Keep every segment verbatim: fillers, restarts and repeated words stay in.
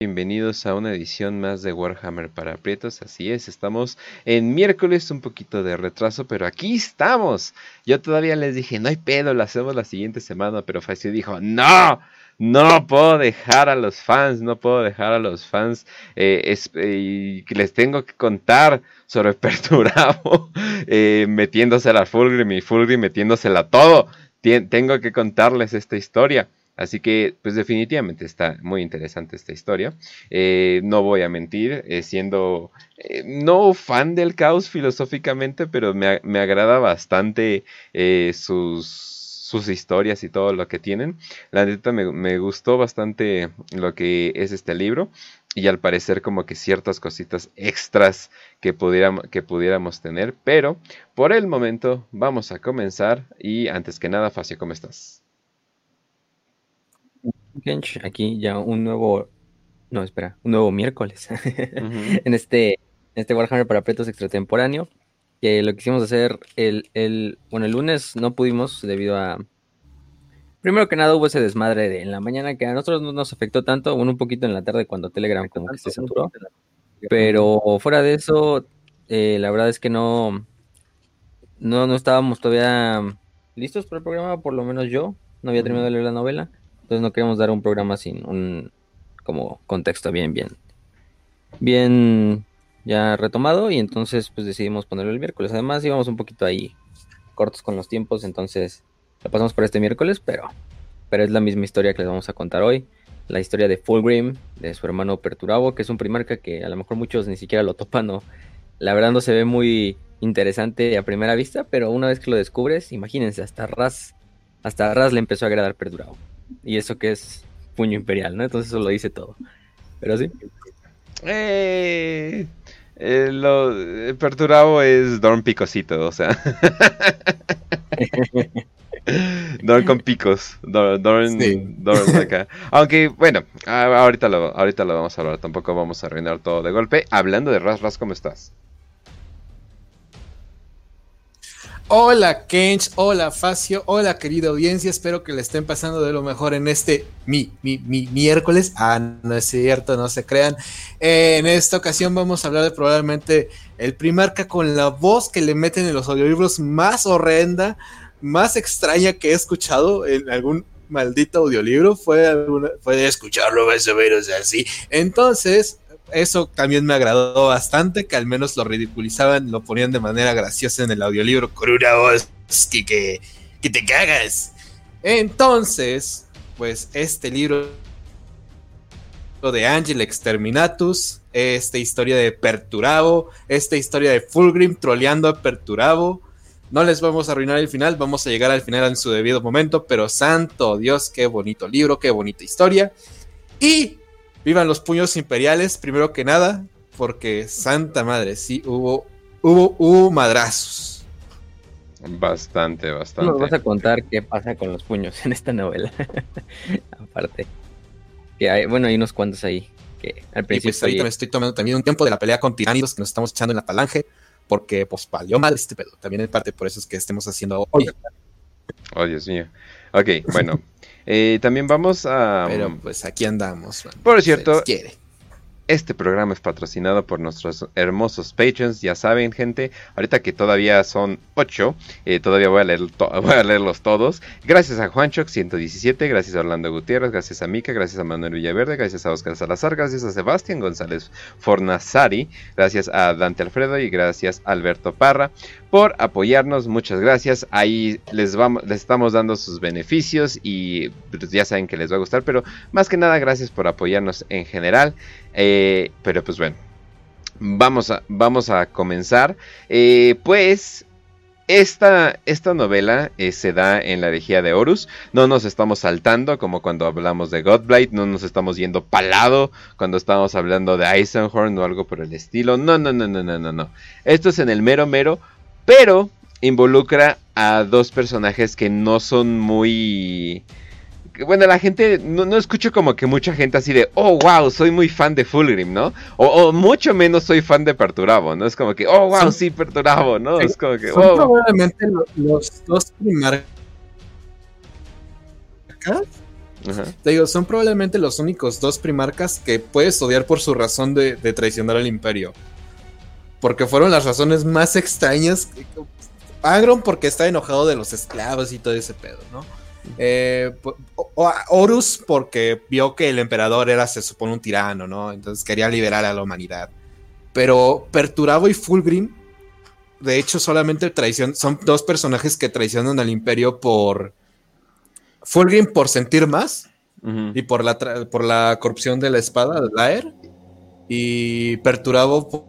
Bienvenidos a una edición más de Warhammer para Prietos. Así es, estamos en miércoles, un poquito de retraso, pero aquí estamos. Yo todavía les dije, no hay pedo, lo hacemos la siguiente semana, pero Facio dijo, no, no puedo dejar a los fans, no puedo dejar a los fans, eh, es, eh, que les tengo que contar sobre Perturabo, eh, metiéndosela a Fulgrim y Fulgrim metiéndosela a todo. Tien- tengo que contarles esta historia. Así que, pues definitivamente está muy interesante esta historia. Eh, no voy a mentir, eh, siendo eh, no fan del caos filosóficamente, pero me, me agrada bastante eh, sus, sus historias y todo lo que tienen. La neta me, me gustó bastante lo que es este libro. Y al parecer como que ciertas cositas extras que pudiéramos, que pudiéramos tener. Pero por el momento vamos a comenzar. Y antes que nada, Facio, ¿cómo estás? Kench, aquí ya un nuevo, no, espera, un nuevo miércoles Ujú. en este, en este Warhammer para Pretos extratemporáneo, que lo quisimos hacer el, el, bueno, el lunes no pudimos debido a, primero que nada hubo ese desmadre de en la mañana que a nosotros no nos afectó tanto, bueno, un poquito en la tarde cuando Telegram como que se saturó, Ujú. pero fuera de eso, eh, la verdad es que no, no, no estábamos todavía listos para el programa, por lo menos yo, no había terminado Ujú. de leer la novela, entonces no queremos dar un programa sin un como contexto bien, bien, bien ya retomado y entonces pues decidimos ponerlo el miércoles. Además íbamos un poquito ahí cortos con los tiempos, entonces lo pasamos por este miércoles, pero, pero es la misma historia que les vamos a contar hoy. La historia de Fulgrim, de su hermano Perturabo, que es un primarca que a lo mejor muchos ni siquiera lo topan, o la verdad no se ve muy interesante a primera vista, pero una vez que lo descubres, imagínense, hasta Raz, hasta Raz le empezó a agradar Perturabo. Y eso que es puño imperial, ¿no? Entonces eso lo dice todo. Pero sí. Eh, eh, lo eh, Perturabo es Dorn Picosito, o sea. Dorn con picos. Dorn, Sí. Dorn, Dorn acá. Aunque, bueno, a- ahorita lo, ahorita lo vamos a hablar. Tampoco vamos a arruinar todo de golpe. Hablando de Ras Ras, ¿cómo estás? Hola Kench, hola Facio, hola querida audiencia, espero que le estén pasando de lo mejor en este mi, mi, mi miércoles. Ah, no es cierto, no se crean. Eh, en esta ocasión vamos a hablar de probablemente el primarca con la voz que le meten en los audiolibros más horrenda, más extraña que he escuchado en algún maldito audiolibro. Fue, alguna, fue escucharlo más o menos así. Entonces, eso también me agradó bastante, que al menos lo ridiculizaban, lo ponían de manera graciosa en el audiolibro con una voz que, que, que te cagas. Entonces, pues este libro de Angel Exterminatus, esta historia de Perturabo, esta historia de Fulgrim troleando a Perturabo. No les vamos a arruinar el final, vamos a llegar al final en su debido momento, pero santo Dios, qué bonito libro, qué bonita historia. Y vivan los puños imperiales, primero que nada, porque santa madre, sí, hubo, hubo, hubo madrazos. Bastante, Tú nos vas bastante. a contar qué pasa con los puños en esta novela. Aparte, que hay, bueno, hay unos cuantos ahí que al Y pues principio ahorita oye, me estoy tomando también un tiempo de la pelea con tiránidos que nos estamos echando en la falange, porque pues valió mal este pedo. También en parte por eso es que estemos haciendo hoy. Oh, Dios mío. Ok, bueno. Eh, también vamos a... Pero um, pues aquí andamos, man. Por Se les cierto, quiere. este programa es patrocinado por nuestros hermosos patrons, ya saben, gente. Ahorita que todavía son ocho, eh, todavía voy a, leer to voy a leerlos todos. Gracias a Juancho ciento diecisiete, gracias a Orlando Gutiérrez, gracias a Mica, gracias a Manuel Villaverde, gracias a Oscar Salazar, gracias a Sebastián González Fornazari, gracias a Dante Alfredo y gracias a Alberto Parra por apoyarnos. Muchas gracias. Ahí les vamos, les estamos dando sus beneficios y pues, ya saben que les va a gustar, pero más que nada gracias por apoyarnos en general. Eh, pero pues bueno, vamos a, vamos a comenzar. Eh, pues esta, esta novela eh, se da en la herejía de Horus. No nos estamos saltando como cuando hablamos de Godblight. No nos estamos yendo palado cuando estábamos hablando de Eisenhorn o algo por el estilo. No, no, no, no, no, no, no. Esto es en el mero mero, pero involucra a dos personajes que no son muy... Bueno, la gente, no, no escucho como que mucha gente así de, oh, wow, soy muy fan de Fulgrim, ¿no? O, o mucho menos soy fan de Perturabo, ¿no? Es como que, oh, wow, Son, sí, Perturabo, ¿no? sí, Es como que, son wow. probablemente lo, los dos primarcas Ajá. Te digo, son probablemente los únicos dos primarcas que puedes odiar por su razón de, de traicionar al imperio. Porque fueron las razones más extrañas. Agron porque está enojado de los esclavos y todo ese pedo, ¿no? Eh, o, Horus porque vio que el emperador era, se supone, un tirano, ¿no? Entonces quería liberar a la humanidad. Pero Perturabo y Fulgrim, de hecho, solamente traición, son dos personajes que traicionan al imperio por... Fulgrim por sentir más, uh-huh, y por la, tra- por la corrupción de la espada de Laer, y Perturabo por,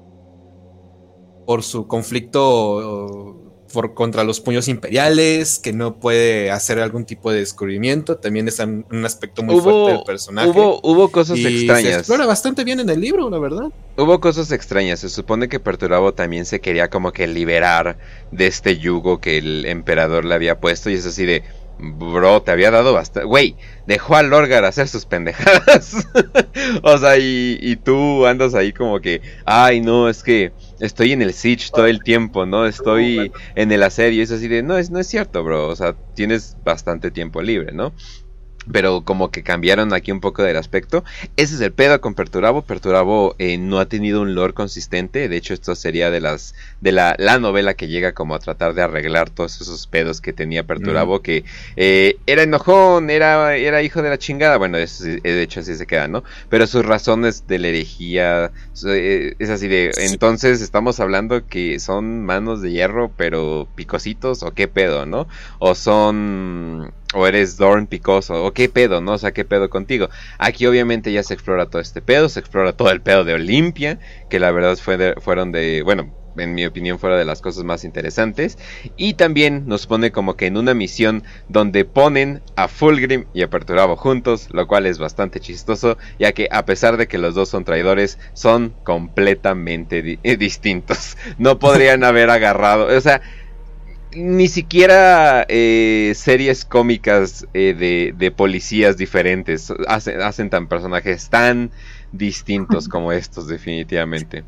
por su conflicto por, contra los puños imperiales, que no puede hacer algún tipo de descubrimiento. También es un, un aspecto muy hubo, fuerte del personaje. Hubo, hubo cosas y extrañas. Se explora bastante bien en el libro, la verdad. Hubo cosas extrañas. Se supone que Perturabo también se quería como que liberar de este yugo que el emperador le había puesto, y es así de... Bro, te había dado bastante... Güey, dejó a Lorgar hacer sus pendejadas. O sea, y, y tú andas ahí como que... Ay, no, es que estoy en el siege todo el tiempo, ¿no? Estoy en el asedio. Es así de... No es, no es cierto, bro. O sea, tienes bastante tiempo libre, ¿no? Pero como que cambiaron aquí un poco del aspecto. Ese es el pedo con Perturabo. Perturabo eh, no ha tenido un lore consistente. De hecho, esto sería de las de la, la novela que llega como a tratar de arreglar todos esos pedos que tenía Perturabo. Mm. Que eh, era enojón, era, era hijo de la chingada. Bueno, es, de hecho así se queda, ¿no? Pero sus razones de la herejía eh, es así de... Sí. Entonces estamos hablando que son manos de hierro pero picositos, o qué pedo, ¿no? O son... O eres Dorn picoso, o qué pedo, ¿no? O sea, qué pedo contigo. Aquí obviamente ya se explora todo este pedo, se explora todo el pedo de Olimpia, que la verdad fue de, fueron de, bueno, en mi opinión fueron de las cosas más interesantes. Y también nos pone como que en una misión donde ponen a Fulgrim y a Perturabo juntos, lo cual es bastante chistoso, ya que a pesar de que los dos son traidores, son completamente di- distintos. No podrían haber agarrado, o sea... Ni siquiera eh, series cómicas eh, de, de policías diferentes hacen, hacen tan personajes tan distintos como estos, definitivamente.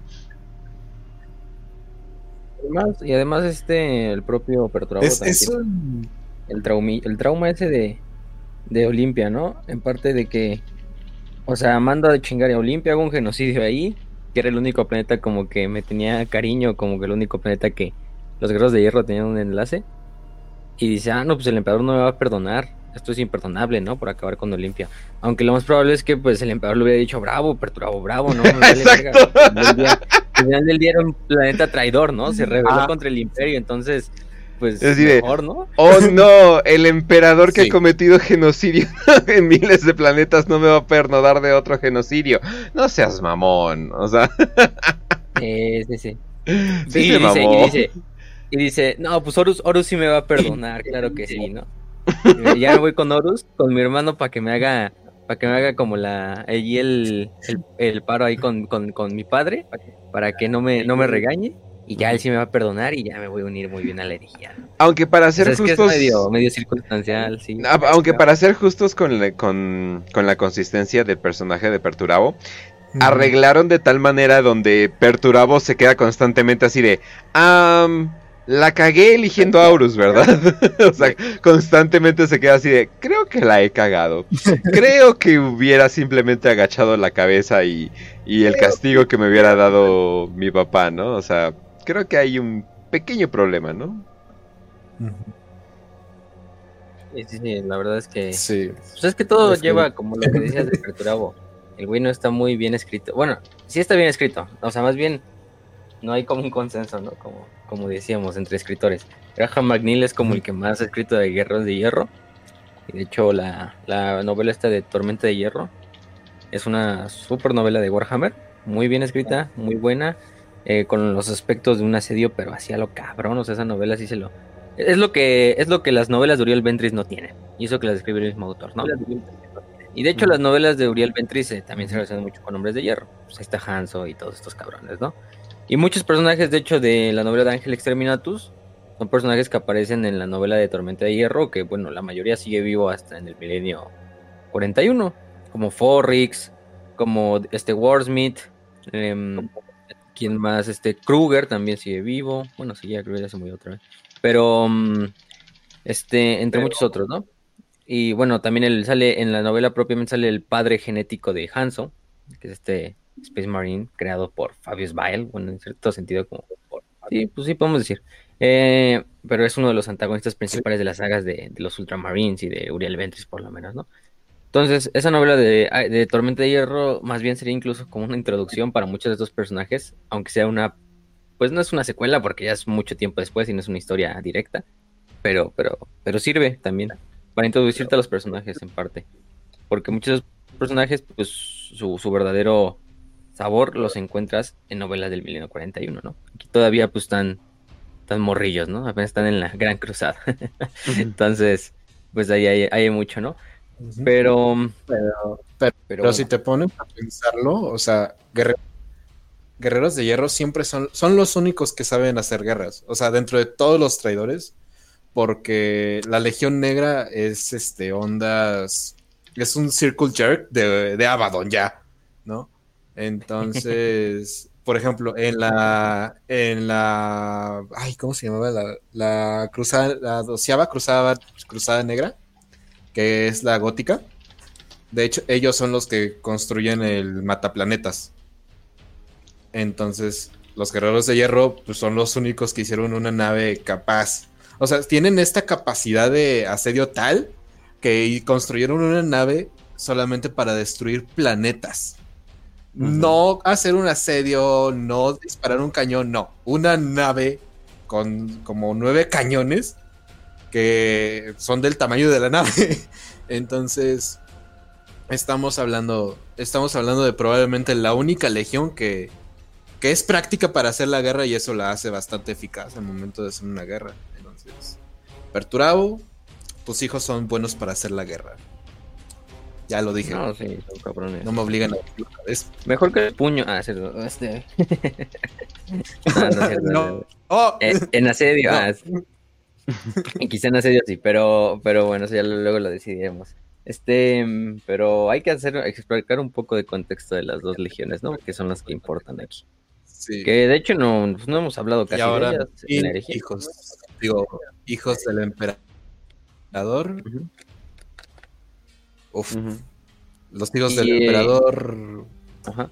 Además, y además este, el propio Perturabo es, también es un... el, traumi, el trauma ese de, de Olimpia, ¿no? En parte de que, o sea, manda de chingar a Olimpia, hago un genocidio ahí, que era el único planeta como que me tenía cariño, como que el único planeta que los guerreros de hierro tenían un enlace. Y dice, ah, no, pues el emperador no me va a perdonar. Esto es imperdonable, ¿no? Por acabar con Olimpia. Aunque lo más probable es que pues el emperador le hubiera dicho, bravo, Perturabo, bravo, ¿no? Me vale verga. Al final del día era un planeta traidor, ¿no? Se rebeló ah. contra el imperio, entonces, pues, es mejor, ¿no? Oh, no, el emperador que sí. ha cometido genocidio en miles de planetas no me va a perdonar de otro genocidio. No seas mamón, o sea... eh, sí, sí. Sí, sí se dice, mamó. Y dice... Y dice, no, pues Horus, Horus sí me va a perdonar, claro que sí, ¿no? Y ya me voy con Horus, con mi hermano, para que me haga, para que me haga como la, allí el, el, el paro ahí con, con, con mi padre, para que no me, no me regañe, y ya él sí me va a perdonar y ya me voy a unir muy bien a la herejía, ¿no? Aunque para ser o sea, justos... Es que es medio, medio circunstancial, sí. Aunque para ser justos con la, con, con la consistencia del personaje de Perturabo, arreglaron de tal manera donde Perturabo se queda constantemente así de... Um, la cagué eligiendo a Horus, ¿verdad? O sea, constantemente se queda así de... Creo que la he cagado. Creo que hubiera simplemente agachado la cabeza y, y el castigo que me hubiera dado mi papá, ¿no? O sea, creo que hay un pequeño problema, ¿no? Sí, sí, sí, la verdad es que... Sí. Pues es que todo es lleva, que... como lo que decías de Perturabo. El güey no está muy bien escrito. Bueno, sí está bien escrito. O sea, más bien no hay como un consenso, ¿no? Como, como decíamos, entre escritores. Graham McNeill es como el que más ha escrito de Guerreros de Hierro. Y de hecho, la, la novela esta de Tormenta de Hierro es una super novela de Warhammer. Muy bien escrita, muy buena. Eh, con los aspectos de un asedio, pero así a lo cabrón. O sea, esa novela sí se lo... Es lo que, es lo que las novelas de Uriel Ventris no tienen. Y eso que las escribió el mismo autor, ¿no? Y de hecho, las novelas de Uriel Ventris eh, también se relacionan mucho con Hombres de Hierro. Pues ahí está Hanzo y todos estos cabrones, ¿no? Y muchos personajes, de hecho, de la novela de Ángel Exterminatus son personajes que aparecen en la novela de Tormenta de Hierro, que, bueno, la mayoría sigue vivo hasta en el milenio cuarenta y uno. Como Forrix, como este Warsmith, eh, ¿quién más? Este Kruger también sigue vivo. Bueno, sí, ya Kruger ya se murió otra vez. Pero, um, este, entre Pero... muchos otros, ¿no? Y bueno, también él sale en la novela propiamente sale el padre genético de Hanzo, que es este Space Marine creado por Fabius Bile, bueno, en cierto sentido como por... Sí, pues sí podemos decir. Eh, pero es uno de los antagonistas Sí. principales de las sagas de, de los Ultramarines y de Uriel Ventris por lo menos, ¿no? Entonces, esa novela de, de Tormenta de Hierro más bien sería incluso como una introducción para muchos de estos personajes, aunque sea una, pues no es una secuela porque ya es mucho tiempo después y no es una historia directa, pero, pero, pero sirve también para introducirte a los personajes en parte, porque muchos de los personajes, pues su, su verdadero sabor los encuentras en novelas del Milenio cuarenta y uno, ¿no? Aquí todavía pues están, están morrillos, ¿no? Apenas están en la Gran Cruzada. Entonces, pues ahí hay, hay mucho, ¿no? Ujú. Pero, Pero, pero, pero pero si te ponen a pensarlo, o sea, guerre- guerreros de hierro siempre son, son los únicos que saben hacer guerras. O sea, dentro de todos los traidores, porque la Legión Negra es este ondas, es un circle jerk de, de Abaddon ya, ¿no? Entonces, por ejemplo, en la, en la, ay, ¿cómo se llamaba? La, la cruzada, la doceava cruzada, cruzada negra, que es la gótica. De hecho, ellos son los que construyen el mataplanetas. Entonces, los guerreros de hierro pues, son los únicos que hicieron una nave capaz. O sea, tienen esta capacidad de asedio tal que construyeron una nave solamente para destruir planetas. Uh-huh. No hacer un asedio, no disparar un cañón, no. Una nave con como nueve cañones que son del tamaño de la nave. Entonces, estamos hablando, estamos hablando de probablemente la única legión que, que es práctica para hacer la guerra y eso la hace bastante eficaz al momento de hacer una guerra. Entonces, Perturabo, tus hijos son buenos para hacer la guerra. Ya lo dije. No, sí, son cabrones. No me obligan a decirlo otra vez. Mejor que el puño. Ah, cierto. Este. no, no, cierto, no. Oh. Eh, en asedio. No. Ah, quizá en asedio sí, pero, pero bueno, eso ya luego lo decidiremos. Este, pero hay que hacer, explicar un poco de contexto de las dos legiones, ¿no? Que son las que importan aquí. Sí. Que de hecho no, pues no hemos hablado casi y ahora, de ellas. Y, en hijos, digo, hijos del emperador. Uh-huh. Uf. Uh-huh. Los hijos y... del emperador. Ajá.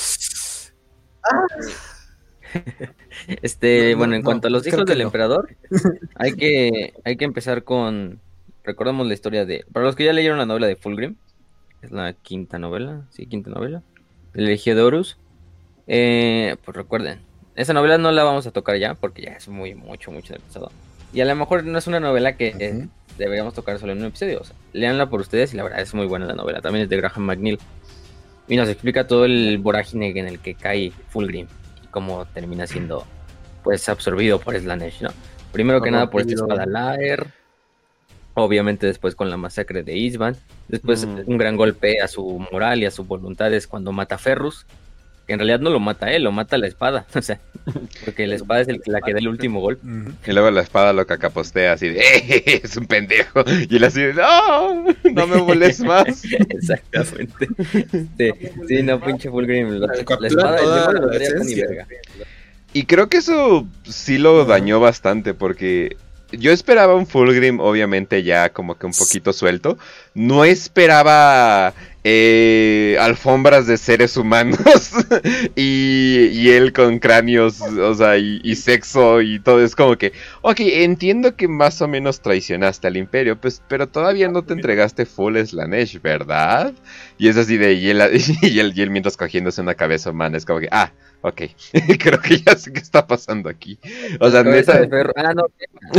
Este, no, bueno, no, en cuanto no, a los hijos del no. emperador, hay que, hay que empezar con, recordamos la historia de, para los que ya leyeron la novela de Fulgrim, es la quinta novela, sí, quinta novela, el Elegio de Horus, eh, pues recuerden, esa novela no la vamos a tocar ya, porque ya es muy, mucho, mucho del pasado, y a lo mejor no es una novela que uh-huh. eh, deberíamos tocar solo en un episodio, o sea, léanla por ustedes y la verdad es muy buena la novela, también es de Graham McNeill, y nos explica todo el vorágine en el que cae Fulgrim, cómo termina siendo pues absorbido por Slaanesh, ¿no? Primero que nada por esta espada Laer, obviamente después con la masacre de Isban, después mm. un gran golpe a su moral y a sus voluntades cuando mata a Ferrus, que en realidad no lo mata él, lo mata la espada, o sea, porque la espada es el, la que da el último golpe. Y luego la espada lo cacapostea así de, ¡eh! Es un pendejo, y él así de, ¡no! ¡No me molestes más! Exactamente. Sí, sí, no, pinche Fulgrim, la, la espada toda no lo ni verga. Y creo que eso sí lo dañó bastante, porque yo esperaba un Fulgrim, obviamente ya como que un poquito suelto. No esperaba eh, alfombras de seres humanos y, y él con cráneos, o sea, y, y sexo y todo. Es como que, ok, entiendo que más o menos traicionaste al imperio, pues, pero todavía no te entregaste full Slaanesh, ¿verdad? Y es así de, y él, y él, y él mientras cogiéndose una cabeza humana, es como que, ah, ok, creo que ya sé qué está pasando aquí. O sea, neta... Ah, no.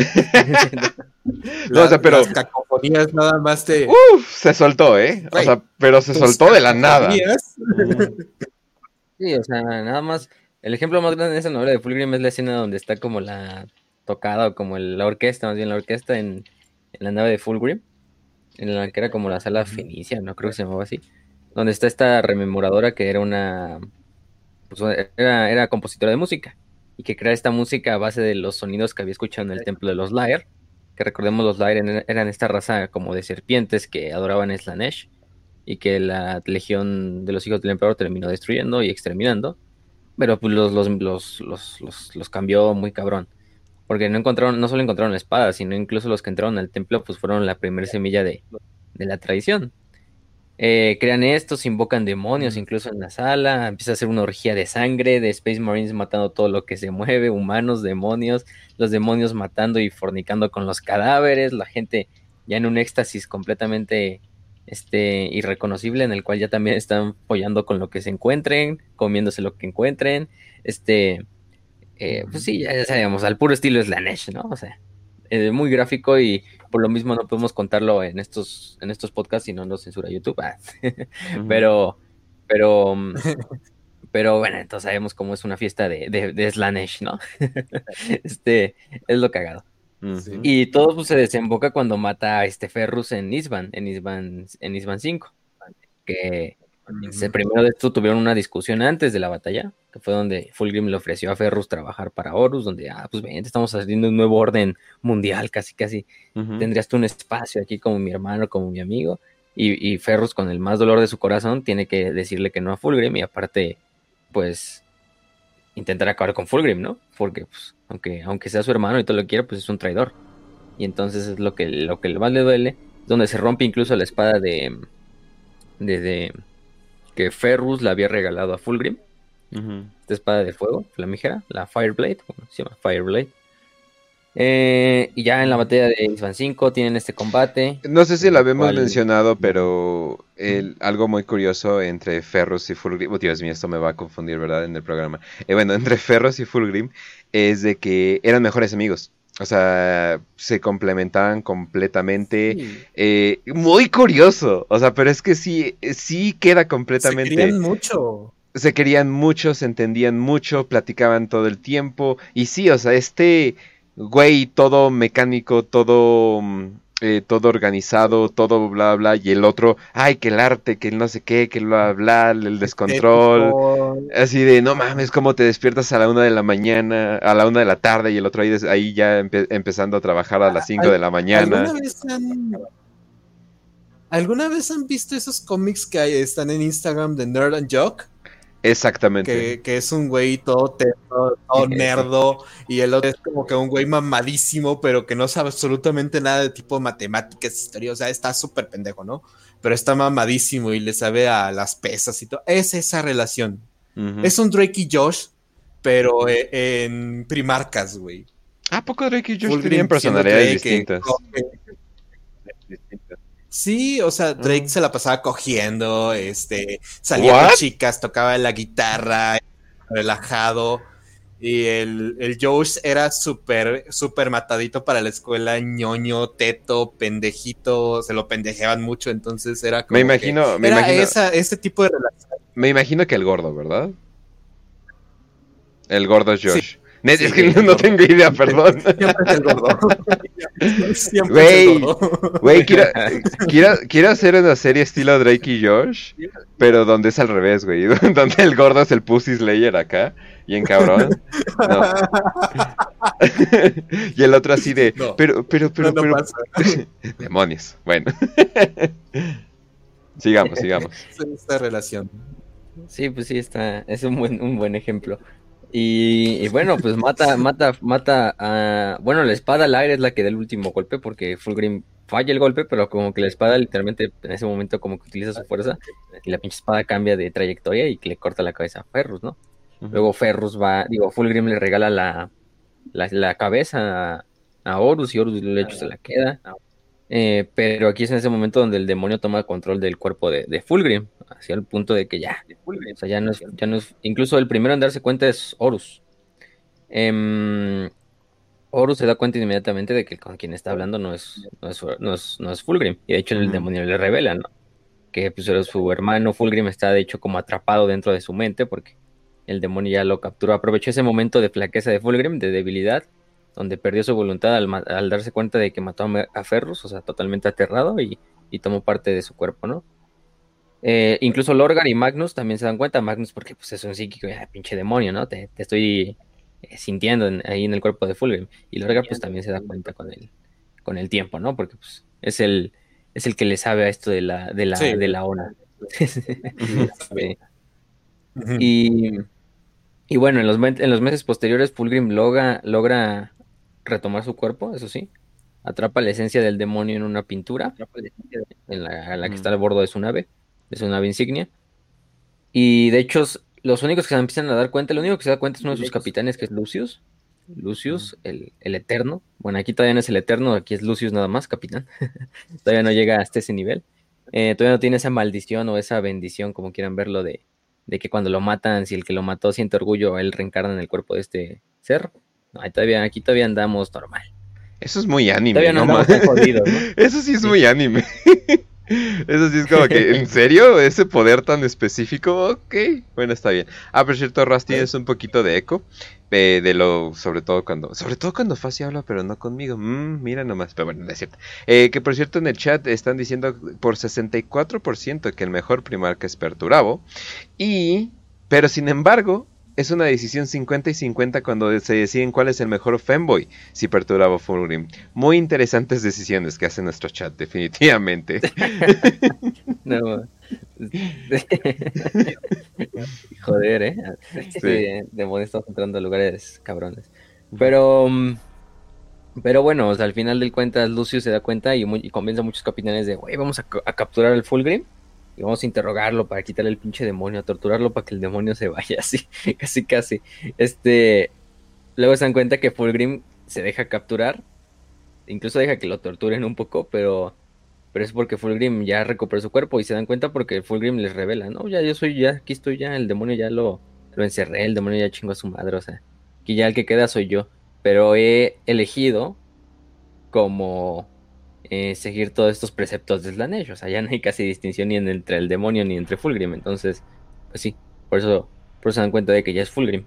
no, o sea, pero... Las cacofonías nada más te... Uf, se soltó, ¿eh? O sea, pero se soltó de la nada. Sí, o sea, nada más... El ejemplo más grande de esa novela de Fulgrim es la escena donde está como la tocada, o como el, la orquesta, más bien la orquesta en, en la nave de Fulgrim, en la que era como la sala Fenicia, no creo que se llamaba así, donde está esta rememoradora que era una... Pues era, era compositora de música y que crea esta música a base de los sonidos que había escuchado en el templo de los Lair, que recordemos los Lair eran esta raza como de serpientes que adoraban a Slaanesh y que la legión de los hijos del emperador terminó destruyendo y exterminando, pero pues los, los, los, los, los, los cambió muy cabrón. porque no encontraron, no solo encontraron la espada, sino incluso los que entraron al templo, pues fueron la primera semilla de, de la tradición. Eh, crean estos, invocan demonios Mm. incluso en la sala, empieza a ser una orgía de sangre, de Space Marines matando todo lo que se mueve, humanos, demonios, los demonios matando y fornicando con los cadáveres, la gente ya en un éxtasis completamente este, irreconocible, en el cual ya también están follando con lo que se encuentren, comiéndose lo que encuentren, este, eh, pues sí, ya, ya sabemos, al puro estilo Slanesh, ¿no? O sea, eh, muy gráfico y por lo mismo no podemos contarlo en estos, en estos podcasts si no nos censura YouTube. Ah. Ujú. Pero, pero, mm, pero bueno, entonces sabemos cómo es una fiesta de, de, de Slanesh, ¿no? Este, es lo cagado. Ujú. Sí. Y todo pues, se desemboca cuando mata a este Ferrus en Isban, en Isban, en Isban cinco. Que se, primero de esto tuvieron una discusión antes de la batalla, que fue donde Fulgrim le ofreció a Ferrus trabajar para Horus, donde, ah, pues ven, estamos haciendo un nuevo orden mundial, casi, casi. Ujú. Tendrías tú un espacio aquí como mi hermano, como mi amigo. Y, y Ferrus, con el más dolor de su corazón, tiene que decirle que no a Fulgrim y aparte, pues, intentar acabar con Fulgrim, ¿no? Porque, pues, aunque, aunque sea su hermano y todo lo quiera, pues es un traidor. Y entonces es lo que, lo que más le duele, donde se rompe incluso la espada de... de, de que Ferrus le había regalado a Fulgrim, Ujú. esta espada de fuego flamígera, la Fireblade, bueno, se llama Fireblade. Eh, y ya en la batalla de Isban cinco tienen este combate. No sé si en lo el habíamos cual- mencionado, pero el- algo muy curioso entre Ferrus y Fulgrim, oh, Dios mío, esto me va a confundir, ¿verdad? En el programa. Eh, bueno, entre Ferrus y Fulgrim es de que eran mejores amigos. O sea, se complementaban completamente. Sí. Eh, muy curioso. O sea, pero es que sí, sí queda Se completamente. querían mucho. Se querían mucho, se entendían mucho, platicaban todo el tiempo. Y sí, o sea, este güey todo mecánico, todo, mm, eh, todo organizado, todo bla bla. Y el otro, ay, que el arte, que el no sé qué, que el bla bla, el descontrol. Estético. Así de, no mames, cómo te despiertas a la una de la mañana, a la una de la tarde, y el otro ahí, des- ahí ya empe- empezando a trabajar a las cinco de la mañana. ¿Alguna vez han, ¿Alguna vez han visto esos cómics que hay- están en Instagram de Nerd and Joke? Exactamente. Que, que es un güey todo, teto, todo nerdo, y el otro es como que un güey mamadísimo, pero que no sabe absolutamente nada de tipo matemáticas, historia, o sea, está súper pendejo, ¿no? Pero está mamadísimo y le sabe a las pesas y todo. Es esa relación. Ujú. Es un Drake y Josh, pero eh, en primarcas, güey. ¿A poco Drake y Josh Fulgrim tenían siendo personalidades Drake, que distintas? coge. Sí, o sea, Drake Mm. se la pasaba cogiendo, este, salía ¿What? con chicas, tocaba la guitarra, relajado, y el, el Josh era súper, súper matadito para la escuela, ñoño, teto, pendejito, se lo pendejeaban mucho, entonces era como Me que imagino, me era imagino, esa, ese tipo de relación. me imagino que el gordo, ¿verdad? El gordo es Josh. Sí, Net- sí, es que el no, no gordo. tengo idea, perdón. Siempre es el gordo. Siempre Güey, es el gordo. Güey, quiero, quiero, quiero hacer una serie estilo Drake y Josh, pero donde es al revés, güey. Donde el gordo es el Pussy Slayer acá, bien cabrón. No. Y el otro así de, No. pero, pero, pero, No, no pero, pasa. demonios. Bueno. Sigamos, sigamos. Es esta relación. Sí, pues sí, está, es un buen, un buen ejemplo. Y, y bueno, pues mata, mata, mata a... Bueno, la espada al aire es la que da el último golpe, porque Fulgrim falla el golpe, pero como que la espada literalmente en ese momento como que utiliza su fuerza, y la pinche espada cambia de trayectoria y que le corta la cabeza a Ferrus, ¿no? Luego Ferrus va, digo, Fulgrim le regala la, la, la cabeza a, a Horus y Horus de hecho se la queda. Eh, pero aquí es en ese momento donde el demonio toma control del cuerpo de, de Fulgrim, hacia el punto de que ya, o sea, ya no es, ya no es, incluso el primero en darse cuenta es Horus. Em, Horus se da cuenta inmediatamente de que con quien está hablando no es, no es, no es, no es Fulgrim, y de hecho el Ujú. demonio le revela, ¿no? Que pues era su hermano Fulgrim está de hecho como atrapado dentro de su mente porque el demonio ya lo capturó, aprovechó ese momento de flaqueza de Fulgrim, de debilidad, donde perdió su voluntad al, ma- al darse cuenta de que mató a, Me- a Ferrus, o sea, totalmente aterrado y, y tomó parte de su cuerpo, ¿no? Eh, incluso Lorgar y Magnus también se dan cuenta, Magnus porque pues es un psíquico, ya, pinche demonio, ¿no? Te, te estoy eh, sintiendo en- ahí en el cuerpo de Fulgrim. Y Lorgar pues también se da cuenta con el, con el tiempo, ¿no? Porque pues es el, es el que le sabe a esto de la, de la, Sí. de la ona. Sí. Ujú. Y, y bueno, en los, men- en los meses posteriores, Fulgrim logra, logra retomar su cuerpo, eso sí. Atrapa la esencia del demonio en una pintura, en la, en la que está Mm. al bordo de su nave, de su nave insignia. Y de hecho, s- los únicos que se empiezan a dar cuenta, el único que se da cuenta es uno de sus capitanes, que es Lucius. Lucius, el, el Eterno. Bueno, aquí todavía no es el Eterno, aquí es Lucius nada más, capitán. Todavía no llega hasta ese nivel. Eh, todavía no tiene esa maldición o esa bendición, como quieran verlo, de, de que cuando lo matan, si el que lo mató siente orgullo, él reencarna en el cuerpo de este ser. No, ahí todavía, aquí todavía andamos normal. Eso es muy anime, Todavía no no andamos más. tan jodidos, ¿no? Eso sí es Sí. muy anime. Eso sí es como que, ¿en serio? ¿Ese poder tan específico? Ok, bueno, está bien. Ah, por cierto, Ras, tienes un poquito de eco. eh, de lo, sobre todo cuando, sobre todo cuando Facio habla, pero no conmigo. Mm, mira nomás, pero bueno, no es cierto. Eh, que por cierto en el chat están diciendo por sesenta y cuatro por ciento que el mejor Primarca es Perturabo. Y, pero sin embargo, es una decisión cincuenta y cincuenta cuando se deciden cuál es el mejor Femboy, si Perturabo o Fulgrim. Muy interesantes decisiones que hace nuestro chat, definitivamente. No. Joder, ¿eh? Sí, Sí. demonios, estamos entrando a lugares cabrones. Pero, mm, pero bueno, o sea, al final del cuentas, Lucio se da cuenta y, muy- y convence a muchos capitanes de, güey, vamos a, ca- a capturar al Fulgrim y vamos a interrogarlo para quitarle el pinche demonio, a torturarlo para que el demonio se vaya, así, casi, casi. Este, luego se dan cuenta que Fulgrim se deja capturar, incluso deja que lo torturen un poco, pero, pero es porque Fulgrim ya recuperó su cuerpo y se dan cuenta porque Fulgrim les revela, no, ya yo soy, ya, aquí estoy ya, el demonio ya lo, lo encerré, el demonio ya chingó a su madre, o sea, aquí ya el que queda soy yo, pero he elegido como eh, seguir todos estos preceptos de Slanesh, o sea, ya no hay casi distinción ni en- entre el demonio ni entre Fulgrim, entonces, pues sí, por eso, por eso se dan cuenta de que ya es Fulgrim.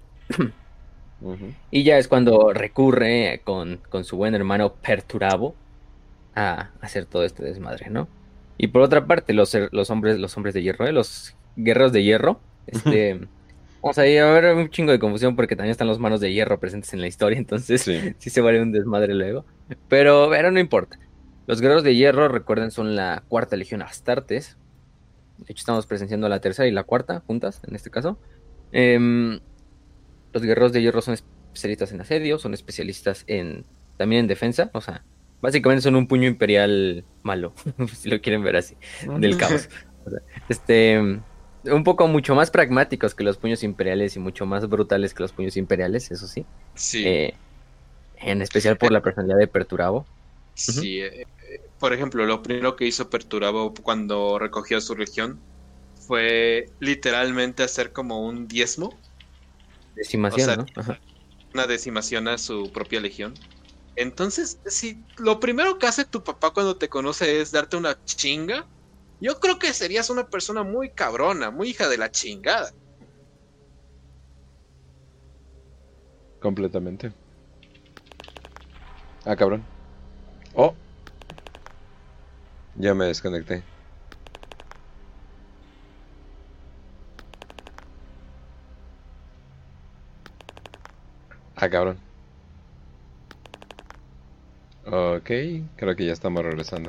Ujú. Y ya es cuando recurre con, con su buen hermano Perturabo a hacer todo este desmadre, ¿no? Y por otra parte, los, her- los hombres, los hombres de hierro, ¿eh? Los guerreros de hierro, este, vamos a ir a ver un chingo de confusión porque también están los manos de hierro presentes en la historia, entonces Sí. sí se vale un desmadre luego. Pero, pero no importa. Los guerreros de hierro, recuerden, son la cuarta legión Astartes. De hecho, estamos presenciando la tercera y la cuarta juntas, en este caso. Em, los guerreros de hierro son especialistas en asedio, son especialistas en también en defensa, o sea, básicamente son un puño imperial malo, si lo quieren ver así, del caos. O sea, este, un poco mucho más pragmáticos que los puños imperiales y mucho más brutales que los puños imperiales, eso sí. Sí, Eh, en especial por la personalidad de Perturabo. sí. eh, eh, por ejemplo, lo primero que hizo Perturabo cuando recogió su legión fue literalmente hacer como un diezmo, o Decimación, sea, ¿no? Ajá. una decimación a su propia legión. Entonces, si lo primero que hace tu papá cuando te conoce es darte una chinga, yo creo que serías una persona muy cabrona, muy hija de la chingada. Completamente. Ah, cabrón. Oh. Ya me desconecté. Ah, cabrón. Ok, creo que ya estamos regresando.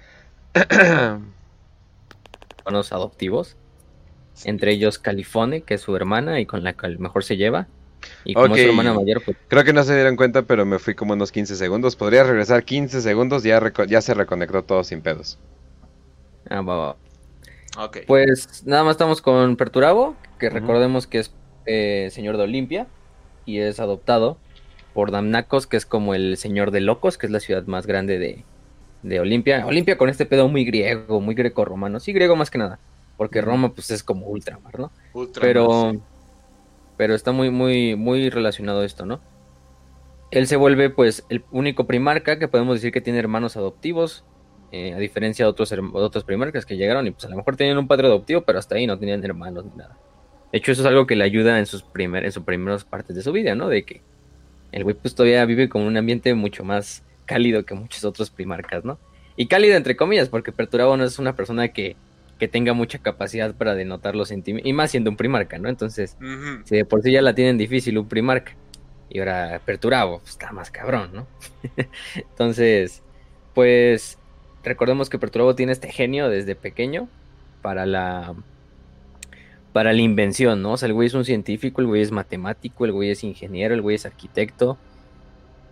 Hermanos adoptivos, entre ellos Califone, que es su hermana y con la que mejor se lleva. Y como Ok, es su hermana mayor, pues creo que no se dieron cuenta, pero me fui como unos quince segundos. Podría regresar quince segundos, ya, reco- ya se reconectó todo sin pedos. ah, va, va. Ok. Pues nada más estamos con Perturabo, que Ujú. recordemos que es eh, señor de Olimpia y es adoptado por Damnacos, que es como el señor de Locos, que es la ciudad más grande de, de Olimpia. Olimpia con este pedo muy griego, muy greco-romano, sí, griego más que nada, porque Ujú. Roma pues es como ultramar, ¿no? Ultramar, Pero, sí. pero está muy, muy, muy relacionado esto, ¿no? Él se vuelve pues el único primarca que podemos decir que tiene hermanos adoptivos, eh, a diferencia de otros, herm- otros primarcas que llegaron y pues a lo mejor tenían un padre adoptivo, pero hasta ahí no tenían hermanos ni nada. De hecho, eso es algo que le ayuda en sus, primer, en sus primeras partes de su vida, ¿no? De que el güey pues todavía vive con un ambiente mucho más cálido que muchos otros primarcas, ¿no? Y cálido entre comillas, porque Perturabo no es una persona que, que tenga mucha capacidad para denotar los sentimientos, y más siendo un primarca, ¿no? Entonces, Ujú. si de por sí ya la tienen difícil un primarca, y ahora Perturabo, pues está más cabrón, ¿no? Entonces, pues recordemos que Perturabo tiene este genio desde pequeño para la para la invención, ¿no? O sea, el güey es un científico, el güey es matemático, el güey es ingeniero, el güey es arquitecto.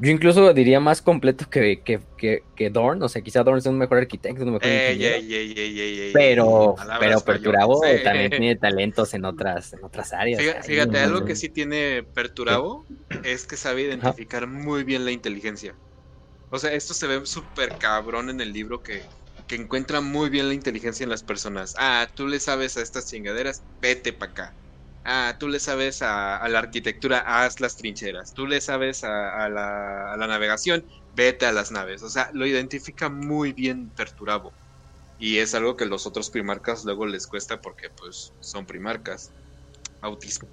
Yo incluso diría más completo que, que, que, que Dorn, o sea, quizá Dorn es un mejor arquitecto, un mejor Ey, ingeniero, ey, ey, ey, ey, ey, pero, pero palabras Perturabo mayores. también tiene talentos en otras, en otras áreas. Fíjate, ahí, fíjate algo entonces, que sí tiene Perturabo es que sabe identificar muy bien la inteligencia. O sea, esto se ve súper cabrón en el libro que, que encuentra muy bien la inteligencia en las personas. Ah, tú le sabes a estas chingaderas, vete para acá. Ah, tú le sabes a, a la arquitectura, haz las trincheras. Tú le sabes a, a, la, a la navegación, vete a las naves. O sea, lo identifica muy bien Perturabo. Y es algo que los otros primarcas luego les cuesta porque pues son primarcas. Autismo.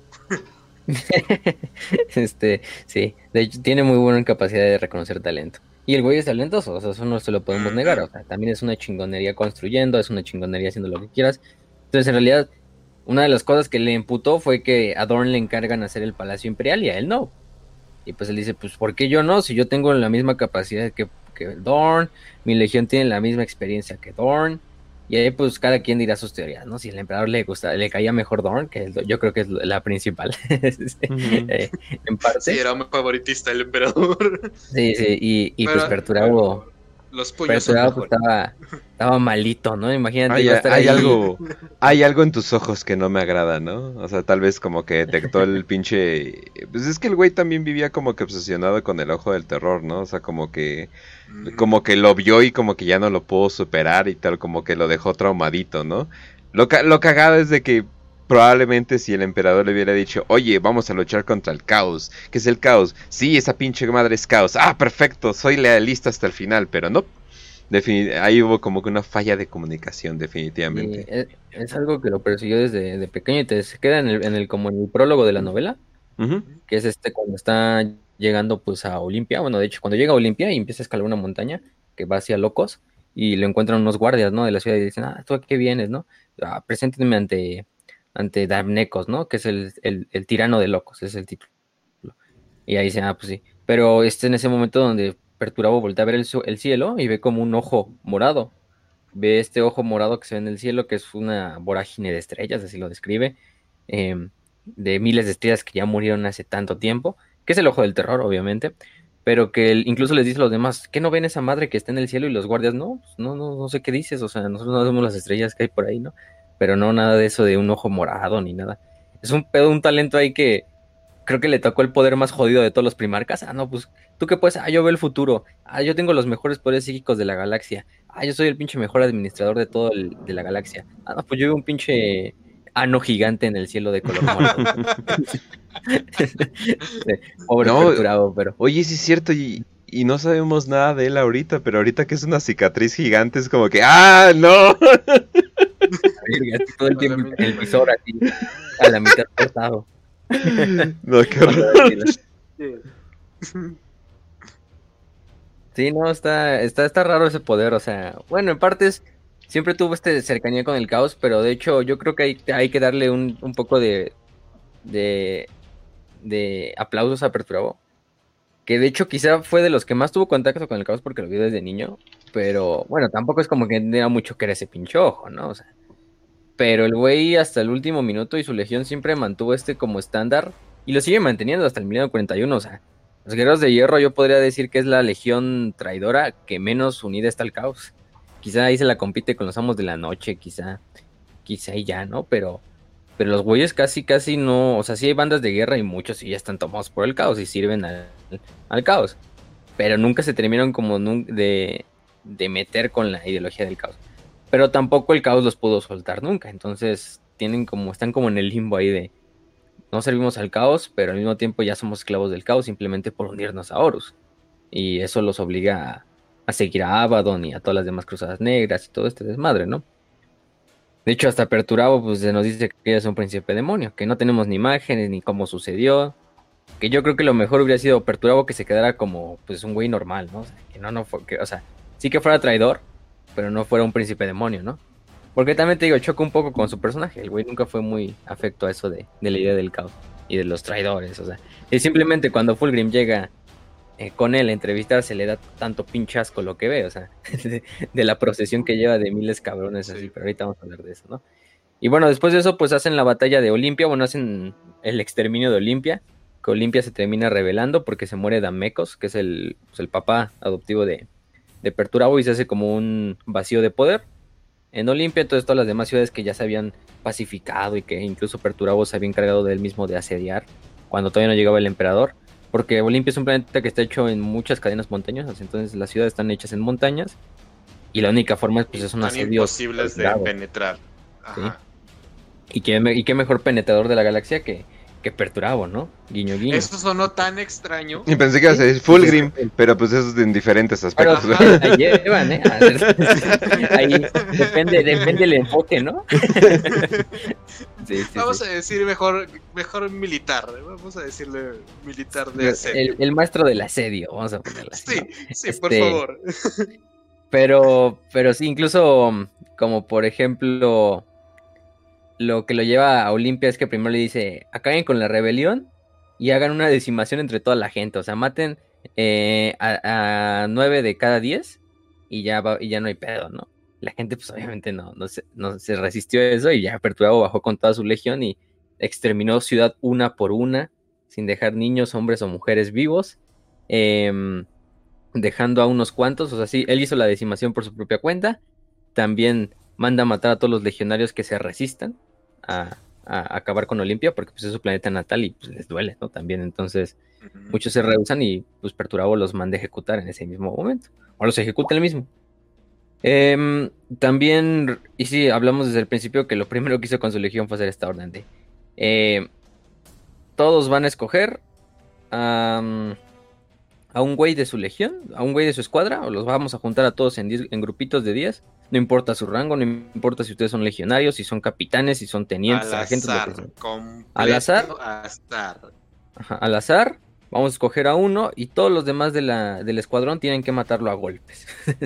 este, sí, de hecho tiene muy buena capacidad de reconocer talento. Y el güey es talentoso, o sea, eso no se lo podemos negar, o sea, también es una chingonería construyendo, es una chingonería haciendo lo que quieras. Entonces, en realidad, una de las cosas que le imputó fue que a Dorn le encargan hacer el Palacio Imperial y a él no. Y pues él dice, pues, ¿por qué yo no? Si yo tengo la misma capacidad que, que Dorn, mi legión tiene la misma experiencia que Dorn. Y ahí pues cada quien dirá sus teorías, ¿no? Si al emperador le gusta, le caía mejor Dorn, que el, yo creo que es la principal. uh-huh. eh, en parte. Sí, era mi favoritista el emperador. Sí, sí, y, y pero, pues Perturabo... Pero... Los puños Perturabo pues, estaba, estaba malito, ¿no? Imagínate. Hay, estar hay ahí... algo, hay algo en tus ojos que no me agrada, ¿no? O sea, tal vez como que detectó el pinche... Pues es que el güey también vivía como que obsesionado con el ojo del terror, ¿no? O sea, como que... Mm. Como que lo vio y como que ya no lo pudo superar y tal, como que lo dejó traumadito, ¿no? Lo, lo cagado es de que probablemente si el emperador le hubiera dicho, oye, vamos a luchar contra el caos. ¿Qué es el caos? Sí, esa pinche madre es caos. Ah, perfecto, soy lealista hasta el final, pero no. Defin- ahí hubo como que una falla de comunicación, definitivamente. Sí, es, es algo que lo persiguió desde de pequeño y te se queda en el, en el como en el prólogo de la novela, uh-huh. que es este cuando está llegando pues a Olimpia. Bueno, de hecho, cuando llega a Olimpia y empieza a escalar una montaña que va hacia Locos y lo encuentran unos guardias, ¿no? De la ciudad y dicen, ah, ¿tú a qué vienes, no? Ah, preséntenme ante... ante Darnecos, ¿no? Que es el, el, el tirano de Locos, es el título. Y ahí dice, ah, pues sí. Pero este en ese momento donde Perturabo voltea a ver el, el cielo y ve como un ojo morado. Ve este ojo morado que se ve en el cielo, que es una vorágine de estrellas, así lo describe, eh, de miles de estrellas que ya murieron hace tanto tiempo, que es el ojo del terror, obviamente, pero que él incluso les dice a los demás, ¿qué no ven esa madre que está en el cielo? Y los guardias, no, no, no, no sé qué dices, o sea, nosotros no vemos las estrellas que hay por ahí, ¿no? Pero no nada de eso de un ojo morado ni nada. Es un pedo, un talento ahí que creo que le tocó el poder más jodido de todos los primarcas. Ah, no, pues, ¿tú qué puedes? Ah, yo veo el futuro. Ah, yo tengo los mejores poderes psíquicos de la galaxia. Ah, yo soy el pinche mejor administrador de todo el, de la galaxia. Ah, no, pues yo veo un pinche ano gigante en el cielo de color morado. Pobre no, Perturabo, pero... Oye, sí es cierto, y... Y no sabemos nada de él ahorita, pero ahorita que es una cicatriz gigante es como que ¡ah, no! Todo el tiempo el visor así, a la mitad cortado. No, qué horror. Sí, no, está, está, está raro ese poder, o sea, bueno, en partes siempre tuvo este cercanía con el caos, pero de hecho yo creo que hay, hay que darle un, un poco de, de, de aplausos a Perturabo. Que de hecho quizá fue de los que más tuvo contacto con el caos porque lo vio desde niño, pero bueno, tampoco es como que tenía mucho que era ese pinche ojo, ¿no? O sea, pero el güey hasta el último minuto y su legión siempre mantuvo este como estándar y lo sigue manteniendo hasta el milenio cuarenta y uno, o sea, los guerreros de hierro yo podría decir que es la legión traidora que menos unida está al caos. Quizá ahí se la compite con los amos de la noche, quizá, quizá y ya, ¿no? Pero... Pero los güeyes casi, casi no... O sea, sí hay bandas de guerra y muchos sí ya están tomados por el caos y sirven al, al caos. Pero nunca se terminaron como de, de meter con la ideología del caos. Pero tampoco el caos los pudo soltar nunca. Entonces tienen como están como en el limbo ahí de... No servimos al caos, pero al mismo tiempo ya somos esclavos del caos simplemente por unirnos a Horus. Y eso los obliga a, a seguir a Abaddon y a todas las demás cruzadas negras y todo este desmadre, ¿no? De hecho, hasta Perturabo pues, se nos dice que es un príncipe demonio, que no tenemos ni imágenes ni cómo sucedió. Que yo creo que lo mejor hubiera sido Perturabo que se quedara como pues un güey normal, ¿no? O sea, que no, no fue, que, o sea, sí que fuera traidor, pero no fuera un príncipe demonio, ¿no? Porque también te digo, choca un poco con su personaje. El güey nunca fue muy afecto a eso de, de la idea del caos y de los traidores, o sea. Y simplemente cuando Fulgrim llega eh, con él a entrevistarse le da tanto pinche asco lo que ve, o sea, de, de la procesión que lleva de miles cabrones sí. Así, pero ahorita vamos a hablar de eso, ¿no? Y bueno, después de eso pues hacen la batalla de Olimpia, bueno, hacen el exterminio de Olimpia, que Olimpia se termina rebelando porque se muere Damecos, que es el, pues, el papá adoptivo de, de Perturabo, y se hace como un vacío de poder en Olimpia. Entonces todas las demás ciudades que ya se habían pacificado y que incluso Perturabo se había encargado de él mismo de asediar cuando todavía no llegaba el emperador, porque Olimpia es un planeta que está hecho en muchas cadenas montañosas, entonces las ciudades están hechas en montañas y la única forma pues, es un Son asedio imposibles de penetrar. Ajá. ¿Sí? Y, qué, y qué mejor penetrador de la galaxia que, que Perturabo, ¿no? Guiño, guiño. Eso sonó tan extraño. Y pensé que iba a ser Fulgrim, pero pues eso es en diferentes aspectos. Pero ahí llevan, ¿eh? Ahí depende, depende del enfoque, ¿no? Sí, sí, Vamos sí. a decir mejor, mejor militar. Vamos a decirle militar de asedio. El, el maestro del asedio, vamos a ponerlo así. Sí, ¿no? sí, Este, por favor. Pero, pero sí, incluso como por ejemplo, lo que lo lleva a Olimpia es que primero le dice, acaben con la rebelión y hagan una decimación entre toda la gente. O sea, maten eh, a, a nueve de cada diez y ya, va, y ya no hay pedo, ¿no? La gente pues obviamente no, no, se, no se resistió a eso y ya Perturabo bajó con toda su legión y exterminó ciudad una por una, sin dejar niños, hombres o mujeres vivos, eh, dejando a unos cuantos. O sea, sí, él hizo la decimación por su propia cuenta. También manda a matar a todos los legionarios que se resistan a, a, a acabar con Olimpia, porque pues es su planeta natal y pues les duele, ¿no? También, entonces uh-huh. muchos se rehusan y pues Perturabo los manda a ejecutar en ese mismo momento, o los ejecuta él mismo. Eh, también, y sí, hablamos desde el principio que lo primero que hizo con su legión fue hacer esta orden de eh, todos van a escoger um, a un güey de su legión, a un güey de su escuadra, o los vamos a juntar a todos en, diez, en grupitos de diez, no importa su rango, no importa si ustedes son legionarios, si son capitanes, si son tenientes, al sargentos, azar, lo que sea. completo, al azar, azar. Ajá, al azar, vamos a escoger a uno y todos los demás de la, del escuadrón tienen que matarlo a golpes.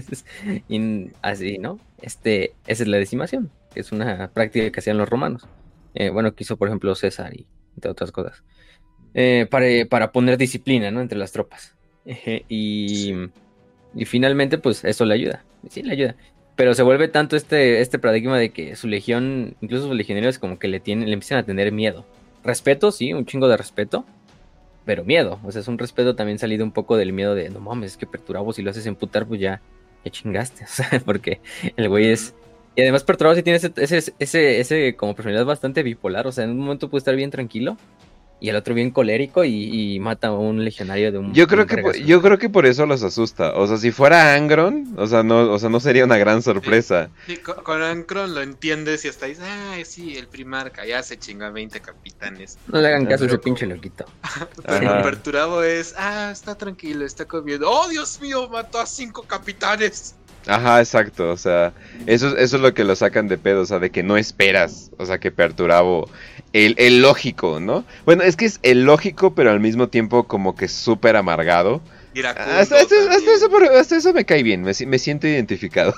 Y así, ¿no? Este, esa es la decimación, que es una práctica que hacían los romanos. Eh, bueno, que hizo, por ejemplo, César y entre otras cosas. Eh, para, para poner disciplina, ¿no? Entre las tropas. Eh, y, sí. y finalmente, pues, eso le ayuda. Sí, le ayuda. Pero se vuelve tanto este, este paradigma de que su legión, incluso sus legionarios, como que le, tienen, le empiezan a tener miedo. Respeto, sí, un chingo de respeto. Pero miedo, o sea, es un respeto también salido un poco del miedo de, no mames, es que Perturabo, si lo haces emputar, pues ya, ya chingaste, o sea, porque el güey es... Y además Perturabo sí tiene ese, ese, ese, ese como personalidad bastante bipolar, o sea, en un momento puede estar bien tranquilo, y el otro bien colérico, y, y mata a un legionario de un... Yo creo un que por, yo creo que por eso los asusta, o sea, si fuera Angron, o sea, no, o sea, no sería una gran sorpresa. Sí, sí, con, con Angron lo entiendes y hasta dices, ah, sí, el primarca, ya se chingó a veinte capitanes. No le hagan caso a ese pinche loquito. Pero Ajá. Perturabo es, ah, está tranquilo, está comiendo, oh, Dios mío, mató a cinco capitanes. Ajá, exacto, o sea, eso, eso es lo que lo sacan de pedo, o sea, de que no esperas, o sea, que Perturabo, el, el lógico, ¿no? Bueno, es que es el lógico, pero al mismo tiempo como que súper amargado. Hasta, hasta, hasta, eso, hasta eso me cae bien, me, me siento identificado.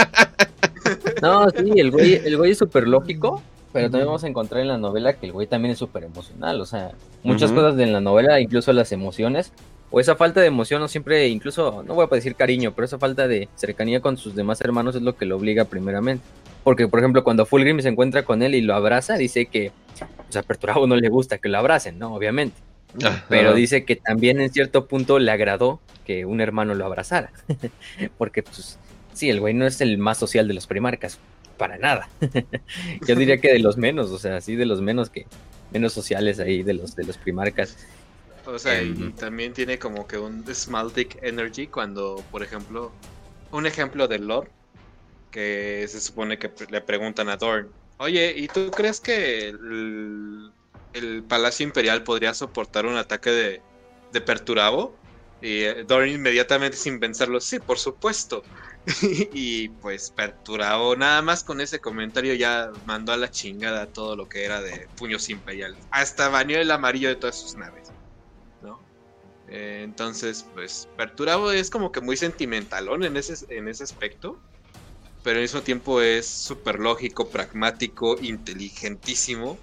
No, sí, el güey, el güey es súper lógico, pero también vamos a encontrar en la novela que el güey también es súper emocional, o sea, muchas uh-huh. cosas de la novela, incluso las emociones, o esa falta de emoción, o siempre, incluso, no voy a decir cariño, pero esa falta de cercanía con sus demás hermanos es lo que lo obliga primeramente. Porque, por ejemplo, cuando Fulgrim se encuentra con él y lo abraza, dice que, o sea, a Perturabo no le gusta que lo abracen, ¿no? Obviamente. Ajá. Pero dice que también en cierto punto le agradó que un hermano lo abrazara. Porque, pues, sí, el güey no es el más social de los primarcas, para nada. Yo diría que de los menos, o sea, sí, de los menos que, menos sociales ahí de los, de los primarcas. O sea, um, y también tiene como que un small dick energy cuando, por ejemplo, un ejemplo del lore, que se supone que le preguntan a Dorn, oye, ¿y tú crees que el, el Palacio Imperial podría soportar un ataque de, de Perturabo? Y Dorn inmediatamente, sin pensarlo, sí, por supuesto. Y pues Perturabo, nada más con ese comentario ya mandó a la chingada todo lo que era de puños imperiales. Hasta baneó el amarillo de todas sus naves, ¿no? Eh, entonces, pues Perturabo es como que muy sentimentalón en ese, en ese aspecto, pero al mismo tiempo es súper lógico, pragmático, inteligentísimo.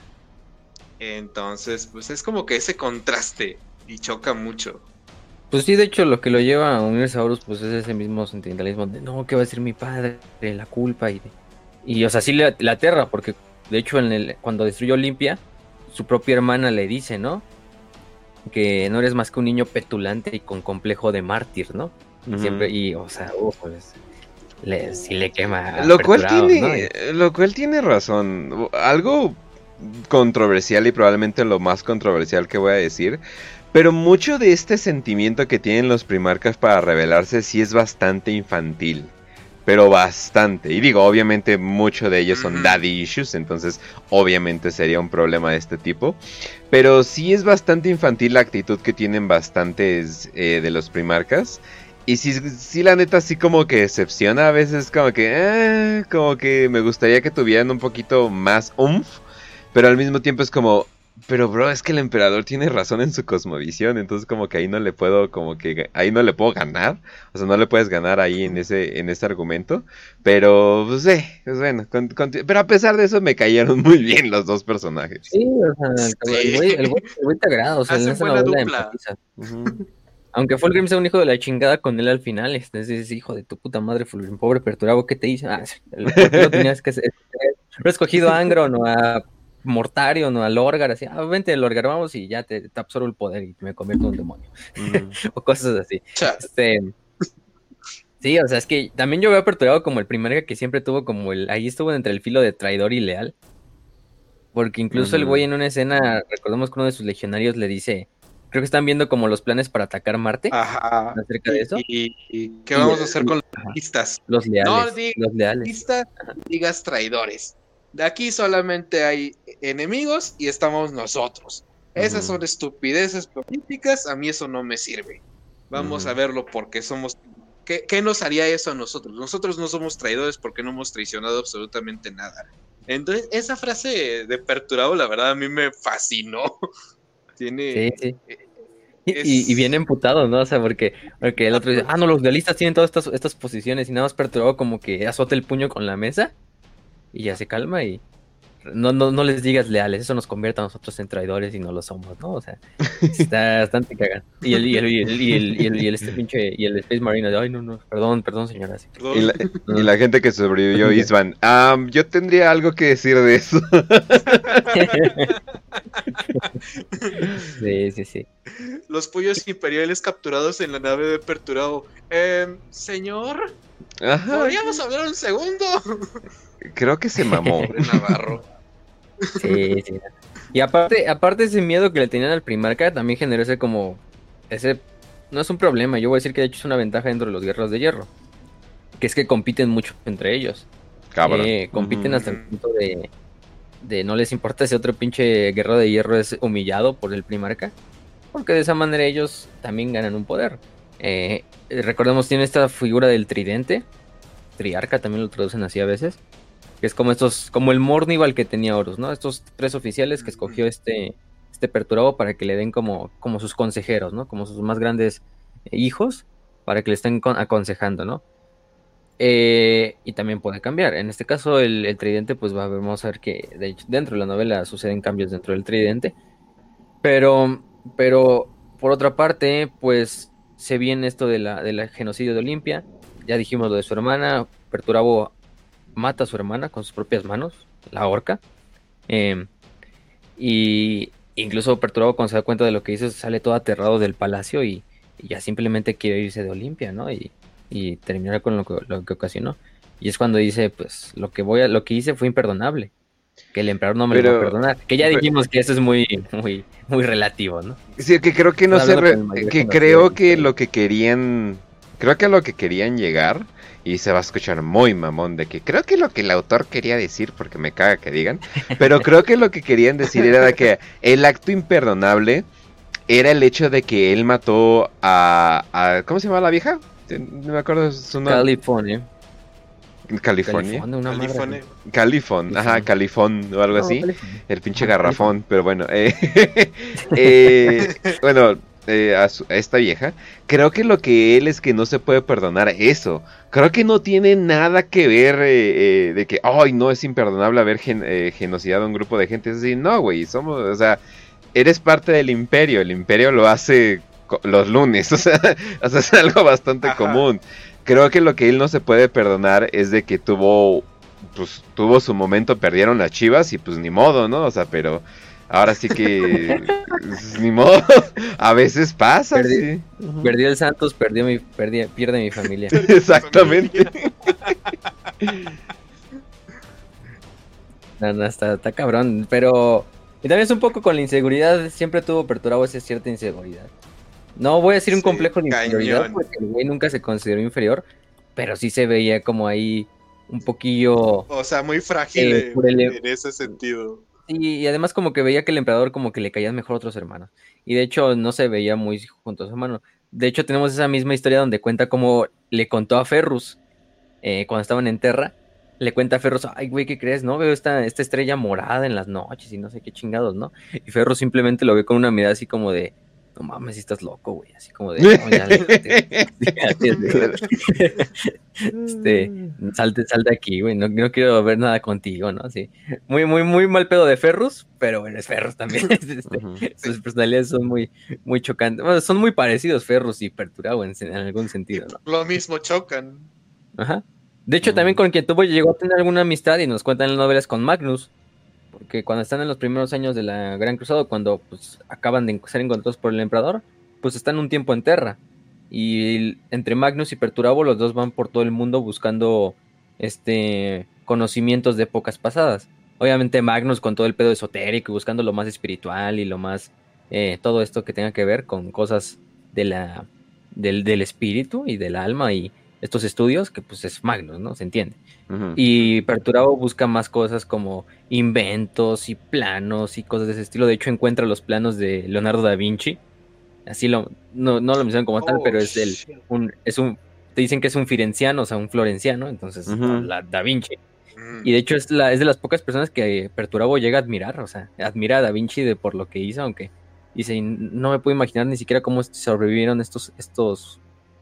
Entonces, pues es como que ese contraste y choca mucho. Pues sí, de hecho lo que lo lleva a unirse a Horus pues es ese mismo sentimentalismo de no, ¿qué va a decir mi padre? De la culpa y de... Y o sea, sí le, le aterra porque de hecho en el, cuando destruyó Olimpia, su propia hermana le dice, ¿no? que no eres más que un niño petulante y con complejo de mártir, ¿no? Ujú. Siempre, y, o sea, uh, pues, le, sí le quema. Lo cual Perturabo, tiene, ¿no? Y- lo cual tiene razón. Algo controversial y probablemente lo más controversial que voy a decir. Pero mucho de este sentimiento que tienen los primarcas para rebelarse sí es bastante infantil. Pero bastante. Y digo, obviamente mucho de ellos son Ujú. daddy issues. Entonces obviamente sería un problema de este tipo. Pero sí es bastante infantil la actitud que tienen bastantes eh, de los primarcas. Y sí, sí, la neta sí como que decepciona a veces, como que, eh, como que me gustaría que tuvieran un poquito más oomph, pero al mismo tiempo es como, pero bro, es que el emperador tiene razón en su cosmovisión, entonces como que ahí no le puedo, como que ahí no le puedo ganar, o sea, no le puedes ganar ahí en ese, en ese argumento, pero pues eh, pues bueno, con- con- pero a pesar de eso me cayeron muy bien los dos personajes. Sí, o sea, el, el güey, el güey, el güey te agrada, o sea, en Hacen esa buena novela dupla. empatizas. Ujú. Aunque Fulgrim sea un hijo de la chingada con él al final, este es ese hijo de tu puta madre, Fulgrim, pobre Perturabo, ¿qué te hizo? Ah, sí, el- ¿por qué lo tenías que hacer? No he escogido a Angron o a Mortarion o a Lorgar, así, ah, vente Lorgar, vamos y ya te, te absorbo el poder y me convierto en un demonio. Ujú. O cosas así. Cha- Este, sí, o sea, es que también yo veo a Perturabo como el primer que siempre tuvo como el, ahí estuvo entre el filo de traidor y leal. Porque incluso el Ujú. güey en una escena, recordemos que uno de sus legionarios le dice, creo que están viendo como los planes para atacar Marte, Ajá. acerca de eso. ¿Y, y- y qué Y- vamos a hacer y- con ajá, las listas? los No leales, digas los leales. listas, digas traidores. De aquí solamente hay enemigos y estamos nosotros. Esas Ujú. son estupideces políticas, a mí eso no me sirve. Vamos Ujú. a verlo porque somos... ¿Qué, qué nos haría eso a nosotros? Nosotros no somos traidores porque no hemos traicionado absolutamente nada. Entonces, esa frase de Perturabo, la verdad, a mí me fascinó. Tiene... Sí, sí. eh, Y, y bien es... emputado, ¿no? O sea, porque, porque el otro dice, ah, no, los lealistas tienen todas estas, estas posiciones y nada más Perturabo como que azota el puño con la mesa y ya se calma y no, no, no les digas leales, eso nos convierte a nosotros en traidores y no lo somos, ¿no? O sea, está bastante cagado. Y el, y el, y el, y el, y el, y el este pinche, y el Space Marine, de, ay, no, no, perdón, perdón, señora. Así. Y la, No. y la gente que sobrevivió, Ujú. Isvan, "Am, yo tendría algo que decir de eso." Sí, sí, sí. Los pollos imperiales capturados en la nave de Perturabo. Em, señor, Ajá, ¿podríamos hablar un segundo? creo que se mamó. Pobre Navarro. Sí, sí. Y aparte, aparte ese miedo que le tenían al Primarca también generó ese como ese no es un problema, yo voy a decir que de hecho es una ventaja dentro de los guerreros de hierro, que es que compiten mucho entre ellos. Cabrón. Eh, compiten Ujú. hasta el punto de de no les importa si otro pinche guerrero de hierro es humillado por el Primarca, porque de esa manera ellos también ganan un poder. Eh, recordemos, tiene esta figura del tridente, triarca también lo traducen así a veces, que es como estos, como el Mornival que tenía Horus, ¿no? Estos tres oficiales que escogió este, este Perturabo para que le den como, como sus consejeros, ¿no? Como sus más grandes hijos, para que le estén con- aconsejando, ¿no? Eh, y también puede cambiar. En este caso, el, el tridente, pues va, vamos a ver que de hecho, dentro de la novela suceden cambios dentro del tridente. Pero, pero por otra parte, pues se viene esto de la, del genocidio de Olimpia. Ya dijimos lo de su hermana. Perturabo mata a su hermana con sus propias manos, la ahorca. Eh, y incluso Perturabo, cuando se da cuenta de lo que hizo, sale todo aterrado del palacio y, y ya simplemente quiere irse de Olimpia, ¿no? Y, y terminar con lo que, lo que ocasionó. Y es cuando dice, pues, lo que voy a, lo que hice fue imperdonable. Que el emperador no me Pero- lo va a perdonar. Que ya pero- dijimos que eso es muy, muy, muy relativo, ¿no? Sí, que creo que no Estoy sé, hablando re- con el mayor que conocido creo de la que historia. lo que querían, creo que a lo que querían llegar, y se va a escuchar muy mamón de que creo que lo que el autor quería decir, porque me caga que digan, pero creo que lo que querían decir era de que el acto imperdonable era el hecho de que él mató a, a ¿cómo se llama la vieja? No me acuerdo su nombre. California. California. California, una madre Califone. así. Califón, ajá, Califón o algo No, así. California. El pinche Ah, garrafón, pero bueno. eh, eh, bueno, eh, a, su- a esta vieja, creo que lo que él es que no se puede perdonar eso. Creo que no tiene nada que ver eh, eh, de que, ay, no es imperdonable haber gen- eh, genocidado a un grupo de gente. Es decir, no, güey, somos, o sea, eres parte del imperio. El imperio lo hace co- los lunes, o sea, o sea, es algo bastante Ajá. común. Creo que lo que él no se puede perdonar es de que tuvo, pues, tuvo su momento, perdieron las Chivas y pues ni modo, ¿no? O sea, pero Ahora sí que pues, ni modo, a veces pasa. Perdí, sí. uh-huh. Perdió el Santos, perdió mi, perdí, pierde mi familia. Exactamente. No, no, está, está cabrón, pero... Y también es un poco con la inseguridad, siempre tuvo Perturabo esa cierta inseguridad. No voy a decir un Sí, complejo de cañón. inferioridad, porque el güey nunca se consideró inferior, pero sí se veía como ahí un poquillo... O sea, muy frágil eh, eh, por el- en ese sentido. Y, y además como que veía que el emperador como que le caían mejor a otros hermanos. Y de hecho no se veía muy junto a su hermano. De hecho tenemos esa misma historia donde cuenta cómo le contó a Ferrus, eh, cuando estaban en Terra, le cuenta a Ferrus, ay güey, ¿qué crees? No veo esta, esta estrella morada en las noches y no sé qué chingados, ¿no? Y Ferrus simplemente lo ve con una mirada así como de, no mames, si estás loco, güey. Así como de, no, ya, déjate, déjate, este, salte, salte aquí, güey, no, no quiero ver nada contigo, ¿no? Así, muy, muy, muy mal pedo de Ferrus, pero bueno, es Ferrus también. Este, Uh-huh. sus personalidades son muy, muy chocantes. Bueno, son muy parecidos Ferrus y Perturabo en, en algún sentido, ¿no? Lo mismo chocan. Ajá. De hecho, Mm. también con quien tuvo llegó a tener alguna amistad y nos cuentan las novelas con Magnus, porque cuando están en los primeros años de la Gran Cruzada, cuando pues acaban de ser encontrados por el emperador, pues están un tiempo en Terra. Y entre Magnus y Perturabo, los dos van por todo el mundo buscando este conocimientos de épocas pasadas. Obviamente Magnus con todo el pedo esotérico y buscando lo más espiritual y lo más eh, todo esto que tenga que ver con cosas de la del, del espíritu y del alma y estos estudios, que pues es Magnus, ¿no? Se entiende. Uh-huh. Y Perturabo busca más cosas como inventos y planos y cosas de ese estilo. De hecho, encuentra los planos de Leonardo da Vinci. Así lo, no, no lo mencionan como tal, Oh, pero es el, shit. un, es un, te dicen que es un firenciano, o sea, un florenciano, entonces Ujú. la Da Vinci. Mm. Y de hecho es, la, es de las pocas personas que Perturabo llega a admirar, o sea, admira a Da Vinci de por lo que hizo, aunque dice, no me puedo imaginar ni siquiera cómo sobrevivieron estos, estos,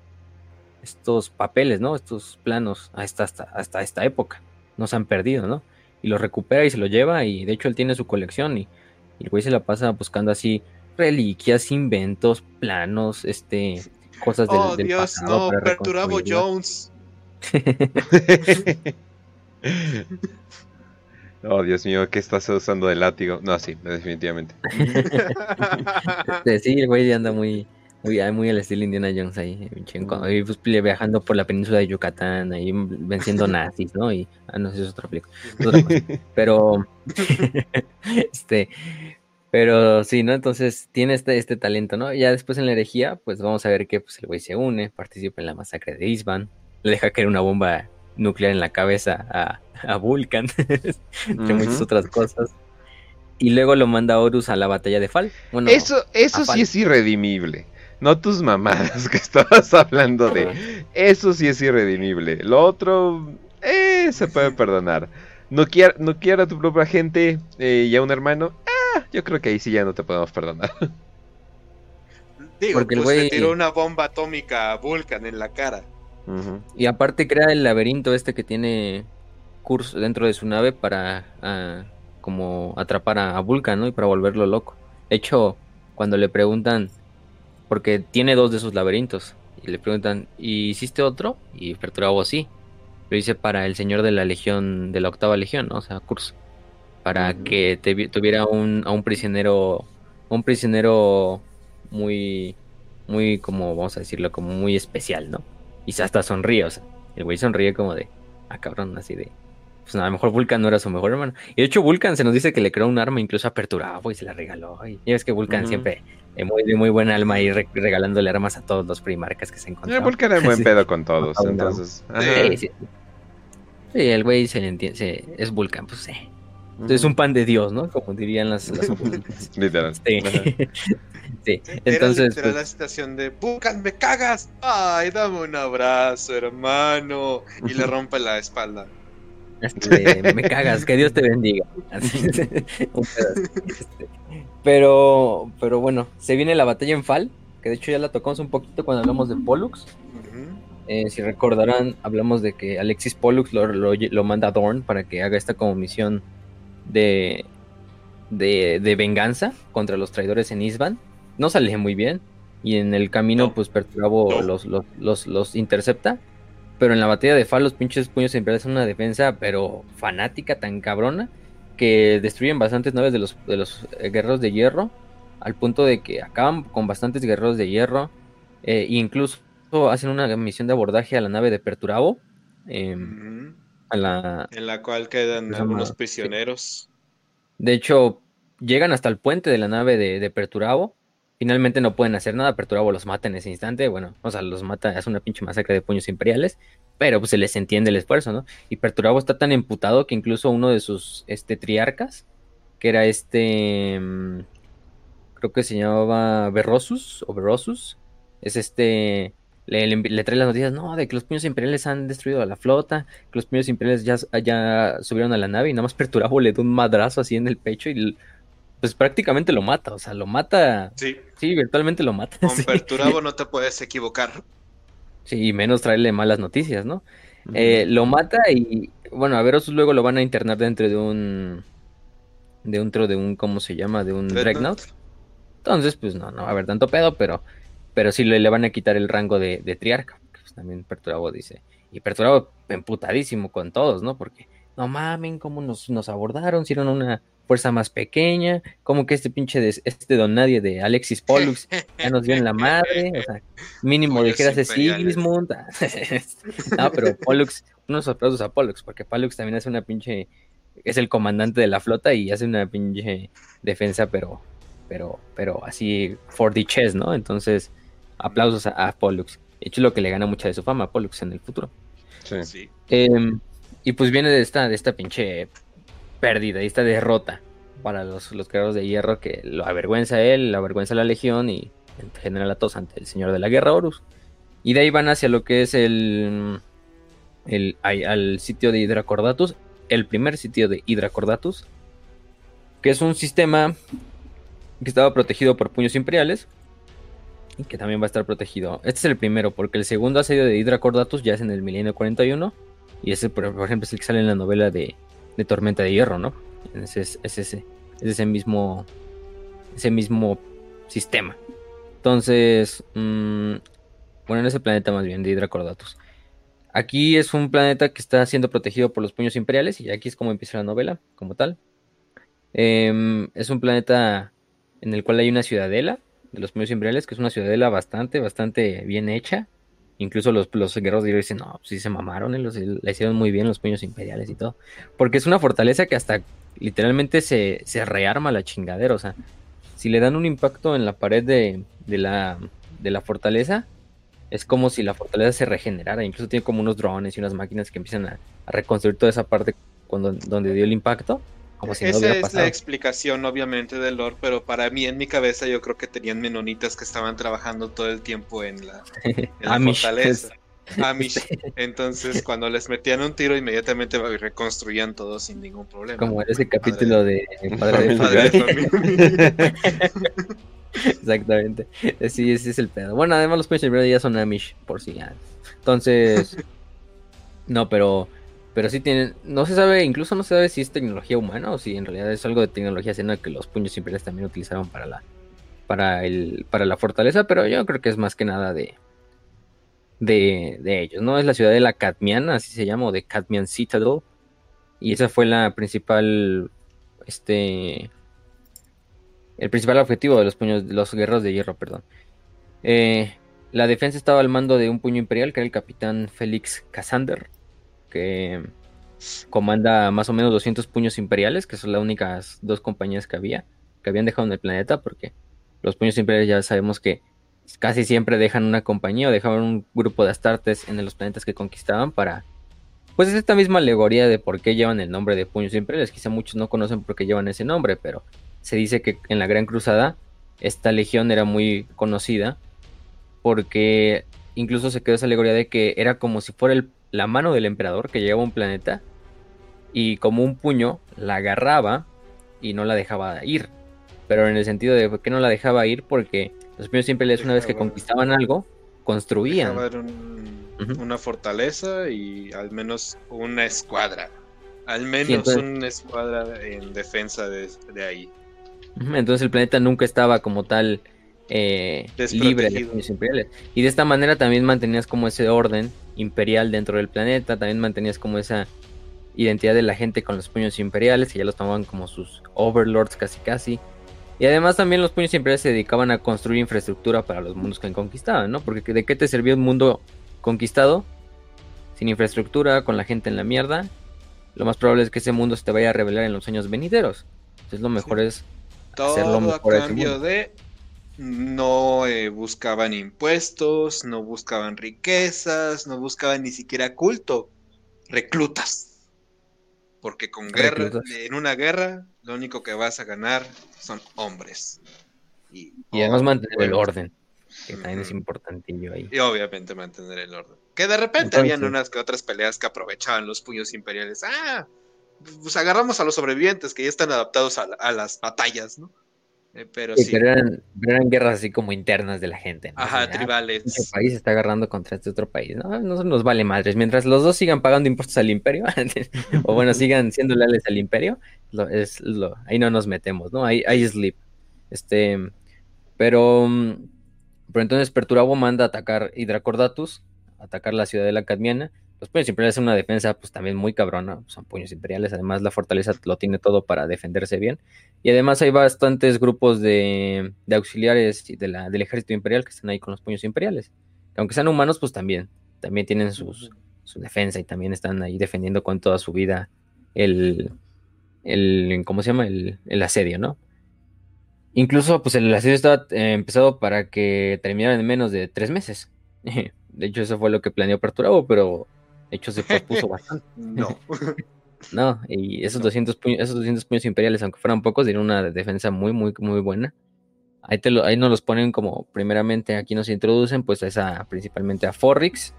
estos papeles, ¿no? Estos planos hasta, hasta, hasta esta época. No se han perdido, ¿no? Y los recupera y se lo lleva y de hecho él tiene su colección y, y el güey se la pasa buscando así reliquias, inventos, planos, este, cosas del, Oh, del Dios, pasado no, para Perturabo reconstruirlas. Jones. Oh, Dios mío, ¿qué estás usando de látigo? No, sí, definitivamente. Este, sí, el güey anda muy, muy, ah, muy al estilo Indiana Jones ahí, pinche, Mm. ahí, pues, viajando por la península de Yucatán, ahí venciendo nazis, ¿no? Y, ah, no, eso es otra película, es otra cosa. Pero, este, pero sí, ¿no? Entonces tiene este, este talento, ¿no? Y ya después en la herejía, pues vamos a ver que pues, el güey se une, participa en la masacre de Isban, le deja caer una bomba nuclear en la cabeza a, a Vulcan, entre muchas Ujú. otras cosas. Y luego lo manda Horus a la batalla de Fal. Bueno, Eso, eso a Fal. sí es irredimible. No tus mamadas que estabas hablando de. Ajá. Eso sí es irredimible. Lo otro, eh, se puede perdonar. No quiera, no quiera a tu propia gente eh, y a un hermano. Ah, yo creo que ahí sí ya no te podemos perdonar. Digo, Porque el pues le güey- tiró una bomba atómica a Vulcan en la cara. Ujú. Y aparte crea el laberinto este que tiene Kurz dentro de su nave para ah, como atrapar a, a Vulcan, ¿no? Y para volverlo loco. De hecho, cuando le preguntan, porque tiene dos de esos laberintos, y le preguntan, ¿y hiciste otro? Y Perturabo sí. Lo hice para el señor de la legión, de la octava legión, ¿no? O sea, Kurz. Para Ujú. que te- tuviera un, a un prisionero, un prisionero muy, muy, como, vamos a decirlo, como muy especial, ¿no? Y hasta sonríe, o sea, el güey sonríe como de, ah, cabrón, así de, pues a lo mejor Vulcan no era su mejor hermano. Y de hecho Vulcan se nos dice que le creó un arma incluso a Perturabo y se la regaló. Y ya ves que Vulcan Ujú. siempre, eh, muy, de muy buena alma y re- regalándole armas a todos los primarcas que se Eh, encontraban. Vulcan era buen Sí. pedo con todos, Ah, no. entonces. ajá. Sí, sí, sí. Sí, el güey se le entiende, se- es Vulcan, pues sí. Entonces es Ujú. un pan de Dios, ¿no? Como dirían las, las opulentas. Literal. Sí. Ajá. Sí. Era Entonces, literal pues, la situación de Vulcan, me cagas. Ay, dame un abrazo, hermano. Y le rompe la espalda. este, me cagas, que Dios te bendiga. Así, un pedazo. Este, pero, pero bueno, se viene la batalla en Fal, que de hecho ya la tocamos un poquito cuando hablamos de Pollux. Ujú. Eh, si recordarán, hablamos de que Alexis Pollux lo, lo, lo manda a Dorn para que haga esta como misión de, de, de venganza contra los traidores en Isban. No sale muy bien. Y en el camino, No. pues Perturabo No. los, los, los, los intercepta. Pero en la batalla de Fal, los pinches puños imperiales son una defensa, pero fanática, tan cabrona, que destruyen bastantes naves de los, de los eh, guerreros de hierro, al punto de que acaban con bastantes guerreros de hierro, eh, e incluso hacen una misión de abordaje a la nave de Perturabo, eh, Ujú. a la, En la cual quedan se algunos llama- prisioneros. de hecho, llegan hasta el puente de la nave de, de Perturabo. Finalmente no pueden hacer nada. Perturabo los mata en ese instante. Bueno, o sea, los mata. Es una pinche masacre de puños imperiales. Pero pues se les entiende el esfuerzo, ¿no? Y Perturabo está tan emputado que incluso uno de sus este, triarcas, que era este. mm, Creo que se llamaba Berrosus o Berrosus. Es este. Le, le, le trae las noticias, no, de que los puños imperiales han destruido a la flota, que los puños imperiales ya, ya subieron a la nave y nada más Perturabo le da un madrazo así en el pecho y pues prácticamente lo mata, o sea, lo mata, Sí, sí, virtualmente lo mata. con Sí, Perturabo no te puedes equivocar. sí, y menos traerle malas noticias, ¿no? Ujú. Eh, lo mata y, bueno, a Verossus luego lo van a internar dentro de un, dentro de un, ¿cómo se llama? De un Dreadnought. Entonces, pues no, no va a haber tanto pedo, pero, pero sí le, le van a quitar el rango de, de triarca, que pues también Perturabo dice, y Perturabo emputadísimo con todos, ¿no? Porque, no mamen, cómo nos, nos abordaron, si eran una fuerza más pequeña, como que este pinche, de, este don nadie de Alexis Pollux ya nos dio en la madre, o sea, mínimo Puños dijeras es imperiales. Sigismund. No, pero Pollux, unos aplausos a Pollux, porque Pollux también hace una pinche, es el comandante de la flota y hace una pinche defensa, pero, pero, pero así for the chest, ¿no? Entonces, aplausos a, a Pollux. De hecho, es lo que le gana mucha de su fama a Pollux en el futuro. Sí. Sí. Eh, y pues viene de esta, de esta pinche pérdida, de esta derrota para los, los guerreros de hierro que lo avergüenza a él, lo avergüenza a la legión y en general a todos ante el señor de la guerra, Horus. Y de ahí van hacia lo que es el, el al, al sitio de Hydracordatus, el primer sitio de Hydracordatus, que es un sistema que estaba protegido por puños imperiales y que también va a estar protegido. Este es el primero, porque el segundo asedio de Hydracordatus ya es en el milenio cuarenta y uno, y ese, por, por ejemplo, es el que sale en la novela de, de Tormenta de Hierro, ¿no? Es, es, es ese, es ese mismo, ese mismo sistema. Entonces, mmm, bueno, en ese planeta más bien, de Hydracordatus. Aquí es un planeta que está siendo protegido por los puños imperiales, y aquí es como empieza la novela, como tal. Eh, es un planeta en el cual hay una ciudadela de los puños imperiales, que es una ciudadela bastante, bastante bien hecha. Incluso los, los guerreros de hierro dicen, no, pues sí se mamaron, eh, los, la hicieron muy bien los puños imperiales y todo. Porque es una fortaleza que hasta literalmente se, se rearma la chingadera. O sea, si le dan un impacto en la pared de, de, la, de la fortaleza, es como si la fortaleza se regenerara. Incluso tiene como unos drones y unas máquinas que empiezan a, a reconstruir toda esa parte cuando, donde dio el impacto. Como si Esa no hubiera es pasado. la explicación, obviamente, del lore, pero para mí, en mi cabeza, yo creo que tenían menonitas que estaban trabajando todo el tiempo en la, en la Amish. fortaleza. Amish. Entonces, cuando les metían un tiro, inmediatamente reconstruían todo sin ningún problema. Como en ese capítulo de Padre de Padre de Familia. familia. Exactamente. Sí, ese es el pedo. Bueno, además los puños imperiales ya son Amish, por si ya. Entonces, no, pero pero sí tienen, no se sabe, incluso no se sabe si es tecnología humana o si en realidad es algo de tecnología cena que los puños imperiales también utilizaron para la para el para la fortaleza, pero yo creo que es más que nada de de, de ellos, ¿no? Es la ciudad de la Cadmian, así se llama, o de Cadmian Citadel, y esa fue la principal este el principal objetivo de los puños, de los guerreros de hierro, perdón. Eh, la defensa estaba al mando de un puño imperial que era el capitán Félix Cassander, que comanda más o menos doscientos puños imperiales, que son las únicas dos compañías que había, que habían dejado en el planeta, porque los puños imperiales ya sabemos que casi siempre dejan una compañía o dejaban un grupo de astartes en los planetas que conquistaban para, pues es esta misma alegoría de por qué llevan el nombre de puños imperiales. Quizá muchos no conocen por qué llevan ese nombre, pero se dice que en la Gran Cruzada esta legión era muy conocida porque incluso se quedó esa alegoría de que era como si fuera el la mano del emperador que llegaba a un planeta y como un puño la agarraba y no la dejaba ir. Pero en el sentido de que no la dejaba ir porque los puños siempre les una vez que conquistaban algo, construían. Dejaban un, uh-huh. una fortaleza y al menos una escuadra. Al menos sí, entonces, una escuadra en defensa de, de ahí. Entonces el planeta nunca estaba como tal eh, libre de puños imperiales. Y de esta manera también mantenías como ese orden imperial dentro del planeta, también mantenías como esa identidad de la gente con los puños imperiales, que ya los tomaban como sus overlords casi casi. Y además también los puños imperiales se dedicaban a construir infraestructura para los mundos que conquistaban, ¿no? Porque ¿de qué te servía un mundo conquistado sin infraestructura, con la gente en la mierda? Lo más probable es que ese mundo se te vaya a revelar en los años venideros. Entonces lo mejor sí. es hacerlo todo mejor a cambio de no eh, buscaban impuestos, no buscaban riquezas, no buscaban ni siquiera culto, reclutas. Porque con guerra, reclutas. En una guerra, lo único que vas a ganar son hombres. Y, y además oh, mantener bueno. el orden, que también uh-huh. es importantillo ahí. Y obviamente mantener el orden. Que de repente Entonces, habían unas que otras peleas que aprovechaban los puños imperiales. Ah, pues agarramos a los sobrevivientes que ya están adaptados a, a las batallas, ¿no? Eh, pero sí. sí. Pero eran, pero eran guerras así como internas de la gente, ¿no? Ajá, o sea, tribales. Este país está agarrando contra este otro país, ¿no? No nos vale madres. Mientras los dos sigan pagando impuestos al imperio, o bueno, sigan siendo leales al imperio, lo, es, lo, ahí no nos metemos, ¿no? Ahí, ahí sleep. Este, pero, pero entonces Perturabo manda a atacar Hidracordatus, atacar la ciudad de la Cadmiana. Los puños imperiales son una defensa pues también muy cabrona, son puños imperiales, además la fortaleza lo tiene todo para defenderse bien, y además hay bastantes grupos de, de auxiliares de la, del ejército imperial que están ahí con los puños imperiales, que aunque sean humanos pues también, también tienen sus, su defensa y también están ahí defendiendo con toda su vida el, el ¿cómo se llama? El, el asedio, ¿no? Incluso pues el asedio estaba eh, empezado para que terminara en menos de tres meses. De hecho eso fue lo que planeó Perturabo, pero de hecho se pospuso bastante. No. No, y esos, No. doscientos puños, esos doscientos puños imperiales, aunque fueran pocos, dieron una defensa muy, muy, muy buena. Ahí, te lo, ahí nos los ponen como, primeramente, aquí nos introducen, pues, a esa, principalmente a Forrix,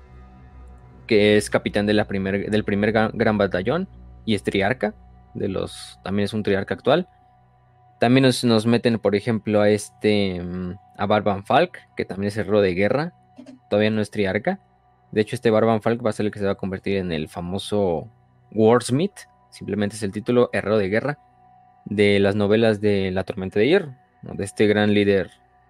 que es capitán de la primer, del primer gran, gran batallón, y es triarca, de los, también es un triarca actual. También nos, nos meten, por ejemplo, a este, a Barban Falk, que también es herrero de guerra, todavía no es triarca. De hecho, este Barban Falk va a ser el que se va a convertir en el famoso Warsmith, simplemente es el título, herrero de guerra, de las novelas de La Tormenta de Hierro, ¿no? De este gran líder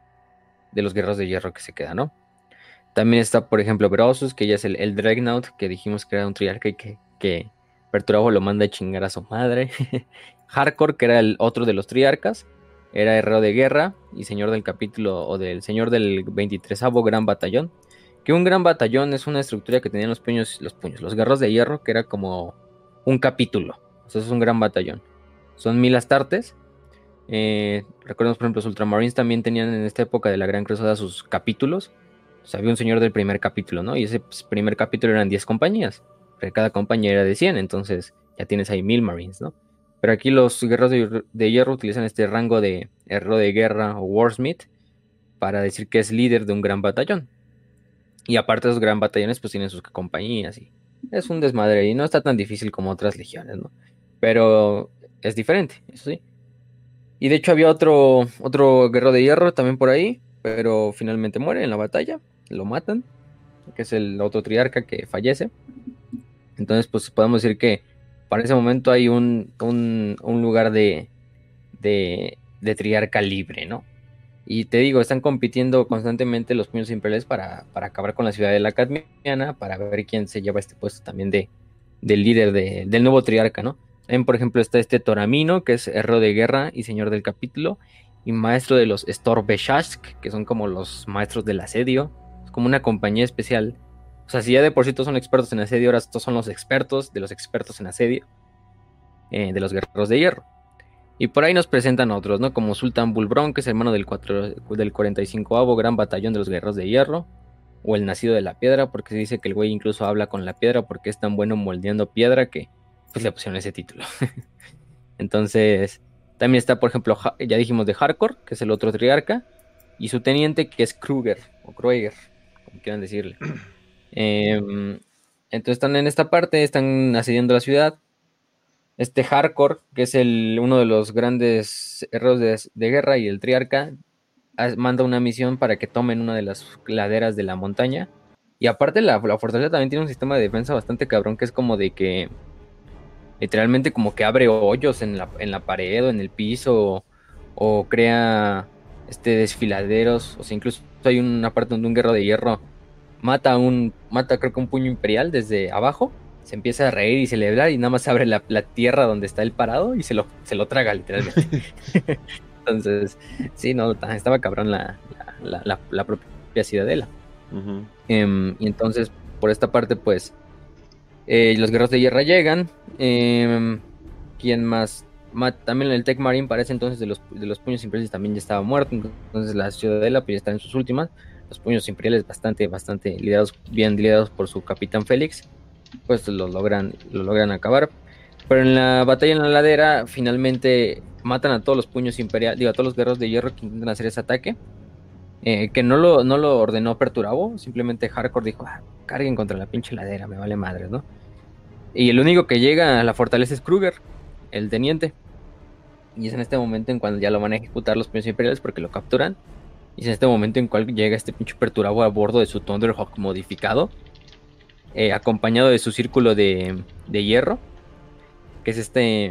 de los guerreros de hierro que se queda, ¿no? También está, por ejemplo, Brosus, que ya es el, el Dreadnought, que dijimos que era un triarca y que, que Perturabo lo manda a chingar a su madre. Hardcore, que era el otro de los triarcas, era herrero de guerra y señor del capítulo, o del señor del veintitrésavo Gran Batallón. Que un gran batallón es una estructura que tenían los puños, los puños, los guerreros de hierro, que era como un capítulo. O sea, eso es un gran batallón. Son mil astartes. Eh, recordemos, por ejemplo, los Ultramarines también tenían en esta época de la Gran Cruzada sus capítulos. O sea, había un señor del primer capítulo, ¿no? Y ese pues, primer capítulo eran diez compañías. Pero cada compañía era de cien, entonces ya tienes ahí mil Marines, ¿no? Pero aquí los guerreros de, de hierro utilizan este rango de herrero de guerra o Warsmith para decir que es líder de un gran batallón. Y aparte de los gran batallones, pues tienen sus compañías y es un desmadre y no está tan difícil como otras legiones, ¿no? Pero es diferente, eso sí. Y de hecho había otro, otro guerrero de hierro también por ahí, pero finalmente muere en la batalla, lo matan, que es el otro triarca que fallece. Entonces, pues podemos decir que para ese momento hay un, un, un lugar de, de, de triarca libre, ¿no? Y te digo, están compitiendo constantemente los puños imperiales para, para acabar con la ciudad de la Cadmiana, para ver quién se lleva este puesto también de, del líder de, del nuevo triarca, ¿no? También, por ejemplo, está este Toramino, que es herrero de guerra y señor del capítulo, y maestro de los Storbeshashk, que son como los maestros del asedio. Es como una compañía especial. O sea, si ya de por sí todos son expertos en asedio, ahora estos son los expertos de los expertos en asedio, eh, de los guerreros de hierro. Y por ahí nos presentan otros, ¿no? Como Sultan Bulbrón, que es hermano del, cuatro, del cuarenta y cincoavo Gran Batallón de los Guerreros de Hierro. O el Nacido de la Piedra, porque se dice que el güey incluso habla con la piedra porque es tan bueno moldeando piedra que pues le pusieron ese título. Entonces, también está, por ejemplo, ya dijimos de Hardcore, que es el otro triarca. Y su teniente, que es Kruger, o Krueger, como quieran decirle. Eh, entonces están en esta parte, están asediando la ciudad. Este Hardcore, que es el, uno de los grandes herreros de, de guerra y el triarca, manda una misión para que tomen una de las laderas de la montaña. Y aparte la, la fortaleza también tiene un sistema de defensa bastante cabrón, que es como de que literalmente como que abre hoyos en la, en la pared o en el piso, o, o crea este desfiladeros. O sea, incluso hay una parte donde un guerrero de hierro mata a un, mata creo que un puño imperial desde abajo, se empieza a reír y celebrar y nada más abre la, la tierra donde está él parado y se lo, se lo traga literalmente. Entonces, sí, no, estaba cabrón la, la, la, la propia ciudadela. Uh-huh. Um, y entonces, por esta parte, pues, eh, los guerreros de hierro llegan. Eh, ¿Quién más? También el Tech Marine parece entonces de los, de los puños imperiales también ya estaba muerto. Entonces la ciudadela pues ya está en sus últimas. Los puños imperiales bastante, bastante liderados, bien liderados por su capitán Félix, pues lo logran, lo logran acabar. Pero en la batalla en la ladera finalmente matan a todos los puños imperiales, digo a todos los guerreros de hierro que intentan hacer ese ataque. Eh, que no lo, no lo ordenó Perturabo, simplemente Hardcore dijo, ah, carguen contra la pinche ladera, me vale madre, ¿no? Y el único que llega a la fortaleza es Kruger, el teniente. Y es en este momento en cuando ya lo van a ejecutar los puños imperiales porque lo capturan. Y es en este momento en cual llega este pinche Perturabo a bordo de su Thunderhawk modificado, eh, acompañado de su círculo de, de hierro, que es este...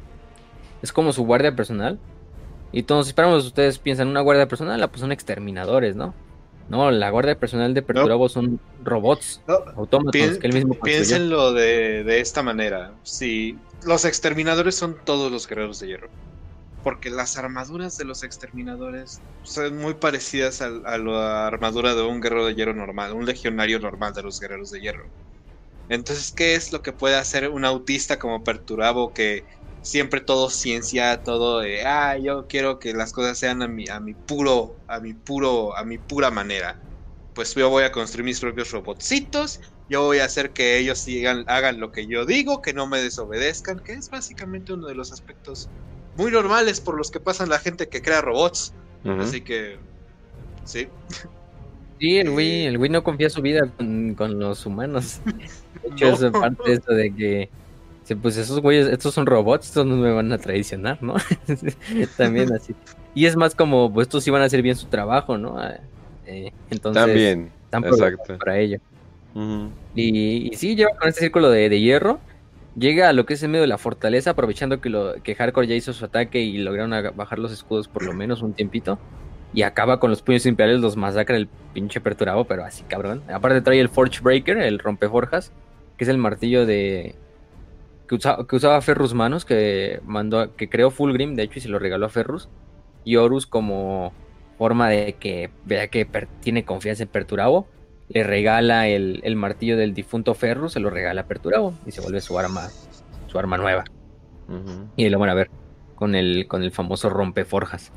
es como su guardia personal. Y todos esperamos, ustedes piensan, una guardia personal, pues son exterminadores, ¿no? No, la guardia personal de Perturabo no. son robots, no. autómatos, Pi- que él mismo construyó. Piénsenlo de, de esta manera. Si los exterminadores son todos los guerreros de hierro. Porque las armaduras de los exterminadores son muy parecidas a, a la armadura de un guerrero de hierro normal, un legionario normal de los guerreros de hierro. Entonces, ¿qué es lo que puede hacer un autista como Perturabo que siempre todo ciencia, todo de, ah, yo quiero que las cosas sean a mi, a mi puro, a mi puro, a mi pura manera? Pues yo voy a construir mis propios robotcitos, yo voy a hacer que ellos sigan, hagan lo que yo digo, que no me desobedezcan, que es básicamente uno de los aspectos muy normales por los que pasan la gente que crea robots. Uh-huh. Así que, sí. Sí, el Wii, el Wii no confía su vida con, con los humanos. De hecho, no. Es parte de esto de que pues esos güeyes, estos son robots, estos no me van a traicionar, ¿no? También así. Y es más como, pues estos sí van a hacer bien su trabajo, ¿no? Eh, entonces, también, están exacto. Para ello. Uh-huh. Y, y sí, lleva con este círculo de, de hierro, llega a lo que es el medio de la fortaleza, aprovechando que, lo, que Hardcore ya hizo su ataque y lograron a, bajar los escudos por lo menos un tiempito. Y acaba con los puños imperiales, los masacra el pinche Perturabo, pero así cabrón. Aparte trae el Forge Breaker, el rompeforjas, que es el martillo de... Que usaba, que usaba Ferrus Manos, que mandó, que creó Fulgrim, de hecho, y se lo regaló a Ferrus. Y Horus, como forma de que vea que per, tiene confianza en Perturabo, le regala el, el martillo del difunto Ferrus, se lo regala a Perturabo y se vuelve su arma, su arma nueva. Uh-huh. Y lo van a ver con el, con el famoso rompeforjas.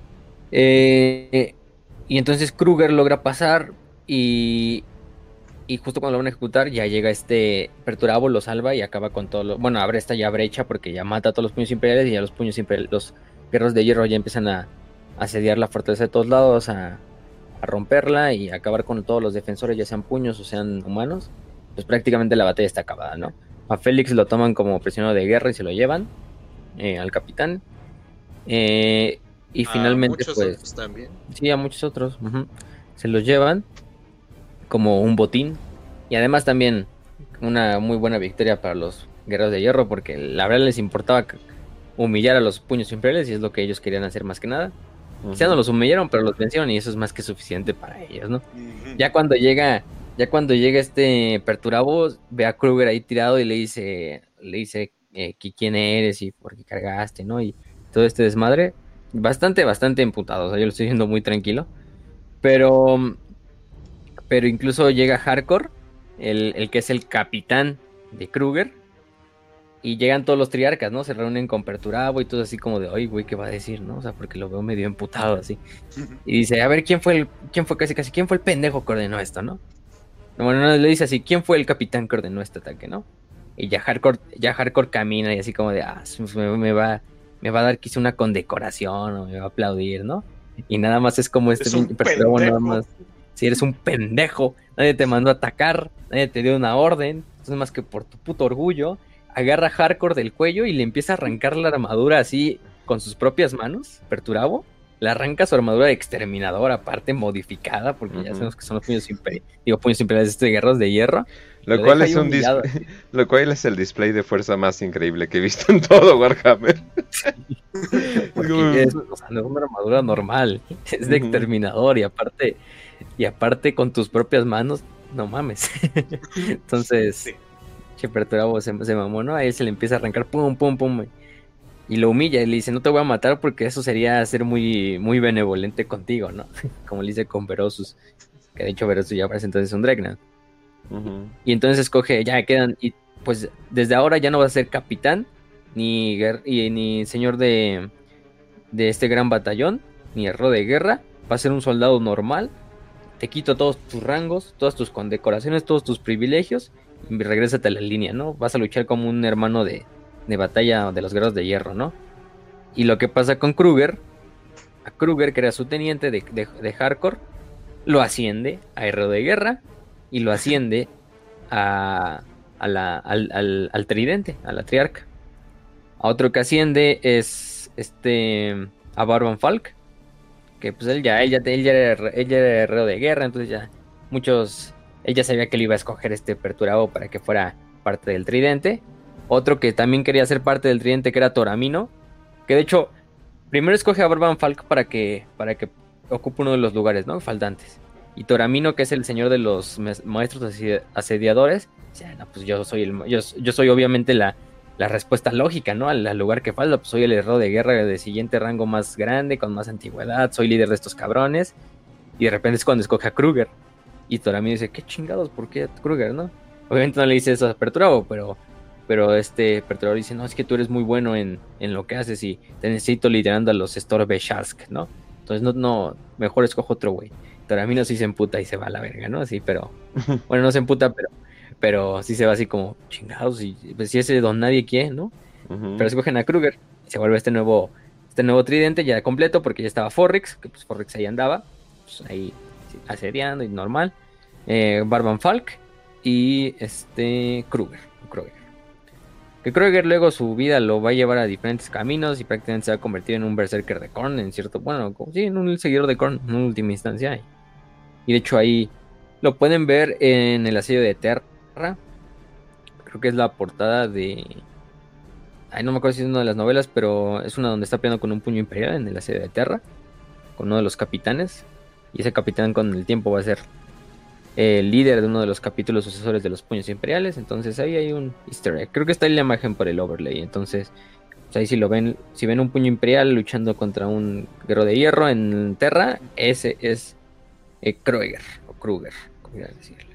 Eh, y entonces Kruger logra pasar y... Y justo cuando lo van a ejecutar, ya llega este Perturabo, lo salva y acaba con todo lo... Bueno, abre esta ya brecha porque ya mata a todos los puños imperiales y ya los puños imperiales, los guerreros de hierro ya empiezan a asediar la fortaleza de todos lados, a, a romperla y a acabar con todos los defensores, ya sean puños o sean humanos. Pues prácticamente la batalla está acabada, ¿no? A Félix lo toman como prisionero de guerra y se lo llevan eh, al capitán. Eh, y a finalmente, muchos pues... otros también. Sí, a muchos otros. Uh-huh. Se los llevan como un botín. Y además también una muy buena victoria para los guerreros de hierro, porque la verdad les importaba humillar a los puños imperiales y es lo que ellos querían hacer más que nada. Uh-huh. Ya no los humillaron, pero los vencieron y eso es más que suficiente para ellos, ¿no? Uh-huh. Ya cuando llega, ya cuando llega este Perturabo, ve a Kruger ahí tirado y le dice, le dice eh, quién eres y por qué cargaste, ¿no? Y todo este desmadre, bastante, bastante emputado. O sea, yo lo estoy viendo muy tranquilo, pero Pero incluso llega Hardcore, el, el que es el capitán de Kruger, y llegan todos los triarcas, ¿no? Se reúnen con Perturabo y todo así como de, oye, güey, ¿qué va a decir, no? O sea, porque lo veo medio emputado así. Y dice, a ver, ¿quién fue el, quién fue casi casi, quién fue el pendejo que ordenó esto, no? Bueno, no, le dice así, ¿quién fue el capitán que ordenó este ataque, no? Y ya Hardcore, ya Hardcore camina y así como de, ah, me, me va, me va a dar quizá una condecoración o me va a aplaudir, ¿no? Y nada más es como este Perturabo nada más. Si eres un pendejo, nadie te mandó a atacar, nadie te dio una orden, entonces más que por tu puto orgullo, agarra a Hardcore del cuello y le empieza a arrancar la armadura así con sus propias manos, Perturabo, le arranca su armadura de exterminador, aparte modificada, porque uh-huh. ya sabemos que son los puños imperiales, digo puños imperiales, estos guerreros de hierro. Lo, lo cual es un dis- lo cual es el display de fuerza más increíble que he visto en todo Warhammer. Porque es, o sea, no es una armadura normal, es de uh-huh. exterminador y aparte... Y aparte con tus propias manos, no mames. Entonces, sí. Che, Perturabo se, se mamó, ¿no? A él se le empieza a arrancar, pum, pum, pum. Y lo humilla y le dice, no te voy a matar porque eso sería ser muy, muy benevolente contigo, ¿no? Como le dice con Verossus, que de hecho Verossus ya parece entonces un Dreadnought. Uh-huh. Y entonces escoge, ya quedan, y pues desde ahora ya no vas a ser capitán, ni, y, ni señor de, de este gran batallón, ni herrero de guerra, vas a ser un soldado normal, te quito todos tus rangos, todas tus condecoraciones, todos tus privilegios, y regrésate a la línea, ¿no? Vas a luchar como un hermano de... de batalla de los guerreros de hierro, ¿no? Y lo que pasa con Kruger, a Kruger, que era su teniente de, de, de hardcore, lo asciende a herrero de guerra y lo asciende a, a la, al, al, al tridente, a la triarca. A otro que asciende es este a Barban Falk, que pues él ya, él ya, él ya, era, él ya era herrero de guerra, entonces ya muchos, él ya sabía que le iba a escoger este Perturabo para que fuera parte del tridente. Otro que también quería ser parte del tridente, que era Toramino, que de hecho primero escoge a Barban Falk para que, para que ocupe uno de los lugares, ¿no? Faltantes. Y Toramino, que es el señor de los maestros asediadores, dice, no, pues yo soy el, yo, yo soy obviamente la, la respuesta lógica, ¿no? Al, al lugar que falta, pues soy el herrero de guerra de siguiente rango más grande, con más antigüedad, soy líder de estos cabrones. Y de repente es cuando escoge a Kruger. Y Toramino dice, qué chingados, ¿por qué Kruger, no? Obviamente no le dice eso a Perturabo, pero... Pero este Perturabo dice, no, es que tú eres muy bueno en, en lo que haces y te necesito liderando a los Storbesharsk, ¿no? Entonces, no, no, mejor escojo otro güey. Toramino sí se emputa y se va a la verga, ¿no? Sí, pero... Bueno, no se emputa, pero pero sí se va así como, chingados, y pues si ese don nadie quiere, ¿no? Uh-huh. Pero escogen a Kruger y se vuelve este nuevo este nuevo tridente ya completo porque ya estaba Forrix, que pues Forrix ahí andaba, pues ahí asediando y normal. Eh, Barban Falk y este Kruger, Kruger. Que Kruger luego su vida lo va a llevar a diferentes caminos y prácticamente se va a convertir en un berserker de Khorne en cierto, bueno, sí, en un seguidor de Khorne en última instancia. Y de hecho ahí lo pueden ver en el asedio de Terra. Creo que es la portada de... Ay, no me acuerdo si es una de las novelas, pero es una donde está peleando con un puño imperial en el asedio de Terra, con uno de los capitanes. Y ese capitán con el tiempo va a ser el líder de uno de los capítulos sucesores de los puños imperiales. Entonces ahí hay un easter egg. Creo que está en la imagen por el overlay. Entonces pues ahí si lo ven, si ven un puño imperial luchando contra un guerrero de hierro en Terra, ese es eh, Kruger o Kruger, como quieran decirle.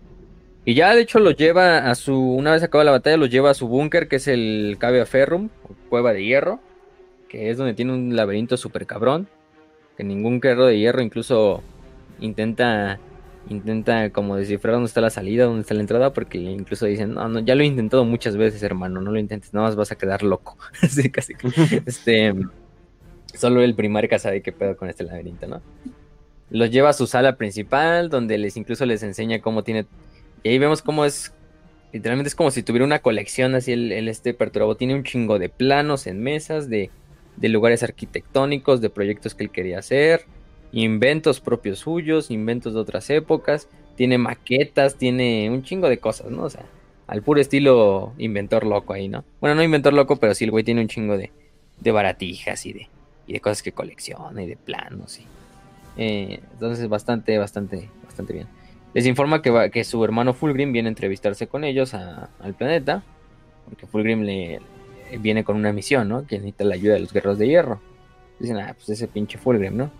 Y ya de hecho lo lleva a su, una vez acaba la batalla, lo lleva a su búnker, que es el Cavea Ferrum, o cueva de hierro, que es donde tiene un laberinto super cabrón, que ningún guerrero de hierro incluso intenta intenta como descifrar dónde está la salida, dónde está la entrada, porque incluso dicen, no, no, ya lo he intentado muchas veces, hermano, no lo intentes, nada más vas a quedar loco. Así casi, este, solo el primarca sabe qué pedo con este laberinto, ¿no? Los lleva a su sala principal, donde les incluso les enseña cómo tiene, y ahí vemos cómo es, literalmente es como si tuviera una colección, así el, el este Perturabo tiene un chingo de planos en mesas, de, de lugares arquitectónicos, de proyectos que él quería hacer, inventos propios suyos, inventos de otras épocas, tiene maquetas, tiene un chingo de cosas, ¿no? O sea, al puro estilo inventor loco ahí, ¿no? Bueno, no inventor loco, pero sí el güey tiene un chingo de, de baratijas y de, y de cosas que colecciona y de planos, y, eh, entonces bastante, bastante, bastante bien. Les informa que, va, que su hermano Fulgrim viene a entrevistarse con ellos a, al planeta, porque Fulgrim le, le viene con una misión, ¿no? Que necesita la ayuda de los guerreros de hierro. Dicen, ah, pues ese pinche Fulgrim, ¿no?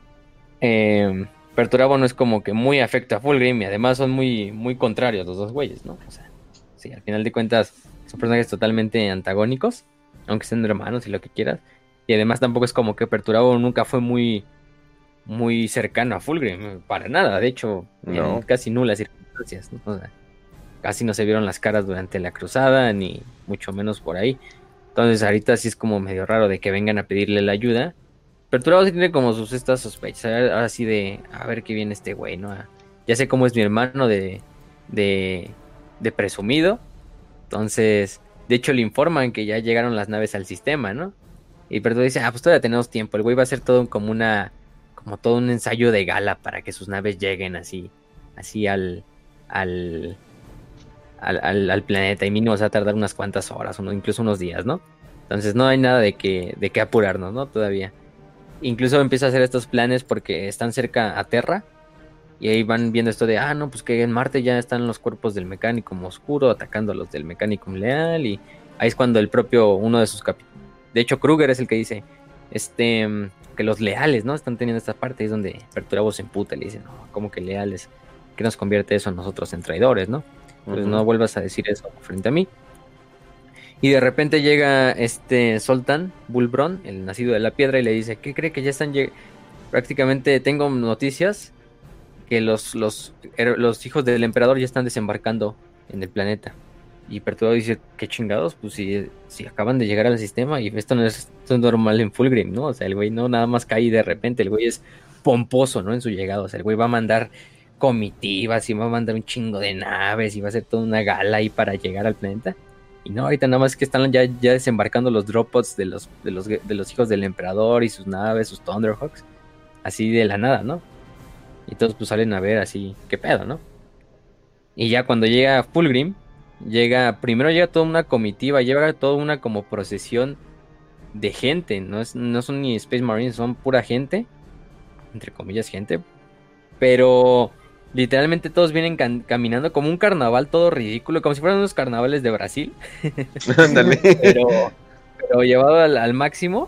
Eh, Perturabo no es como que muy afecto a Fulgrim y además son muy, muy contrarios los dos güeyes, ¿no? O sea, sí, al final de cuentas son personajes totalmente antagónicos, aunque sean hermanos y lo que quieras. Y además tampoco es como que Perturabo nunca fue muy, muy cercano a Fulgrim, para nada. De hecho, no. En casi nulas circunstancias, ¿no? O sea, casi no se vieron las caras durante la cruzada, ni mucho menos por ahí. Entonces ahorita sí es como medio raro de que vengan a pedirle la ayuda. Perturabo sí tiene como sus estas sospechas, ahora sí de, a ver qué viene este güey, ¿no? Ya sé cómo es mi hermano de, de, de presumido, entonces, de hecho le informan que ya llegaron las naves al sistema, ¿no? Y Perturabo dice, ah, pues todavía tenemos tiempo, el güey va a hacer todo como una, como todo un ensayo de gala para que sus naves lleguen así, así al, al, al, al, al planeta, y mínimo se va a tardar unas cuantas horas, o incluso unos días, ¿no? Entonces no hay nada de que, de que apurarnos, ¿no? Todavía. Incluso empieza a hacer estos planes porque están cerca a Terra Y ahí van viendo esto de, ah, no, pues que en Marte ya están los cuerpos del Mechanicum oscuro atacando a los del Mechanicum leal. Y ahí es cuando el propio, uno de sus capítulos, de hecho Kruger es el que dice, este, que los leales, ¿no? Están teniendo esta parte, es donde Perturabo se emputa y le dice, no, ¿cómo que leales? ¿Qué nos convierte eso a nosotros en traidores, no? Entonces uh-huh. no vuelvas a decir eso frente a mí. Y de repente llega este Zoltan Bulbron, el nacido de la piedra, y le dice, ¿qué cree que ya están lleg- prácticamente tengo noticias que los, los, los hijos del emperador ya están desembarcando en el planeta? Y Perturbado dice, ¿qué chingados? Pues si, si acaban de llegar al sistema y esto no es, esto es normal en Fulgrim, ¿no? O sea, el güey no nada más cae de repente, el güey es pomposo, ¿no? En su llegada, o sea, el güey va a mandar comitivas y va a mandar un chingo de naves y va a hacer toda una gala ahí para llegar al planeta. Y no, ahorita nada más que están ya, ya desembarcando los droppods de los, de, los, de los hijos del emperador y sus naves, sus Thunderhawks, así de la nada, ¿no? Y todos pues salen a ver así, qué pedo, ¿no? Y ya cuando llega Fulgrim, llega, primero llega toda una comitiva, llega toda una como procesión de gente, no, es, no son ni Space Marines, son pura gente, entre comillas gente, pero literalmente todos vienen can- caminando como un carnaval todo ridículo, como si fueran unos carnavales de Brasil. Ándale. pero, pero llevado al, al máximo,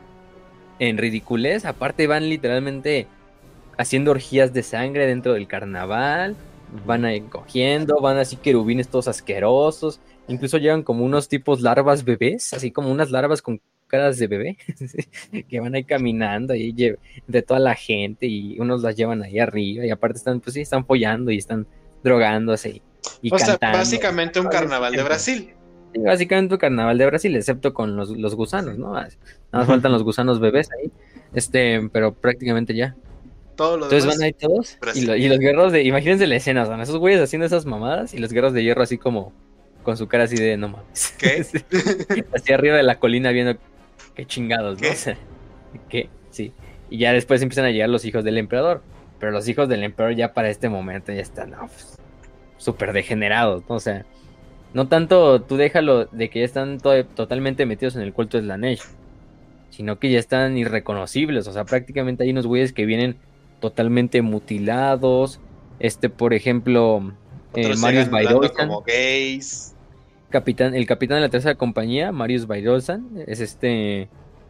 en ridiculez, aparte van literalmente haciendo orgías de sangre dentro del carnaval. Van ahí cogiendo, van así querubines todos asquerosos, incluso llevan como unos tipos larvas bebés, así como unas larvas con caras de bebé, que van ahí caminando ahí de toda la gente y unos las llevan ahí arriba y aparte están, pues sí, están follando y están drogándose y, y o cantando. sea, básicamente un carnaval de Brasil. Sí, básicamente un carnaval de Brasil, excepto con los, los gusanos, ¿no? Nada más faltan los gusanos bebés ahí, este, pero prácticamente ya. Todo lo Entonces van ahí todos y, lo, y los guerreros de... Imagínense la escena, son esos güeyes haciendo esas mamadas y los guerreros de hierro así como... Con su cara así de no mames. ¿Qué? Así arriba de la colina viendo... Qué chingados, ¿no? ¿Qué? O sea, ¿qué? Sí. Y ya después empiezan a llegar los hijos del emperador. Pero los hijos del emperador ya para este momento ya están... No, pues, súper degenerados, ¿no? O sea... No tanto tú déjalo de que ya están to- totalmente metidos en el culto de Slanesh. Sino que ya están irreconocibles. O sea, prácticamente hay unos güeyes que vienen... totalmente mutilados, este por ejemplo eh, Marius Bayrolsan como gays. Capitán, el capitán de la tercera compañía, Marius Bayrolsan, es este,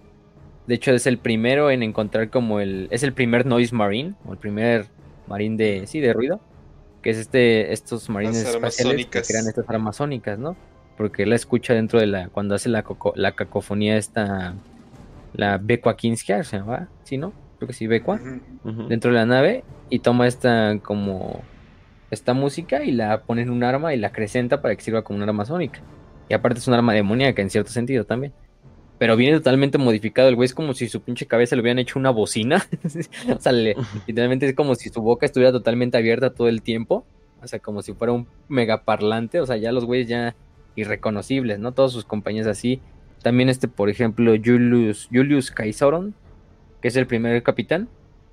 de hecho es el primero en encontrar como el, es el primer noise marine, o el primer marín de, sí, de ruido, que es este, estos marines espaciales que crean estas armas sónicas, ¿no? Porque él la escucha dentro de la, cuando hace la, coco, la cacofonía esta, la Bekwa Kinskjar, ¿se llama? ¿Sí, no? Creo que sí, Bekwa, uh-huh. uh-huh. dentro de la nave, y toma esta como esta música y la pone en un arma y la acrecenta para que sirva como un arma sónica. Y aparte es un arma demoníaca en cierto sentido también. Pero viene totalmente modificado. El güey es como si su pinche cabeza le hubieran hecho una bocina. O sea, le, literalmente es como si su boca estuviera totalmente abierta todo el tiempo. O sea, como si fuera un megaparlante. O sea, ya los güeyes ya irreconocibles, ¿no? Todos sus compañeros así. También este, por ejemplo, Julius, Julius Caesaron, que es el primer capitán,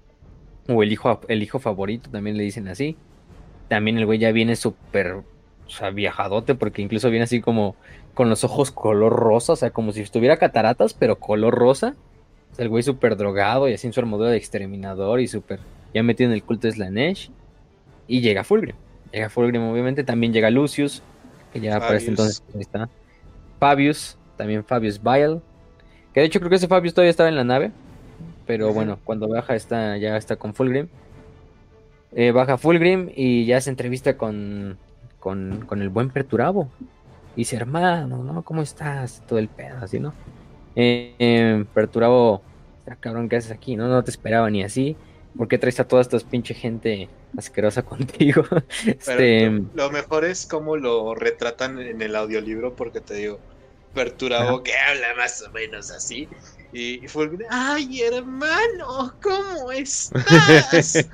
o el hijo, el hijo favorito, también le dicen así. También el güey ya viene súper, o sea, viajadote, porque incluso viene así como con los ojos color rosa, o sea, como si estuviera cataratas, pero color rosa. O sea, el güey súper drogado y así en su armadura de exterminador y súper ya metido en el culto de Slanesh. Y llega Fulgrim. Llega Fulgrim, obviamente. También llega Lucius, que ya para este entonces ahí está. Fabius, también Fabius Bile, que de hecho creo que ese Fabius todavía estaba en la nave. Pero uh-huh. bueno, cuando baja está, ya está con Fulgrim. Eh, baja Fulgrim y ya se entrevista con, con, con el buen Perturabo. Dice, hermano, ¿no? ¿Cómo estás? Todo el pedo, así, ¿no? Eh, eh, Perturabo, cabrón, ¿qué haces aquí? No, no te esperaba ni así. ¿Por qué traes a toda esta pinche gente asquerosa contigo? este... lo, lo mejor es cómo lo retratan en el audiolibro, porque te digo, Perturabo Ajá. que habla más o menos así. Y fue, ay, hermano, ¿cómo estás?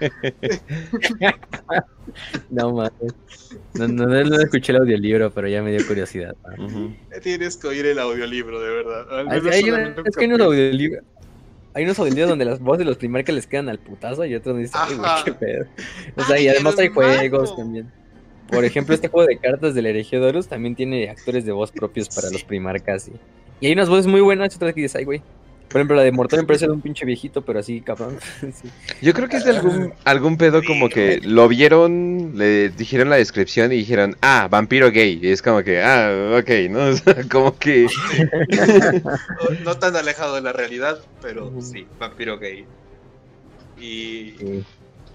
No mames. No, no, no, no escuché el audiolibro, pero ya me dio curiosidad. Uh-huh. Tienes que oír el audiolibro, de verdad. Ay, hay, una, es que hay unos audiolibros. Hay unos audiolibros donde las voces de los primeros les quedan al putazo y otros dicen, ay, güey, qué pedo. O sea, ay, y además hay juegos también. Por ejemplo, este juego de cartas del Herejía de Horus también tiene actores de voz propios para sí. los primarcas. Y, y hay unas voces muy buenas, otras que dices, ay, güey. Por ejemplo, la de Mortal me parece de un pinche viejito, pero así, cabrón. Sí. Yo creo que es de algún, algún pedo como que lo vieron, le dijeron la descripción y dijeron, ah, vampiro gay. Y es como que, ah, ok, ¿no? O sea, como que... Sí. No, no tan alejado de la realidad, pero sí, vampiro gay. Y... Sí.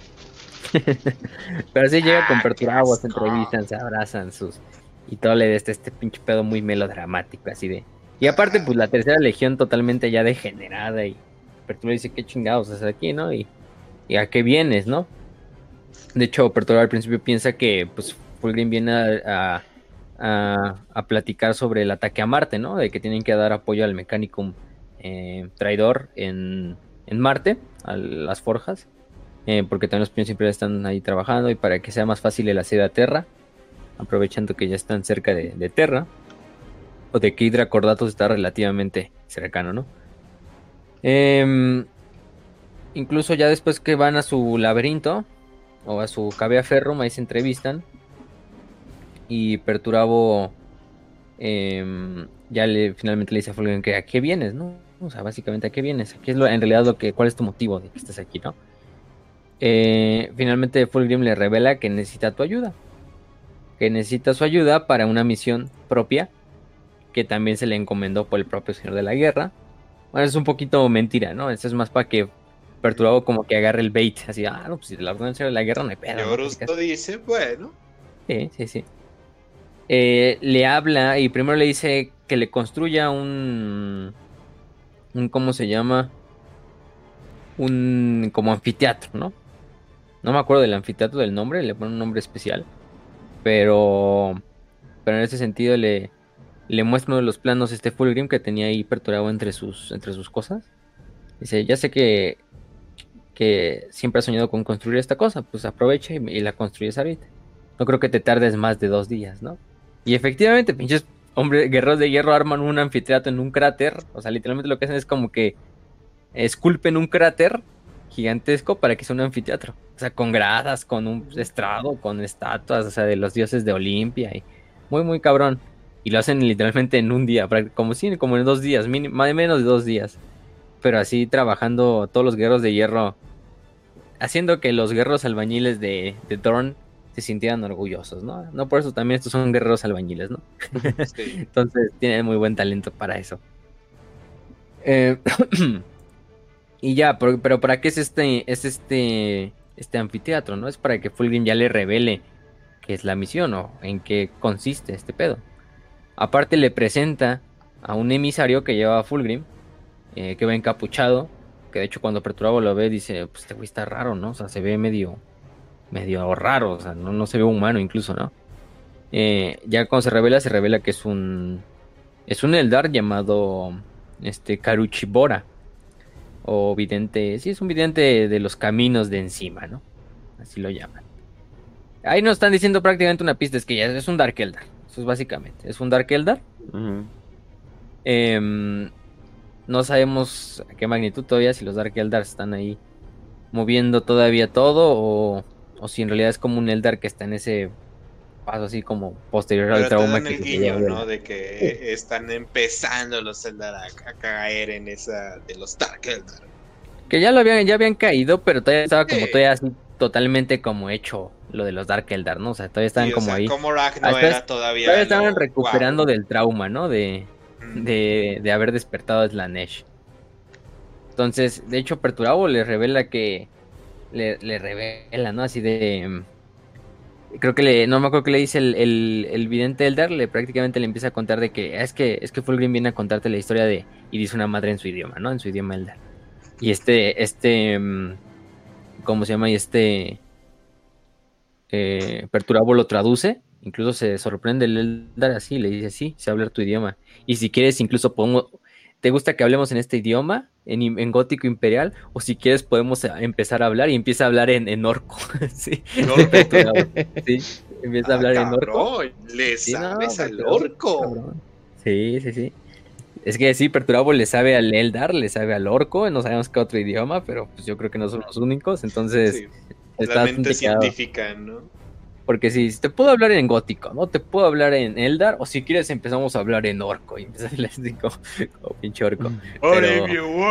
Pero sí llega con Ah, Perturabo, qué se asco. entrevistan, se abrazan sus... Y todo le da este, este pinche pedo muy melodramático, así de... Y aparte, pues la tercera legión totalmente ya degenerada y Perturabo dice, qué chingados haces aquí, ¿no? Y, y a qué vienes, ¿no? De hecho, Perturabo al principio piensa que, pues, Fulgrim viene a, a, a, a platicar sobre el ataque a Marte, ¿no? De que tienen que dar apoyo al Mechanicum eh, traidor en, en Marte, a las forjas. Eh, porque también los piños siempre están ahí trabajando y para que sea más fácil el asedio a Terra, aprovechando que ya están cerca de, de Terra, o de que Hydra Cordatos está relativamente cercano, ¿no? Eh, incluso ya después que van a su laberinto, o a su Cavea Ferrum, ahí se entrevistan, y Perturabo eh, ya le finalmente le dice a Fulgrim que a qué vienes, ¿no? O sea, básicamente a qué vienes, ¿qué es lo, en realidad lo que, cuál es tu motivo de que estés aquí, ¿no? Eh, finalmente Fulgrim le revela que necesita tu ayuda, que necesita su ayuda para una misión propia que también se le encomendó por el propio Señor de la Guerra. Bueno, es un poquito mentira, ¿no? Eso es más para que Perturabo como que agarre el bait, así, ah, no, pues si la orden del Señor de la Guerra no hay pedo, Y ¿no? Horus lo dice, bueno. Sí, sí, sí. Eh, le habla y primero le dice que le construya un, un ¿cómo se llama? Un como anfiteatro, ¿no? No me acuerdo del anfiteatro del nombre, le pone un nombre especial. Pero pero en ese sentido le, le muestra uno de los planos este Fulgrim que tenía ahí Perturabo entre sus, entre sus cosas. Dice, ya sé que, que siempre has soñado con construir esta cosa, pues aprovecha y, y la construyes ahorita. No creo que te tardes más de dos días, ¿no? Y efectivamente, pinches hombres, guerreros de hierro arman un anfiteatro en un cráter. O sea, literalmente lo que hacen es como que esculpen un cráter gigantesco para que sea un anfiteatro. O sea, con gradas, con un estrado, con estatuas, o sea, de los dioses de Olimpia. Y muy, muy cabrón. Y lo hacen literalmente en un día, como sí, como en dos días, más menos de dos días. Pero así trabajando todos los guerreros de hierro, haciendo que los guerreros albañiles de, de Thorn se sintieran orgullosos, ¿no? No por eso también estos son guerreros albañiles, ¿no? Sí. Entonces tienen muy buen talento para eso. Eh, y ya, pero, pero ¿para qué es este, es este, este anfiteatro, no? Es para que Fulgrim ya le revele qué es la misión o en qué consiste este pedo. Aparte le presenta a un emisario que lleva a Fulgrim, eh, que va encapuchado, que de hecho cuando Perturabo lo ve dice, pues este güey está raro, ¿no? O sea, se ve medio, medio raro, o sea, no, no se ve humano incluso, ¿no? Eh, ya cuando se revela, se revela que es un, es un Eldar llamado, este, Karuchibora, o vidente, sí, es un vidente de los caminos de encima, ¿no? Así lo llaman. Ahí nos están diciendo prácticamente una pista, es que ya es un Dark Eldar. Eso es básicamente, es un Dark Eldar. Uh-huh. Eh, no sabemos a qué magnitud todavía, si los Dark Eldar están ahí moviendo todavía todo, o, o si en realidad es como un Eldar que está en ese paso así como posterior al trauma que el guiño, ¿no? De que sí. Están empezando los Eldar a, a caer en esa de los Dark Eldar. Que ya lo habían, ya habían caído, pero todavía estaba como sí. todavía así totalmente como hecho lo de los Dark Eldar, ¿no? O sea, todavía estaban sí, como sea, ahí. Como Ragnar no era todavía. Todavía estaban lo... recuperando wow. del trauma, ¿no? De, mm. de, de haber despertado a Slanesh. Entonces, de hecho, Perturabo le revela que. Le, le revela, ¿no? Así de. Creo que le. No me acuerdo que le dice el, el, el vidente Eldar. Le prácticamente le empieza a contar de que. Es que, es que Fulgrim viene a contarte la historia de. Y dice una madre en su idioma, ¿no? En su idioma Eldar. Y este. Este. ¿Cómo se llama? Y este. Eh, Perturabo lo traduce, incluso se sorprende el Eldar así, le dice sí, sé hablar tu idioma, y si quieres incluso podemos, ¿te gusta que hablemos en este idioma, en, en gótico imperial? O si quieres podemos empezar a hablar, y empieza a hablar en, en orco, sí, sí, empieza ah, a hablar cabrón, en orco, le sí, sabes no, al orco, cabrón. sí, sí, sí, es que sí, Perturabo le sabe al Eldar, le sabe al orco, no sabemos qué otro idioma, pero pues yo creo que no son los únicos, entonces... Sí. La mente científica, ¿no? Porque si, si te puedo hablar en gótico, ¿no? Te puedo hablar en Eldar, o si quieres empezamos a hablar en orco. Y empiezas a hablar así como, como pinche orco. Pero...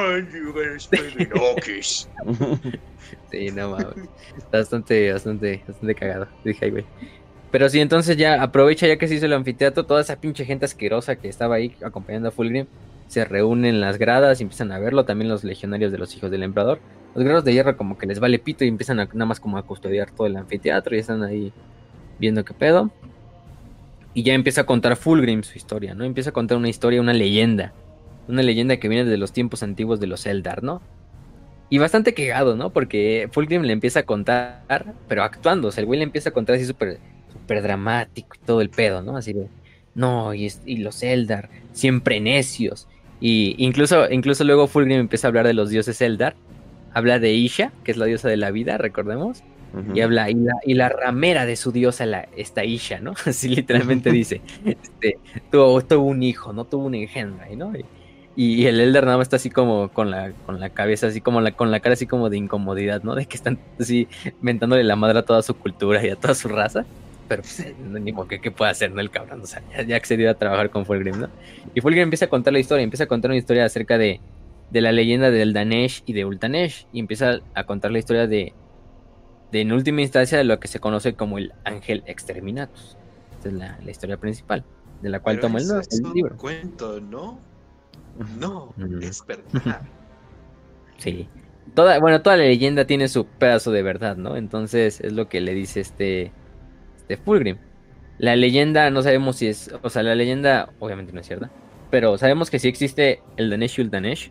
Sí, no mames. Está bastante, bastante, bastante cagado. Dije, ay, güey. Pero sí, entonces ya aprovecha ya que se hizo el anfiteatro, toda esa pinche gente asquerosa que estaba ahí acompañando a Fulgrim se reúnen en las gradas y empiezan a verlo, también los legionarios de los hijos del emperador. Los guerreros de hierro como que les vale pito y empiezan a, nada más como a custodiar todo el anfiteatro y están ahí viendo qué pedo. Y ya empieza a contar Fulgrim su historia, ¿no? Empieza a contar una historia, una leyenda. Una leyenda que viene de los tiempos antiguos de los Eldar, ¿no? Y bastante cagado, ¿no? Porque Fulgrim le empieza a contar, pero actuando. O sea, el güey le empieza a contar así súper súper dramático y todo el pedo, ¿no? Así de, no, y, y los Eldar, siempre necios. Y incluso, incluso luego Fulgrim empieza a hablar de los dioses Eldar. Habla de Isha, que es la diosa de la vida, recordemos. Uh-huh. Y habla, y la, y la ramera de su diosa, la, esta Isha, ¿no? Así literalmente dice, este, tuvo, tuvo un hijo, ¿no? Tuvo un engendro, ¿no? Y, y el Eldar nada más está así como con la, con la cabeza, así como la, con la cara así como de incomodidad, ¿no? De que están así mentándole la madre a toda su cultura y a toda su raza. Pero pues, ni modo que qué puede hacer, ¿no? El cabrón, o sea, ya, ya accedió a trabajar con Fulgrim, ¿no? Y Fulgrim empieza a contar la historia, empieza a contar una historia acerca de, de la leyenda de Eldanesh y de Ultanesh, y empieza a contar la historia de, de, en última instancia, de lo que se conoce como el Ángel Exterminatus. Esta es la, la historia principal, de la cual toma el, el es libro. Un cuento, ¿no? No, mm. es verdad. Sí. Toda, bueno, toda la leyenda tiene su pedazo de verdad, ¿no? Entonces es lo que le dice este... de Fulgrim. La leyenda no sabemos si es, o sea, la leyenda obviamente no es cierta, pero sabemos que sí existe el Danesh y Ultanesh,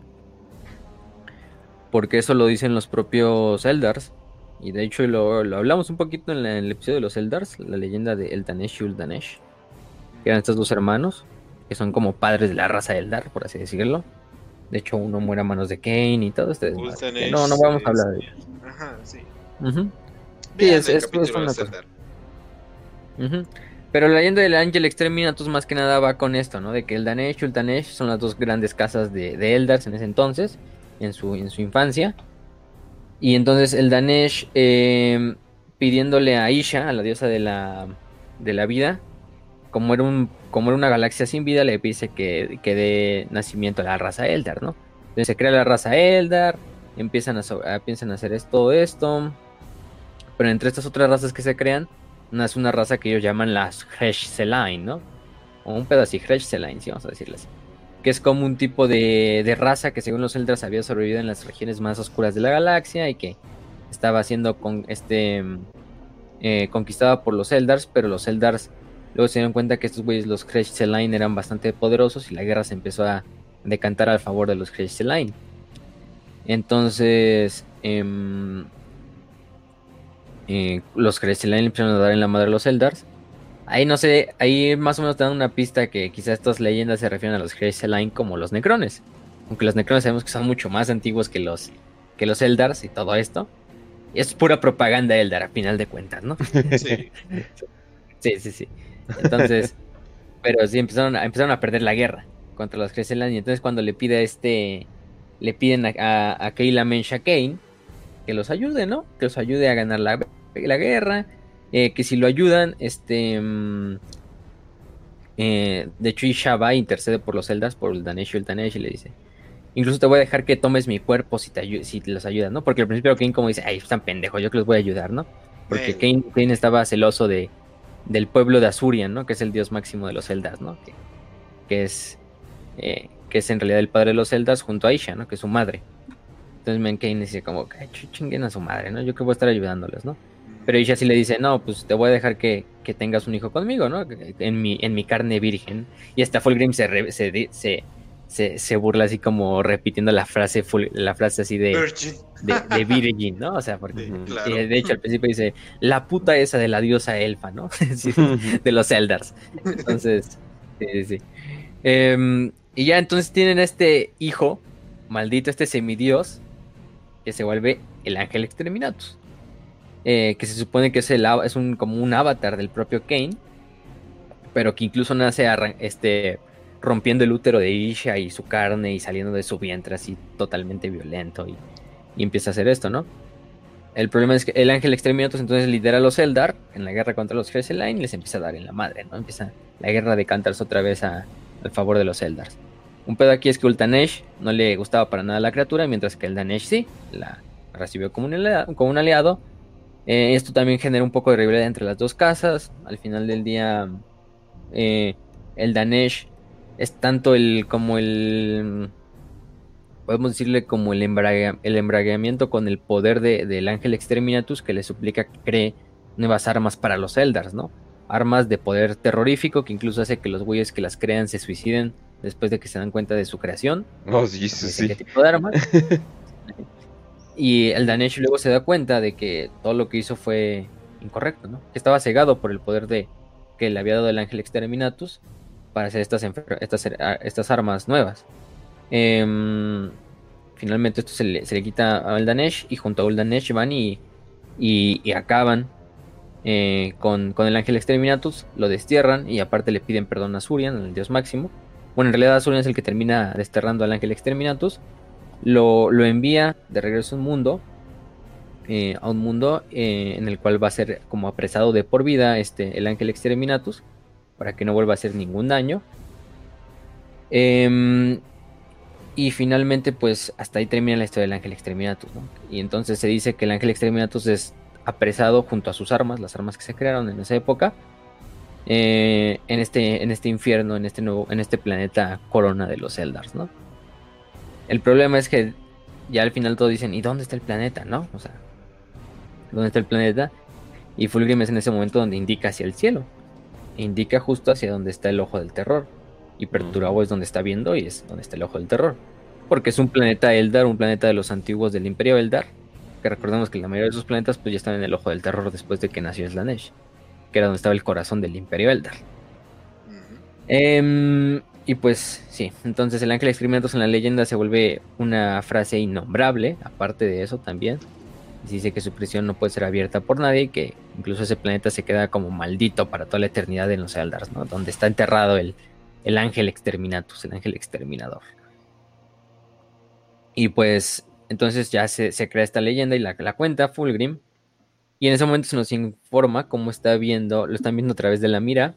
porque eso lo dicen los propios Eldars, y de hecho lo, lo hablamos un poquito en, la, en el episodio de los Eldars, la leyenda de Eldanesh y Ultanesh, que eran estos dos hermanos, que son como padres de la raza Eldar, por así decirlo. De hecho uno muere a manos de Kain y todo este desmadre. No, no vamos a hablar de eso. Ajá, sí. Uh-huh. Sí, es, es, es una cosa. Uh-huh. Pero la leyenda del Ángel Exterminatus más que nada va con esto, ¿no? De que el Danesh y Ultanesh son las dos grandes casas de, de Eldars en ese entonces, en su, en su infancia. Y entonces el Danesh, eh, pidiéndole a Isha, a la diosa de la, de la vida, como era, un, como era una galaxia sin vida, le pide que, que dé nacimiento a la raza Eldar, ¿no? Entonces se crea la raza Eldar, empiezan a, a, empiezan a hacer esto, todo esto. Pero entre estas otras razas que se crean, nace una raza que ellos llaman las Hreshselain, ¿no? O un pedo así, Hreshselain, sí, vamos a decirles. Que es como un tipo de, de raza que según los Eldars había sobrevivido en las regiones más oscuras de la galaxia y que estaba siendo con, este, eh, conquistada por los Eldars, pero los Eldars luego se dieron cuenta que estos güeyes, los Hreshselain, eran bastante poderosos y la guerra se empezó a decantar al favor de los Hreshselain. Entonces... Eh, Eh, los Hreshselain empezaron a dar en la madre a los Eldars. Ahí no sé, ahí más o menos te dan una pista que quizás estas leyendas se refieren a los Hreshselain como los Necrones. Aunque los Necrones sabemos que son mucho más antiguos que los, que los Eldars y todo esto. Y es pura propaganda Eldar a final de cuentas, ¿no? Sí. sí, sí, sí. Entonces, pero sí empezaron a, empezaron a perder la guerra contra los Hreshselain. Y entonces cuando le pide a este, le piden a, a, a Keila Mensha Kain que los ayude, ¿no? Que los ayude a ganar la, la guerra. Eh, que si lo ayudan, este... Um, eh, de hecho, Isha va e intercede por los Eldars, por el Danesh y el Tanesh, y le dice... Incluso te voy a dejar que tomes mi cuerpo si te, si te los ayudas, ¿no? Porque al principio Kain como dice... Ay, están pendejos, yo que los voy a ayudar, ¿no? Porque Kain, Kain estaba celoso de, del pueblo de Azurian, ¿no? Que es el dios máximo de los Eldars, ¿no? Que, que es... Eh, que es en realidad el padre de los Eldars junto a Isha, ¿no? Que es su madre. Entonces Menkain dice como, chinguen a su madre, ¿no? Yo que voy a estar ayudándoles, ¿no? Pero Isha sí le dice, no, pues te voy a dejar que, que tengas un hijo conmigo, ¿no? En mi, en mi carne virgen. Y hasta Fulgrim se, re, se, se, se, se burla así como repitiendo la frase, la frase así de virgin, de, de virgin, ¿no? O sea, porque sí, claro. De hecho al principio dice, la puta esa de la diosa elfa, ¿no? De los Eldars. Entonces, sí, sí. Eh, y ya entonces tienen este hijo, maldito, este semidios, que se vuelve el Ángel Exterminatus, eh, que se supone que es, el, es un, como un avatar del propio Kain, pero que incluso nace arran- este, rompiendo el útero de Isha y su carne y saliendo de su vientre así totalmente violento y, y empieza a hacer esto, ¿no? el problema es que el Ángel Exterminatus entonces lidera a los Eldar en la guerra contra los Herseline y les empieza a dar en la madre, ¿no? Empieza la guerra de decantarse otra vez a, al favor de los Eldars. Un pedo aquí es que Ultanesh no le gustaba para nada la criatura, mientras que el Danesh sí, la recibió como un aliado. Como un aliado. Eh, esto también genera un poco de rivalidad entre las dos casas. Al final del día, eh, el Danesh es tanto el como el... podemos decirle como el, embrague, el embragueamiento con el poder de, del Ángel Exterminatus que le suplica que cree nuevas armas para los Eldars, ¿no? Armas de poder terrorífico que incluso hace que los güeyes que las crean se suiciden después de que se dan cuenta de su creación. Oh, sí, sí, sí. ¿Qué tipo de armas? Y el Danesh luego se da cuenta de que todo lo que hizo fue incorrecto, ¿no? Que estaba cegado por el poder de que le había dado el Ángel Exterminatus para hacer estas, estas, estas armas nuevas. Eh, finalmente esto se le, se le quita a Uldanesh y junto a Uldanesh van y, y, y acaban eh, con, con el Ángel Exterminatus, lo destierran y aparte le piden perdón a Zurian, el dios máximo. Bueno, en realidad Zurian es el que termina desterrando al Ángel Exterminatus, lo, lo envía de regreso a un mundo, eh, a un mundo eh, en el cual va a ser como apresado de por vida este, el Ángel Exterminatus para que no vuelva a hacer ningún daño. Eh, Y finalmente, pues, hasta ahí termina la historia del Ángel Exterminatus, ¿no? Y entonces se dice que el Ángel Exterminatus es apresado junto a sus armas, las armas que se crearon en esa época, eh, en este, en este infierno, en este nuevo, en este planeta corona de los Eldars, ¿no? El problema es que ya al final todos dicen, ¿y dónde está el planeta, no? O sea, ¿dónde está el planeta? Y Fulgrim es en ese momento donde indica hacia el cielo. Indica justo hacia donde está el ojo del terror. Y Perturabo es donde está viendo y es donde está el ojo del terror. Porque es un planeta Eldar, un planeta de los antiguos del Imperio Eldar. Que recordemos que la mayoría de esos planetas pues ya están en el ojo del terror después de que nació Slanesh. Que era donde estaba el corazón del Imperio Eldar. Uh-huh. Eh, y pues sí, entonces el Ángel Exterminatus en la leyenda se vuelve una frase innombrable. Aparte de eso también. Dice que su prisión no puede ser abierta por nadie y que incluso ese planeta se queda como maldito para toda la eternidad en los Eldars, ¿no? Donde está enterrado el... el Ángel Exterminatus, el Ángel Exterminador. Y pues, entonces ya se, se crea esta leyenda y la, la cuenta Fulgrim. Y en ese momento se nos informa cómo está viendo, lo están viendo a través de la mira,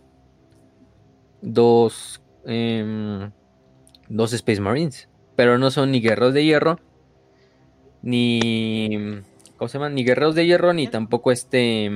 dos, eh, dos Space Marines. Pero no son ni guerreros de hierro, ni... ¿Cómo se llaman? Ni guerreros de hierro, ni tampoco este...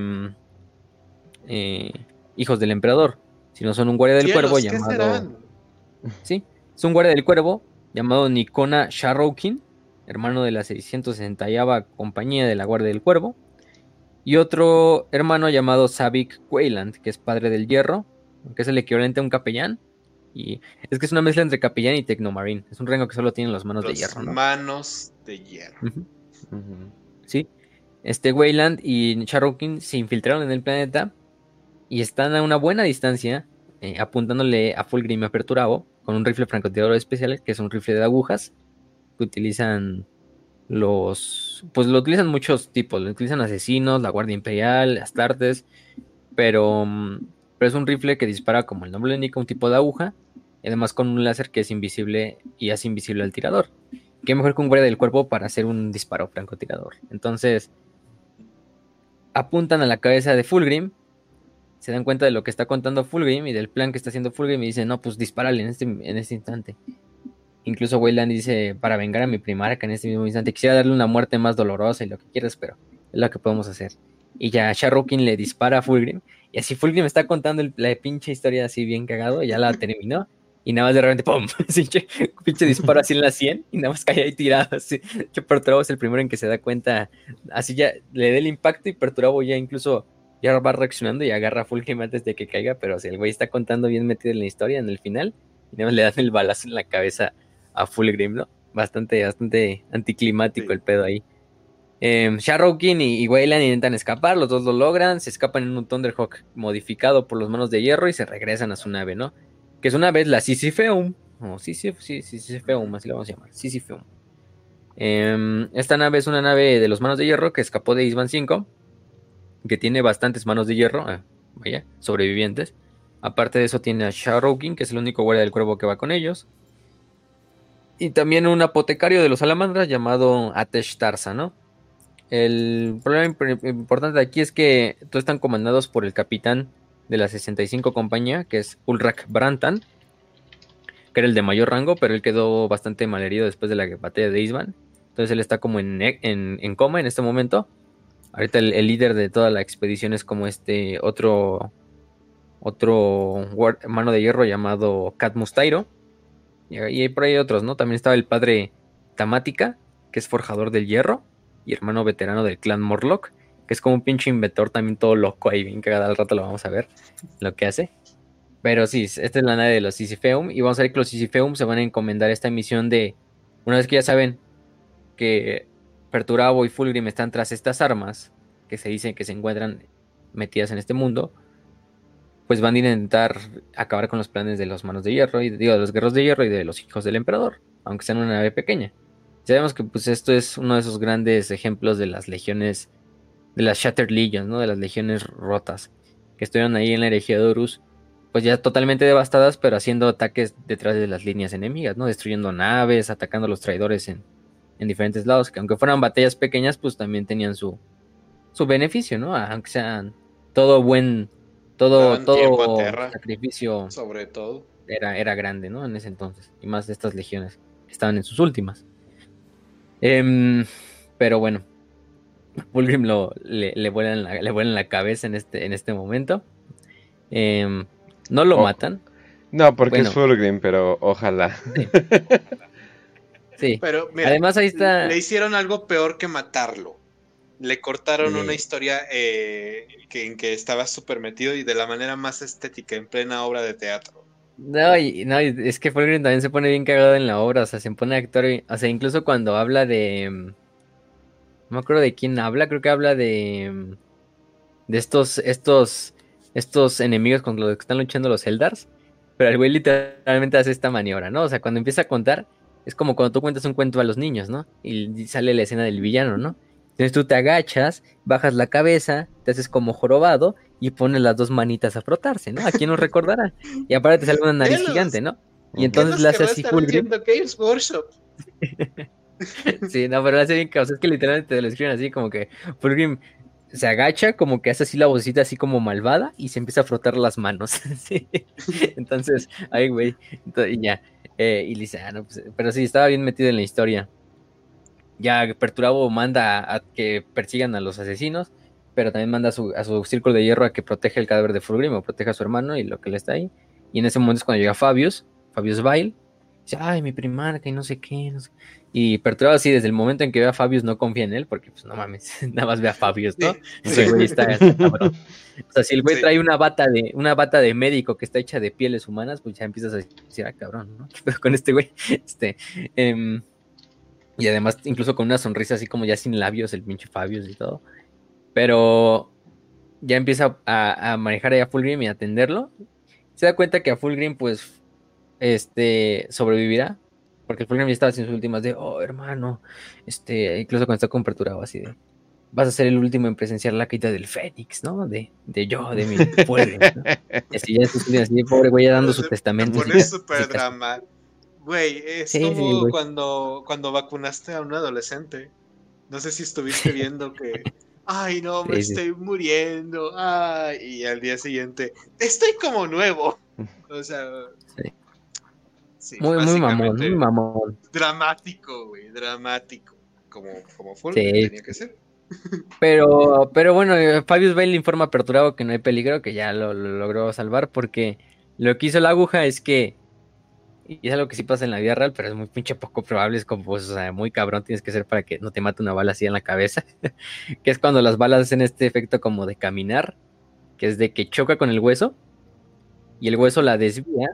Eh, hijos del emperador. Sino son un guardia del Cielos, cuervo ¿qué llamado... serán? Sí, es un guardia del cuervo llamado Nikona Sharrokin, hermano de la seiscientos sesenta compañía de la Guardia del Cuervo, y otro hermano llamado Savik Wayland, que es padre del hierro, que es el equivalente a un capellán, y es que es una mezcla entre capellán y tecnomarine, es un rango que solo tienen las manos Los de hierro, ¿no? manos de hierro. Uh-huh. Uh-huh. Sí, este Wayland y Sharrokin se infiltraron en el planeta y están a una buena distancia, eh, apuntándole a Fulgrim y a Perturabo con un rifle francotirador especial, que es un rifle de agujas, que utilizan los... pues lo utilizan muchos tipos, lo utilizan asesinos, la Guardia Imperial, Astartes, pero, pero es un rifle que dispara, como el nombre lo indica, un tipo de aguja, y además con un láser que es invisible y hace invisible al tirador. Qué mejor que un guardia del cuerpo para hacer un disparo francotirador. Entonces, apuntan a la cabeza de Fulgrim, se dan cuenta de lo que está contando Fulgrim y del plan que está haciendo Fulgrim y dicen, no, pues dispárale en este, en este instante. Incluso Wayland dice, para vengar a mi primarca en este mismo instante, quisiera darle una muerte más dolorosa y lo que quieras, pero es lo que podemos hacer. Y ya Sharrokin le dispara a Fulgrim, y así Fulgrim está contando el, la pinche historia así bien cagado, ya la terminó, y nada más de repente, ¡pum! pinche, pinche disparo así en la sien, y nada más cae ahí tirado, así. Que Perturabo es el primero en que se da cuenta, así ya le da el impacto, y Perturabo ya incluso ya va reaccionando y agarra a Fulgrim antes de que caiga, pero si el güey está contando bien metido en la historia, en el final, y nada más le dan el balazo en la cabeza a Fulgrim, ¿no? Bastante, bastante anticlimático sí. El pedo ahí. Eh, Sharrokin y, y Wayland intentan escapar, los dos lo logran, se escapan en un Thunderhawk modificado por los manos de hierro y se regresan a su nave, ¿no? Que su nave es la Sisypheum, o Sisypheum, sí, Sisypheum, así la vamos a llamar, Sisypheum. Eh, esta nave es una nave de los manos de hierro que escapó de Isban cinco, que tiene bastantes manos de hierro, eh, vaya, sobrevivientes. Aparte de eso tiene a Sharrokin, que es el único guardia del cuervo que va con ellos. Y también un apotecario de los salamandras llamado Atesh Tarsa, ¿no? el problema imp- importante aquí es que todos están comandados por el capitán de la sesenta y cinco compañía, que es Ulrak Brantan, que era el de mayor rango, pero él quedó bastante malherido después de la batalla de Isban. Entonces él está como en, en, en coma en este momento. Ahorita el, el líder de toda la expedición es como este otro otro guard- mano de hierro llamado Kat Mustairo. Y, y hay por ahí otros, ¿no? También estaba el padre Tamática, que es forjador del hierro y hermano veterano del clan Morlock, que es como un pinche inventor también todo loco ahí, bien cagado. Al rato lo vamos a ver lo que hace. Pero sí, esta es la nave de los Sisypheum. Y vamos a ver que los Sisypheum se van a encomendar esta misión de, una vez que ya saben que Perturabo y Fulgrim están tras estas armas, que se dicen que se encuentran metidas en este mundo, pues van a intentar acabar con los planes de los Manos de Hierro, y digo, de los Guerreros de Hierro y de los Hijos del Emperador, aunque sean una nave pequeña. Sabemos que pues esto es uno de esos grandes ejemplos de las legiones, de las Shattered Legions, ¿no? De las legiones rotas, que estuvieron ahí en la herejía de Horus, pues ya totalmente devastadas, pero haciendo ataques detrás de las líneas enemigas, ¿no? Destruyendo naves, atacando a los traidores en, en diferentes lados, que aunque fueran batallas pequeñas, pues también tenían su, su beneficio, ¿no? Aunque sean todo buen, todo, Daban tiempo a todo Terra, sacrificio sobre todo. era, era grande, ¿no? En ese entonces, y más de estas legiones que estaban en sus últimas. Em, pero bueno, Fulgrim lo, le, le vuela en la, le vuela en la cabeza en este, en este momento. Em, no lo Oh, matan. No, porque Bueno, es Fulgrim, pero ojalá. sí. Sí. Pero mira, Además ahí está. le hicieron algo peor que matarlo. Le cortaron Le- una historia eh, que, en que estaba súper metido y de la manera más estética, en plena obra de teatro. No, y- no, y es que Fulgrim también se pone bien cagado en la obra, o sea, se pone a actuar, y- o sea, incluso cuando habla de, mm, no me acuerdo de quién habla, creo que habla de, mm, de estos, estos, estos enemigos contra los que están luchando los Eldars, pero el güey literalmente hace esta maniobra, ¿no? O sea, cuando empieza a contar, es como cuando tú cuentas un cuento a los niños, ¿no? Y sale la escena del villano, ¿no? Entonces tú te agachas, bajas la cabeza, te haces como jorobado y pones las dos manitas a frotarse, ¿no? ¿A quién nos recordará? Y aparte te sale una nariz Velos. gigante, ¿no? Y Ujú. entonces ¿Qué le nos hace querrá así estar Fulgrim. diciendo Games Workshop? Sí, no, pero lo hace bien caos. Es que literalmente te lo escriben así como que Fulgrim se agacha, como que hace así la vocita así como malvada y se empieza a frotar las manos. Sí. Entonces, ay, güey. Ento- Y ya. Eh, y le dice, ah, no, pues, pero sí, estaba bien metido en la historia. Ya Perturabo manda a, a que persigan a los asesinos, pero también manda a su, a su círculo de hierro a que proteja el cadáver de Fulgrim o proteja a su hermano y lo que le está ahí. Y en ese momento es cuando llega Fabius, Fabius Vile. Dice, ay, mi primarca y no sé qué. No sé. Y Perturbado así, desde el momento en que ve a Fabius no confía en él, porque pues no mames, nada más ve a Fabius, ¿no? Sí, Ese sí. güey está, está cabrón. O sea, si el güey Sí. trae una bata de, una bata de médico que está hecha de pieles humanas, pues ya empiezas a decir, ah, cabrón, ¿no? ¿Qué pedo con este güey? Este, em, y además, incluso con una sonrisa así como ya sin labios, el pinche Fabius y todo. Pero ya empieza a, a manejar a Fulgrim y a atenderlo. Se da cuenta que a Fulgrim, pues, este, sobrevivirá. Porque el Fulgrim ya estaba haciendo sus últimas de, oh, hermano, este, incluso cuando está con Perturabo, así de, vas a ser el último en presenciar la caída del Fénix, ¿no? De, de yo, de mi pueblo, ¿no? Y así ya en sus últimas, así, pobre güey, ya dando su Te- testamento. Te así, pones así, súper casi. drama. Güey, es Sí, sí, como güey. cuando, cuando vacunaste a un adolescente. No sé si estuviste viendo que, ay, no, me Sí, sí. estoy muriendo. Ay, y al día siguiente, estoy como nuevo. O sea, Sí. sí, Muy, muy mamón, básicamente muy mamón. dramático, güey, dramático. Como, como Fulgrim Sí. tenía que ser. Pero, pero bueno, eh, Fabius Bale le informa a Perturabo que no hay peligro, que ya lo, lo logró salvar, porque lo que hizo la aguja es que, y es algo que sí pasa en la vida real, pero es muy pinche poco probable, es como, pues, o sea, muy cabrón tienes que ser para que no te mate una bala así en la cabeza, que es cuando las balas hacen este efecto como de caminar, que es de que choca con el hueso, y el hueso la desvía,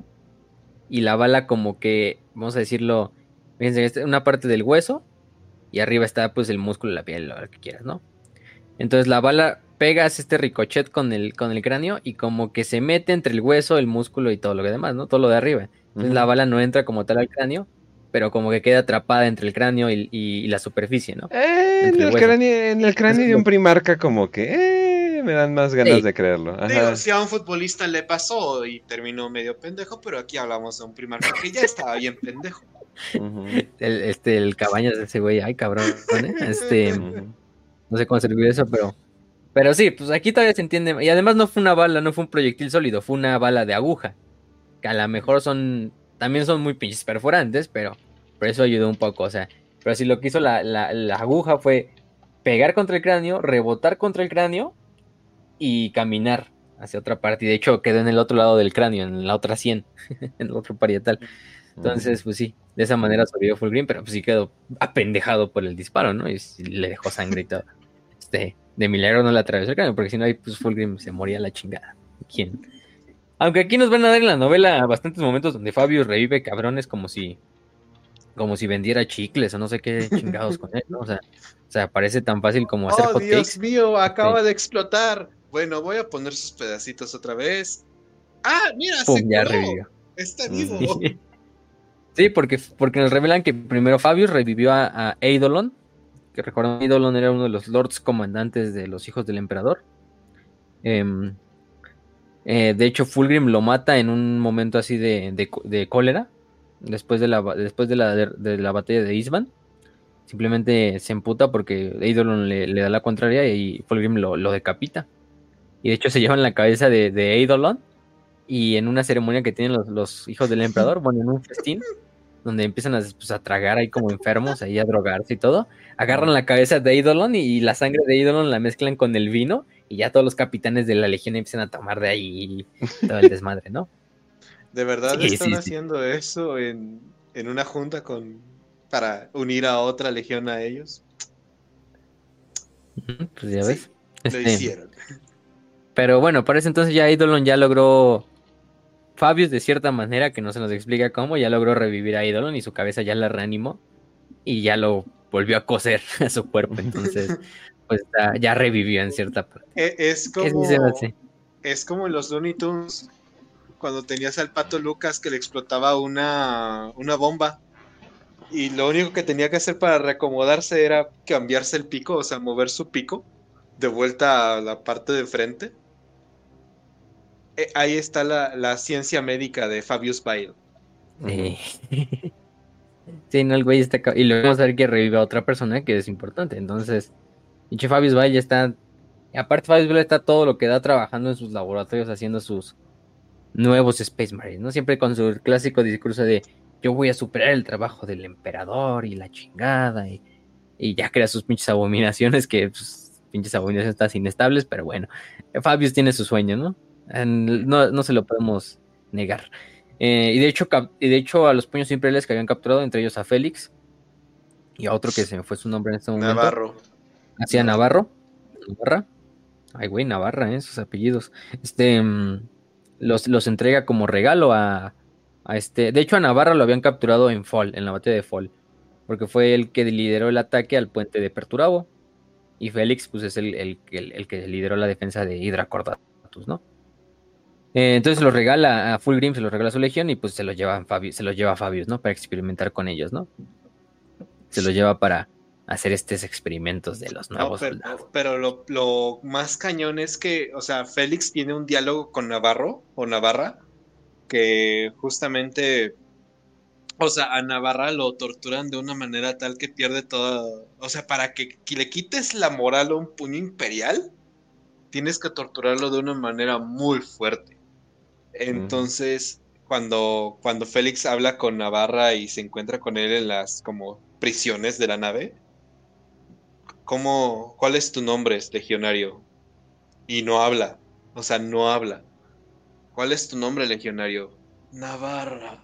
y la bala como que, vamos a decirlo, fíjense, esta es una parte del hueso, y arriba está pues el músculo, la piel, lo que quieras, ¿no? Entonces la bala pega, hace este ricochet con el, con el cráneo y como que se mete entre el hueso, el músculo y todo lo demás, ¿no? Todo lo de arriba. Entonces Ujú. la bala no entra como tal al cráneo, pero como que queda atrapada entre el cráneo y, y- y la superficie, ¿no? Eh, en, Entre el el hueso. cráneo, en el cráneo Eso es de lo- un primarca como que eh, me dan más ganas Sí. de creerlo. Digo, Ajá. si a un futbolista le pasó y terminó medio pendejo, pero aquí hablamos de un primarca que ya estaba bien pendejo. Ujú, El, este, el cabañas de ese güey, ay cabrón, ¿eh? Este, ujú. no sé cómo servir eso, pero, pero sí, pues aquí todavía se entiende, y además no fue una bala, no fue un proyectil sólido, fue una bala de aguja, que a lo mejor son, también son muy pinches perforantes, pero, pero eso ayudó un poco, o sea, pero si lo que hizo la, la, la aguja fue pegar contra el cráneo, rebotar contra el cráneo, y caminar hacia otra parte, y de hecho quedó en el otro lado del cráneo, en la otra sien, en el otro parietal. Entonces, pues sí, de esa manera sobrevivió Fulgrim, pero pues sí quedó apendejado por el disparo, ¿no? Y sí le dejó sangre y todo. Este, de milagro no le atravesó el cráneo, porque si no, ahí pues Fulgrim se moría a la chingada. ¿Quién? Aunque aquí nos van a dar en la novela bastantes momentos donde Fabius revive cabrones como si como si vendiera chicles o no sé qué chingados con él, ¿no? O sea, o sea, parece tan fácil como hacer Oh, hot Dios cakes. mío, acaba Sí. de explotar. Bueno, voy a poner sus pedacitos otra vez. Ah, mira, Pum, se ya curó. revivió. Está Mm. vivo. Sí, porque, porque nos revelan que primero Fabius revivió a, a Eidolon, que recordamos Eidolon era uno de los lords comandantes de los hijos del emperador. Eh, eh, de hecho, Fulgrim lo mata en un momento así de, de, de cólera, después de la, después de la, de, de la batalla de Isban. Simplemente se emputa porque Eidolon le, le da la contraria y Fulgrim lo, lo decapita. Y de hecho se llevan la cabeza de, de Eidolon, y en una ceremonia que tienen los, los hijos del emperador, bueno, en un festín, donde empiezan a, pues, a tragar ahí como enfermos, ahí a drogarse y todo, agarran la cabeza de Eidolon y la sangre de Eidolon la mezclan con el vino, y ya todos los capitanes de la legión empiezan a tomar de ahí todo el desmadre, ¿no? ¿De verdad Sí, están sí, sí. haciendo eso en, en una junta con para unir a otra legión a ellos? Ujú, pues ya Sí, ves. lo Este, hicieron. pero bueno, para ese entonces ya Eidolon ya logró, Fabius de cierta manera, que no se nos explica cómo, ya logró revivir a Eidolon y su cabeza ya la reanimó y ya lo volvió a coser a su cuerpo, entonces pues ya, ya revivió en cierta parte. E- Es ¿Qué sí se me como hace? es como en los Looney Tunes cuando tenías al Pato Lucas que le explotaba una, una bomba y lo único que tenía que hacer para reacomodarse era cambiarse el pico, o sea, mover su pico de vuelta a la parte de frente. Eh, ahí está la, la ciencia médica de Fabius Bile. Sí. Sí, no, el güey está... ca- Y luego vamos a ver que revive a otra persona que es importante. Entonces, pinche Fabius Valle está... y aparte Fabius Valle está todo lo que da trabajando en sus laboratorios haciendo sus nuevos Space Marines, ¿no? Siempre con su clásico discurso de yo voy a superar el trabajo del emperador y la chingada y, y ya crea sus pinches abominaciones que pues, pinches abominaciones están inestables, pero bueno, Fabius tiene su sueño, ¿no? En- no, no se lo podemos negar. Eh, y de hecho, cap- y de hecho a los puños imperiales que habían capturado, entre ellos a Félix y a otro que se me fue su nombre en este momento, Navarro. hacia Navarro, Navarra, ay güey, Navarra, ¿eh? Sus apellidos, este, mm, los, los entrega como regalo a, a este, de hecho a Navarra lo habían capturado en Fall, en la batalla de Fall, porque fue el que lideró el ataque al puente de Perturabo, y Félix pues es el, el, el, el que lideró la defensa de Hydra Cordatus, ¿no? Eh, entonces los regala a Fulgrim, se los regala a su legión y pues se los lleva a Fabius, se los lleva a Fabius, ¿no? Para experimentar con ellos, ¿no? Se los lleva para hacer estos experimentos de los No, nuevos pero, soldados. pero lo, lo más cañón es que, o sea, Félix tiene un diálogo con Navarro o Navarra que justamente, o sea, a Navarra lo torturan de una manera tal que pierde toda, o sea, para que, que le quites la moral a un puño imperial, tienes que torturarlo de una manera muy fuerte. Entonces, cuando, cuando Félix habla con Navarra y se encuentra con él en las como prisiones de la nave, ¿cómo, cuál es tu nombre, legionario? Y no habla, o sea, no habla. ¿Cuál es tu nombre, legionario? Navarra.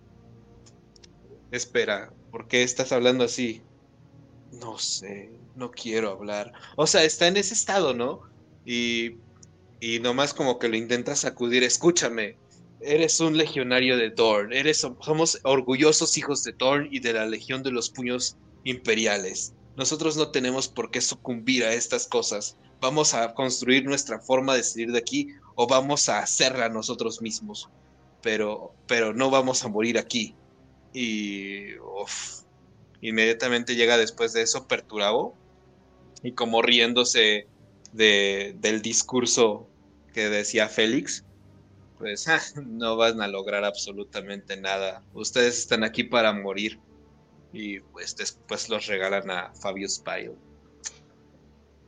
Espera, ¿por qué estás hablando así? No sé, no quiero hablar. O sea, está en ese estado, ¿no? Y, y nomás como que lo intenta sacudir. Escúchame, eres un legionario de Dorn. Eres, somos orgullosos hijos de Dorn y de la Legión de los Puños Imperiales. Nosotros no tenemos por qué sucumbir a estas cosas. Vamos a construir nuestra forma de salir de aquí o vamos a hacerla nosotros mismos. Pero, pero no vamos a morir aquí. Y uf, inmediatamente llega después de eso Perturabo y como riéndose de, del discurso que decía Félix, pues ah, no van a lograr absolutamente nada. Ustedes están aquí para morir. Y pues después los regalan a Fabius Bile.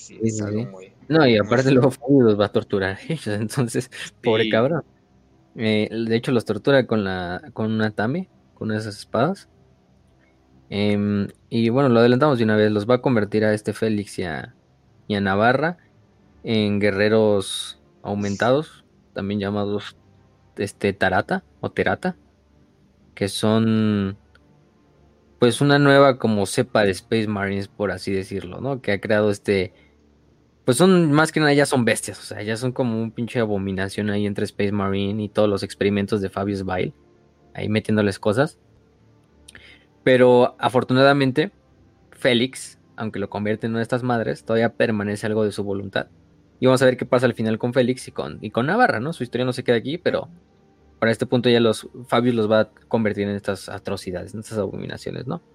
sí, Sí, es sí, algo sí. muy... No, y muy aparte luego Fabius los va a torturar a ellos, entonces, pobre Sí. cabrón. Eh, de hecho, los tortura con la, con una Tame, con esas espadas. Em, y bueno, lo adelantamos de una vez, los va a convertir a este Félix y a, y a Navarra en guerreros aumentados, también llamados este Tarata o Terata, que son pues una nueva como cepa de Space Marines, por así decirlo, ¿no? Que ha creado este, pues son más que nada ya son bestias, o sea, ya son como un pinche abominación ahí entre Space Marine y todos los experimentos de Fabius Bile, ahí metiéndoles cosas. Pero afortunadamente, Félix, aunque lo convierte en una de estas madres, todavía permanece algo de su voluntad. Y vamos a ver qué pasa al final con Félix y con, y con Navarra, ¿no? Su historia no se queda aquí, pero para este punto ya los Fabius los va a convertir en estas atrocidades, en estas abominaciones, ¿no?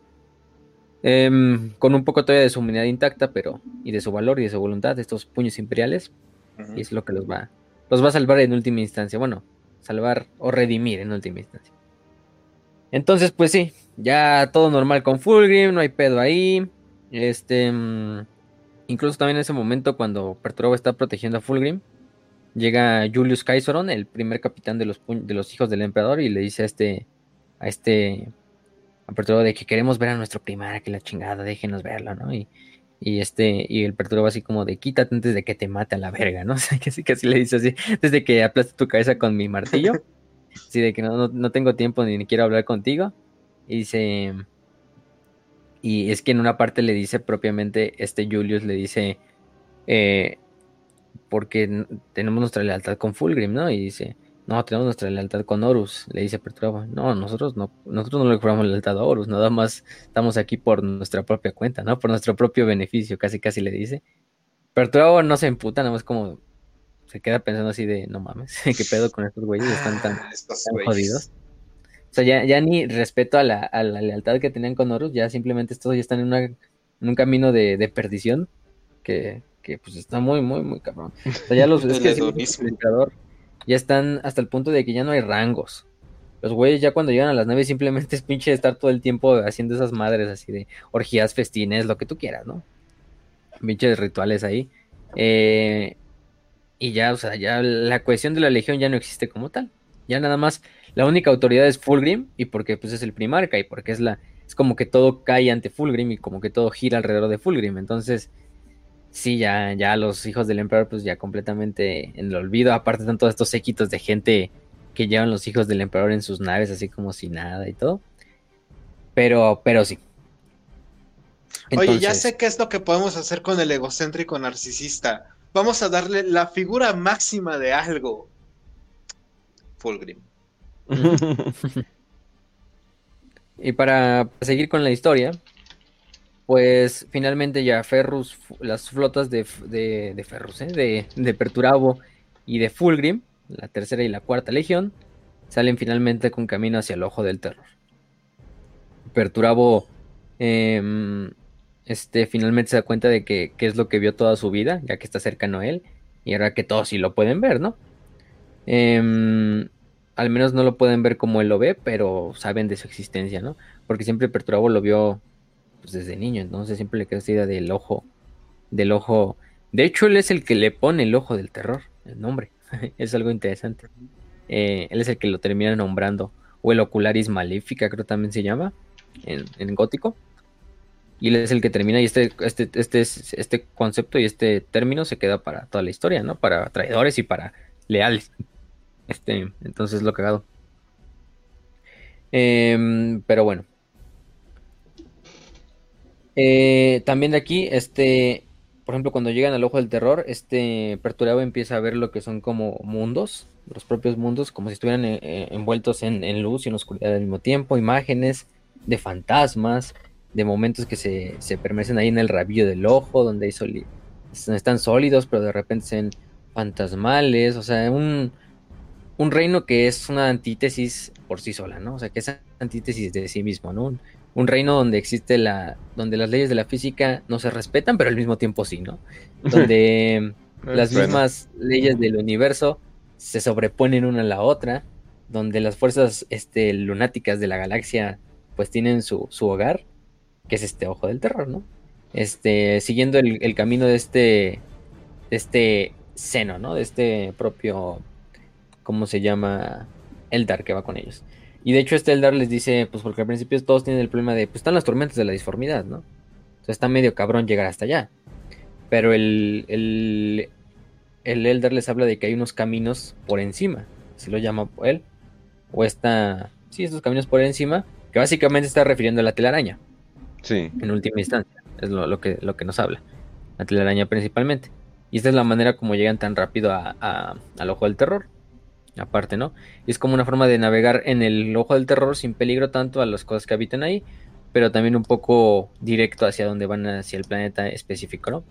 Em, con un poco todavía de su humanidad intacta, pero y de su valor y de su voluntad, estos puños imperiales, Ujú. y es lo que los va, los va a salvar en última instancia. Bueno, salvar o redimir en última instancia. Entonces, pues sí, ya todo normal con Fulgrim, no hay pedo ahí. Este, mm, incluso también en ese momento cuando Perturabo está protegiendo a Fulgrim, llega Julius Kaiseron, el primer capitán de los, pu- de los hijos del emperador, y le dice a este, a este, a Perturabo de que queremos ver a nuestro primar, que la chingada, déjenos verlo, ¿no? Y, y este, y el Perturabo así como de quítate antes de que te mate a la verga, ¿no? O sea, que sí, casi le dice así, desde que aplaste tu cabeza con mi martillo, así de que no, no, no tengo tiempo ni, ni quiero hablar contigo. Y dice, y es que en una parte le dice propiamente, este Julius le dice, eh, porque n- tenemos nuestra lealtad con Fulgrim, ¿no? Y dice, no, tenemos nuestra lealtad con Horus. Le dice Perturabo, no, nosotros no, nosotros no le cobramos lealtad a Horus, nada más estamos aquí por nuestra propia cuenta, ¿no? Por nuestro propio beneficio, casi casi le dice. Perturabo no se emputa, nada más como se queda pensando así de, no mames, ¿qué pedo con estos güeyes? Están tan, Ah, estos tan jodidos. güeyes. O sea, ya, ya ni respeto a la, a la lealtad que tenían con Horus, ya simplemente estos ya están en, una, en un camino de, de perdición que, que pues está muy, muy, muy cabrón. O sea, ya los, es El que simplemente el hedonismo. emperador ya están hasta el punto de que ya no hay rangos. Los güeyes ya cuando llegan a las naves simplemente es pinche estar todo el tiempo haciendo esas madres así de orgías, festines, lo que tú quieras, ¿no? Pinches rituales ahí. Eh, y ya, o sea, ya la cohesión de la legión ya no existe como tal. Ya nada más, la única autoridad es Fulgrim, y porque pues es el primarca, y porque es la, es como que todo cae ante Fulgrim, y como que todo gira alrededor de Fulgrim. Entonces, sí, ya, ya los hijos del emperador, pues ya completamente en el olvido. Aparte están todos estos séquitos de gente que llevan los hijos del emperador en sus naves, así como si nada y todo. Pero, pero sí. Oye, ya Entonces, sé qué es lo que podemos hacer con el egocéntrico narcisista. Vamos a darle la figura máxima de algo. Fulgrim. ujú. Y para seguir con la historia, pues finalmente ya Ferrus, las flotas de, de, de Ferrus, ¿eh? de, de Perturabo y de Fulgrim, la tercera y la cuarta legión, salen finalmente con camino hacia el Ojo del Terror. Perturabo eh, este, finalmente se da cuenta de que, que es lo que vio toda su vida, ya que está cercano a él, y ahora que todos sí lo pueden ver, ¿no? Eh, al menos no lo pueden ver como él lo ve, pero saben de su existencia, ¿no? Porque siempre Perturabo lo vio pues, desde niño, entonces siempre le quedó esta idea del ojo, del ojo. De hecho, él es el que le pone el ojo del terror, el nombre. Es algo interesante. Eh, él es el que lo termina nombrando, o el Ocularis Maléfica, creo también se llama, en, en gótico. Y él es el que termina, y este, este, este, este concepto y este término se queda para toda la historia, ¿no? Para traidores y para leales. Este, entonces lo cagado. Em, pero bueno. Eh, también de aquí, este, por ejemplo, cuando llegan al Ojo del Terror, este Perturabo empieza a ver lo que son como mundos, los propios mundos, como si estuvieran eh, eh, envueltos en, en luz y en oscuridad al mismo tiempo, imágenes de fantasmas, de momentos que se, se permanecen ahí en el rabillo del ojo, donde hay soli- están sólidos, pero de repente se ven fantasmales, o sea, un, un reino que es una antítesis por sí sola, ¿no? O sea, que es antítesis de sí mismo, ¿no? Un, un reino donde existe la, donde las leyes de la física no se respetan, pero al mismo tiempo sí, ¿no? Donde Eh, las Bueno, mismas leyes del universo se sobreponen una a la otra, donde las fuerzas este, lunáticas de la galaxia pues tienen su, su hogar, que es este ojo del terror, ¿no? este, siguiendo el, el camino de este, de este seno, ¿no? De este propio, ¿cómo se llama? Eldar que va con ellos. Y de hecho este Eldar les dice, pues porque al principio todos tienen el problema de, pues están las tormentas de la disformidad, ¿no? O sea, está medio cabrón llegar hasta allá. Pero el, el, el Eldar les habla de que hay unos caminos por encima, así lo llama él. O está, sí, estos caminos por encima, que básicamente está refiriendo a la telaraña. Sí. En última instancia, es lo, lo, que, lo que nos habla. La telaraña principalmente. Y esta es la manera como llegan tan rápido a, a, al ojo del terror. Aparte, ¿no? Y es como una forma de navegar en el ojo del terror sin peligro tanto a las cosas que habitan ahí, pero también un poco directo hacia donde van, hacia el planeta específico, ¿no?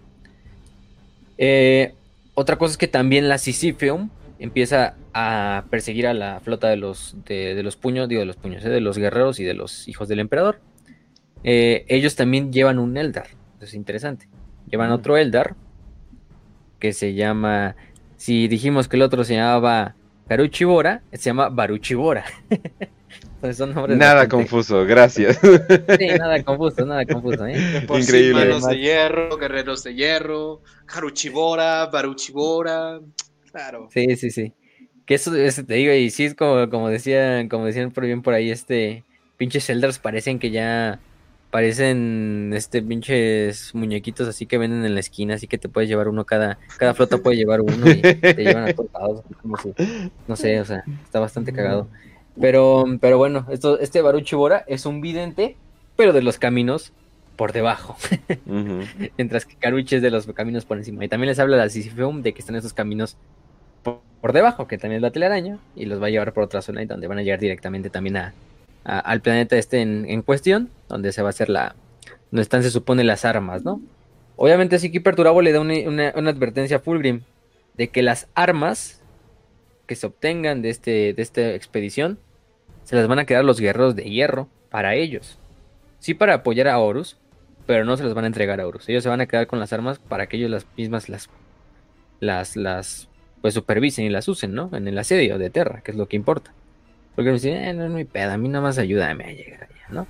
Eh, otra cosa es que también la Sisypheum empieza a perseguir a la flota de los, de, de los puños, digo de los puños, ¿eh? De los guerreros y de los hijos del emperador. Eh, ellos también llevan un Eldar, eso es interesante. Llevan mm. otro Eldar que se llama, si dijimos que el otro se llamaba Karuchibora, se llama Baruchibora. Entonces son nombres nada bastante... confuso, gracias. Sí, nada confuso, nada confuso, ¿eh? Por Increíble. Sí, manos de hierro, guerreros de hierro, Karuchibora, Baruchibora, claro. Sí, sí, sí. Que eso, eso te digo, y sí es como, como decían, como decían por bien por ahí, este, pinches Eldars parecen que ya, parecen, este, pinches muñequitos así que venden en la esquina, así que te puedes llevar uno, cada, cada flota puede llevar uno y te llevan a todos lados, como si, no sé, o sea, está bastante cagado. Pero, pero bueno, esto, este Baruchibora es un vidente, pero de los caminos por debajo. Uh-huh. Mientras que Karuchi es de los caminos por encima. Y también les habla la Sisypheum de que están esos caminos por, por debajo, que también es la telaraña, y los va a llevar por otra zona y donde van a llegar directamente también a, a, al planeta este en, en cuestión, donde se va a hacer la, donde están, se supone, las armas, ¿no? Obviamente sí que Perturabo le da una, una, una advertencia a Fulgrim de que las armas que se obtengan de, este, de esta expedición se las van a quedar los guerreros de hierro para ellos. Sí, para apoyar a Horus, pero no se las van a entregar a Horus. Ellos se van a quedar con las armas para que ellos las mismas las, las, las pues supervisen y las usen, ¿no? En el asedio de Terra, que es lo que importa. Porque me dicen, eh, no es mi pedo, a mí nada más ayúdame a llegar allá, ¿no?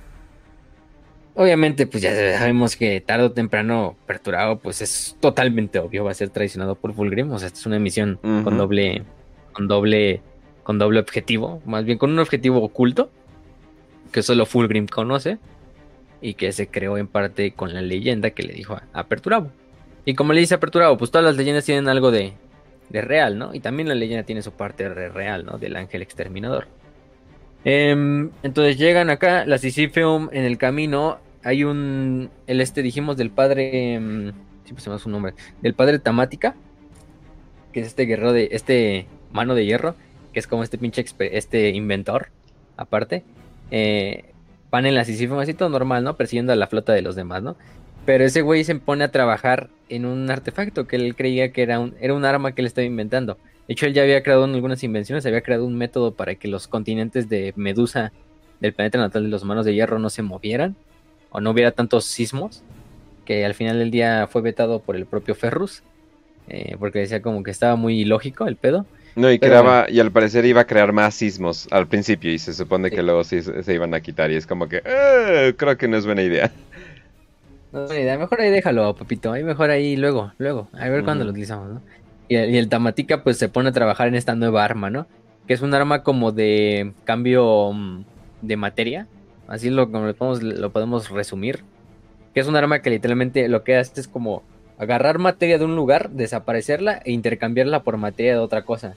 Obviamente, pues ya sabemos que tarde o temprano Perturabo, pues es totalmente obvio, va a ser traicionado por Fulgrim. O sea, esta es una misión uh-huh. con doble... con doble con doble objetivo, más bien con un objetivo oculto que solo Fulgrim conoce y que se creó en parte con la leyenda que le dijo a, a Perturabo. Y como le dice a Perturabo, pues todas las leyendas tienen algo de, de real, ¿no? Y también la leyenda tiene su parte de real, ¿no? Del ángel exterminador. Eh, entonces llegan acá, la Sisypheum en el camino, hay un, el este dijimos del padre, eh, siempre se me da su nombre, del padre Tamática, que es este guerrero de, este mano de hierro, que es como este pinche exper- este inventor, aparte, eh, van en la Sisypheum así todo normal, ¿no? Persiguiendo a la flota de los demás, ¿no? Pero ese güey se pone a trabajar en un artefacto que él creía que era un, era un arma que él estaba inventando. De hecho, él ya había creado algunas invenciones, había creado un método para que los continentes de Medusa del planeta natal de los manos de hierro no se movieran, o no hubiera tantos sismos, que al final del día fue vetado por el propio Ferrus, eh, porque decía como que estaba muy ilógico el pedo. No, y Pero creaba, bueno. y al parecer iba a crear más sismos al principio, y se supone Sí. que luego sí se, se iban a quitar, y es como que, eh, creo que no es buena idea. No es buena idea, mejor ahí déjalo, papito, ahí mejor ahí luego, luego, a ver uh-huh. cuándo lo utilizamos, ¿no? Y el, y el Tamatica pues se pone a trabajar en esta nueva arma, ¿no? Que es un arma como de cambio um, de materia, así lo, como lo, podemos, lo podemos resumir. Que es un arma que literalmente lo que hace es como agarrar materia de un lugar, desaparecerla e intercambiarla por materia de otra cosa.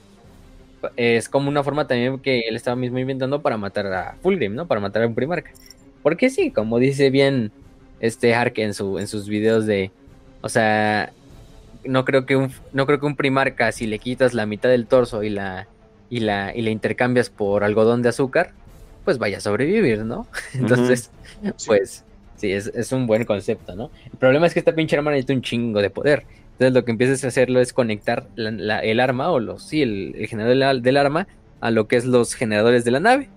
Es como una forma también que él estaba mismo inventando para matar a Fulgrim, ¿no? Para matar a un Primarca. Porque sí, como dice bien este Hark en, su, en sus videos de... O sea, no creo que un, no creo que un Primarca, si le quitas la mitad del torso y la, y la, y la intercambias por algodón de azúcar, pues vaya a sobrevivir, ¿no? Entonces, uh-huh. pues... Sí, es, es un buen concepto, ¿no? El problema es que esta pinche arma necesita un chingo de poder. Entonces lo que empiezas a hacerlo es conectar la, la, el arma, o los, sí, el, el generador del, del arma, a lo que es los generadores de la nave.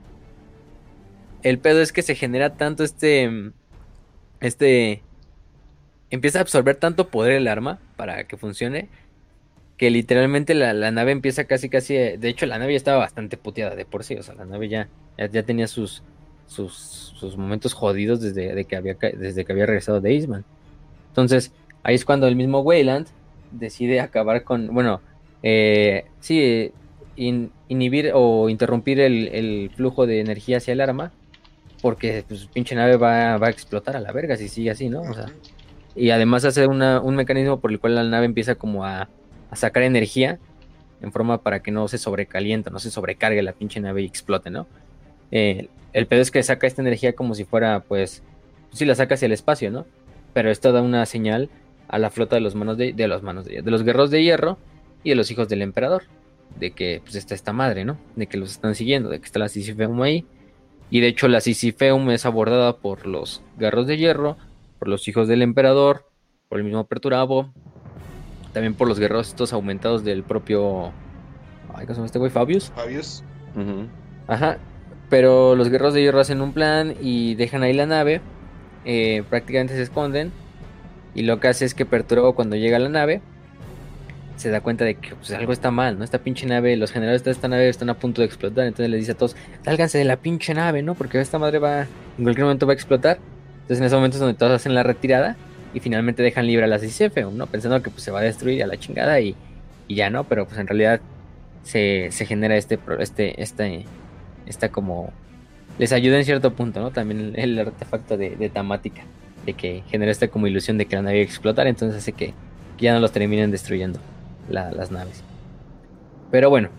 El pedo es que se genera tanto este... Este... Empieza a absorber tanto poder el arma para que funcione, que literalmente la, la nave empieza casi casi... De hecho, la nave ya estaba bastante puteada de por sí. O sea, la nave ya, ya, ya tenía sus... sus sus momentos jodidos desde, de que había, desde que había regresado de Eastman. Entonces, ahí es cuando el mismo Wayland decide acabar con, bueno, eh, sí, in, inhibir o interrumpir el, el flujo de energía hacia el arma, porque pues pinche nave va, va a explotar a la verga si sigue así, ¿no? O sea, y además hace una, un mecanismo por el cual la nave empieza como a, a sacar energía en forma para que no se sobrecaliente, no se sobrecargue la pinche nave y explote, ¿no? Eh, el pedo es que saca esta energía como si fuera, pues, sí la saca hacia el espacio, ¿no? Pero esto da una señal a la flota de los manos de, de los manos de, de los guerreros de hierro y de los hijos del emperador, de que pues está esta madre, ¿no? De que los están siguiendo, de que está la Sisifeum ahí. Y de hecho la Sisifeum es abordada por los guerreros de hierro, por los hijos del emperador, por el mismo Perturabo, también por los guerreros estos aumentados del propio... Ay, ¿cómo se llama este güey? ¿Fabius? Fabius. Uh-huh. Ajá. Pero los guerreros de hierro hacen un plan y dejan ahí la nave. Eh, prácticamente se esconden. Y lo que hace es que Perturabo, cuando llega a la nave, se da cuenta de que pues, algo está mal, ¿no? Esta pinche nave, los generales de esta nave están a punto de explotar. Entonces les dice a todos, sálganse de la pinche nave, ¿no? Porque esta madre va, en cualquier momento va a explotar. Entonces en ese momento es donde todos hacen la retirada. Y finalmente dejan libre a la Sisifeum, ¿no? Pensando que pues, se va a destruir a la chingada y, y ya, ¿no? Pero pues en realidad se, se genera este, este, este, esta como... Les ayuda en cierto punto, ¿no? También el, el artefacto de, de temática, de que genera esta como ilusión de que la nave iba a explotar, entonces hace que, que ya no los terminen destruyendo la, las naves. Pero bueno.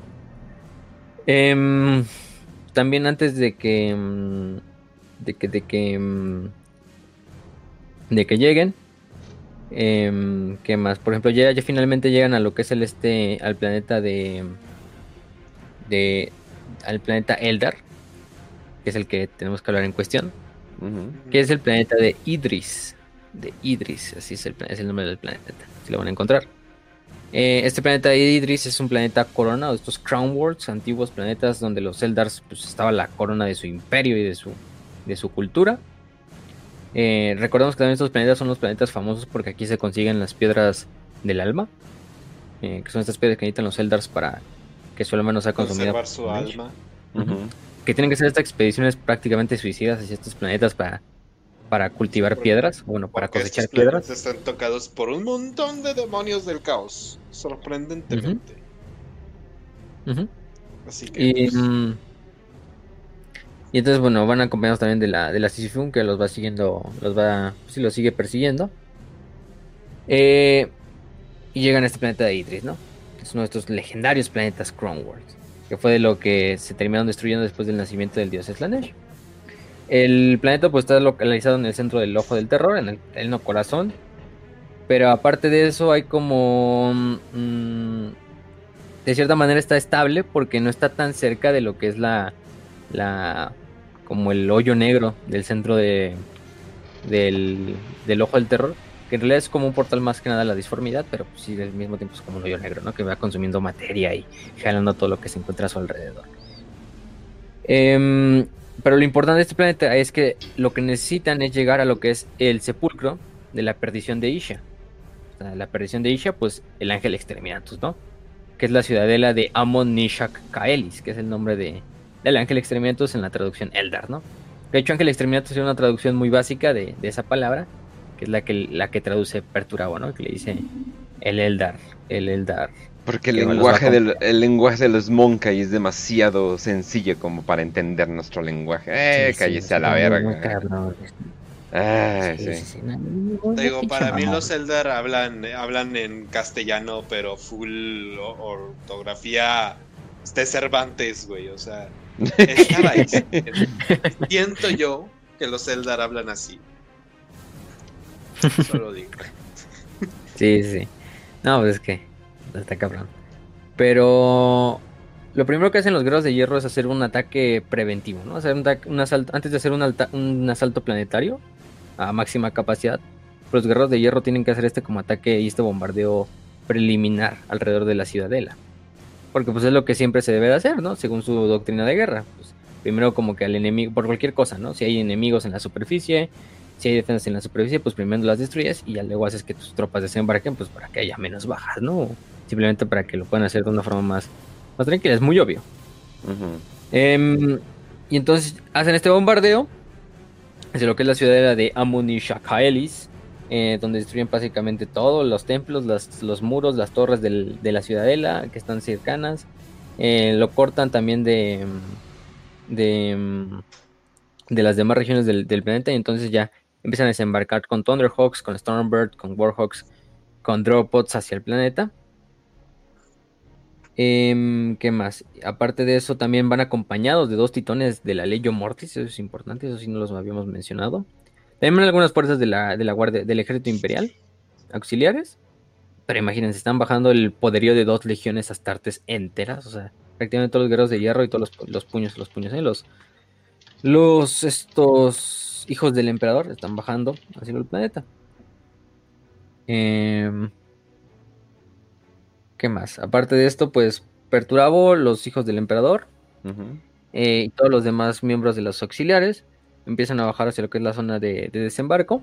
Eh, también antes de que... De que... De que de que lleguen. Eh, ¿Qué más? Por ejemplo, ya, ya finalmente llegan a lo que es el este. Al planeta de. De. Al planeta Eldar. Que es el que tenemos que hablar en cuestión. Uh-huh. Que es el planeta de Idris. De Idris, así es el, es el nombre del planeta. Si lo van a encontrar. Eh, este planeta de Idris es un planeta corona. De estos Crown Worlds, antiguos planetas donde los Eldars, pues estaba la corona de su imperio y de su, de su cultura. Eh, recordemos que también estos planetas son los planetas famosos porque aquí se consiguen las piedras del alma, eh, que son estas piedras que necesitan los Eldars para que su alma no sea consumida. Conservar su alma. Uh-huh. Que tienen que hacer estas expediciones prácticamente suicidas hacia estos planetas para, para cultivar porque, piedras, bueno, para cosechar estos piedras. Están tocados por un montón de demonios del caos, sorprendentemente. Uh-huh. Uh-huh. Así que. Y, pues... um, Y entonces, bueno, van acompañados también de la, de la Sisifeum, que los va siguiendo, los va, pues sí, los sigue persiguiendo. Eh, y llegan a este planeta de Idris, ¿no? Que es uno de estos legendarios planetas Crown Worlds, que fue de lo que se terminaron destruyendo después del nacimiento del dios Slanesh. El planeta pues está localizado en el centro del Ojo del Terror, en el, en el no corazón. Pero aparte de eso hay como... Mmm, de cierta manera está estable porque no está tan cerca de lo que es la... la como el hoyo negro del centro de del, del Ojo del Terror, que en realidad es como un portal más que nada a la disformidad, pero pues sí, al mismo tiempo es como un hoyo negro, ¿no? Que va consumiendo materia y jalando todo lo que se encuentra a su alrededor. Eh, pero lo importante de este planeta es que lo que necesitan es llegar a lo que es el sepulcro de la perdición de Isha. O sea, la perdición de Isha, pues el ángel exterminatus, ¿no? Que es la ciudadela de Amon Nishak Kaelis, que es el nombre de del ángel exterminatus en la traducción Eldar, ¿no? De hecho, ángel exterminatus es una traducción muy básica de, de esa palabra, que es la que, la que traduce Perturabo, ¿no? Que le dice el Eldar, el Eldar. Porque el lenguaje, del, el lenguaje de los Monkai es demasiado sencillo como para entender nuestro lenguaje. Eh, sí, cállese sí, a la verga. Ah, sí, sí. sí, sí. No, Te digo, para mí los Eldar hablan, hablan en castellano, pero full ortografía de Cervantes, güey, o sea, estaba ahí. Siento yo que los Eldar hablan así. Solo digo. Sí, sí. No, pues es que está cabrón. Pero lo primero que hacen los guerreros de hierro es hacer un ataque preventivo, ¿no? Hacer un, un asalto, antes de hacer un, alta, un asalto planetario a máxima capacidad, los guerreros de hierro tienen que hacer este como ataque y este bombardeo preliminar alrededor de la ciudadela. Porque pues es lo que siempre se debe de hacer, ¿no? Según su doctrina de guerra. Pues, primero como que al enemigo, por cualquier cosa, ¿no? Si hay enemigos en la superficie, si hay defensas en la superficie, pues primero las destruyes y ya luego haces que tus tropas desembarquen, pues para que haya menos bajas, ¿no? Simplemente para que lo puedan hacer de una forma más, más tranquila, es muy obvio. Uh-huh. Eh, y entonces hacen este bombardeo hacia lo que es la ciudadela de Amon Nishak Kaelis. eh, donde destruyen básicamente todo, los templos, las, los muros, las torres del, de la ciudadela que están cercanas. Eh, lo cortan también de, de, de las demás regiones del, del planeta, y entonces ya empiezan a desembarcar con Thunderhawks, con Stormbird, con Warhawks, con Dropbots hacia el planeta. Eh, ¿Qué más? Aparte de eso, también van acompañados de dos titones de la Legio Mortis, eso es importante, eso sí no los habíamos mencionado. También algunas fuerzas de la, de la guardia, del ejército imperial, auxiliares. Pero imagínense, están bajando el poderío de dos legiones astartes enteras, o sea, prácticamente todos los guerreros de hierro y todos los, los puños, los puños, ¿eh? los, los, estos hijos del emperador están bajando hacia el planeta. Eh, ¿Qué más? Aparte de esto, pues Perturabo, los hijos del emperador, uh-huh. eh, y todos los demás miembros de los auxiliares empiezan a bajar hacia lo que es la zona de, de desembarco.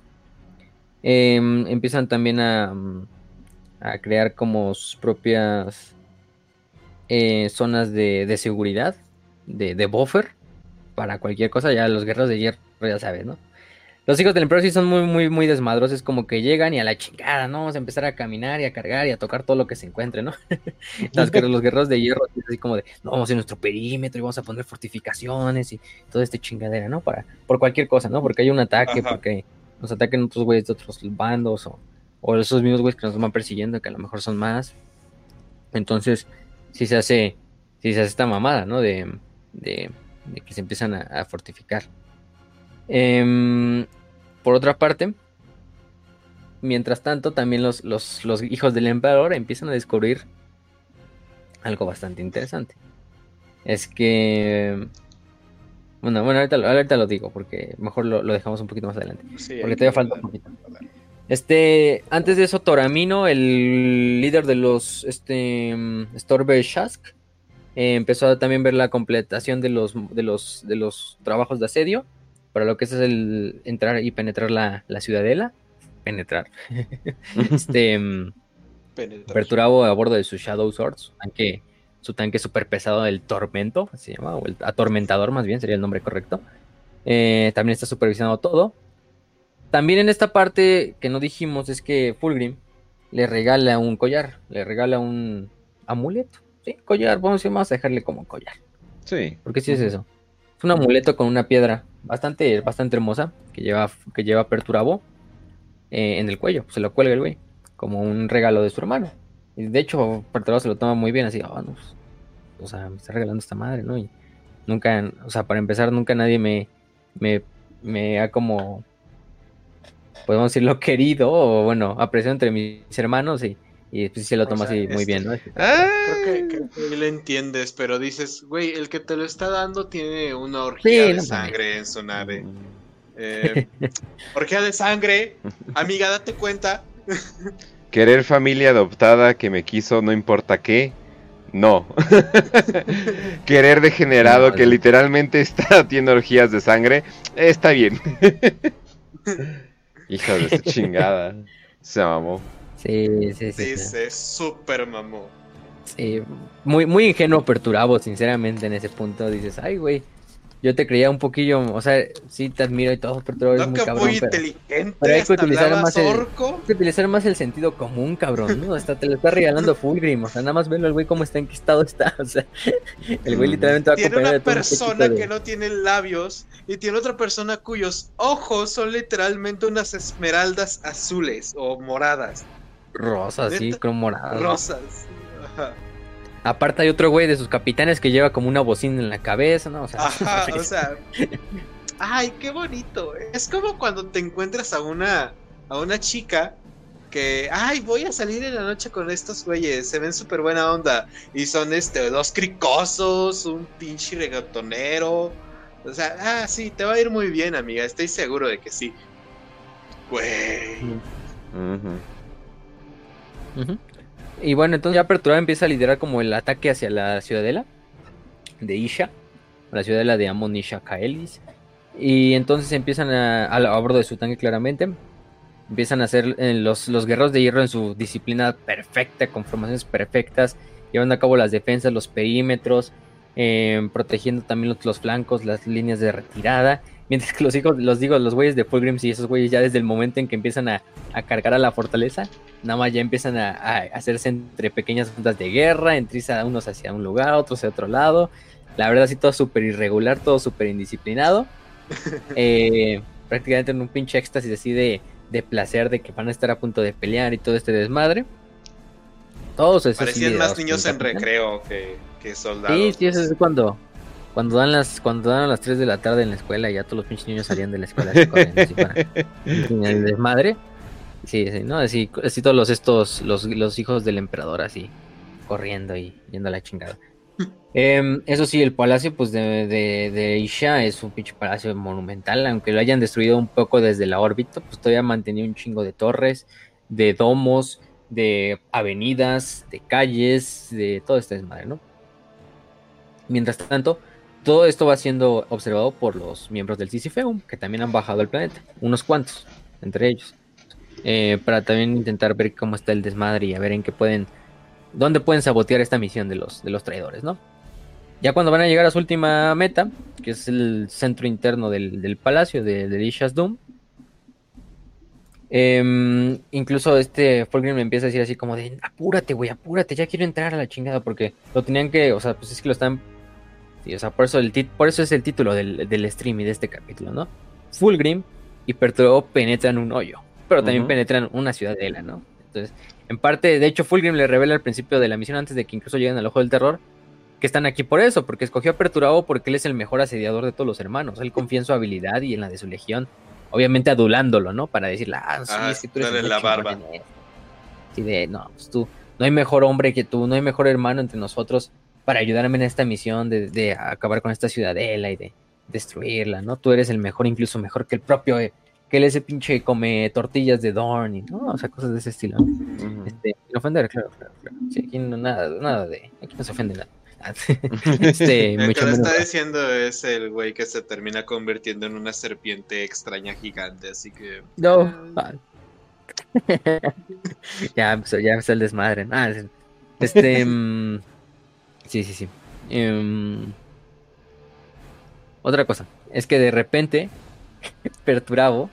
Eh, empiezan también a, a crear como sus propias eh, zonas de, de seguridad, de, de buffer, para cualquier cosa. Ya los guerreros de hierro, ya sabes, ¿no? Los hijos del emperador sí son muy, muy, muy desmadrosos. Es como que llegan y a la chingada, ¿no? Vamos a empezar a caminar y a cargar y a tocar todo lo que se encuentre, ¿no? los, los guerreros de hierro es así como de, no, vamos a ir a nuestro perímetro y vamos a poner fortificaciones y toda esta chingadera, ¿no? Para, por cualquier cosa, ¿no? Porque hay un ataque, Ajá. porque nos ataquen otros güeyes de otros bandos o, o esos mismos güeyes que nos van persiguiendo, que a lo mejor son más. Entonces, sí se hace, sí se hace esta mamada, ¿no? De, de, de que se empiezan a, a fortificar. Eh, por otra parte, mientras tanto, también los, los, los hijos del emperador empiezan a descubrir algo bastante interesante. Es que... Bueno, bueno ahorita, ahorita lo digo, porque mejor lo, lo dejamos un poquito más adelante. Sí, porque todavía falta un poquito. Este, antes de eso, Toramino, el líder de los este, Stormbird Shask, eh, empezó a también ver la completación de los, de los, de los trabajos de asedio, para lo que es el entrar y penetrar la, la ciudadela. Penetrar. este penetrar. Perturabo a bordo de su Shadow Sword, su tanque, su tanque super pesado del Tormento, se llama, o el Atormentador más bien, sería el nombre correcto. Eh, también está supervisando todo. También en esta parte que no dijimos es que Fulgrim le regala un collar, le regala un amuleto. Sí, collar, vamos a dejarle como collar. Sí. Porque sí es eso. Es un amuleto con una piedra bastante, bastante hermosa que lleva, que lleva Perturabo eh, en el cuello. Se lo cuelga el güey, como un regalo de su hermano. Y de hecho, Perturabo se lo toma muy bien, así, oh, no, o sea, me está regalando esta madre, ¿no? Y nunca, o sea, para empezar, nunca nadie me, me, me ha como, podemos decirlo, querido, o bueno, apreciado entre mis hermanos, y Y pues se lo toma o sea, así muy este, bien, ¿no? Ah, creo que, creo que lo entiendes, pero dices, güey, el que te lo está dando tiene una orgía sí, de no sangre mames. En su nave. Eh, orgía de sangre, amiga, date cuenta. Querer familia adoptada que me quiso no importa qué, no. Querer degenerado no, que no. literalmente está haciendo orgías de sangre, está bien. Hija de esa chingada, se mamó. Sí, sí, sí. Sí, se súper mamó. Sí, muy, muy ingenuo Perturabo, sinceramente, en ese punto. Dices, ay, güey, yo te creía un poquillo, o sea, sí te admiro y todo, Perturabo es no, muy que cabrón. muy pero, inteligente, pero hay que utilizar más el, orco. hay que utilizar más el sentido común, cabrón, ¿no? Hasta te lo está regalando Fulgrim, o sea, nada más verlo el güey cómo está, en qué estado está, o sea, el güey literalmente va a tiene una persona de... que no tiene labios y tiene otra persona cuyos ojos son literalmente unas esmeraldas azules o moradas. Rosas, sí, creo moradas. Rosas. Ajá. Aparte hay otro güey de sus capitanes que lleva como una bocina en la cabeza, ¿no? O sea, Ajá, o sea. Ay, qué bonito. Es como cuando te encuentras a una a una chica que, ay, voy a salir en la noche con estos güeyes, se ven súper buena onda y son este dos cricosos, un pinche reggaetonero. O sea, ah, sí, te va a ir muy bien, amiga, estoy seguro de que sí. Güey. Uh-huh. Uh-huh. Y bueno, entonces ya Perturabo empieza a liderar como el ataque hacia la ciudadela de Isha, la ciudadela de Amon Isha Kaelis. Y entonces empiezan a, a, a bordo de su tanque claramente, empiezan a hacer eh, los, los guerreros de hierro en su disciplina perfecta, con formaciones perfectas, llevando a cabo las defensas, los perímetros, eh, protegiendo también los, los flancos, las líneas de retirada. Mientras que los hijos, los digo, los güeyes de Fulgrim, sí, esos güeyes ya desde el momento en que empiezan a, a cargar a la fortaleza, nada más ya empiezan a, a hacerse entre pequeñas juntas de guerra, entre unos hacia un lugar, otros hacia otro lado. La verdad, sí, todo súper irregular, todo súper indisciplinado. Eh, prácticamente en un pinche éxtasis así de, de placer, de que van a estar a punto de pelear y todo este desmadre. Todos esos parecían más niños en recreo que, que soldados. Sí, sí, eso es cuando... Cuando dan las cuando dan a las tres de la tarde en la escuela y ya todos los pinches niños salían de la escuela así corriendo así para el desmadre. Sí, sí, ¿no? Así, así todos los estos los, los hijos del emperador así corriendo y yendo a la chingada. Eh, eso sí, el palacio pues de, de, de Isha es un pinche palacio monumental, aunque lo hayan destruido un poco desde la órbita, pues todavía mantenía un chingo de torres, de domos, de avenidas, de calles, de todo este desmadre, ¿no? Mientras tanto, todo esto va siendo observado por los miembros del Sisifeum, que también han bajado al planeta, unos cuantos, entre ellos, eh, para también intentar ver cómo está el desmadre y a ver en qué pueden, dónde pueden sabotear esta misión de los, de los traidores, ¿no? Ya cuando van a llegar a su última meta, que es el centro interno del, del palacio de, de Isha's Doom, eh, incluso este Fulgrim me empieza a decir así como de, apúrate, güey, apúrate, ya quiero entrar a la chingada, porque lo tenían que, o sea, pues es que lo están... Sí, o sea, por eso, el tit- por eso es el título del, del stream y de este capítulo, ¿no? Fulgrim y Perturabo penetran un hoyo, pero también uh-huh. penetran una ciudadela, ¿no? Entonces, en parte, de hecho, Fulgrim le revela al principio de la misión, antes de que incluso lleguen al Ojo del Terror, que están aquí por eso, porque escogió a Perturabo porque él es el mejor asediador de todos los hermanos. Él confía en su habilidad y en la de su legión, obviamente adulándolo, ¿no? Para decirle, ah, sí, ah, es que tú eres el la barba. Sí, de, no, pues tú, no hay mejor hombre que tú, no hay mejor hermano entre nosotros para ayudarme en esta misión de, de acabar con esta ciudadela y de destruirla, ¿no? Tú eres el mejor, incluso mejor que el propio, eh, que él ese pinche come tortillas de Dorn, y, ¿no? O sea, cosas de ese estilo, ¿no? Uh-huh. Este, sin ofender, claro, claro, claro. Sí, aquí no, nada, nada de, aquí no se ofende nada. este, el que lo está diciendo es el güey que se termina convirtiendo en una serpiente extraña gigante, así que... No. ya, empezó, ya empezó el desmadre. Ah, este... um, sí, sí, sí. Um, otra cosa, es que de repente, Perturabo,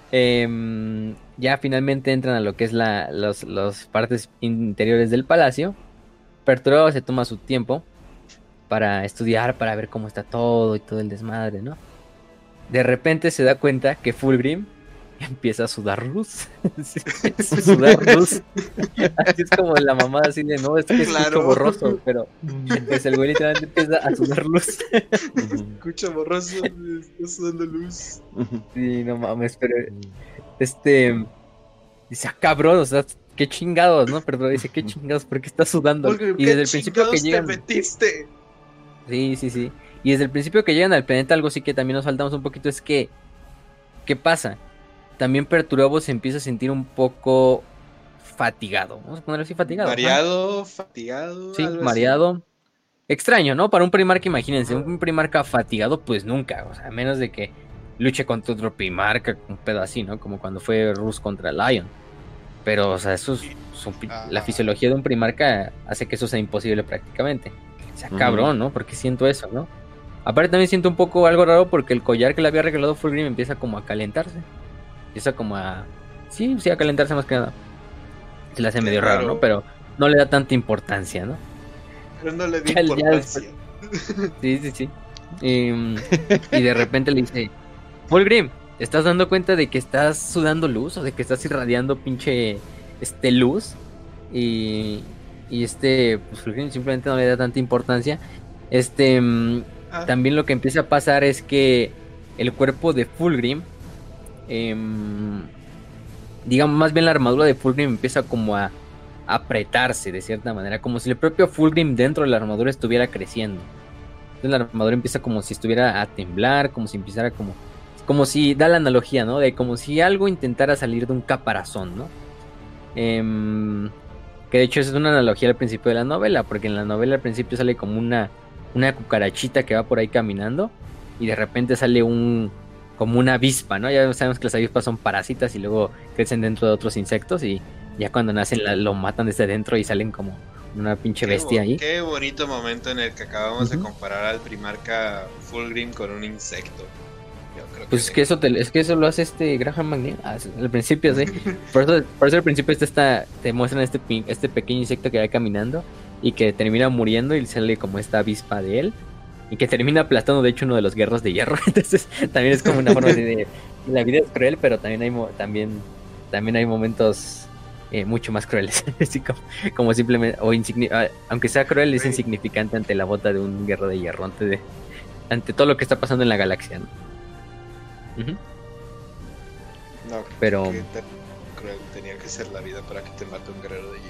um, ya finalmente entran a lo que es la, los, los partes interiores del palacio. Perturabo se toma su tiempo para estudiar, para ver cómo está todo y todo el desmadre, ¿no? De repente se da cuenta que Fulgrim empieza a sudar luz. Sudar luz. Así es como la mamada así de, no, es que claro. Escucho borroso, pero pues el güey literalmente empieza a sudar luz. Escucha borroso, está sudando luz. Sí, no mames, pero este dice, ah, cabrón, o sea, qué chingados, ¿no? Perdón, dice, qué chingados, ¿por qué está sudando? Fulgrim, y desde el principio que llegan... te metiste? Sí, sí, sí. Y desde el principio que llegan al planeta, algo sí que también nos saltamos un poquito, es que, ¿qué pasa? También Perturabo se empieza a sentir un poco fatigado. Vamos a ponerlo así, fatigado. Mareado, ¿no? fatigado. Sí, mareado. Así. Extraño, ¿no? Para un Primarca, imagínense, un Primarca fatigado, pues nunca. O sea, a menos de que luche contra otro Primarca, un pedo así, ¿no? Como cuando fue Rus contra Lion. Pero, o sea, eso es, es un, la fisiología de un Primarca hace que eso sea imposible prácticamente. O sea, cabrón, ¿no? Porque siento eso, ¿no? Aparte también siento un poco algo raro porque el collar que le había regalado Fulgrim empieza como a calentarse. Empieza como a... Sí, sí, a calentarse más que nada. Se le hace medio raro, raro, ¿no? Pero no le da tanta importancia, ¿no? Pero no le da importancia. Sí, sí, sí. Y, y de repente le dice, Fulgrim, ¿te estás dando cuenta de que estás sudando luz? O de que estás irradiando pinche este, luz. Y... Y este, pues Fulgrim simplemente no le da tanta importancia. Este, ah. También lo que empieza a pasar es que el cuerpo de Fulgrim, eh, digamos, más bien la armadura de Fulgrim empieza como a, a apretarse de cierta manera, como si el propio Fulgrim dentro de la armadura estuviera creciendo. Entonces la armadura empieza como si estuviera a temblar, como si empezara como, como si, da la analogía, ¿no? De como si algo intentara salir de un caparazón, ¿no? Eh, Que de hecho es una analogía al principio de la novela, porque en la novela al principio sale como una, una cucarachita que va por ahí caminando y de repente sale un como una avispa, ¿no? Ya sabemos que las avispas son parásitas y luego crecen dentro de otros insectos y ya cuando nacen la, lo matan desde dentro y salen como una pinche qué bestia bo- ahí. Qué bonito momento en el que acabamos uh-huh. de comparar al Primarca Fulgrim con un insecto. creo Pues es que... que eso te, es que eso lo hace este Graham McNeil ah, al principio, sí. Por eso, por eso al principio este está, te muestran este pin- este pequeño insecto que va caminando y que termina muriendo y sale como esta avispa de él y que termina aplastando de hecho uno de los guerreros de hierro. Entonces también es como una forma así de la vida es cruel, pero también hay mo- también también hay momentos eh, mucho más crueles, así como, como simplemente o insigni- ah, aunque sea cruel es insignificante ante la bota de un guerrero de hierro, ante de ante todo lo que está pasando en la galaxia, ¿no? Uh-huh. No, pero qué tan cruel tenía que ser la vida para que te mate un guerrero de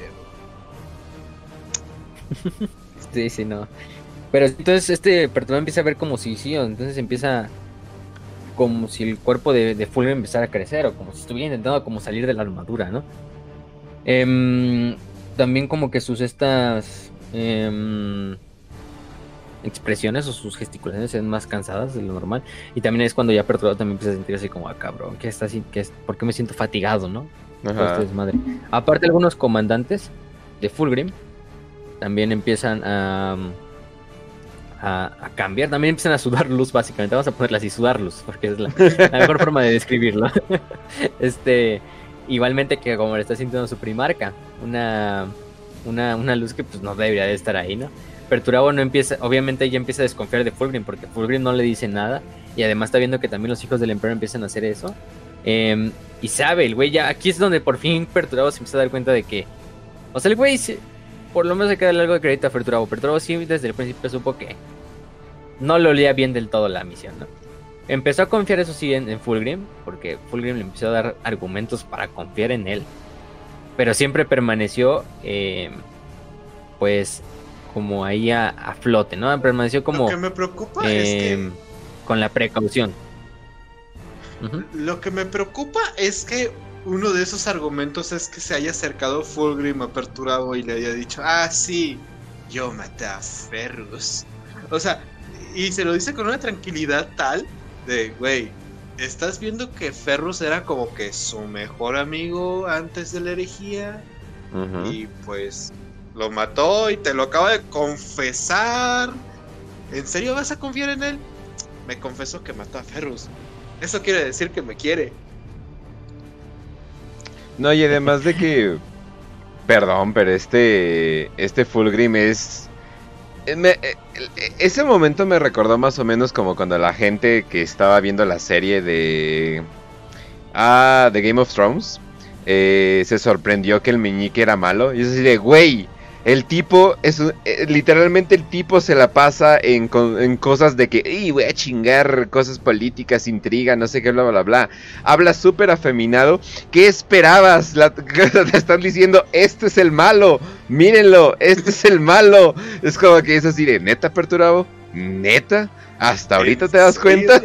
hielo. sí, sí, no. Pero entonces este Perturabo empieza a ver como si sí, o entonces empieza como si el cuerpo de, de Fulgrim empezara a crecer, o como si estuviera intentando como salir de la armadura, ¿no? Eh, también como que sus estas eh, expresiones o sus gesticulaciones se ven más cansadas de lo normal. Y también es cuando ya Perturbado también empieza a sentir así como, ah, cabrón, ¿qué está así? ¿Qué es? ¿Por qué me siento fatigado, no? Todo este desmadre. Aparte, algunos comandantes de Fulgrim también empiezan a, a, a cambiar, también empiezan a sudar luz, básicamente. Vamos a ponerla así, sudar luz, porque es la, la mejor forma de describirlo. este, igualmente que como le está sintiendo su primarca, una, una, una luz que pues no debería de estar ahí, ¿no? Perturabo no empieza, obviamente ya empieza a desconfiar de Fulgrim porque Fulgrim no le dice nada y además está viendo que también los hijos del Emperador empiezan a hacer eso. Eh, y sabe, el güey ya, aquí es donde por fin Perturabo se empieza a dar cuenta de que, o sea, el güey se, por lo menos hay que darle algo de crédito a Perturabo. Perturabo sí desde el principio supo que no le olía bien del todo la misión, ¿no? Empezó a confiar eso sí en, en Fulgrim, porque Fulgrim le empezó a dar argumentos para confiar en él, pero siempre permaneció, eh, pues... como ahí a, a flote, ¿no? Permaneció como... Lo que me preocupa eh, es que... con la precaución. Uh-huh. Lo que me preocupa es que uno de esos argumentos es que se haya acercado Fulgrim a Perturabo y le haya dicho, ah, sí, yo maté a Ferrus. O sea, y se lo dice con una tranquilidad tal de, güey, ¿estás viendo que Ferrus era como que su mejor amigo antes de la herejía? Uh-huh. Y pues... lo mató y te lo acaba de confesar. ¿En serio vas a confiar en él? Me confesó que mató a Ferrus. Eso quiere decir que me quiere. No, y además de que... Perdón, pero este... Este Fulgrim es... Me, ese momento me recordó más o menos como cuando la gente que estaba viendo la serie de... Ah, de Game of Thrones... Eh, se sorprendió que el meñique era malo. Y es así de, güey... El tipo, es eh, literalmente el tipo se la pasa en, en cosas de que, ¡y voy a chingar! Cosas políticas, intriga, no sé qué, bla, bla, bla. Habla súper afeminado. ¿Qué esperabas? La, te están diciendo, este es el malo. Mírenlo, este es el malo. Es como que es así de, ¿neta, Perturabo? ¿Neta? ¿Hasta ahorita te das cuenta?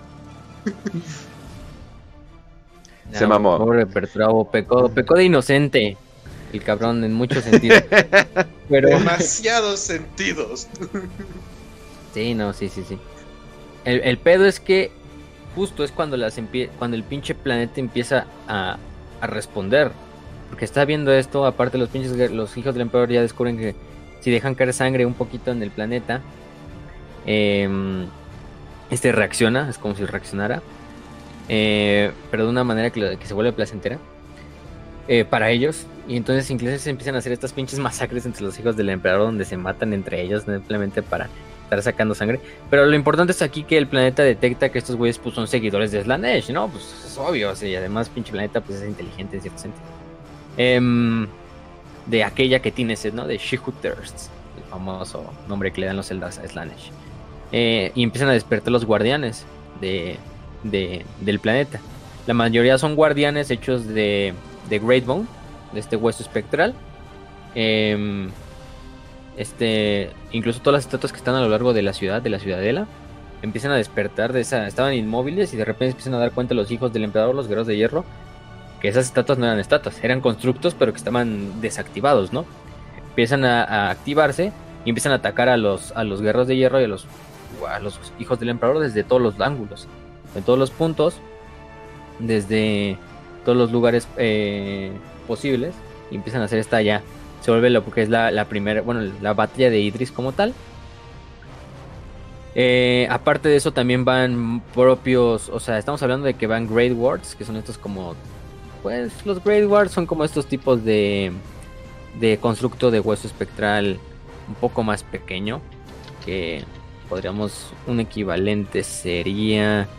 Se no, mamó. Pobre Perturabo, pecó, pecó de inocente. El cabrón en muchos sentidos. Pero... demasiados sentidos. Sí, no, sí, sí, sí. El, el pedo es que justo es cuando las empie- cuando el pinche planeta empieza a, a responder. Porque está viendo esto, aparte los pinches los hijos del emperador ya descubren que si dejan caer sangre un poquito en el planeta, eh, este reacciona, es como si reaccionara. Eh, pero de una manera que, lo, que se vuelve placentera. Eh, para ellos, y entonces incluso se empiezan a hacer estas pinches masacres entre los hijos del emperador donde se matan entre ellos simplemente para estar sacando sangre. Pero lo importante es aquí que el planeta detecta que estos güeyes pues son seguidores de Slaanesh, ¿no? Pues es obvio, o sea, y además pinche planeta pues es inteligente en cierto sentido. Eh, de aquella que tiene sed, ¿no? De She Who Thirsts, el famoso nombre que le dan los Eldas a Slaanesh. Eh, y empiezan a despertar los guardianes de, de, del planeta. La mayoría son guardianes hechos de... de Great Bone, de este hueso espectral. Eh, este, incluso todas las estatuas que están a lo largo de la ciudad, de la ciudadela, empiezan a despertar de esa, estaban inmóviles y de repente empiezan a dar cuenta los hijos del emperador, los guerreros de hierro, que esas estatuas no eran estatuas, eran constructos, pero que estaban desactivados, ¿no? Empiezan a, a activarse y empiezan a atacar a los, a los guerreros de hierro y a los, a los hijos del emperador desde todos los ángulos, en todos los puntos, desde todos los lugares eh, posibles, y empiezan a hacer esta ya, se vuelve lo que es la, la primera, bueno, la batalla de Idris como tal. Eh, aparte de eso también van propios, o sea, estamos hablando de que van Great Wards, que son estos como, pues los Great Wards son como estos tipos de, de constructo de hueso espectral un poco más pequeño, que podríamos, un equivalente sería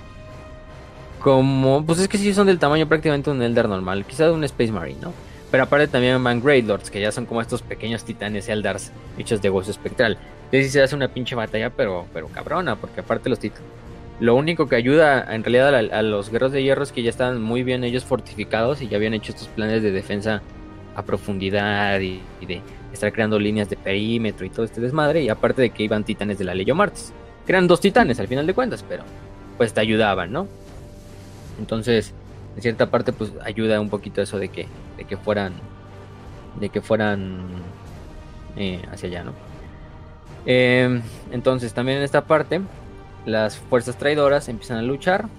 como, pues es que sí son del tamaño prácticamente de un Eldar normal, quizás de un Space Marine, ¿no? Pero aparte también van Great Lords, que ya son como estos pequeños titanes Eldars hechos de hueso espectral. Entonces sí se hace una pinche batalla, pero, pero cabrona, porque aparte los titanes, lo único que ayuda en realidad a, a los guerreros de hierro es que ya están muy bien ellos fortificados y ya habían hecho estos planes de defensa a profundidad y, y de estar creando líneas de perímetro y todo este desmadre. Y aparte de que iban titanes de la Legio Martis, que eran dos titanes al final de cuentas, pero pues te ayudaban, ¿no? Entonces, en cierta parte, pues ayuda un poquito eso de que, de que fueran, de que fueran eh, hacia allá, ¿no? Eh, entonces, también en esta parte, las fuerzas traidoras empiezan a luchar.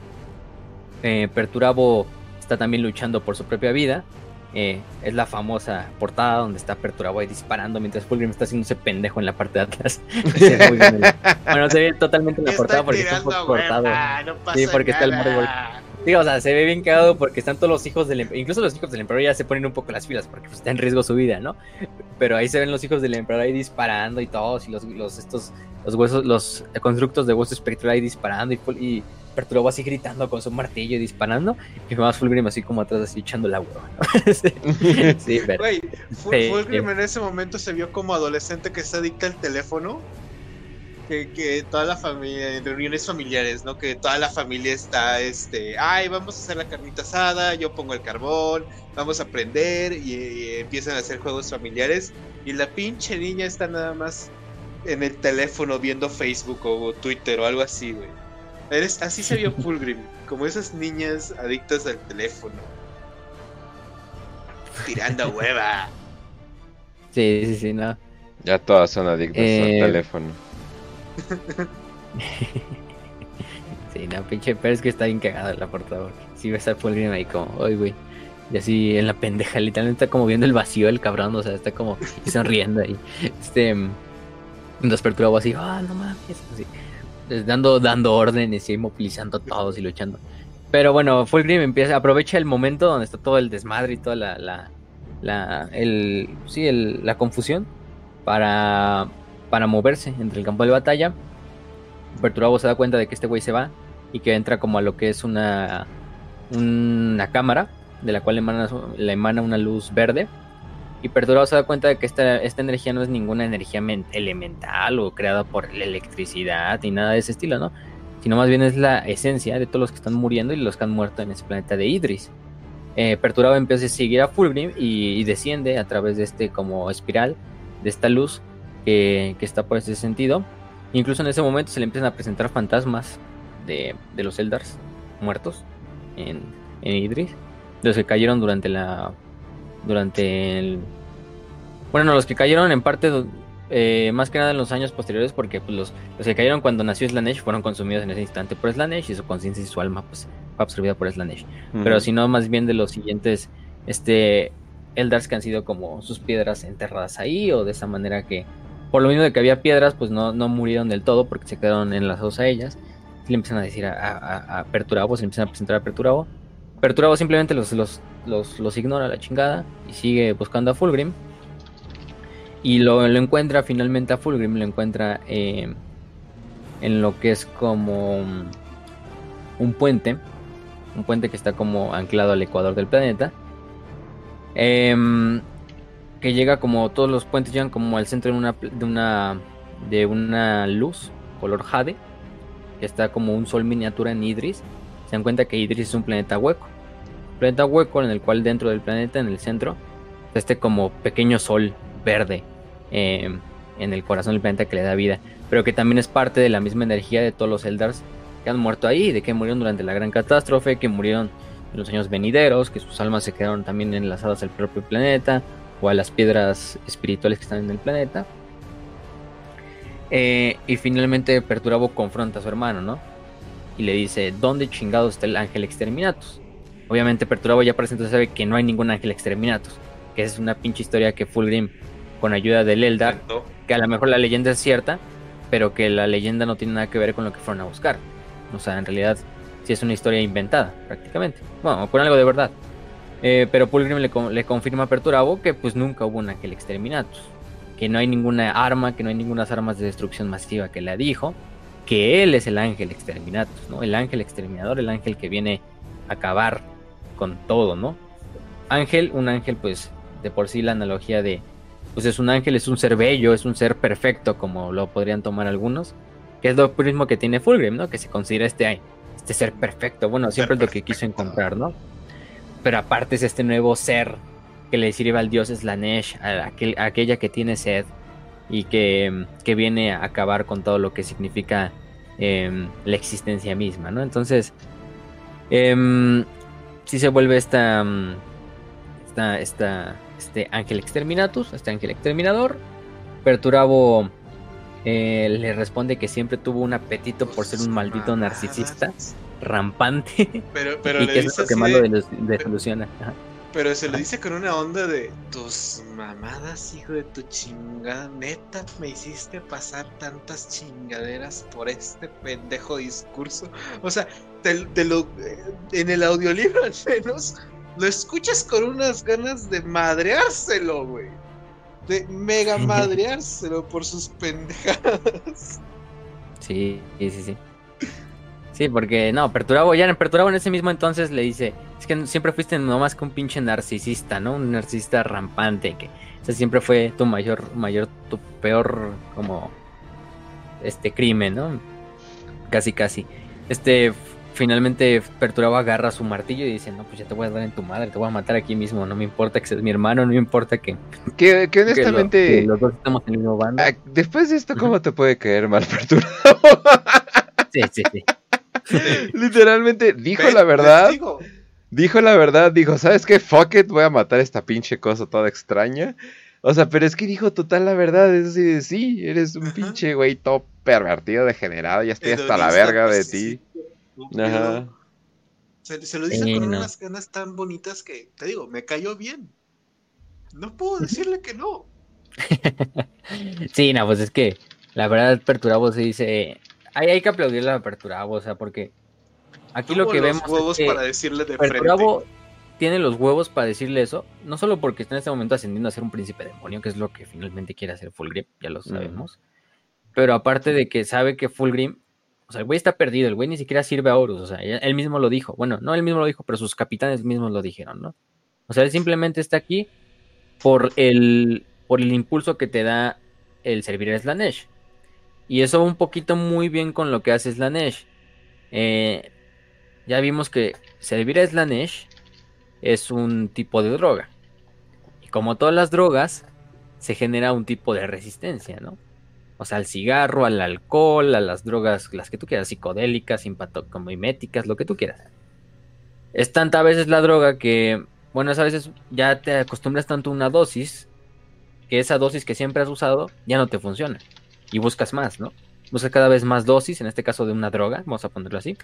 Eh, Perturabo está también luchando por su propia vida. Eh, es la famosa portada donde está Perturabo ahí disparando mientras Fulgrim está haciendo ese pendejo en la parte de atrás. Se ve muy bien el... Bueno, se ve totalmente en la portada porque está un poco cortado. No sí, porque nada. Está el Marvel. Sí, o sea, se ve bien cagado porque están todos los hijos del emperador. Incluso los hijos del emperador ya se ponen un poco las filas porque pues, está en riesgo su vida, ¿no? Pero ahí se ven los hijos del emperador ahí disparando y todos, y los, los estos los huesos, los constructos de hueso espectral ahí disparando y, y Perturabo así gritando con su martillo y disparando. Y más Fulgrim así como atrás así echando la hueva, ¿no? Sí, sí, pero. Güey, Fulgrim en ese momento se vio como adolescente que está adicta al teléfono. Que, que toda la familia, en reuniones familiares, ¿no? Que toda la familia está, este, ay, vamos a hacer la carnita asada, yo pongo el carbón, vamos a aprender, y, y empiezan a hacer juegos familiares, y la pinche niña está nada más en el teléfono viendo Facebook o Twitter o algo así, güey. Así se vio Fulgrim, como esas niñas adictas al teléfono. Tirando hueva. Sí, sí, sí, no. Ya todas son adictas eh... al teléfono. Sí, no, pinche, pero es que está bien cagada la portada. Si ves a Fulgrim ahí como, oye, güey. Y así en la pendeja, literalmente está como viendo el vacío el cabrón, o sea, está como y sonriendo ahí. Este, nos Perturabo así, ah, oh, no mames, así, dando, dando órdenes y movilizando a todos y luchando. Pero bueno, Fulgrim empieza, aprovecha el momento donde está todo el desmadre y toda la, la, la, el, sí, el, la confusión para... para moverse entre el campo de batalla. Perturabo se da cuenta de que este güey se va y que entra como a lo que es una una cámara de la cual le emana, le emana una luz verde, y Perturabo se da cuenta de que esta, esta energía no es ninguna energía elemental o creada por la electricidad ni nada de ese estilo, ¿no? Sino más bien es la esencia de todos los que están muriendo y los que han muerto en ese planeta de Idris. Eh, Perturabo empieza a seguir a Fulgrim y, y desciende a través de este como espiral de esta luz Que, que está por ese sentido. Incluso en ese momento se le empiezan a presentar fantasmas de, de los Eldars muertos en, en Idris, los que cayeron durante la durante el bueno no, los que cayeron en parte eh, más que nada en los años posteriores, porque pues, los, los que cayeron cuando nació Slaanesh fueron consumidos en ese instante por Slaanesh y su conciencia y su alma pues fue absorbida por Slaanesh. Uh-huh. Pero si no, más bien de los siguientes este Eldars que han sido como sus piedras enterradas ahí, o de esa manera que por lo mismo de que había piedras, pues no, no murieron del todo porque se quedaron enlazados a ellas. Y le empiezan a decir a, a, a Perturabo, se le empiezan a presentar a Perturabo. Perturabo simplemente los, los, los, los ignora a la chingada y sigue buscando a Fulgrim. Y lo, lo encuentra finalmente a Fulgrim, lo encuentra eh, en lo que es como un puente. Un puente que está como anclado al ecuador del planeta. Eh... que llega como todos los puentes llegan como al centro de una de una de una luz color jade, que está como un sol miniatura en Idris. Se dan cuenta que Idris es un planeta hueco, un planeta hueco en el cual dentro del planeta, en el centro, está este como pequeño sol verde eh, en el corazón del planeta que le da vida, pero que también es parte de la misma energía de todos los Eldars que han muerto ahí, de que murieron durante la gran catástrofe, que murieron en los años venideros, que sus almas se quedaron también enlazadas al propio planeta o a las piedras espirituales que están en el planeta. Eh, y finalmente Perturabo confronta a su hermano, ¿no? Y le dice, ¿dónde chingados está el ángel exterminatus? Obviamente Perturabo ya para ese entonces sabe que no hay ningún ángel exterminatus, que es una pinche historia que Fulgrim, con ayuda del Eldar, que a lo mejor la leyenda es cierta, pero que la leyenda no tiene nada que ver con lo que fueron a buscar. O sea, en realidad sí es una historia inventada, prácticamente. Bueno, con algo de verdad. Eh, pero Fulgrim le, le confirma a Perturabo que pues nunca hubo un ángel exterminatus. Que no hay ninguna arma, que no hay ninguna armas de destrucción masiva que la dijo. Que él es el ángel exterminatus, ¿no? El ángel exterminador, el ángel que viene a acabar con todo, ¿no? Ángel, un ángel pues de por sí la analogía de... Pues es un ángel, es un ser bello, es un ser perfecto, como lo podrían tomar algunos. Que es lo mismo que tiene Fulgrim, ¿no? Que se considera este, este ser perfecto. Bueno, siempre es lo que quiso encontrar, ¿no? Pero aparte es este nuevo ser que le sirve al dios Slanesh, a, aquel, a aquella que tiene sed y que, que viene a acabar con todo lo que significa eh, la existencia misma, ¿no? Entonces, eh, sí se vuelve esta, esta, esta, este ángel exterminatus, este ángel exterminador. Perturabo eh, le responde que siempre tuvo un apetito por ser un maldito narcisista rampante, pero, pero y le que dice es lo que así más de... lo desilusiona. Ajá. Pero se lo dice con una onda de tus mamadas, hijo de tu chingada. Neta, me hiciste pasar tantas chingaderas por este pendejo discurso. O sea, te, te lo, en el audiolibro al menos lo escuchas con unas ganas de madreárselo, güey. De mega madreárselo por sus pendejadas. Sí, sí, sí, sí. Sí, porque no, Perturabo, ya en Perturabo en ese mismo entonces le dice, es que siempre fuiste nomás que un pinche narcisista, ¿no? Un narcisista rampante, que ese siempre fue tu mayor, mayor, tu peor como este crimen, ¿no? Casi, casi. Este, finalmente Perturabo agarra su martillo y dice, no, pues ya te voy a dar en tu madre, te voy a matar aquí mismo, no me importa que seas mi hermano, no me importa que... Que, que honestamente... Que, lo, que los dos estamos en el mismo bando. Después de esto, ¿cómo uh-huh. te puede caer mal Perturabo? Sí, sí, sí. Literalmente dijo la verdad. Dijo la verdad, dijo, ¿sabes qué? Fuck it, voy a matar esta pinche cosa toda extraña. O sea, pero es que dijo total la verdad. Es decir, sí, eres un Ajá. pinche güey todo pervertido, degenerado. Ya estoy hasta la verga de ti. Ajá. Se, se lo dice eh, con no. unas ganas tan bonitas que, te digo, me cayó bien. No puedo decirle que no. Sí, no, pues es que la verdad Perturabo se dice... Hay, hay que aplaudirle a Perturabo, o sea, porque aquí lo que los vemos huevos es que para decirle de Perturabo frente. Tiene los huevos para decirle eso, no solo porque está en este momento ascendiendo a ser un príncipe demonio, que es lo que finalmente quiere hacer Fulgrim, ya lo sabemos, mm. pero aparte de que sabe que Fulgrim, o sea, el güey está perdido, el güey ni siquiera sirve a Horus, o sea, él mismo lo dijo, bueno, no él mismo lo dijo, pero sus capitanes mismos lo dijeron, ¿no? O sea, él simplemente está aquí por el, por el impulso que te da el servir a Slanesh. Y eso va un poquito muy bien con lo que hace Slanesh. Eh, ya vimos que servir a Slanesh es un tipo de droga. Y como todas las drogas, se genera un tipo de resistencia, ¿no? O sea, al cigarro, al alcohol, a las drogas, las que tú quieras, psicodélicas, simpatocomiméticas, lo que tú quieras. Es tanta a veces la droga que, bueno, a veces ya te acostumbras tanto a una dosis, que esa dosis que siempre has usado ya no te funciona. Y buscas más, ¿no? Buscas cada vez más dosis, en este caso de una droga, vamos a ponerlo así.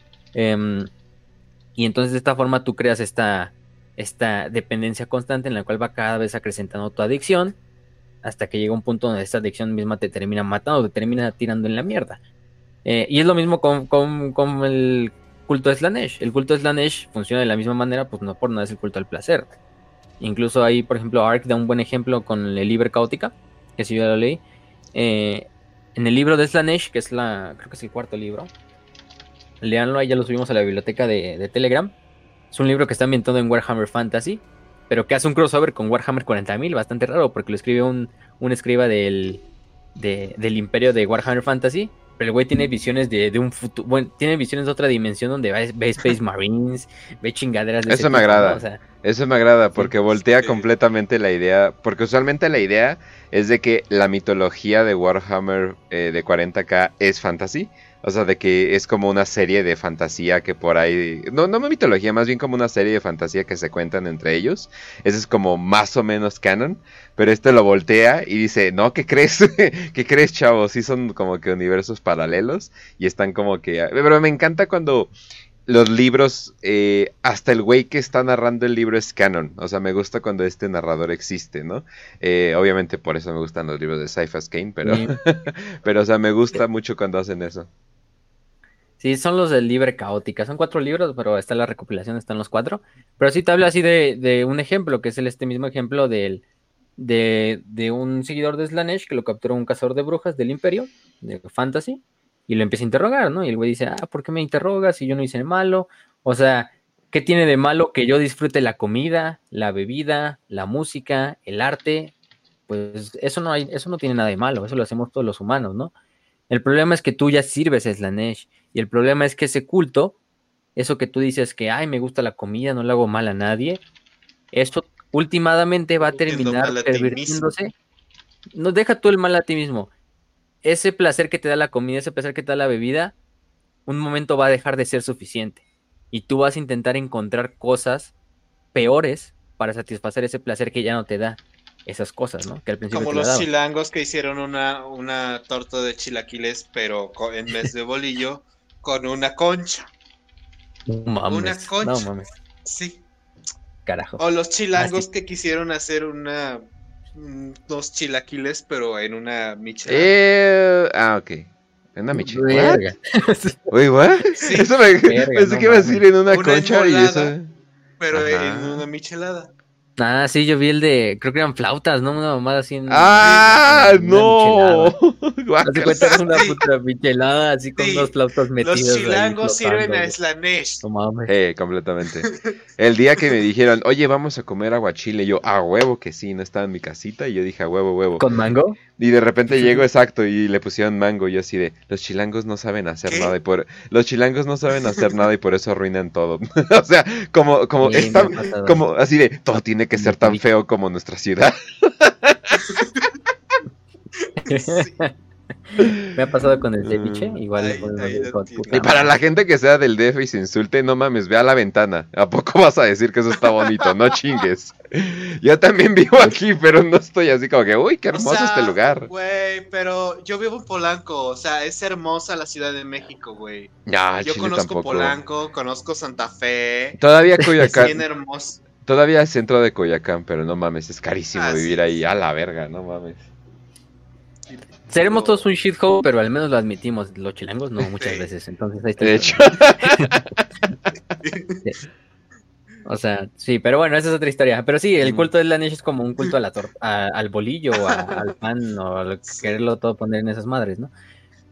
Eh, y entonces de esta forma tú creas esta, esta dependencia constante en la cual va cada vez acrecentando tu adicción, hasta que llega un punto donde esta adicción misma te termina matando, te termina tirando en la mierda. Eh, y es lo mismo con, con, con el culto de Slanesh. El culto de Slanesh funciona de la misma manera, pues no por nada es el culto al placer. Incluso ahí, por ejemplo, Ark da un buen ejemplo con el Liber Caótica, que si yo lo leí. Eh, en el libro de Slanesh, que es la, creo que es el cuarto libro, leanlo, ahí ya lo subimos a la biblioteca de, de Telegram. Es un libro que está ambientado en Warhammer Fantasy, pero que hace un crossover con Warhammer cuarenta mil, bastante raro, porque lo escribe un, un escriba del, de, del imperio de Warhammer Fantasy, pero el güey tiene visiones de, de un futuro, bueno, tiene visiones de otra dimensión donde ve, ve Space Marines, ve chingaderas de Eso ese me tipo, agrada, ¿no? O sea, eso me agrada, porque sí, voltea sí. completamente la idea, porque usualmente la idea es de que la mitología de Warhammer eh, de cuarenta K es fantasy. O sea, de que es como una serie de fantasía que por ahí... No, no mitología, más bien como una serie de fantasía que se cuentan entre ellos. Eso es como más o menos canon. Pero este lo voltea y dice, no, ¿qué crees? ¿Qué crees, chavo? Sí son como que universos paralelos y están como que... Pero me encanta cuando los libros, eh, hasta el güey que está narrando el libro es canon. O sea, me gusta cuando este narrador existe, ¿no? Eh, obviamente por eso me gustan los libros de Cyphers Kane, pero, Sí. pero, o sea, me gusta mucho cuando hacen eso. Sí, son los del Libre Caótica. Son cuatro libros, pero está la recopilación, están los cuatro. Pero sí te hablo así de, de un ejemplo, que es el, este mismo ejemplo del, de, de un seguidor de Slanesh que lo capturó un cazador de brujas del Imperio, de Fantasy, y lo empieza a interrogar, ¿no? Y el güey dice, ah, ¿por qué me interrogas si yo no hice malo? O sea, ¿qué tiene de malo que yo disfrute la comida, la bebida, la música, el arte? Pues eso no hay, eso no tiene nada de malo, eso lo hacemos todos los humanos, ¿no? El problema es que tú ya sirves a Slanesh, y el problema es que ese culto, eso que tú dices que, ay, me gusta la comida, no le hago mal a nadie, eso últimamente va a terminar pervirtiéndose. No, deja tú el mal a ti mismo. Ese placer que te da la comida, ese placer que te da la bebida, un momento va a dejar de ser suficiente. Y tú vas a intentar encontrar cosas peores para satisfacer ese placer que ya no te da esas cosas, ¿no? Que al principio Como te la los daba. chilangos que hicieron una, una torta de chilaquiles, pero co- en vez de bolillo, con una concha. No mames, Una concha. no mames, Sí. carajo. O los chilangos Así. que quisieron hacer una mm, dos chilaquiles, pero en una michelada. Eh, ah, ok. ¿En una michelada? Verga. Uy, ¿what? Sí. Eso me Verga, pensé no que iba a decir mames. en una, Una concha y enmolada. eso. Pero Ajá. en una michelada. Ah, sí, yo vi el de, creo que eran flautas, ¿no? Una mamada así en... ¡Ah, en una no! michelada. Haz de Guácala. cuenta que es una Sí. puta michelada así con Sí. unos flautas metidos Los chilangos ahí sirven flotando, a güey. Slanesh. No mames. Eh, completamente. El día que me dijeron, oye, vamos a comer aguachile, yo, a huevo que sí, no estaba en mi casita, y yo dije, a huevo, huevo. ¿Con mango? Y de repente llego exacto y le pusieron mango, y yo así de, los chilangos no saben hacer ¿Qué? nada y por los chilangos no saben hacer nada y por eso arruinan todo. O sea, como como Sí, es me tan- ha pasado. como así de, todo tiene que ser tan feo como nuestra ciudad. Sí. Me ha pasado con el ceviche, Mm. igual le Ahí- ponen ahí así lo con entiendo. puta Y para madre. la gente que sea del D F y se insulte, no mames, ve a la ventana. ¿A poco vas a decir que eso está bonito? No chingues. Yo también vivo aquí, pero no estoy así como que, uy, qué hermoso O sea, este lugar. Güey, pero yo vivo en Polanco, o sea, es hermosa la Ciudad de México, güey. Ya, Yo Chile conozco tampoco. Polanco, conozco Santa Fe. Todavía Es Coyoacán, bien hermoso. todavía es centro de Coyoacán, pero no mames, es carísimo Ah, vivir sí. ahí. A la verga, no mames. Seremos todos un shithole, pero al menos lo admitimos. Los chilangos no, muchas Sí. veces. Entonces ahí está. De el hecho, O sea, sí, pero bueno, esa es otra historia. Pero sí, el Mm. culto de Slanesh es como un culto a la tor- a- al bolillo, a- al pan, o a lo- Sí. quererlo todo poner en esas madres, ¿no?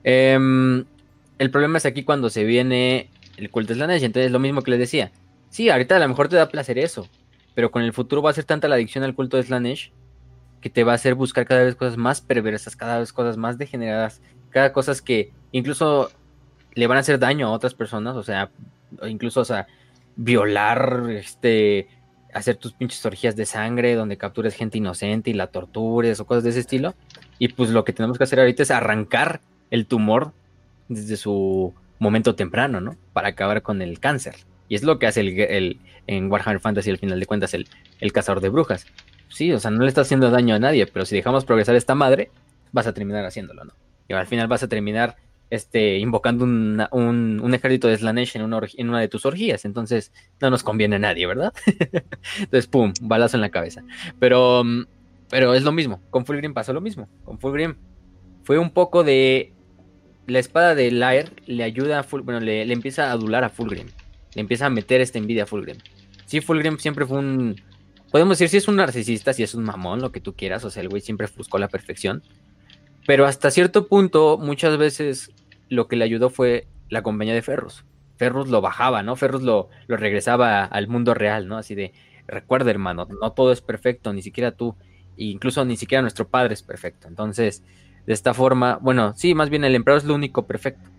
Em, el problema es aquí cuando se viene el culto de Slanesh. Entonces, lo mismo que les decía. Sí, ahorita a lo mejor te da placer eso, pero con el futuro va a ser tanta la adicción al culto de Slanesh que te va a hacer buscar cada vez cosas más perversas, cada vez cosas más degeneradas, cada cosas que incluso le van a hacer daño a otras personas, o sea, o incluso, o sea, violar, este, hacer tus pinches orgías de sangre donde captures gente inocente y la tortures o cosas de ese estilo. Y pues lo que tenemos que hacer ahorita es arrancar el tumor desde su momento temprano, ¿no? Para acabar con el cáncer. Y es lo que hace el, el en Warhammer Fantasy al final de cuentas el, el cazador de brujas. Sí, o sea, no le está haciendo daño a nadie, pero si dejamos progresar esta madre, vas a terminar haciéndolo, ¿no? Y al final vas a terminar este, invocando una- un, un ejército de Slanesh en una, orgi- en una de tus orgías. Entonces, no nos conviene a nadie, ¿verdad? Entonces, pum, balazo en la cabeza. Pero, mm, pero es lo mismo. Con Fulgrim pasó lo mismo. Con Fulgrim fue un poco de... La espada de Lair le ayuda a Fulgrim, bueno, le, le empieza a adular a Fulgrim. Le empieza a meter esta envidia a Fulgrim. Sí, Fulgrim siempre fue un... Podemos decir si es un narcisista, si es un mamón, lo que tú quieras. O sea, el güey siempre buscó la perfección. Pero hasta cierto punto, muchas veces lo que le ayudó fue la compañía de Ferrus. Ferrus lo bajaba, ¿no? Ferrus lo, lo regresaba al mundo real, ¿no? Así de, recuerda, hermano, no todo es perfecto, ni siquiera tú. E incluso ni siquiera nuestro padre es perfecto. Entonces, de esta forma, bueno, sí, más bien el emperador es lo único perfecto.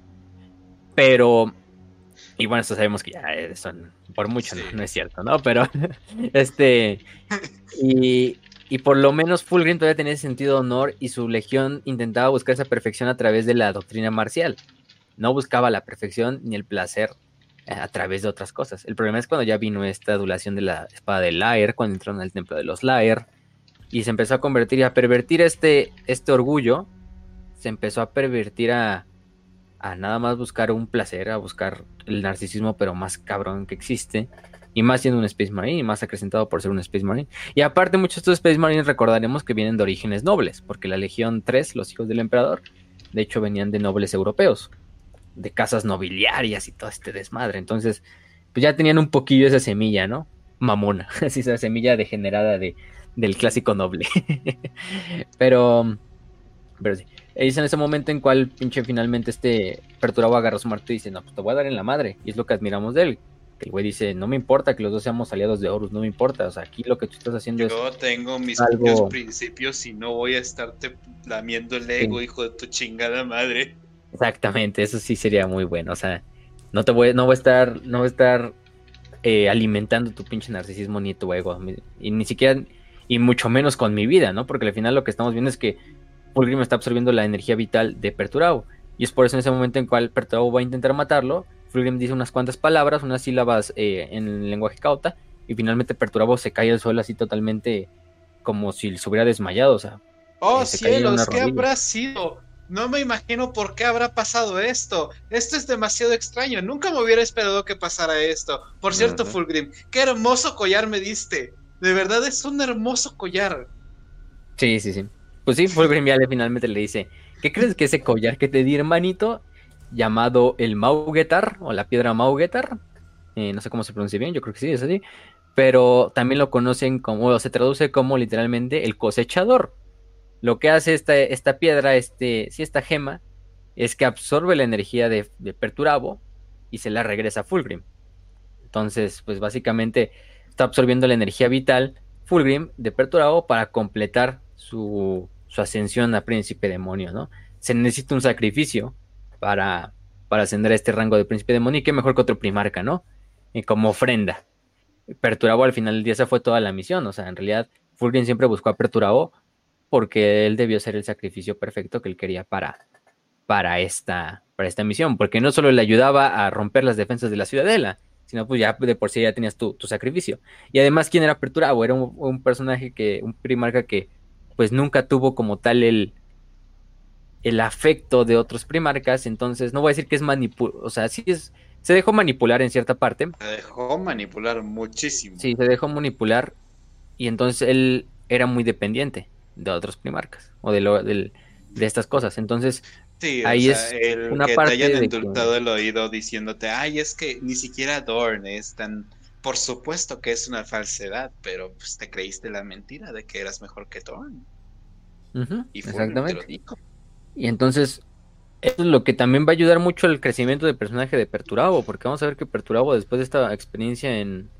Pero, y bueno, esto sabemos que ya son por mucho, Sí. ¿no? No es cierto, ¿no? Pero, este, y, y por lo menos Fulgrim todavía tenía ese sentido de honor y su legión intentaba buscar esa perfección a través de la doctrina marcial. No buscaba la perfección ni el placer eh, a través de otras cosas. El problema es cuando ya vino esta adulación de la espada de Laer, cuando entraron al templo de los Laer, y se empezó a convertir y a pervertir este, este orgullo, se empezó a pervertir a, a nada más buscar un placer, a buscar el narcisismo, pero más cabrón que existe, y más siendo un Space Marine, y más acrecentado por ser un Space Marine. Y aparte, muchos de estos Space Marines recordaremos que vienen de orígenes nobles, porque la Legión tres, los hijos del emperador, de hecho venían de nobles europeos, de casas nobiliarias y todo este desmadre. Entonces, pues ya tenían un poquillo esa semilla, ¿no? Mamona, así esa semilla degenerada de, del clásico noble. pero, pero sí. Es en ese momento en cual pinche finalmente este Perturabo agarra su martillo y dice, no, pues te voy a dar en la madre. Y es lo que admiramos de él. Que el güey dice, no me importa que los dos seamos aliados de Horus, no me importa. O sea, aquí lo que tú estás haciendo Yo es... Yo tengo mis algo... propios principios y no voy a estarte lamiendo el ego, sí. Hijo de tu chingada madre. Exactamente, eso sí sería muy bueno. O sea, no te voy, no voy a estar, no voy a estar eh, alimentando tu pinche narcisismo ni tu ego. Y ni siquiera, y mucho menos con mi vida, ¿no? Porque al final lo que estamos viendo es que Fulgrim está absorbiendo la energía vital de Perturabo. Y es por eso en ese momento en cual Perturabo va a intentar matarlo. Fulgrim dice unas cuantas palabras, unas sílabas eh, en el lenguaje cauta. Y finalmente Perturabo se cae al suelo así totalmente como si se hubiera desmayado. O sea, ¡oh, eh, cielos! ¿Qué habrá sido? No me imagino por qué habrá pasado esto. Esto es demasiado extraño. Nunca me hubiera esperado que pasara esto. Por cierto, uh-huh. Fulgrim, qué hermoso collar me diste. De verdad es un hermoso collar. Sí, sí, sí. Pues sí, Fulgrim ya le, finalmente le dice, ¿qué crees que ese collar que te di, hermanito, llamado el Maugetar, o la piedra Maugetar, eh, no sé cómo se pronuncia bien, yo creo que sí, es así, pero también lo conocen como, o se traduce como literalmente el cosechador. Lo que hace esta, esta piedra, este, sí, esta gema, es que absorbe la energía de, de Perturabo y se la regresa a Fulgrim. Entonces, pues básicamente está absorbiendo la energía vital Fulgrim de Perturabo para completar su... su ascensión a príncipe demonio, ¿no? Se necesita un sacrificio para, para ascender a este rango de príncipe demonio, y qué mejor que otro primarca, ¿no? Y como ofrenda. Perturabo al final del día esa fue toda la misión, o sea, en realidad Fulgrim siempre buscó a Perturabo porque él debió ser el sacrificio perfecto que él quería para, para, esta, para esta misión, porque no solo le ayudaba a romper las defensas de la ciudadela, sino pues ya de por sí ya tenías tu, tu sacrificio. Y además, ¿quién era Perturabo? Era un, un personaje que, un primarca que pues nunca tuvo como tal el, el afecto de otros primarcas, entonces no voy a decir que es manipul... O sea, sí es... Se dejó manipular en cierta parte. Se dejó manipular muchísimo. Sí, se dejó manipular y entonces él era muy dependiente de otros primarcas o de, lo, de, de estas cosas, entonces... Sí, ahí o sea, es el una que parte te hayan de endulzado que... el oído diciéndote, ay, es que ni siquiera Dorn es tan... Por supuesto que es una falsedad, pero pues te creíste la mentira de que eras mejor que Dorn. Uh-huh, y exactamente. Te lo digo. Y entonces eso es lo que también va a ayudar mucho al crecimiento del personaje de Perturabo, porque vamos a ver que Perturabo, después de esta experiencia en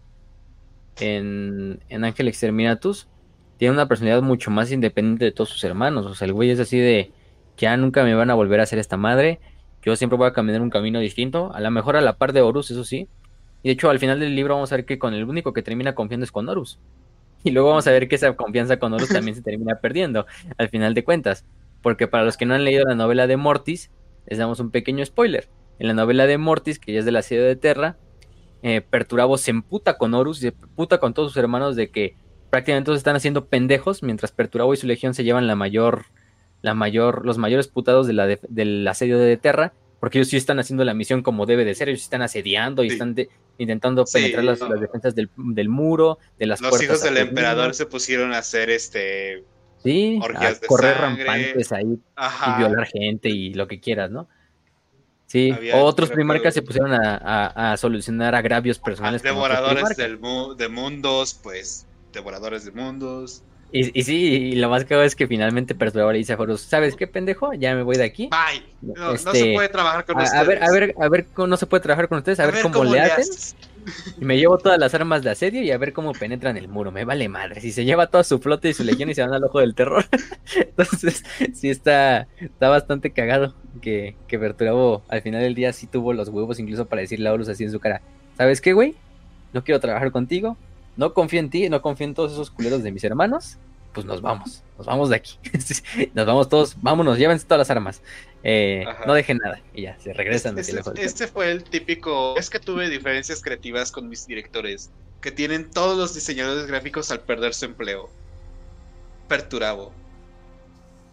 en, en Ángel Exterminatus, tiene una personalidad mucho más independiente de todos sus hermanos. O sea, el güey es así de, ya nunca me van a volver a hacer esta madre, yo siempre voy a caminar un camino distinto, a lo mejor a la par de Horus, eso sí. Y de hecho al final del libro vamos a ver que con el único que termina confiando es con Horus. Y luego vamos a ver que esa confianza con Horus también se termina perdiendo, al final de cuentas. Porque para los que no han leído la novela de Mortis, les damos un pequeño spoiler. En la novela de Mortis, que ya es del asedio de Terra, eh, Perturabo se emputa con Horus, se emputa con todos sus hermanos de que prácticamente todos están haciendo pendejos, mientras Perturabo y su legión se llevan la mayor, la mayor, los mayores putados de la de, del asedio de Terra, porque ellos sí están haciendo la misión como debe de ser, ellos están asediando y sí. están de, intentando sí, penetrar las, no. las defensas del, del muro, de las los puertas. Los hijos del emperador se pusieron a hacer este sí, orgías a de correr sangre. rampantes ahí. Ajá. Y violar gente y lo que quieras, ¿no? Sí, Había, otros primarcas se pusieron a, a, a solucionar agravios personales. Ah, devoradores del mu de mundos, pues, devoradores de mundos. Y, y sí, y lo más caro es que finalmente Perturabo le dice a Horus, ¿sabes qué, pendejo? Ya me voy de aquí. Bye. No, este, no se puede trabajar con a, ustedes. A ver, a ver, a ver, no se puede trabajar con ustedes, a, a ver, ver cómo, cómo le hacen. Haces. Y me llevo todas las armas de asedio y a ver cómo penetran el muro. Me vale madre. Si se lleva toda su flota y su legión y se van al ojo del terror. Entonces, sí está, está bastante cagado que, que Perturabo al final del día sí tuvo los huevos incluso para decirle a Horus así en su cara, ¿sabes qué, güey? No quiero trabajar contigo. No confío en ti, no confío en todos esos culeros de mis hermanos. Pues nos vamos, nos vamos de aquí. Nos vamos todos, vámonos, llévense todas las armas. Eh, no dejen nada. Y ya, se regresan. Este, este, este fue el típico. Es que tuve diferencias creativas con mis directores, que tienen todos los diseñadores gráficos al perder su empleo. Perturabo.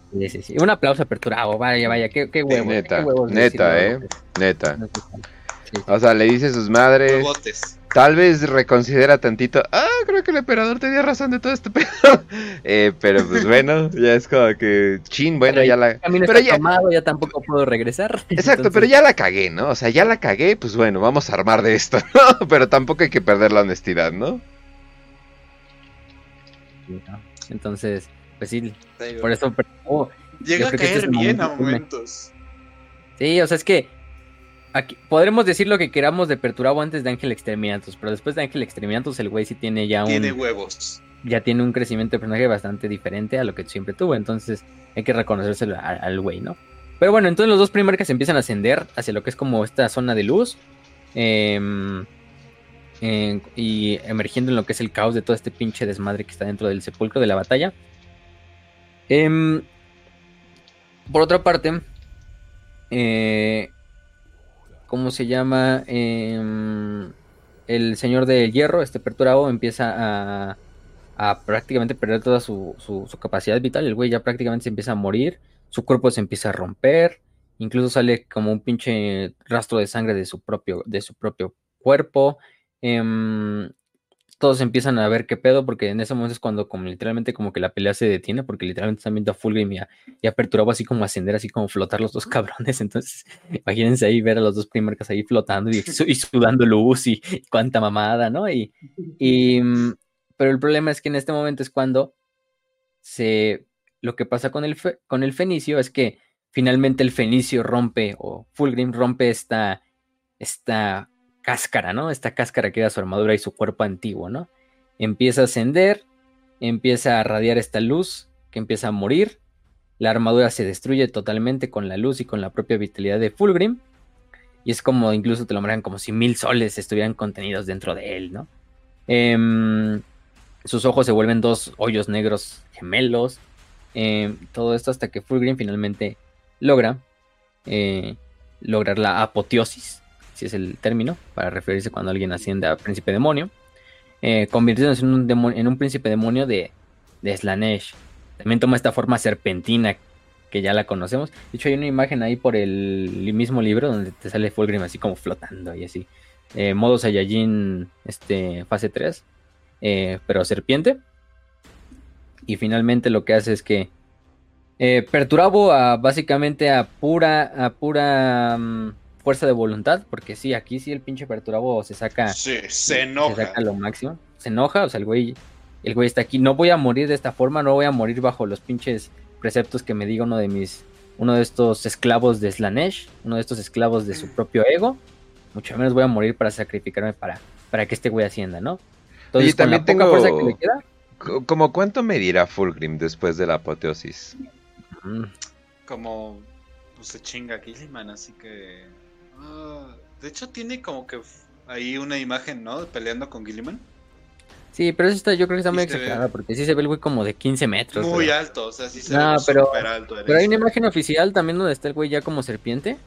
Sí, sí, sí. Un aplauso a Perturabo, vaya, vaya, qué, qué Sí, huevos. neta, qué huevos de neta, decirlo. eh. Neta. Sí, sí. O sea, le dice a sus madres. Huevotes. Tal vez reconsidera tantito. Ah, creo que el emperador tenía razón de todo este pedo. eh, pero pues bueno, ya es como que. Chin, bueno, Pero ya el la. camino Pero está ya. tomado, ya tampoco puedo regresar. Exacto, pero Entonces, ya la cagué, ¿no? O sea, ya la cagué, pues bueno, vamos a armar de esto, ¿no? Pero tampoco hay que perder la honestidad, ¿no? ¿no? Entonces, pues sí, por eso. Pero, oh, Llega yo a creo que este es caer el bien momento a culme. momentos. Sí, o sea, es que aquí podremos decir lo que queramos de Perturabo antes de Ángel Exterminatus, pero después de Ángel Exterminatus el güey sí tiene ya Tiene un huevos. ya tiene un crecimiento de personaje bastante diferente a lo que siempre tuvo, entonces hay que reconocérselo a- al güey, ¿no? Pero bueno, entonces los dos primarcas empiezan a ascender hacia lo que es como esta zona de luz, em, en- y emergiendo en lo que es el caos de todo este pinche desmadre que está dentro del sepulcro de la batalla. Em, por otra parte, eh, ¿cómo se llama? Em, el señor del hierro, este Perturabo, empieza a, a prácticamente perder toda su, su, su capacidad vital. El güey ya prácticamente se empieza a morir, su cuerpo se empieza a romper, incluso sale como un pinche rastro de sangre de su propio, de su propio cuerpo. Em, todos empiezan a ver qué pedo, porque en ese momento es cuando como literalmente como que la pelea se detiene, porque literalmente están viendo a Fulgrim y a, y a Perturabo así como ascender, así como flotar los dos cabrones. Entonces, imagínense ahí ver a los dos primarcas ahí flotando y, su- y sudando luz y, y cuánta mamada, ¿no? Y, y, mm, pero el problema es que en este momento es cuando se, lo que pasa con el, fe- con el Fenicio es que finalmente el Fenicio rompe, o Fulgrim rompe esta, esta cáscara, ¿no? Esta cáscara que era su armadura y su cuerpo antiguo, ¿no? Empieza a ascender, empieza a radiar esta luz, que empieza a morir, la armadura se destruye totalmente con la luz y con la propia vitalidad de Fulgrim, y es como, incluso te lo marcan como si mil soles estuvieran contenidos dentro de él, ¿no? Em, sus ojos se vuelven dos hoyos negros gemelos, eh, todo esto hasta que Fulgrim finalmente logra eh, lograr la apoteosis, si es el término, para referirse cuando alguien asciende a príncipe demonio, eh, convirtiéndose en un, demonio, en un príncipe demonio de, de Slanesh. También toma esta forma serpentina que ya la conocemos. De hecho, hay una imagen ahí por el mismo libro donde te sale Fulgrim así como flotando y así. Eh, modo Saiyajin este, fase tres, eh, pero serpiente. Y finalmente lo que hace es que eh, Perturabo a, básicamente a pura, a pura um, fuerza de voluntad, porque sí, aquí sí el pinche Perturabo se saca, Sí, se se enoja. saca lo máximo, se enoja, o sea, el güey, el güey está aquí, no voy a morir de esta forma, no voy a morir bajo los pinches preceptos que me diga uno de mis, uno de estos esclavos de Slanesh, uno de estos esclavos de su propio ego, mucho menos voy a morir para sacrificarme para, para que este güey ascienda, ¿no? Entonces, Oye, con la también poca fuerza que le tengo. queda, co- ¿Como cuánto medirá Fulgrim después de la apoteosis? mm, Como pues, se chinga Gilliman, así que. ah, de hecho, tiene como que f- ahí una imagen, ¿no? Peleando con Gilliman. sí, pero eso está, yo creo que está Sí muy se ve. exagerada, porque sí se ve el güey como de quince metros. Muy pero- alto, o sea, sí se No, ve pero- súper alto. en Pero hay una eso. imagen oficial también donde está el güey ya como serpiente.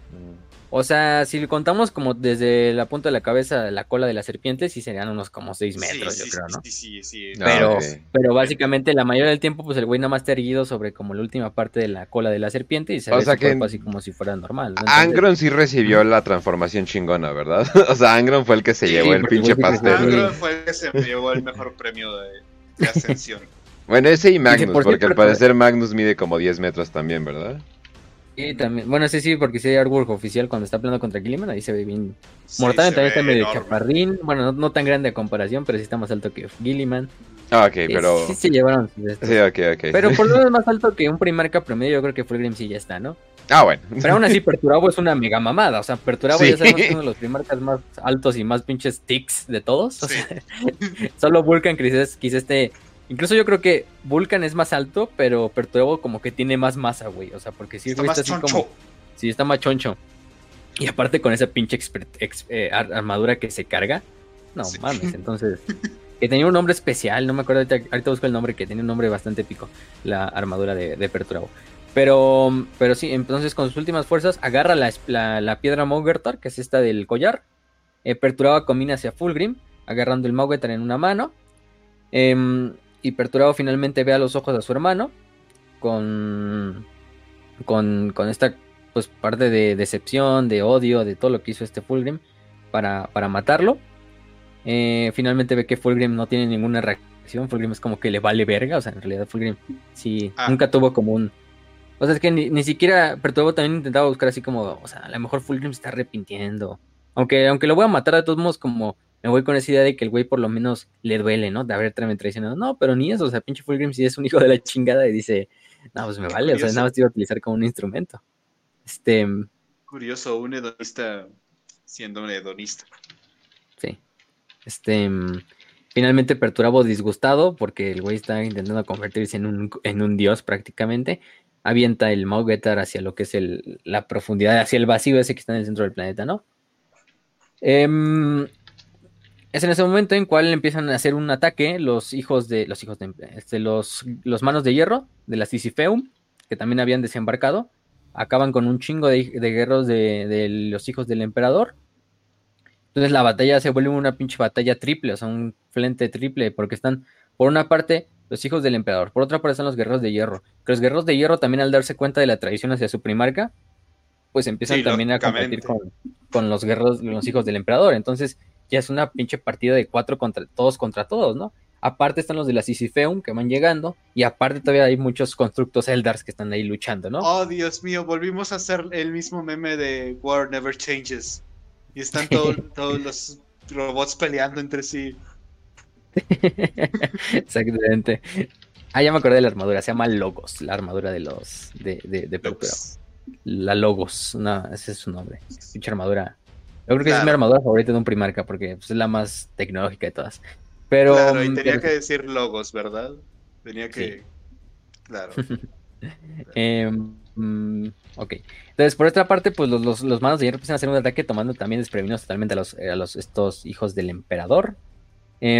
O sea, si lo contamos como desde la punta de la cabeza, la cola de la serpiente, sí serían unos como seis metros, sí, yo sí, creo, sí, ¿no? sí, sí, sí. Ah, Pero, ok. pero básicamente la mayoría del tiempo, pues el güey nada más está erguido sobre como la última parte de la cola de la serpiente y se O ve sea su que cuerpo así como si fuera normal, ¿no? Entonces, Angron sí recibió la transformación chingona, ¿verdad? O sea, Angron fue el que se Sí, llevó el porque el pinche güey sí creció. pastel. Sí. Angron fue el que se llevó el mejor premio de, de ascensión. Bueno, ese y Magnus, por porque al cierto, parecer Magnus mide como diez metros también, ¿verdad? Sí, también. Bueno, sí, sí, porque si hay artwork oficial cuando está peleando contra Gilliman, ahí se ve bien. Sí, Mortal se también está ve medio enorme. chaparrín. Bueno, no, no tan grande a comparación, pero sí está más alto que Gilliman. Ah, ok, Sí, pero... sí se llevaron sus estos. Sí, ok, ok. Pero por lo menos más alto que un primarca promedio, yo creo que Fulgrim sí ya está, ¿no? Ah, bueno. Pero aún así, Perturabo es una mega mamada. O sea, Perturabo Sí. ya sabemos que es uno de los primarcas más altos y más pinches ticks de todos. O Sí. sea, solo Vulcan quizás, quizás esté. Incluso yo creo que Vulcan es más alto, pero Perturabo como que tiene más masa, güey. O sea, porque sí, Está güey, más está así choncho. como. Sí, está más choncho. Y aparte con esa pinche exper- ex- eh, ar- armadura que se carga. No Sí. mames, entonces. Que tenía un nombre especial, no me acuerdo, ahorita, ahorita busco el nombre, que tenía un nombre bastante épico, la armadura de, de Perturabo. Pero, pero sí, entonces con sus últimas fuerzas agarra la, la, la piedra Maugertar, que es esta del collar. Eh, Perturabo combina hacia Fulgrim, agarrando el Maugetar en una mano. Eh, y Perturabo finalmente ve a los ojos a su hermano. con, con, con esta pues parte de decepción, de odio, de todo lo que hizo este Fulgrim para, para matarlo. Eh, finalmente ve que Fulgrim no tiene ninguna reacción. Fulgrim es como que le vale verga. O sea, en realidad Fulgrim sí ah. nunca tuvo como un... O sea, es que ni, ni siquiera Perturabo también intentaba buscar así como... O sea, a lo mejor Fulgrim se está arrepintiendo. Aunque, aunque lo voy a matar de todos modos, como me voy con esa idea de que el güey por lo menos le duele, ¿no? De haber traicionado. No, pero ni eso. O sea, pinche Fulgrim sí es un hijo de la chingada y dice... No, pues me vale. Curioso. O sea, nada más te iba a utilizar como un instrumento. Este... Curioso, un hedonista siendo un hedonista. Sí. Este, finalmente Perturabo, disgustado porque el güey está intentando convertirse en un, en un dios prácticamente, avienta el Maugetar hacia lo que es el, la profundidad, hacia el vacío ese que está en el centro del planeta, ¿no? Eh, es en ese momento en cual empiezan a hacer un ataque los hijos de los hijos de este, los, los manos de hierro de la Sisypheum, que también habían desembarcado, acaban con un chingo de, de guerreros de, de los hijos del emperador. Entonces la batalla se vuelve una pinche batalla triple, o sea, un frente triple, porque están, por una parte, los hijos del emperador, por otra parte están los guerreros de hierro. Que los guerreros de hierro también, al darse cuenta de la traición hacia su primarca, pues empiezan sí, también a competir con, con los guerreros, los hijos del emperador. Entonces ya es una pinche partida de cuatro contra todos contra todos, ¿no? Aparte están los de la Sisypheum que van llegando, y aparte todavía hay muchos constructos Eldars que están ahí luchando, ¿no? Oh, Dios mío, volvimos a hacer el mismo meme de War Never Changes. Y están todo, todos los robots peleando entre sí. Exactamente. Ah, ya me acordé de la armadura. Se llama Logos. La armadura de los... De, de, de Perturabo. La Logos. No, ese es su nombre. Pinche armadura. Yo creo que claro. Es mi armadura favorita de un Primarca, porque pues, es la más tecnológica de todas. Pero... Claro, y tenía pero... que decir Logos, ¿verdad? Tenía que... Sí. Claro. eh... Mm, ok, entonces por otra parte pues los, los, los manos de hierro empiezan a hacer un ataque tomando también desprevenidos totalmente a los, a los estos hijos del emperador. eh,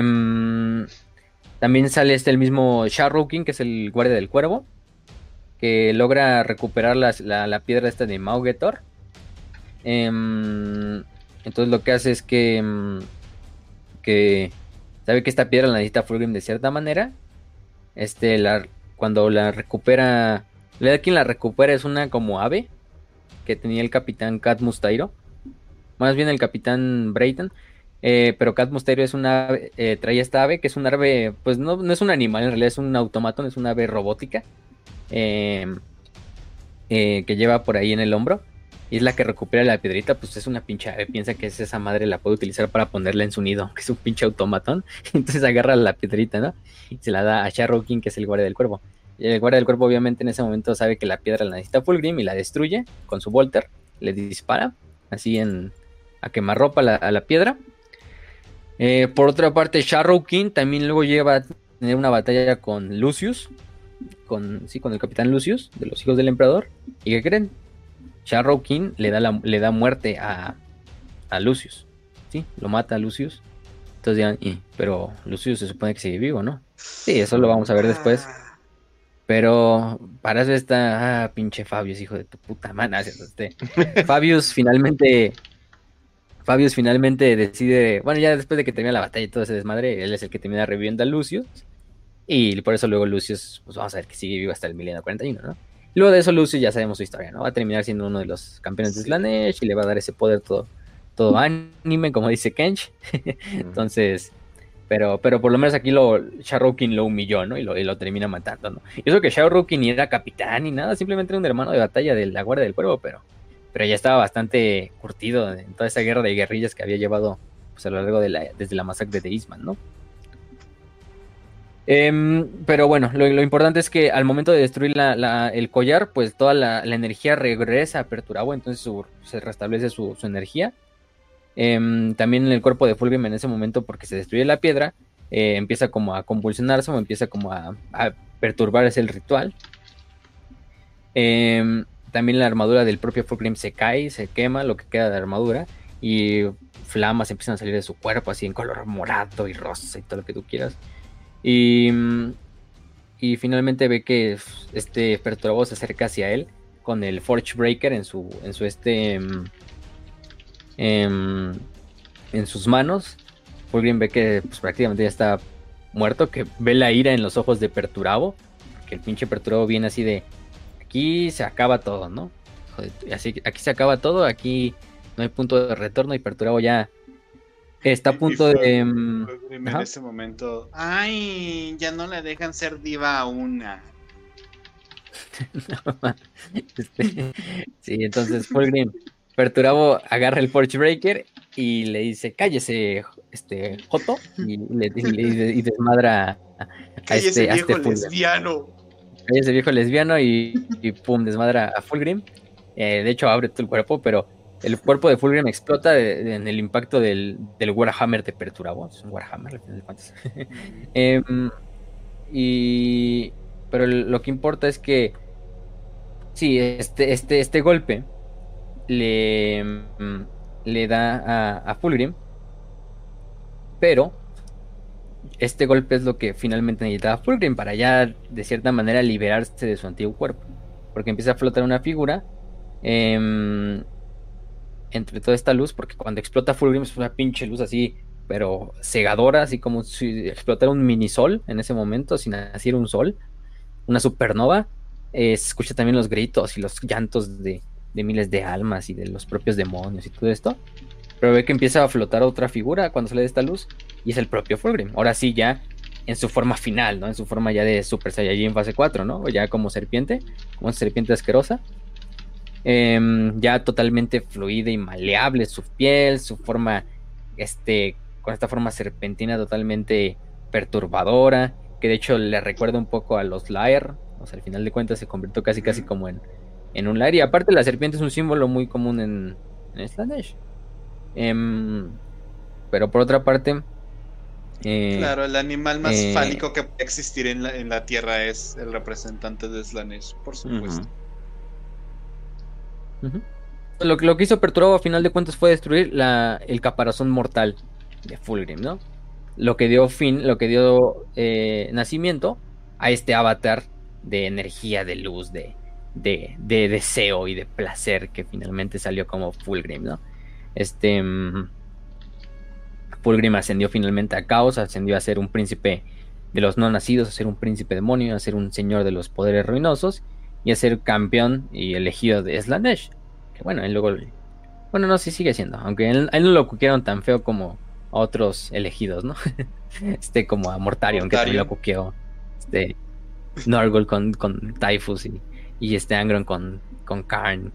También sale este el mismo Sharrukin, que es el guardia del cuervo, que logra recuperar las, la, la piedra esta de Maugetar. eh, Entonces lo que hace es que que sabe que esta piedra la necesita Fulgrim de cierta manera. Este la, cuando la recupera, la de quien la recupera es una como ave que tenía el capitán Cadmus Tairo, más bien el capitán Brayton, eh, pero Cadmus Tairo es una ave, eh, trae esta ave que es un ave, pues no, no es un animal, en realidad es un automatón, es una ave robótica eh, eh, que lleva por ahí en el hombro, y es la que recupera la piedrita. Pues es una pinche ave, piensa que es esa madre, la puede utilizar para ponerla en su nido, que es un pinche automatón. Entonces agarra la piedrita, ¿no? Y se la da a Sharrukin, que es el guardia del cuervo. Y el guardia del cuervo obviamente en ese momento sabe que la piedra la necesita Fulgrim y la destruye con su Volter, le dispara así en a quemarropa la, a la piedra. Eh, por otra parte, Sharrukin también luego lleva a tener una batalla con Lucius, con, sí, con el capitán Lucius de los hijos del emperador. ¿Y qué creen? Sharrukin le da, la, le da muerte a, a Lucius, ¿sí? Lo mata a Lucius. Entonces dirán, ¿y? Pero Lucius se supone que sigue vivo, ¿no? Sí, eso lo vamos a ver después. Pero para eso está, ah, pinche Fabius, hijo de tu puta madre. Este, Fabius finalmente, Fabius finalmente decide, bueno, ya después de que termina la batalla y todo ese desmadre, él es el que termina reviviendo a Lucius. Y por eso luego Lucius, pues vamos a ver que sigue vivo hasta el milenio cuarenta y uno, ¿no? Luego de eso Lucius ya sabemos su historia, ¿no? Va a terminar siendo uno de los campeones de Slanesh y le va a dar ese poder todo, todo anime, como dice Kench. Entonces... Pero, pero por lo menos aquí lo Sharrukin lo humilló, ¿no? Y lo, y lo termina matando, ¿no? Y eso que Sharrukin ni era capitán ni nada, simplemente era un hermano de batalla de la Guardia del Cuervo, pero, pero ya estaba bastante curtido en toda esa guerra de guerrillas que había llevado pues, a lo largo de la, desde la masacre de Eastman, ¿no? Eh, pero bueno, lo, lo importante es que al momento de destruir la, la, el collar, pues toda la, la energía regresa a Perturabo, entonces su, se restablece su, su energía. Eh, también en el cuerpo de Fulgrim en ese momento, porque se destruye la piedra, eh, empieza como a convulsionarse o empieza como a, a perturbarse el ritual. Eh, también la armadura del propio Fulgrim se cae, se quema lo que queda de armadura y flamas empiezan a salir de su cuerpo así en color morado y rosa y todo lo que tú quieras. Y, y finalmente ve que este Perturabo se acerca hacia él con el Forge Breaker en su, en su este... En, en sus manos. Fulgrim ve que pues, prácticamente ya está muerto, que ve la ira en los ojos de Perturabo que el pinche Perturabo viene así de, aquí se acaba todo, ¿no? Joder, así, aquí se acaba todo, aquí no hay punto de retorno y Perturabo ya está a punto y fue, de... Um, fue en ese momento, ay, ya no la dejan ser diva a una. no, este, sí, entonces Fulgrim, Perturabo agarra el Forge Breaker y le dice, cállese, este, Joto, y, le, y, le, y desmadra a, a este, viejo a este lesbiano. Cállese viejo lesbiano y, y pum, desmadra a Fulgrim. Eh, de hecho, abre todo el cuerpo, pero el cuerpo de Fulgrim explota de, de, en el impacto del, del Warhammer de Perturabo. Es un Warhammer, al final de cuentas. eh, y... Pero lo que importa es que sí, este, este, este golpe le, le da a, a Fulgrim, pero este golpe es lo que finalmente necesitaba Fulgrim para ya de cierta manera liberarse de su antiguo cuerpo, porque empieza a flotar una figura eh, entre toda esta luz, porque cuando explota Fulgrim es una pinche luz así, pero cegadora, así como si explotara un mini sol en ese momento, sin naciera un sol, una supernova. Eh, se escucha también los gritos y los llantos de, de miles de almas y de los propios demonios y todo esto. Pero ve que empieza a flotar otra figura cuando sale de esta luz y es el propio Fulgrim. Ahora sí, ya en su forma final, ¿no? En su forma ya de Super Saiyajin fase cuatro, ¿no? O ya como serpiente, como serpiente asquerosa. Eh, ya totalmente fluida y maleable su piel, su forma, este, con esta forma serpentina totalmente perturbadora, que de hecho le recuerda un poco a los Lair. O sea, al final de cuentas se convirtió casi casi como en, en un Lair. Y aparte la serpiente es un símbolo muy común en, en Slaanesh. Um, pero por otra parte eh, claro, el animal más eh, fálico que puede existir en la, en la tierra es el representante de Slaanesh, por supuesto. Uh-huh. Uh-huh. Lo, lo que hizo Perturabo a final de cuentas fue destruir la, el caparazón mortal de Fulgrim, ¿no? Lo que dio fin, lo que dio eh, nacimiento a este avatar de energía, de luz, de, de, de deseo y de placer que finalmente salió como Fulgrim, ¿no? Este um, Fulgrim ascendió finalmente a Caos, ascendió a ser un príncipe de los no nacidos, a ser un príncipe demonio, a ser un señor de los poderes ruinosos y a ser campeón y elegido de Slaanesh. Que bueno, él luego, bueno, no, sí sigue siendo, aunque él, él no lo cuquearon tan feo como a otros elegidos, ¿no? este, como a Mortarion, que también lo cuqueó, este, Norgul con, con Typhus y, y este Angron con, con Karn.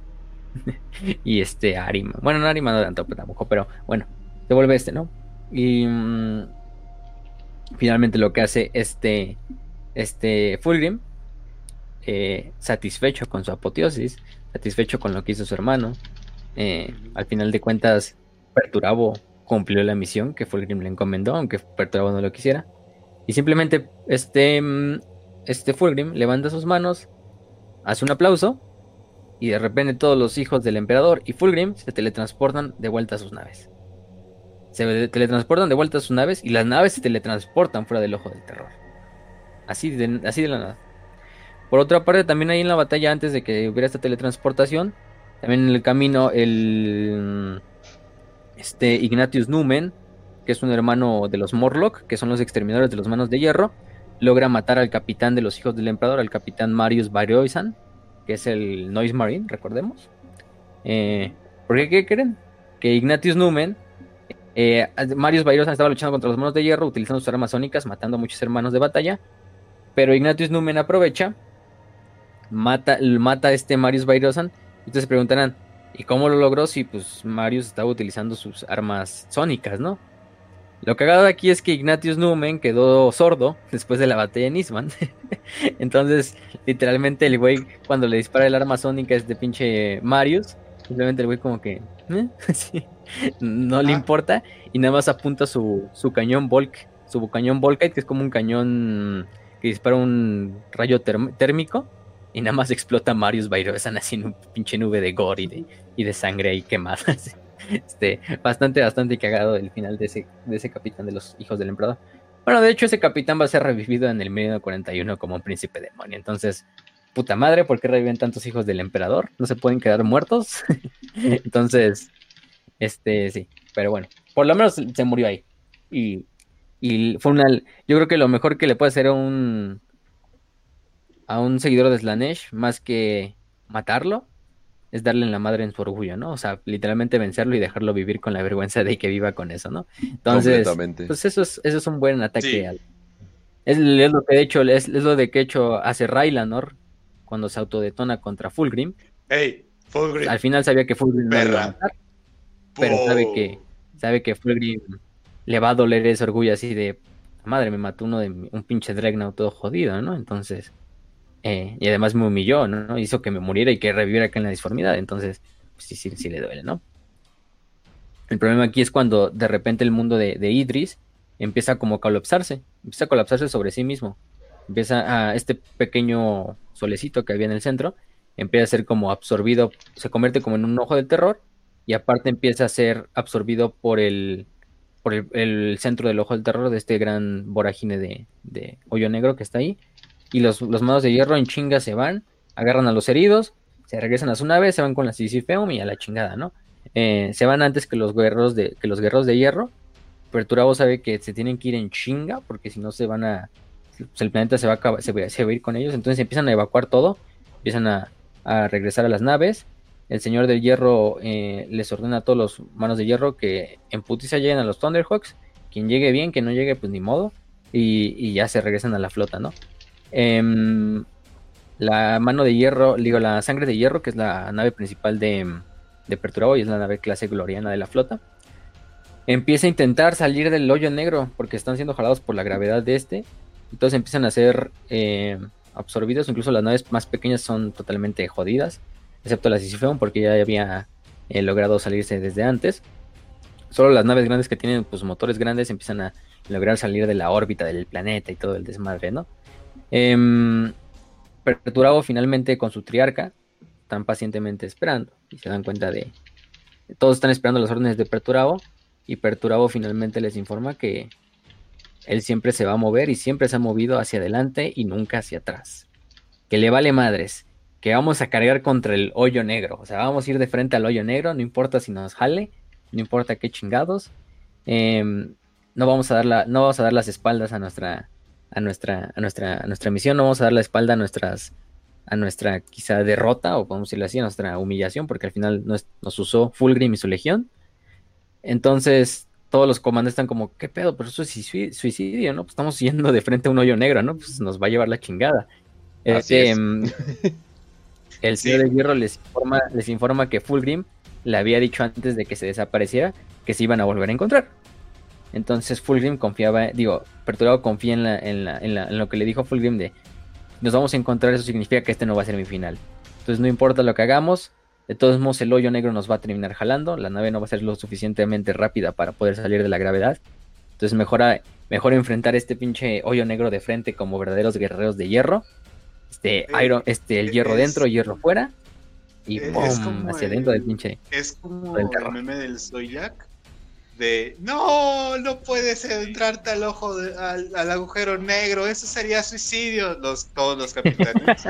y este Arima, bueno, no Arima no tanto, pero tampoco, pero bueno, se vuelve este, ¿no? Y mmm, finalmente lo que hace este este Fulgrim, eh, satisfecho con su apoteosis, satisfecho con lo que hizo su hermano, eh, al final de cuentas Perturabo cumplió la misión que Fulgrim le encomendó, aunque Perturabo no lo quisiera, y simplemente este este Fulgrim levanta sus manos, hace un aplauso y de repente todos los hijos del emperador y Fulgrim se teletransportan de vuelta a sus naves. Se teletransportan de vuelta a sus naves y las naves se teletransportan fuera del ojo del terror. Así de, así de la nada. Por otra parte, también ahí en la batalla, antes de que hubiera esta teletransportación, también en el camino, el este Ignatius Numen, que es un hermano de los Morlock, que son los exterminadores de los Manos de Hierro, logra matar al capitán de los hijos del emperador, al capitán Marius Barioisan, que es el Noise Marine, recordemos. Eh, ¿Por qué? ¿Qué creen? Que Ignatius Numen, eh, Marius Barioisan estaba luchando contra los Manos de Hierro, utilizando sus armas sónicas, matando a muchos hermanos de batalla, pero Ignatius Numen aprovecha, mata, mata a este Marius Barioisan, y ustedes se preguntarán, ¿y cómo lo logró si pues Marius estaba utilizando sus armas sónicas, ¿no? Lo cagado de aquí es que Ignatius Numen quedó sordo después de la batalla en Isman. Entonces, literalmente el güey, cuando le dispara el arma sónica a este pinche Marius, simplemente el güey como que ¿eh? sí, no le importa y nada más apunta su, su cañón Volk, su cañón Volkite, que es como un cañón que dispara un rayo term- térmico y nada más explota Marius Barioisan así en un pinche nube de gore y de, y de sangre ahí quemada. Este, bastante, bastante cagado el final de ese, de ese capitán de los hijos del emperador. Bueno, de hecho ese capitán va a ser revivido en el mil cuarenta y uno como un príncipe demonio. Entonces, puta madre, ¿por qué reviven tantos hijos del emperador? ¿No se pueden quedar muertos? Entonces, este, sí. Pero bueno, por lo menos se murió ahí. Y, y fue una... Yo creo que lo mejor que le puede hacer a un... a un seguidor de Slanesh, más que matarlo, es darle en la madre en su orgullo, ¿no? O sea, literalmente vencerlo y dejarlo vivir con la vergüenza de que viva con eso, ¿no? Entonces, Completamente. pues eso es, eso es un buen ataque Sí. al... Es, es lo que de hecho, es, es lo de que hecho hace Raylanor cuando se autodetona contra Fulgrim. ¡Ey! Fulgrim. Al final sabía que Fulgrim no lo iba a Perra. matar, pero sabe ¡Wow! que, sabe que Fulgrim le va a doler ese orgullo así de, madre, me mató uno de mi- un pinche Dreadnought todo jodido, ¿no? Entonces, eh, y además me humilló, ¿no? Hizo que me muriera y que reviviera acá en la disformidad, entonces, pues sí, sí, sí le duele, ¿no? El problema aquí es cuando de repente el mundo de, de Idris empieza como a colapsarse, empieza a colapsarse sobre sí mismo. Empieza a este pequeño solecito que había en el centro, empieza a ser como absorbido, se convierte como en un ojo del terror y aparte empieza a ser absorbido por el, por el, el centro del ojo del terror de este gran vorágine de, de hoyo negro que está ahí. Y los, los manos de hierro en chinga se van, agarran a los heridos, se regresan a su nave, se van con la Sisypheum y a la chingada, ¿no? Eh, se van antes que los guerreros de, que los guerreros de hierro. Perturabo sabe que se tienen que ir en chinga porque si no se van a... pues el planeta se va a, acabar, se, va, se va a ir con ellos. Entonces empiezan a evacuar todo, empiezan a, a regresar a las naves. El señor del hierro eh, les ordena a todos los manos de hierro que en putiza lleguen a los Thunderhawks. Quien llegue bien, quien no llegue pues ni modo. Y, y ya se regresan a la flota, ¿no? Eh, la mano de hierro, digo, la sangre de hierro, que es la nave principal de, de Perturabo y es la nave clase gloriana de la flota, empieza a intentar salir del hoyo negro porque están siendo jalados por la gravedad de este. Entonces empiezan a ser eh, absorbidos. Incluso las naves más pequeñas son totalmente jodidas, excepto la Sisypheum porque ya había eh, logrado salirse desde antes. Solo las naves grandes que tienen pues motores grandes empiezan a lograr salir de la órbita del planeta y todo el desmadre, ¿no? Eh, Perturabo finalmente con su triarca están pacientemente esperando y se dan cuenta de... Todos están esperando las órdenes de Perturabo y Perturabo finalmente les informa que él siempre se va a mover y siempre se ha movido hacia adelante y nunca hacia atrás. Que le vale madres, que vamos a cargar contra el hoyo negro. O sea, vamos a ir de frente al hoyo negro, no importa si nos jale, no importa qué chingados. Eh, no vamos a dar la, no vamos a dar las espaldas a nuestra, a nuestra, a nuestra, a nuestra misión, no vamos a dar la espalda a nuestras, a nuestra quizá derrota, o podemos decirlo así, a nuestra humillación, porque al final nos, nos usó Fulgrim y su legión. Entonces, todos los comandos están como, ¿qué pedo? Pero eso es suicidio, ¿no? Pues estamos yendo de frente a un hoyo negro, ¿no? Pues nos va a llevar la chingada. Así Este, es. um, el Sí. señor de hierro les informa, les informa que Fulgrim le había dicho antes de que se desapareciera que se iban a volver a encontrar. Entonces Fulgrim confiaba, digo, Perturbado confía en, la, en, la, en, la, en lo que le dijo Fulgrim de nos vamos a encontrar, eso significa que este no va a ser mi final. Entonces no importa lo que hagamos, de todos modos el hoyo negro nos va a terminar jalando, la nave no va a ser lo suficientemente rápida para poder salir de la gravedad. Entonces mejor, a, mejor enfrentar este pinche hoyo negro de frente como verdaderos guerreros de hierro. Este, Eh, Iron, este el hierro es- dentro, hierro fuera. Y es ¡pum! como Hacia el- adentro del pinche. Es como del el terror. meme del Zoyak de no, no puedes entrarte al ojo de- al, al agujero negro, eso sería suicidio. Los, todos los capitanes.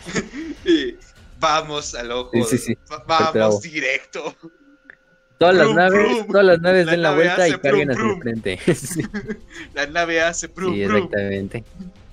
Y vamos al ojo, Sí, sí, sí. va- vamos Bravo. directo. Todas las Brum, naves, brum. todas las naves La den la nave vuelta y hace carguen brum, hacia el brum. frente. Sí. La nave hace brum, Sí, brum. exactamente.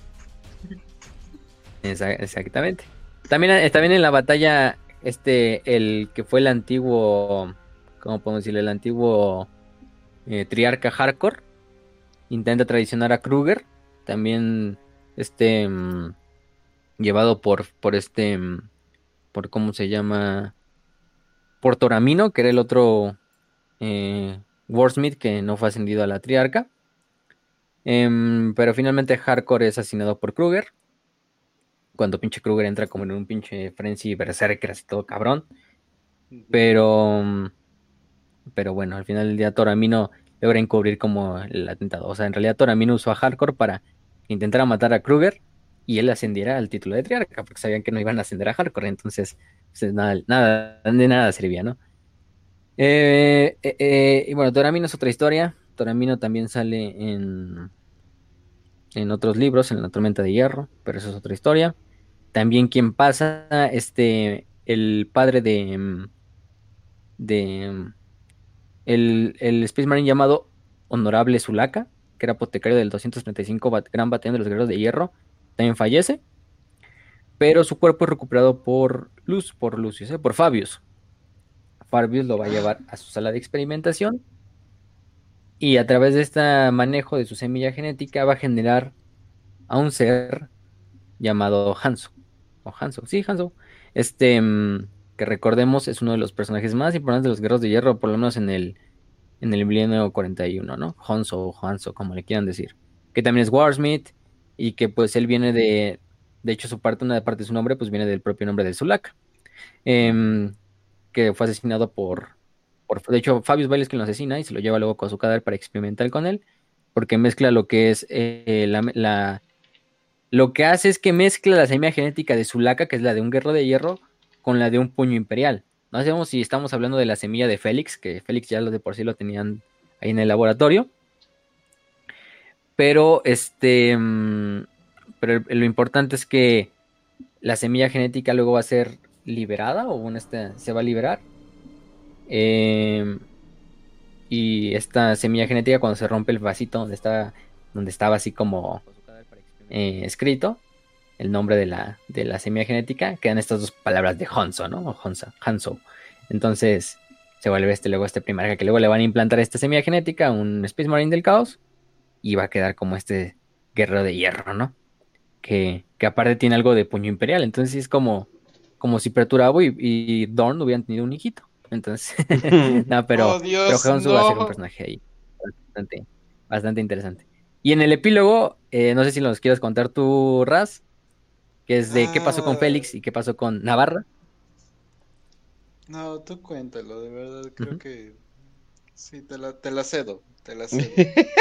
Esa- exactamente. También eh, también en la batalla, este, el que fue el antiguo, ¿cómo podemos decirle? El antiguo eh, triarca Hardcore intenta traicionar a Kruger. También, este, mm, llevado por, por este, mm, por cómo se llama, por Toramino, que era el otro eh, Warsmith que no fue ascendido a la triarca. Em, pero finalmente Hardcore es asesinado por Kruger. Cuando pinche Kruger entra como en un pinche frenzy berserker así todo cabrón. Pero mm, pero bueno, al final del día Toramino logra encubrir como el atentado. O sea, en realidad Toramino usó a Hardcore para intentar matar a Kruger y él ascendiera al título de triarca, porque sabían que no iban a ascender a Hardcore, entonces pues, nada, nada, de nada servía, ¿no? Eh, eh, eh, y bueno, Toramino es otra historia. Toramino también sale en, en otros libros, en La Tormenta de Hierro, pero eso es otra historia. También quien pasa, este, el padre de, de el, el Space Marine llamado Honorable Sulaka, que era apotecario del doscientos treinta y cinco bat- Gran Batallón de los Guerreros de Hierro, también fallece. pero su cuerpo es recuperado por Luz, por Lucius, ¿eh? Por Fabius. Fabius lo va a llevar a su sala de experimentación y a través de este manejo de su semilla genética va a generar a un ser llamado Hanzo. O Hanzo, sí, Hanzo. Este, mm, que recordemos es uno de los personajes más importantes de los Guerreros de Hierro, por lo menos en el, en el milenio cuarenta y uno, ¿no? Hanzo o Hanzo, como le quieran decir. Que también es Warsmith y que pues él viene de, de hecho su parte, una parte de su nombre pues viene del propio nombre de Zulak. Em, que fue asesinado por, por, de hecho, Fabius Bailes quien lo asesina y se lo lleva luego con su cadáver para experimentar con él, porque mezcla lo que es eh, la, la, lo que hace es que mezcla la semilla genética de Zulaka, que es la de un guerrero de hierro, con la de un puño imperial. No sabemos si estamos hablando de la semilla de Félix, que Félix ya lo de por sí lo tenían ahí en el laboratorio, pero este, mmm, pero lo importante es que la semilla genética luego va a ser liberada o bueno, este, se va a liberar. Eh, y esta semilla genética cuando se rompe el vasito donde estaba, donde estaba así como eh, escrito el nombre de la, de la semilla genética, quedan estas dos palabras de Hanzo, ¿no? O Hanzo, Hanzo. Entonces se vuelve este luego este primarca que luego le van a implantar esta semilla genética a un Space Marine del Caos y va a quedar como este guerrero de hierro, ¿no? Que, que aparte tiene algo de puño imperial, entonces sí es como como si Perturabo y, y Dorn hubieran tenido un hijito. Entonces, no, pero, Oh, Dios, pero Hanzo no. va a ser un personaje ahí bastante, bastante interesante. Y en el epílogo, eh, no sé si nos quieres contar tú, Raz, que es de ah, qué pasó con Félix y qué pasó con Navarra. No, tú cuéntalo, de verdad, creo uh-huh. que sí, te la, te la cedo, te la cedo.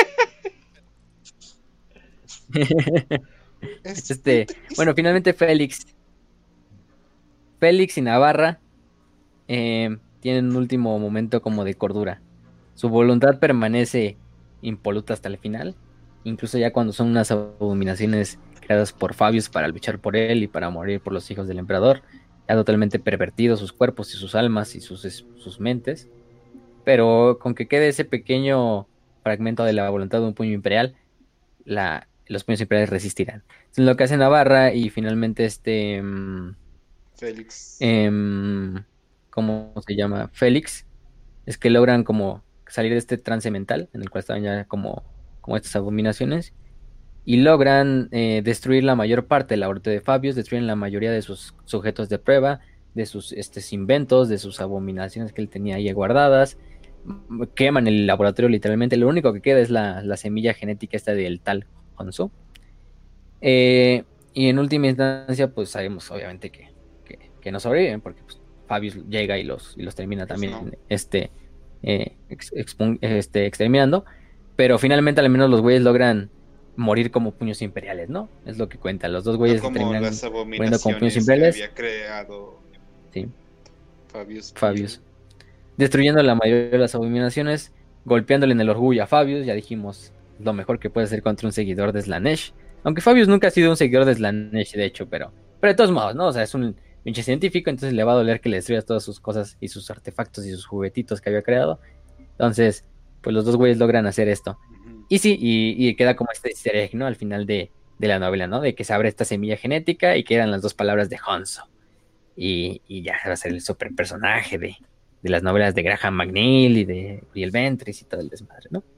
este, bueno, finalmente Félix Félix y Navarra eh, tienen un último momento como de cordura. Su voluntad permanece impoluta hasta el final, incluso ya cuando son unas abominaciones creadas por Fabius para luchar por él y para morir por los hijos del emperador, ya totalmente pervertidos sus cuerpos y sus almas y sus, sus mentes, pero con que quede ese pequeño fragmento de la voluntad de un puño imperial, la, los puños imperiales resistirán. Es lo que hace Navarra y finalmente este... Mmm, Félix. Eh, ¿Cómo se llama? Félix. Es que logran como salir de este trance mental en el cual estaban ya como, como estas abominaciones y logran eh, destruir la mayor parte del laboratorio de Fabius, destruyen la mayoría de sus sujetos de prueba, de sus estos inventos, de sus abominaciones que él tenía ahí guardadas, queman el laboratorio literalmente, lo único que queda es la, la semilla genética esta del tal Hanzo. Eh, y en última instancia pues sabemos obviamente que que no sobreviven, porque pues, Fabius llega y los, y los termina también pues no. este, eh, ex, expun, este, exterminando, pero finalmente al menos los güeyes logran morir como puños imperiales, ¿no? Es lo que cuentan, los dos güeyes no terminan muriendo como puños imperiales. Que había creado sí. Fabius. Fabius. Destruyendo la mayoría de las abominaciones, golpeándole en el orgullo a Fabius, ya dijimos lo mejor que puede hacer contra un seguidor de Slaanesh, aunque Fabius nunca ha sido un seguidor de Slaanesh, de hecho, pero, pero de todos modos, ¿no? O sea, es un pinche científico, entonces le va a doler que le destruyas todas sus cosas y sus artefactos y sus juguetitos que había creado. Entonces, pues los dos güeyes logran hacer esto. Uh-huh. Y sí, y, y queda como este easter egg, ¿no? Al final de, de la novela, ¿no? De que se abre esta semilla genética y quedan las dos palabras de Hanzo. Y, y ya va a ser el super personaje de, de las novelas de Graham McNeill y de Uriel Ventris y todo el desmadre, ¿no?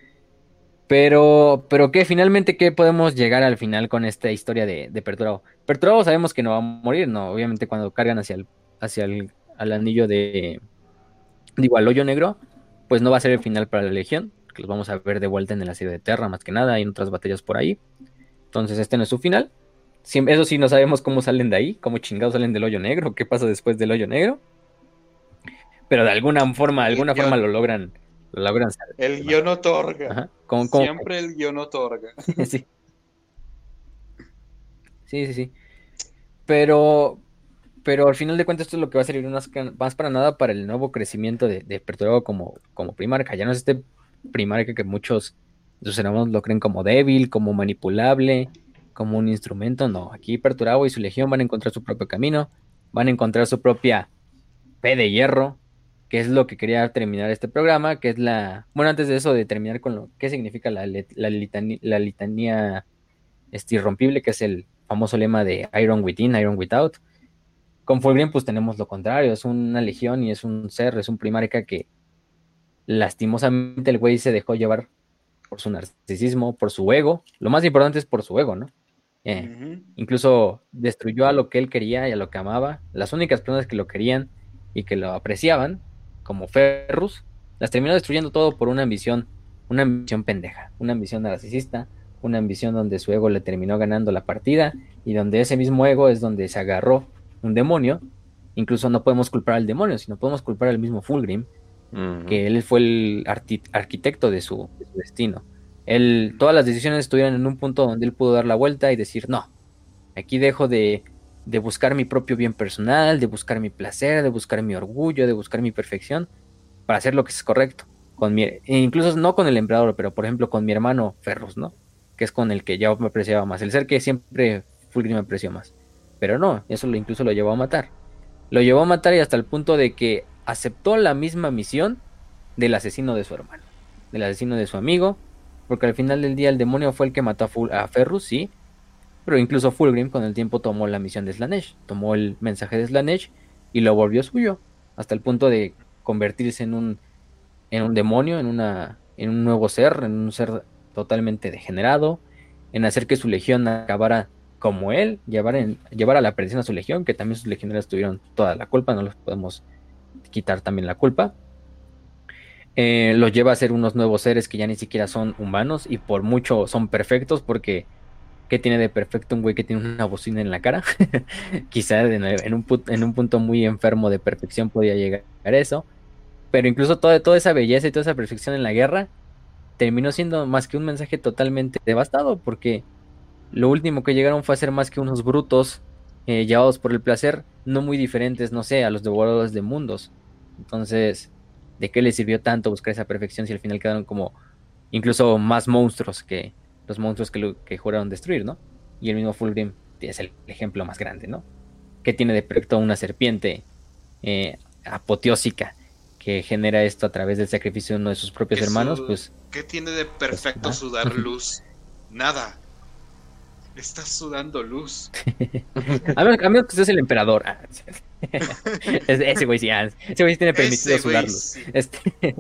Pero, pero ¿qué? Finalmente, ¿qué podemos llegar al final con esta historia de, de Perturabo? Perturabo sabemos que no va a morir, ¿no? Obviamente cuando cargan hacia el, hacia el al anillo de... Digo, al hoyo negro, pues no va a ser el final para la Legión, que los vamos a ver de vuelta en el asedio de Terra, más que nada, y en otras batallas por ahí. Entonces este no es su final. Eso sí, no sabemos cómo salen de ahí, cómo chingados salen del hoyo negro, qué pasa después del hoyo negro. Pero de alguna forma, de alguna forma lo logran... Lo logran saber. El guión otorga. Ajá. ¿Cómo, cómo? Siempre el guión otorga. sí. sí, sí, sí. Pero, pero al final de cuentas esto es lo que va a servir más, más para nada para el nuevo crecimiento de, de Perturabo como, como primarca. Ya no es este primarca que muchos de sus hermanos lo creen como débil, como manipulable, como un instrumento. No, aquí Perturabo y su legión van a encontrar su propio camino, van a encontrar su propia fe de hierro, que es lo que quería terminar este programa, que es la... Bueno, antes de eso, de terminar con lo qué significa la, la, litani, la litanía este, irrompible, que es el famoso lema de Iron Within, Iron Without. Con Fulgrim pues tenemos lo contrario, es una legión y es un ser, es un primarca que lastimosamente el güey se dejó llevar por su narcisismo, por su ego. Lo más importante es por su ego, ¿no? Eh, uh-huh. Incluso destruyó a lo que él quería y a lo que amaba. Las únicas personas que lo querían y que lo apreciaban, como Ferrus, las terminó destruyendo todo por una ambición, una ambición pendeja, una ambición narcisista, una ambición donde su ego le terminó ganando la partida y donde ese mismo ego es donde se agarró un demonio. Incluso no podemos culpar al demonio, sino podemos culpar al mismo Fulgrim, uh-huh. que él fue el arti- arquitecto de su, de su destino. Él, todas las decisiones estuvieron en un punto donde él pudo dar la vuelta y decir, no, aquí dejo de, de buscar mi propio bien personal, de buscar mi placer, de buscar mi orgullo, de buscar mi perfección, para hacer lo que es correcto. Con mi, incluso no con el emperador, pero por ejemplo con mi hermano Ferrus, ¿no? Que es con el que yo me apreciaba más, el ser que siempre Fulgrim me apreció más. Pero no, eso lo, incluso lo llevó a matar. Lo llevó a matar y hasta el punto de que aceptó la misma misión del asesino de su hermano, del asesino de su amigo, porque al final del día el demonio fue el que mató a, Ful- a Ferrus, sí, pero incluso Fulgrim con el tiempo tomó la misión de Slanesh, tomó el mensaje de Slanesh y lo volvió suyo, hasta el punto de convertirse en un, en un demonio, en, una, en un nuevo ser, en un ser totalmente degenerado, en hacer que su legión acabara como él, llevar, en, llevar a la perdición a su legión, que también sus legionarios tuvieron toda la culpa, no les podemos quitar también la culpa. Eh, los lleva a ser unos nuevos seres que ya ni siquiera son humanos y por mucho son perfectos, porque ¿qué tiene de perfecto un güey que tiene una bocina en la cara? Quizá en, en, un put, en un punto muy enfermo de perfección podía llegar a eso, pero incluso toda, toda esa belleza y toda esa perfección en la guerra terminó siendo más que un mensaje totalmente devastado, porque lo último que llegaron fue a ser más que unos brutos eh, llevados por el placer, no muy diferentes, no sé, a los devoradores de mundos. Entonces, ¿de qué les sirvió tanto buscar esa perfección si al final quedaron como incluso más monstruos que los monstruos que, lo, que juraron destruir, ¿no? Y el mismo Fulgrim es el ejemplo más grande, ¿no? ¿Qué tiene de perfecto una serpiente eh, apoteósica que genera esto a través del sacrificio de uno de sus propios hermanos? Su... Pues ¿qué tiene de perfecto pues, sudar luz? Nada. Estás sudando luz. a, menos, a menos que seas el emperador. Ah, ese güey sí, ah, ese güey sí tiene permitido ese sudar luz. Sí. Este,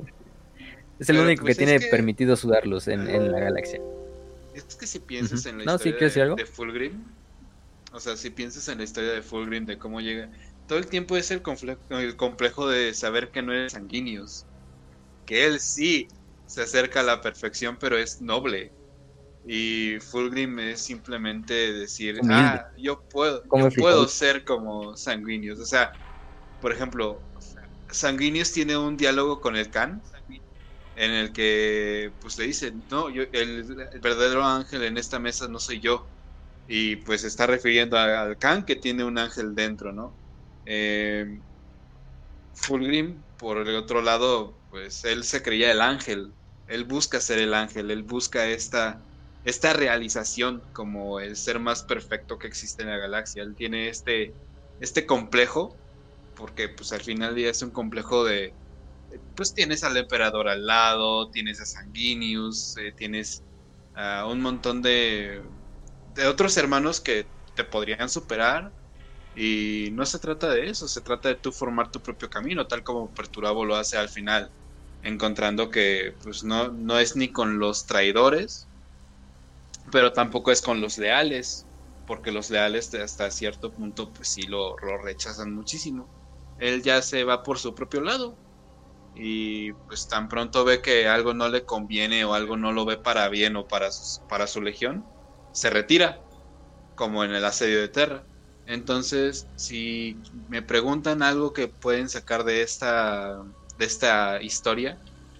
es el Pero único pues que tiene que... permitido sudar luz en, en la galaxia. Es que si piensas uh-huh. en la no, historia ¿sí de, de Fulgrim, o sea, si piensas en la historia de Fulgrim, de cómo llega, todo el tiempo es el, confle- el complejo de saber que no eres sanguíneos, que él sí se acerca a la perfección, pero es noble. Y Fulgrim es simplemente decir, humilde. ah, yo puedo, yo puedo ser como Sanguinius. O sea, por ejemplo, Sanguinius tiene un diálogo con el Khan en el que pues le dice, no, yo, el, el verdadero ángel en esta mesa no soy yo. Y pues está refiriendo a, al Khan que tiene un ángel dentro, ¿no? Eh, Fulgrim, por el otro lado, pues él se creía el ángel. Él busca ser el ángel, él busca esta... esta realización como el ser más perfecto que existe en la galaxia. Él tiene este, este complejo, porque pues al final del día es un complejo de, pues tienes al emperador al lado, tienes a Sanguinius, eh, tienes a uh, un montón de, de otros hermanos que te podrían superar, y no se trata de eso, se trata de tú formar tu propio camino, tal como Perturabo lo hace al final, encontrando que pues no, no es ni con los traidores, pero tampoco es con los leales, porque los leales hasta cierto punto pues sí lo, lo rechazan muchísimo. Él ya se va por su propio lado y pues tan pronto ve que algo no le conviene o algo no lo ve para bien o para, sus, para su legión, se retira, como en el asedio de Terra. Entonces, si me preguntan algo que pueden sacar de esta, de esta historia,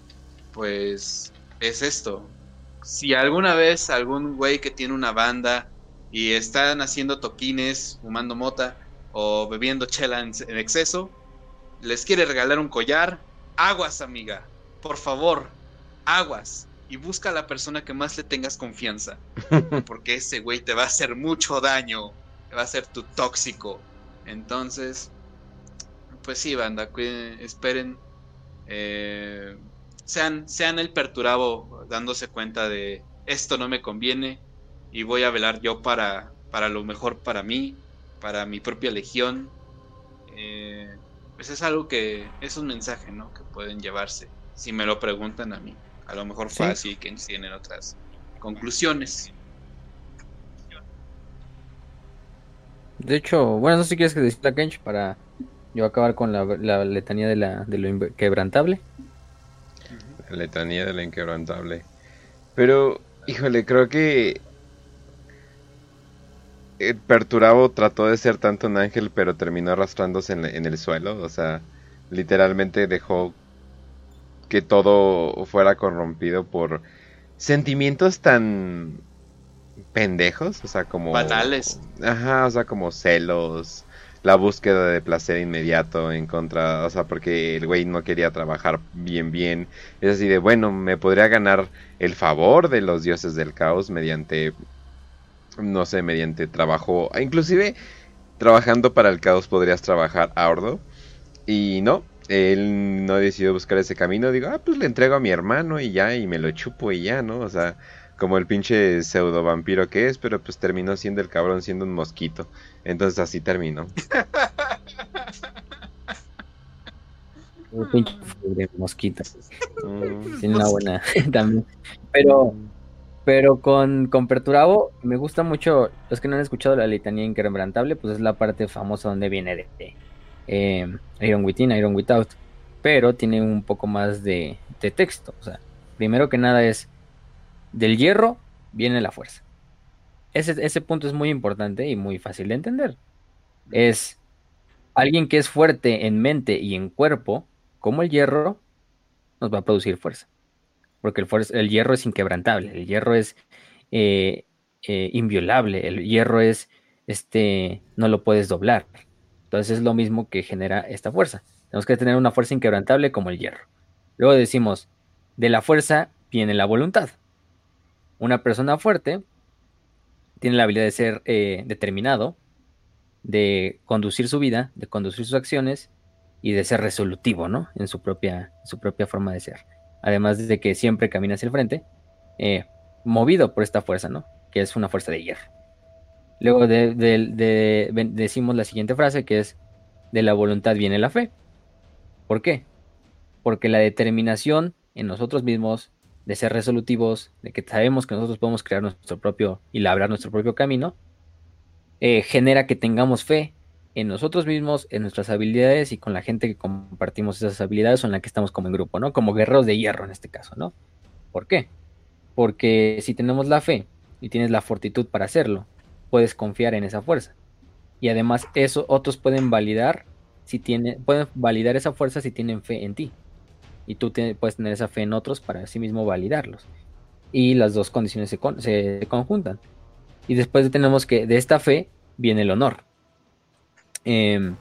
pues es esto. Si alguna vez algún güey que tiene una banda y están haciendo toquines, fumando mota o bebiendo chela en, en exceso, les quiere regalar un collar, aguas, amiga, por favor, aguas, y busca a la persona que más le tengas confianza, porque ese güey te va a hacer mucho daño, va a ser tu tóxico. Entonces, pues sí, banda, cuiden, esperen, eh... Sean, sean el Perturabo dándose cuenta de esto no me conviene y voy a velar yo para para lo mejor para mí, para mi propia legión. Eh, pues es algo que es un mensaje, ¿no? Que pueden llevarse, si me lo preguntan a mí. A lo mejor Sí. fácil que tienen otras conclusiones. De hecho, bueno, no sé si quieres que decir la Kench para yo acabar con la, la letanía de, la, de lo inquebrantable. La letanía de la inquebrantable. Pero, híjole, creo que eh, Perturabo trató de ser tanto un ángel, pero terminó arrastrándose en, la- en el suelo. O sea, literalmente dejó que todo fuera corrompido por sentimientos tan pendejos, o sea, como... Banales. Ajá, o sea, como celos, la búsqueda de placer inmediato en contra, o sea, porque el güey no quería trabajar bien bien. Es así de, bueno, me podría ganar el favor de los dioses del caos mediante, no sé, mediante trabajo, inclusive trabajando para el caos podrías trabajar arduo. Y no, él no decidió buscar ese camino. Digo, ah, pues le entrego a mi hermano y ya, y me lo chupo y ya, ¿no? O sea, como el pinche pseudo vampiro que es, pero pues terminó siendo el cabrón siendo un mosquito. Entonces así terminó. Un pinche de mosquito. Mm, Tiene una buena también. Pero, pero con, con Perturabo me gusta mucho. Los que no han escuchado la letanía inquebrantable, pues es la parte famosa donde viene de, de eh, Iron Within, Iron Without. Pero tiene un poco más de, de texto. O sea, primero que nada es del hierro viene la fuerza. Ese, ese punto es muy importante y muy fácil de entender. Es alguien que es fuerte en mente y en cuerpo, como el hierro, nos va a producir fuerza. Porque el, fuerza, el hierro es inquebrantable, el hierro es eh, eh, inviolable, el hierro es, este, no lo puedes doblar. Entonces es lo mismo que genera esta fuerza. Tenemos que tener una fuerza inquebrantable como el hierro. Luego decimos, de la fuerza viene la voluntad. Una persona fuerte tiene la habilidad de ser eh, determinado, de conducir su vida, de conducir sus acciones y de ser resolutivo, ¿no? En su propia, su propia forma de ser. Además de que siempre camina hacia el frente, eh, movido por esta fuerza, ¿no? Que es una fuerza de hierro. Luego de, de, de, de, decimos la siguiente frase, que es, de la voluntad viene la fe. ¿Por qué? Porque la determinación en nosotros mismos, de ser resolutivos, de que sabemos que nosotros podemos crear nuestro propio y labrar nuestro propio camino, eh, genera que tengamos fe en nosotros mismos, en nuestras habilidades y con la gente que compartimos esas habilidades o en la que estamos como en grupo, ¿no? Como guerreros de hierro en este caso, ¿no? ¿Por qué? Porque si tenemos la fe y tienes la fortitud para hacerlo, puedes confiar en esa fuerza. Y además eso otros pueden validar si tienen, pueden validar esa fuerza si tienen fe en ti. Y tú te, puedes tener esa fe en otros para sí mismo validarlos. Y las dos condiciones se, con, se conjuntan. Y después tenemos que de esta fe viene el honor. Eh,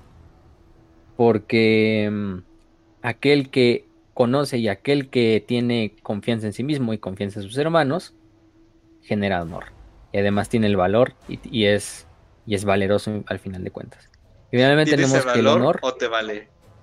porque um, aquel que conoce y aquel que tiene confianza en sí mismo y confianza en sus hermanos, genera honor. Y además tiene el valor y, y, es, y es valeroso al final de cuentas. Y finalmente ¿Tienes tenemos el que el valor honor... o te vale?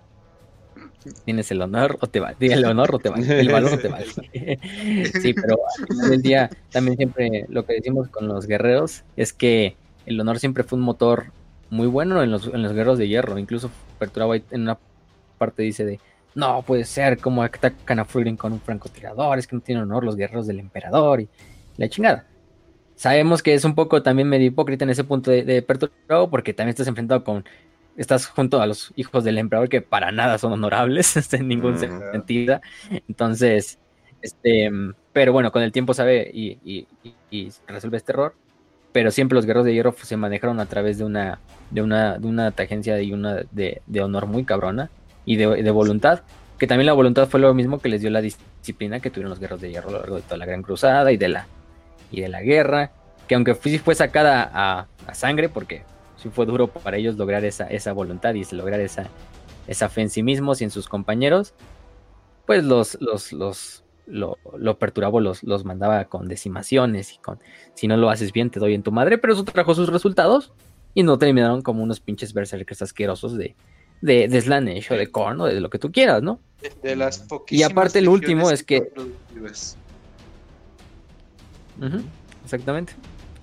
¿Tienes el honor o te vale? El honor o te vale. El valor o te vale. Sí, pero al final del día también siempre lo que decimos con los guerreros es que el honor siempre fue un motor muy bueno en los, en los guerreros de hierro. Incluso Perturabo en una parte dice de no puede ser como atacan a Frieren con un francotirador, es que no tienen honor los guerreros del emperador y la chingada. Sabemos que es un poco también medio hipócrita en ese punto de, de Perturabo porque también estás enfrentado con estás junto a los hijos del emperador que para nada son honorables en ningún uh-huh. sentido. Entonces, este, pero bueno, con el tiempo sabe y, y, y, y resuelve este error. Pero siempre los guerreros de hierro se manejaron a través de una, de una, de una tagencia y una de, de honor muy cabrona y de, de voluntad. Que también la voluntad fue lo mismo que les dio la disciplina que tuvieron los guerreros de hierro a lo largo de toda la Gran Cruzada y de la, y de la guerra. Que aunque sí fue sacada a, a sangre, porque sí fue duro para ellos lograr esa, esa voluntad y lograr esa, esa fe en sí mismos y en sus compañeros, pues los, los, los lo, lo Perturabo los, los mandaba con decimaciones y con si no lo haces bien te doy en tu madre, pero eso trajo sus resultados y no terminaron como unos pinches berserkers asquerosos de, de, de Slanesh o de Korn o de lo que tú quieras, ¿no? De, de las poquísimas y aparte el último es que productivas. uh-huh, exactamente.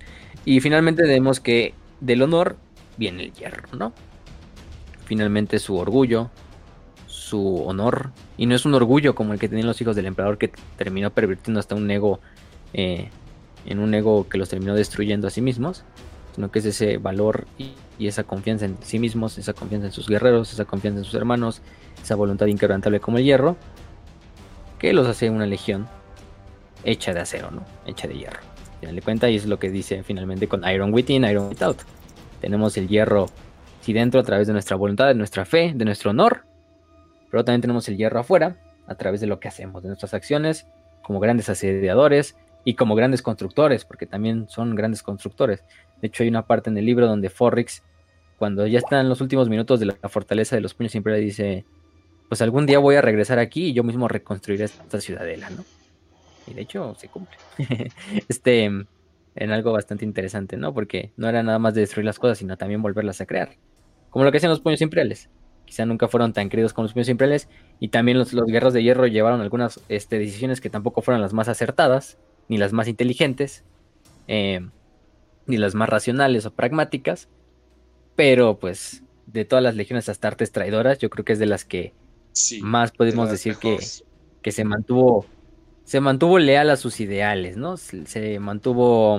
Y finalmente vemos que del honor viene el hierro, ¿no? Finalmente su orgullo, su honor, y no es un orgullo como el que tenían los hijos del emperador que terminó pervirtiendo hasta un ego, eh, en un ego que los terminó destruyendo a sí mismos, sino que es ese valor y, y esa confianza en sí mismos, esa confianza en sus guerreros, esa confianza en sus hermanos, esa voluntad inquebrantable como el hierro, que los hace una legión hecha de acero, ¿no? Hecha de hierro. Al final de cuentas, y es lo que dice finalmente con Iron Within, Iron Without. Tenemos el hierro aquí dentro a través de nuestra voluntad, de nuestra fe, de nuestro honor, pero también tenemos el hierro afuera a través de lo que hacemos, de nuestras acciones, como grandes asediadores y como grandes constructores, porque también son grandes constructores. De hecho, hay una parte en el libro donde Forrix, cuando ya está en los últimos minutos de la fortaleza de los puños imperiales, dice, pues algún día voy a regresar aquí y yo mismo reconstruiré esta ciudadela, ¿no? Y de hecho se cumple. este, en algo bastante interesante, ¿no? Porque no era nada más de destruir las cosas, sino también volverlas a crear. Como lo que hacían los puños imperiales. Quizá nunca fueron tan queridos como los puños imperiales. Y también los, los guerreros de hierro llevaron algunas este, decisiones que tampoco fueron las más acertadas, ni las más inteligentes, eh, ni las más racionales o pragmáticas. Pero pues, de todas las legiones astartes traidoras, yo creo que es de las que sí, más podemos de decir que, que se mantuvo... Se mantuvo leal a sus ideales, ¿no? Se, se mantuvo...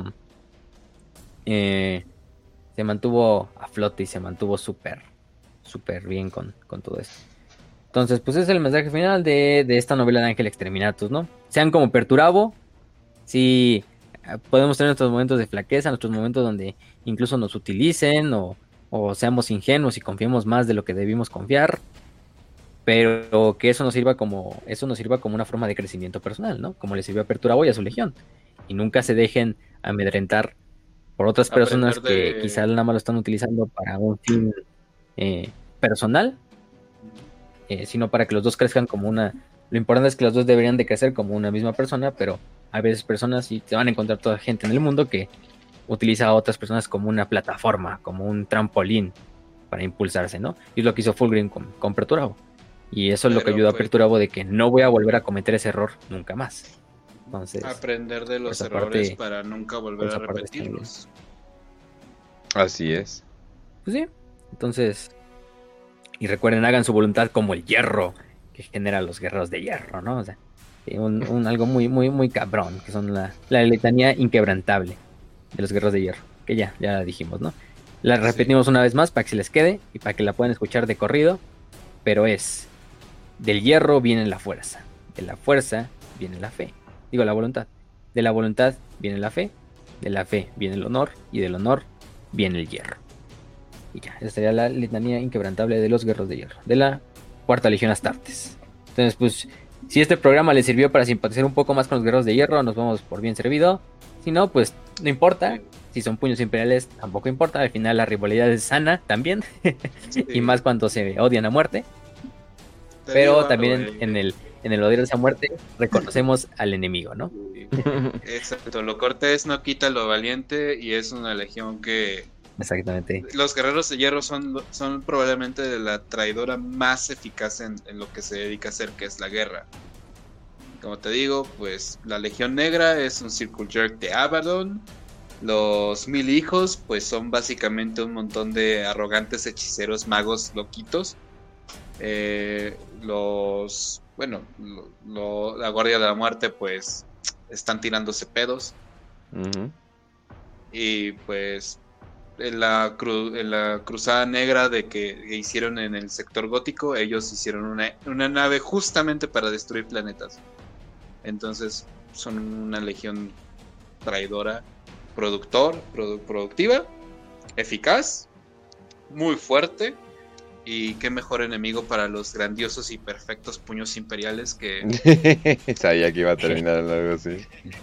Eh, se mantuvo a flote y se mantuvo súper, súper bien con, con todo esto. Entonces, pues ese es el mensaje final de, de esta novela de Ángel Exterminatus, ¿no? Sean como Perturabo. Si podemos tener nuestros momentos de flaqueza, nuestros momentos donde incluso nos utilicen o, o seamos ingenuos y confiemos más de lo que debimos confiar. Pero que eso nos sirva como eso nos sirva como una forma de crecimiento personal, ¿no? Como le sirvió a Perturabo y a su legión. Y nunca se dejen amedrentar por otras personas de... que quizá nada más lo están utilizando para un fin eh, personal, eh, sino para que los dos crezcan como una... Lo importante es que los dos deberían de crecer como una misma persona, pero hay veces personas, y te van a encontrar toda gente en el mundo que utiliza a otras personas como una plataforma, como un trampolín para impulsarse, ¿no? Y es lo que hizo Fulgrim con, con Perturabo. Y eso es Pero lo que ayudó pues, a Perturabo de que no voy a volver a cometer ese error nunca más. Entonces, aprender de los errores parte, para nunca volver a repetirlos. Así es. Pues sí. Entonces, y recuerden, hagan su voluntad como el hierro que genera los guerreros de hierro, ¿no? O sea, un, un algo muy, muy, muy cabrón, que son la, la letanía inquebrantable de los guerreros de hierro, que ya, ya la dijimos, ¿no? La repetimos sí. una vez más para que se les quede y para que la puedan escuchar de corrido, pero es... Del hierro viene la fuerza, de la fuerza viene la fe, digo la voluntad, de la voluntad viene la fe, de la fe viene el honor y del honor viene el hierro. Y ya, esa sería la letanía inquebrantable de los guerreros de hierro, de la cuarta legión Astartes. Entonces pues, si este programa les sirvió para simpatizar un poco más con los guerreros de hierro, nos vamos por bien servido. Si no, pues no importa, si son puños imperiales tampoco importa, al final la rivalidad es sana también, sí. Y más cuando se odian a muerte. Pero digo, también en, en el en el odiar esa muerte reconocemos al enemigo, ¿no? Exacto, lo cortés no quita lo valiente y es una legión que... Exactamente. Los guerreros de hierro son, son probablemente la traidora más eficaz en, en lo que se dedica a hacer, que es la guerra. Como te digo, pues la Legión Negra es un Circle Jerk de Abaddon. Los Mil Hijos, pues son básicamente un montón de arrogantes hechiceros magos loquitos. Eh, los bueno lo, lo, la Guardia de la Muerte pues están tirándose pedos. Uh-huh. Y pues en la, cru, en la cruzada negra de que, que hicieron en el sector gótico, ellos hicieron una, una nave justamente para destruir planetas. Entonces son una legión traidora, productor, produ, productiva, eficaz, muy fuerte. Y qué mejor enemigo para los grandiosos y perfectos puños imperiales que... Sabía que iba a terminar en algo así.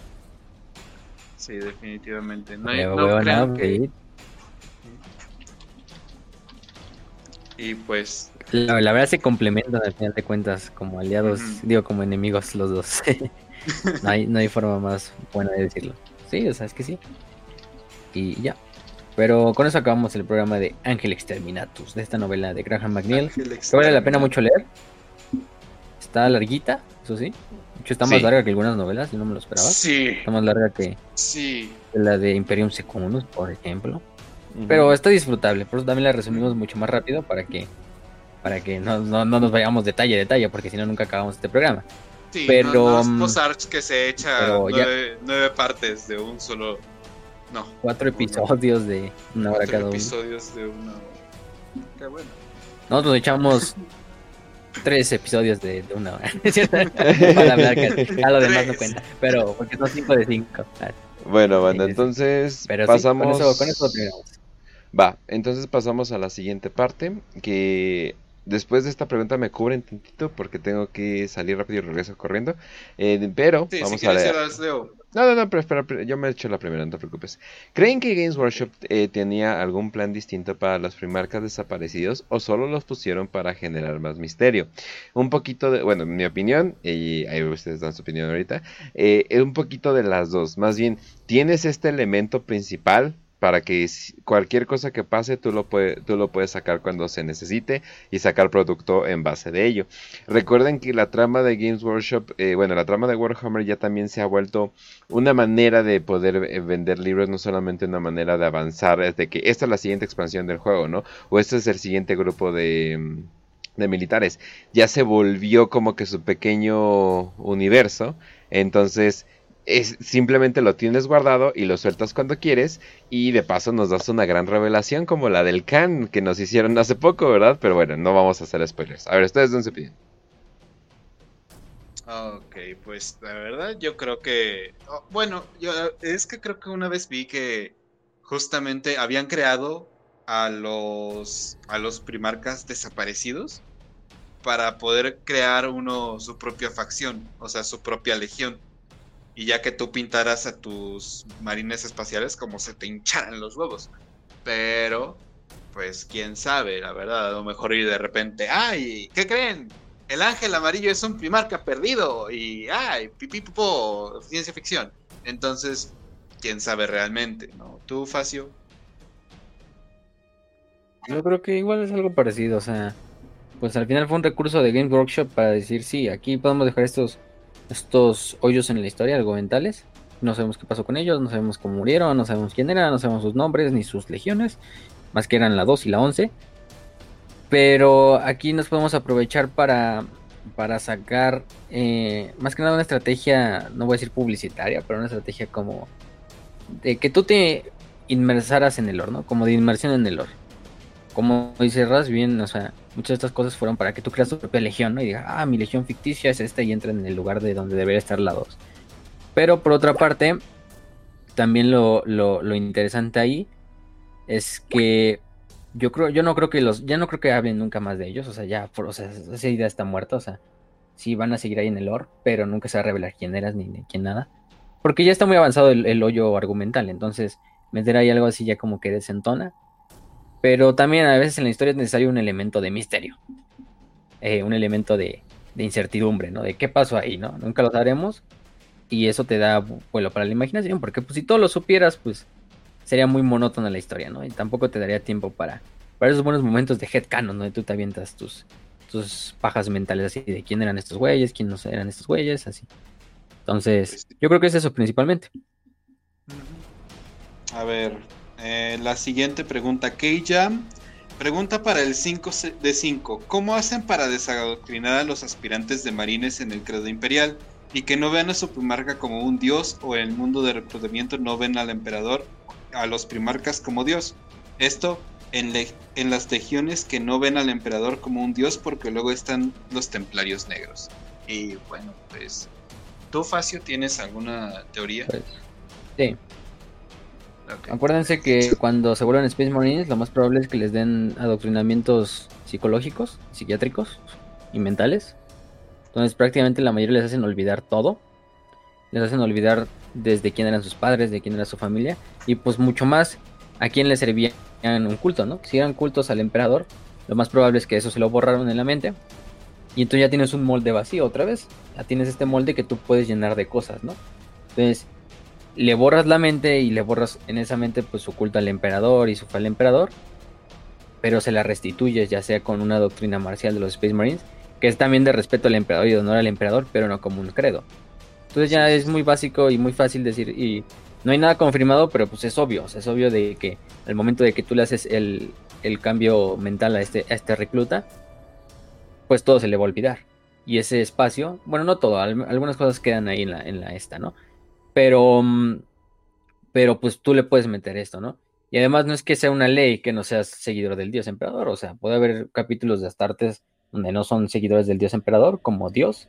Sí, definitivamente. No, hay, no no crean que... Y pues... La, la verdad se complementan al final de cuentas como aliados, uh-huh. digo como enemigos los dos. no, hay, no hay forma más buena de decirlo. Sí, o sea, es que sí. Y ya. Pero con eso acabamos el programa de Ángel Exterminatus, de esta novela de Graham McNeill, que vale la pena mucho leer. Está larguita, eso sí. De hecho, está más Sí. larga que algunas novelas, y no me lo esperaba. Sí, Está más larga que sí. la de Imperium Secundus, por ejemplo. Ujú. Pero está disfrutable, por eso también la resumimos mucho más rápido para que para que no, no, no nos vayamos detalle a detalle, porque si no nunca acabamos este programa. Sí, Pero, no, no es mm, Post-Arch que se echa pero ya- nueve, nueve partes de un solo. No. Cuatro episodios de una hora Cuatro cada uno. episodios de una hora. Qué bueno. Nosotros echamos tres episodios de, de una hora, ¿es cierto? Para hablar, que a lo demás no Tres. cuenta, pero porque son cinco de cinco. Ah, Bueno, banda, Sí, sí, sí. entonces Pero pasamos. sí, con eso, con eso lo terminamos. Va, entonces pasamos a la siguiente parte, que después de esta pregunta me cubren tantito porque tengo que salir rápido y regreso corriendo. Eh, pero Sí, vamos si a quieres leer. ya las leo. No, no, no, pero espera, espera, yo me he hecho la primera, no te preocupes. ¿Creen que Games Workshop eh, tenía algún plan distinto para los primarcas desaparecidos o solo los pusieron para generar más misterio? Un poquito de, bueno, en mi opinión, y ahí ustedes dan su opinión ahorita, eh, es un poquito de las dos. Más bien, tienes este elemento principal para que si- cualquier cosa que pase tú lo, puede, tú lo puedes sacar cuando se necesite y sacar producto en base de ello. Recuerden que la trama de Games Workshop, eh, bueno, la trama de Warhammer ya también se ha vuelto una manera de poder eh, vender libros, no solamente una manera de avanzar, es de que esta es la siguiente expansión del juego, ¿no? O este es el siguiente grupo de, mm, de militares. Ya se volvió como que su pequeño universo, entonces es, simplemente lo tienes guardado y lo sueltas cuando quieres y de paso nos das una gran revelación como la del Khan que nos hicieron hace poco, ¿verdad? Pero bueno, no vamos a hacer spoilers. A ver, ustedes den su opinión. Ok, pues la verdad yo creo que... oh, bueno, yo es que creo que una vez vi que justamente habían creado a los, a los primarcas desaparecidos para poder crear uno su propia facción, o sea, su propia legión. Y ya que tú pintaras a tus marines espaciales como se te hincharan los huevos. Pero, pues quién sabe, la verdad, a lo mejor y de repente, ¡ay! ¿Qué creen? El ángel amarillo es un primarca perdido. Y ¡ay! Pipí pupó, ciencia ficción. Entonces, quién sabe realmente, ¿no? ¿Tú, Facio? Yo creo que igual es algo parecido, o sea, pues al final fue un recurso de Games Workshop para decir, sí, aquí podemos dejar estos, estos hoyos en la historia argumentales. No sabemos qué pasó con ellos, no sabemos cómo murieron, no sabemos quién eran, no sabemos sus nombres ni sus legiones, más que eran la dos y la once. Pero aquí nos podemos aprovechar para, para sacar, eh, más que nada una estrategia, no voy a decir publicitaria, pero una estrategia como de que tú te inmersaras en el lore, ¿no? Como de inmersión en el lore. Como dice Raz, bien, o sea, muchas de estas cosas fueron para que tú creas tu propia legión, ¿no? Y digas, ah, mi legión ficticia es esta y entra en el lugar de donde debería estar la dos. Pero por otra parte, también lo, lo, lo interesante ahí es que yo creo, yo no creo que los, ya no creo que hablen nunca más de ellos, o sea, ya, por, o sea, esa idea está muerta, o sea, sí van a seguir ahí en el lore, pero nunca se va a revelar quién eras ni de quién nada, porque ya está muy avanzado el, el hoyo argumental, entonces meter ahí algo así ya como que desentona, pero también a veces en la historia es necesario un elemento de misterio, eh, un elemento de, de incertidumbre, ¿no? De qué pasó ahí, ¿no? Nunca lo sabremos, y eso te da vuelo para la imaginación, porque pues si todo lo supieras, pues sería muy monótona la historia, ¿no? Y tampoco te daría tiempo para, para esos buenos momentos de headcanon, ¿no? Donde tú te avientas tus, tus pajas mentales así de quién eran estos güeyes, quién no eran estos güeyes, así. Entonces, yo creo que es eso principalmente. A ver, eh, la siguiente pregunta, Keijam. Pregunta para el cinco de cinco. ¿Cómo hacen para desadoctrinar a los aspirantes de marines en el credo imperial y que no vean a su primarca como un dios, o en el mundo de reclutamiento no ven al emperador, a los primarcas como dios? Esto en, le en las legiones que no ven al emperador como un dios, porque luego están los templarios negros. Y bueno, pues, ¿tú, Facio, tienes alguna teoría? Pues, sí. Okay. Acuérdense que cuando se vuelven Space Marines, lo más probable es que les den adoctrinamientos psicológicos, psiquiátricos y mentales. Entonces prácticamente la mayoría les hacen olvidar todo. Les hacen olvidar desde quién eran sus padres, de quién era su familia. Y pues mucho más a quién les servían un culto, ¿no? Si eran cultos al emperador, lo más probable es que eso se lo borraron en la mente. Y entonces ya tienes un molde vacío otra vez. Ya tienes este molde que tú puedes llenar de cosas, ¿no? Entonces le borras la mente y le borras en esa mente pues su culto al emperador y su fe al emperador. Pero se la restituyes ya sea con una doctrina marcial de los Space Marines. que es también de respeto al emperador y de honor al emperador, pero no como un credo. Entonces ya es muy básico y muy fácil decir, y no hay nada confirmado, pero pues es obvio, o sea, es obvio de que al momento de que tú le haces el, el cambio mental a este, a este recluta, pues todo se le va a olvidar. Y ese espacio, bueno, no todo, al, algunas cosas quedan ahí en la, en la esta, ¿no? Pero, pero pues tú le puedes meter esto, ¿no? Y además no es que sea una ley que no seas seguidor del dios emperador, o sea, puede haber capítulos de Astartes donde no son seguidores del dios emperador como dios,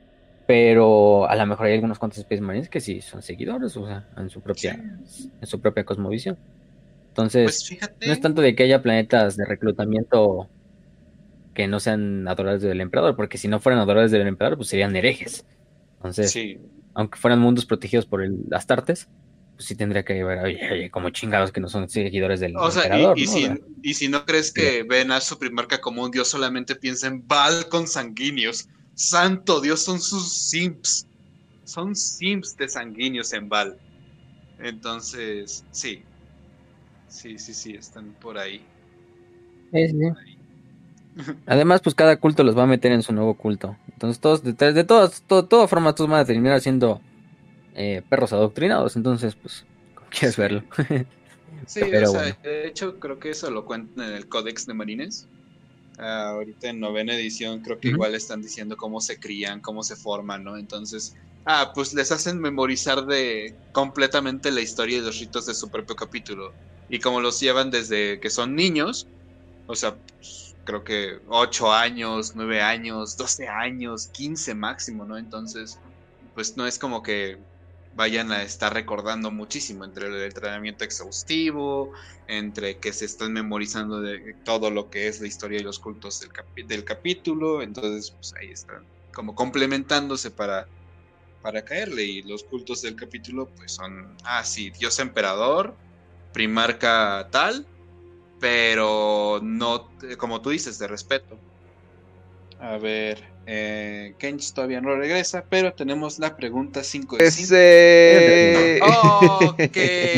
pero a lo mejor hay algunos cuantos Space Marines que sí son seguidores, o sea, en su propia, sí. en su propia cosmovisión. Entonces, pues fíjate, no es tanto de que haya planetas de reclutamiento que no sean adoradores del emperador, porque si no fueran adoradores del emperador, pues serían herejes. Entonces, sí. aunque fueran mundos protegidos por el Astartes, pues sí tendría que haber, oye, oye, como chingados que no son seguidores del o sea, emperador. Y, y, ¿no? si, o sea, y si no crees que sí. ven a su primarca como un dios, solamente piensa en Baal con sanguíneos. Santo Dios, son sus simps. Son simps de sanguíneos en Baal. Entonces, sí. Sí, sí, sí, están por ahí. Sí, sí. Por ahí. Además, pues cada culto los va a meter en su nuevo culto. Entonces, todos, de, de todas todo, todo forma, todos van a terminar siendo eh, perros adoctrinados. Entonces, pues, ¿cómo quieres sí. verlo? Sí, pero, o sea, bueno. De hecho, creo que eso lo cuentan en el Códex de Marines. Uh, ahorita en novena edición, creo que uh-huh. igual están diciendo cómo se crían, cómo se forman, ¿no? Entonces, ah, pues les hacen memorizar de completamente la historia y los ritos de su propio capítulo. Y como los llevan desde que son niños, o sea, pues, creo que ocho años, nueve años, doce años, quince máximo, ¿no? Entonces, pues no es como que vayan a estar recordando muchísimo entre el entrenamiento exhaustivo, entre que se están memorizando de todo lo que es la historia y los cultos del, capi- del capítulo. Entonces, pues ahí están como complementándose para, para caerle. Y los cultos del capítulo, pues son, ah, sí, Dios Emperador, Primarca tal, pero no, como tú dices, de respeto. A ver, eh, Kench todavía no regresa, pero tenemos la pregunta cinco de cinco. ¡Ese! Ok,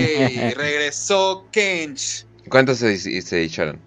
regresó Kench. ¿Cuántas se, se echaron?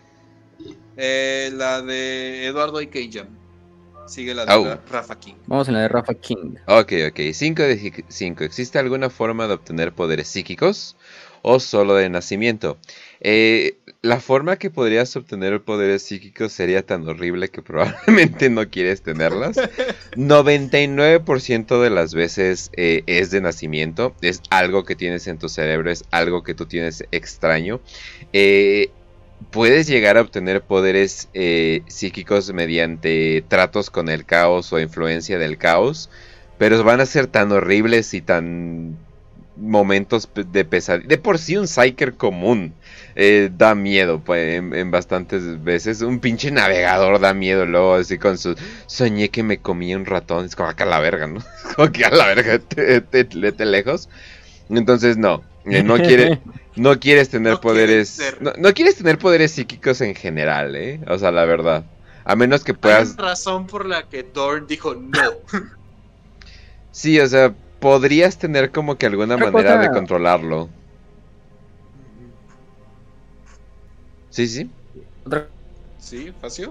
Eh, la de Eduardo y Keyjam. Sigue la de oh. Rafa King. Vamos en la de Rafa King. Ok, ok. cinco de cinco. ¿Existe alguna forma de obtener poderes psíquicos o solo de nacimiento? Eh, la forma que podrías obtener poderes psíquicos sería tan horrible que probablemente no quieres tenerlas. noventa y nueve por ciento de las veces eh, es de nacimiento. Es algo que tienes en tu cerebro, es algo que tú tienes extraño. Eh, puedes llegar a obtener poderes eh, psíquicos mediante tratos con el caos o influencia del caos, pero van a ser tan horribles y tan momentos de pesadilla. De por sí un Psyker común eh, da miedo pues, en, en bastantes veces. Un pinche navegador da miedo luego, así con su soñé que me comía un ratón. Es como que a la verga, ¿no? Como que a la verga, te, te, te, te lejos. Entonces no, eh, no quiere, no quieres tener no poderes, no, no quieres tener poderes psíquicos en general, ¿eh? O sea, la verdad, a menos que puedas. Hay una razón por la que Dorn dijo no. Sí, o sea, podrías tener como que alguna Otra manera cosa... de controlarlo. Sí, sí. ¿Otra? Sí, Facio.